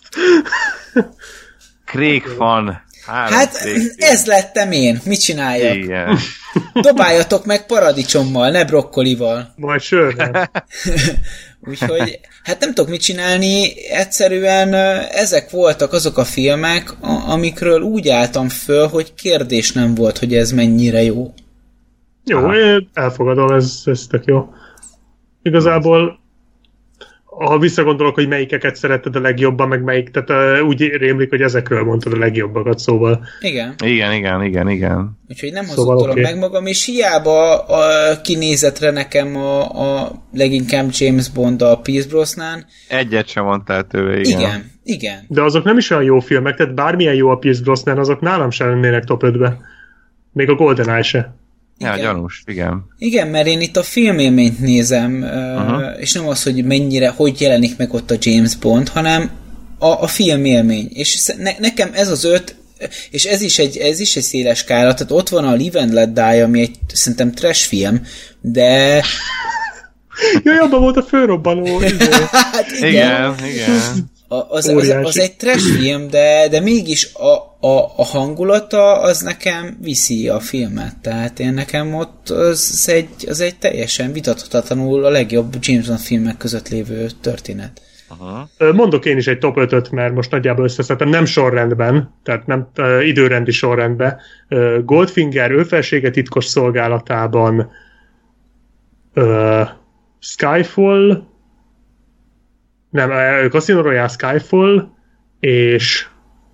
Craig fan.
Hát ez lettem én, mit csináljak? Igen. Dobáljatok meg paradicsommal, ne brokkolival.
Majd sörrel.
Úgyhogy, hát nem tudok mit csinálni, egyszerűen ezek voltak azok a filmek, amikről úgy álltam föl, hogy kérdés nem volt, hogy ez mennyire jó.
Jó, én elfogadom, ez, ez tök jó. Igazából ha visszagondolok, hogy melyikeket szeretted a legjobban, meg melyik, tehát uh, úgy rémlik, hogy ezekről mondtad a legjobbakat, szóval.
Igen.
Igen, igen, igen, igen.
Úgyhogy nem
Szóval
hazudtolom
oké.
meg magam, és hiába a kinézetre nekem a, a leginkább James Bond a Pierce Brosnan.
Egyet sem mondtál tőle, igen.
Igen, igen.
De azok nem is olyan jó filmek, tehát bármilyen jó a Pierce Brosnan, azok nálam sem lennének top ötbe. Még a GoldenEye se.
Ja,
Igen.
gyanús, igen.
Igen, mert én itt a filmélményt nézem,
Aha.
és nem az, hogy mennyire, hogy jelenik meg ott a James Bond, hanem a, a filmélmény. És ne, nekem ez az öt, és ez is egy, ez is egy széles skála, tehát ott van a Live and Let Die, ami egy szerintem trash film, de...
Jaj, abban volt a fölrobbanó. izé.
hát igen.
Igen, igen.
A, az, az, az egy trash film, de, de mégis a, a, a hangulata az nekem viszi a filmet. Tehát én nekem ott az, az, egy, az egy teljesen vitathatatlanul a legjobb James Bond filmek között lévő történet.
Aha.
Ö, Mondok én is egy top ötöt, mert most nagyjából összeszedtem, nem sorrendben, tehát nem uh, időrendi sorrendben. Uh, Goldfinger, ő felsége titkos szolgálatában, uh, Skyfall, nem, uh, Casino Royale, Skyfall, és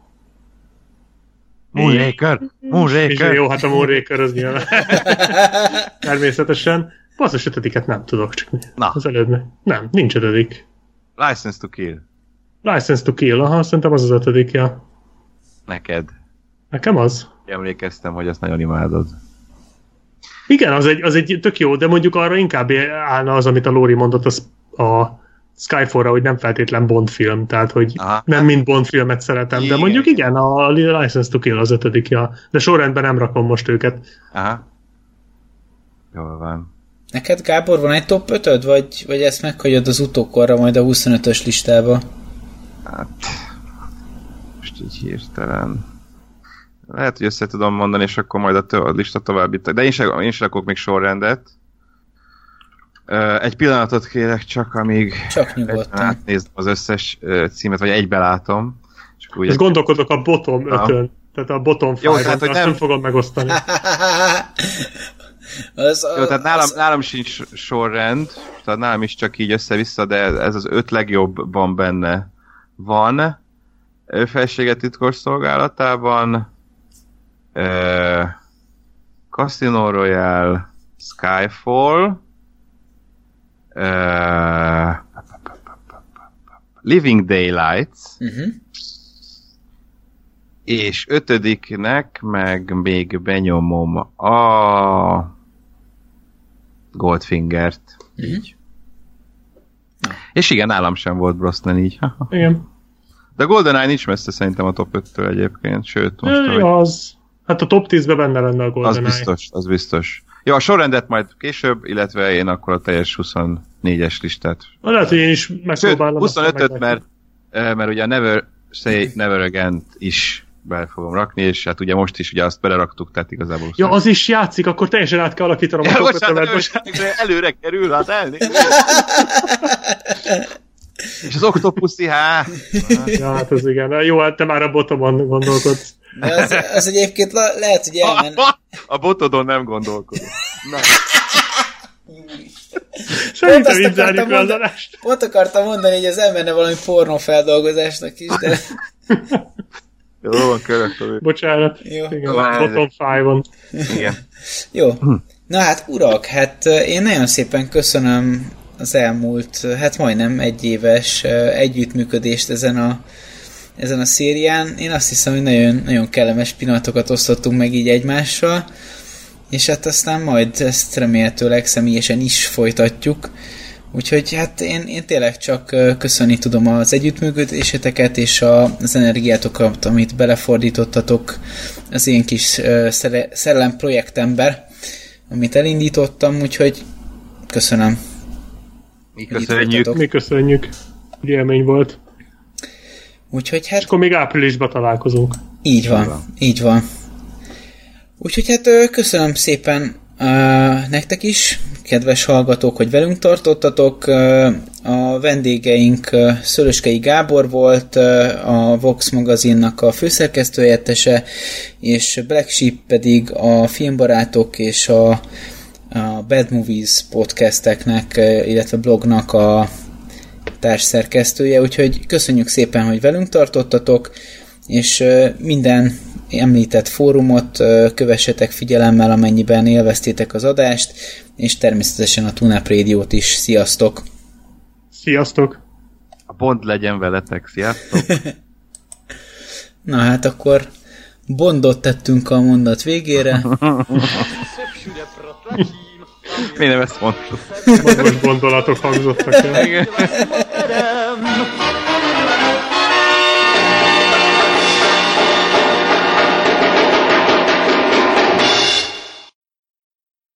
Moonraker!
és
Moonraker!
jó, hát a Moonraker az nyilván. Természetesen. Basszus, ötödiket nem tudok, csak
Na.
az előbb nem, nincs ötödik.
License to Kill.
License to Kill, aha, szerintem az az ötödik, ja.
Neked.
Nekem az.
Emlékeztem, hogy azt nagyon imádod.
Igen, az egy, az egy tök jó, de mondjuk arra inkább állna az, amit a Lóri mondott az a Skyfallra, hogy nem feltétlen Bond film, tehát hogy
Aha.
nem mind Bond filmet szeretem, de
Igen.
mondjuk igen, a License to Kill az ötödik, ja. De sorrendben nem rakom most őket.
Aha. Jól van.
Neked, Gábor, van egy top ötöd, vagy, vagy ezt meghagyod az utókorra, majd a huszonötös listába?
Hát... Most így hirtelen... Lehet, hogy össze tudom mondani, és akkor majd a, tö- a lista további... De én sem, én sem rakok még sorrendet. Uh, egy pillanatot kérek csak, amíg...
Csak nyugodtan.
Átnézem az összes uh, címet, vagy egybe látom. És akkor ugye...
És gondolkodok a bottom
Ja.
ötön, tehát a bottom
Jó,
five-on,
tehát, hogy
azt
nem-
nem fogom megosztani.
az,
Jó, tehát nálam,
az,
nálam sincs sorrend, tehát nálam is csak így össze-vissza, de ez az öt legjobban benne van. Ő felsége titkos szolgálatában, uh, Casino Royale, Skyfall, uh, Living Daylights,
uh-huh.
és ötödiknek meg még benyomom a Goldfingert.
Uh-huh.
Így. És igen, nálam sem volt Brosnan így.
Igen.
De GoldenEye nincs messze szerintem a top öttől egyébként, sőt most,
Ö,
hogy
az, hát a top tízbe benne lenne a
az
GoldenEye.
biztos, az biztos. Jó, a sorrendet majd később, illetve én akkor a teljes huszonnégyes listát.
Lehet, hogy én is
Sőt,
megpróbálom. aztán
huszonötöt,
meglátjuk.
mert, eh, mert ugye a Never Say Never Again is be fogom rakni, és hát ugye most is ugye azt beleraktuk, tehát igazából...
Ja, az is játszik, akkor teljesen át kell alakítanom a
Ja,
top
bocsánat,
ötömet.
bocsánat, előre kerül, hát elnézést. És az Octopussy, há!
Ja, hát ez igen. Jó, hát te már a bottomon gondolkodsz.
De az, az egyébként le, lehet, hogy elmen...
A botodon nem gondolkodom. Na,
Szerintem
azt
így zárjuk
akartam
le az
mondani.
adást.
Pont akartam mondani, hogy ez elmenne valami pornófeldolgozásnak is, de...
jó van, körök.
Bocsánat.
Jó.
Igen,
Várj.
bottom five-on.
Igen.
Jó. Na hát, urak, hát én nagyon szépen köszönöm az elmúlt, hát majdnem egy éves együttműködést ezen a, ezen a szérián. Én azt hiszem, hogy nagyon, nagyon kellemes pillanatokat osztottunk meg így egymással, és hát aztán majd ezt remélhetőleg személyesen is folytatjuk. Úgyhogy hát én, én tényleg csak köszönni tudom az együttműködéseteket és a, az energiátokat, amit belefordítottatok az én kis uh, szellem projektember, amit elindítottam, úgyhogy köszönöm.
Mi
hogy itt
köszönjük.
voltatok.
Mi köszönjük. Élmény volt.
Úgyhogy
És
hát
akkor még áprilisban találkozunk.
így van,
van.
így van. Úgyhogy hát ö, köszönöm szépen uh, nektek is, kedves hallgatók, hogy velünk tartottatok. Uh, a vendégeink uh, Szöröskei Gábor volt, uh, a Vox magazinnak a főszerkesztőhelyettese, és Black Sheep pedig a Filmbarátok és a, a Bad Movies podcasteknek, uh, illetve blognak a társszerkesztője, úgyhogy köszönjük szépen, hogy velünk tartottatok, és minden említett fórumot kövessetek figyelemmel, amennyiben élveztétek az adást, és természetesen a TuneUp Radio-t is. Sziasztok!
Sziasztok!
A Bond legyen veletek, sziasztok!
Na hát akkor Bondot tettünk a mondat végére.
Mi nem ezt mondtuk?
Most gondolatok hangzottak el.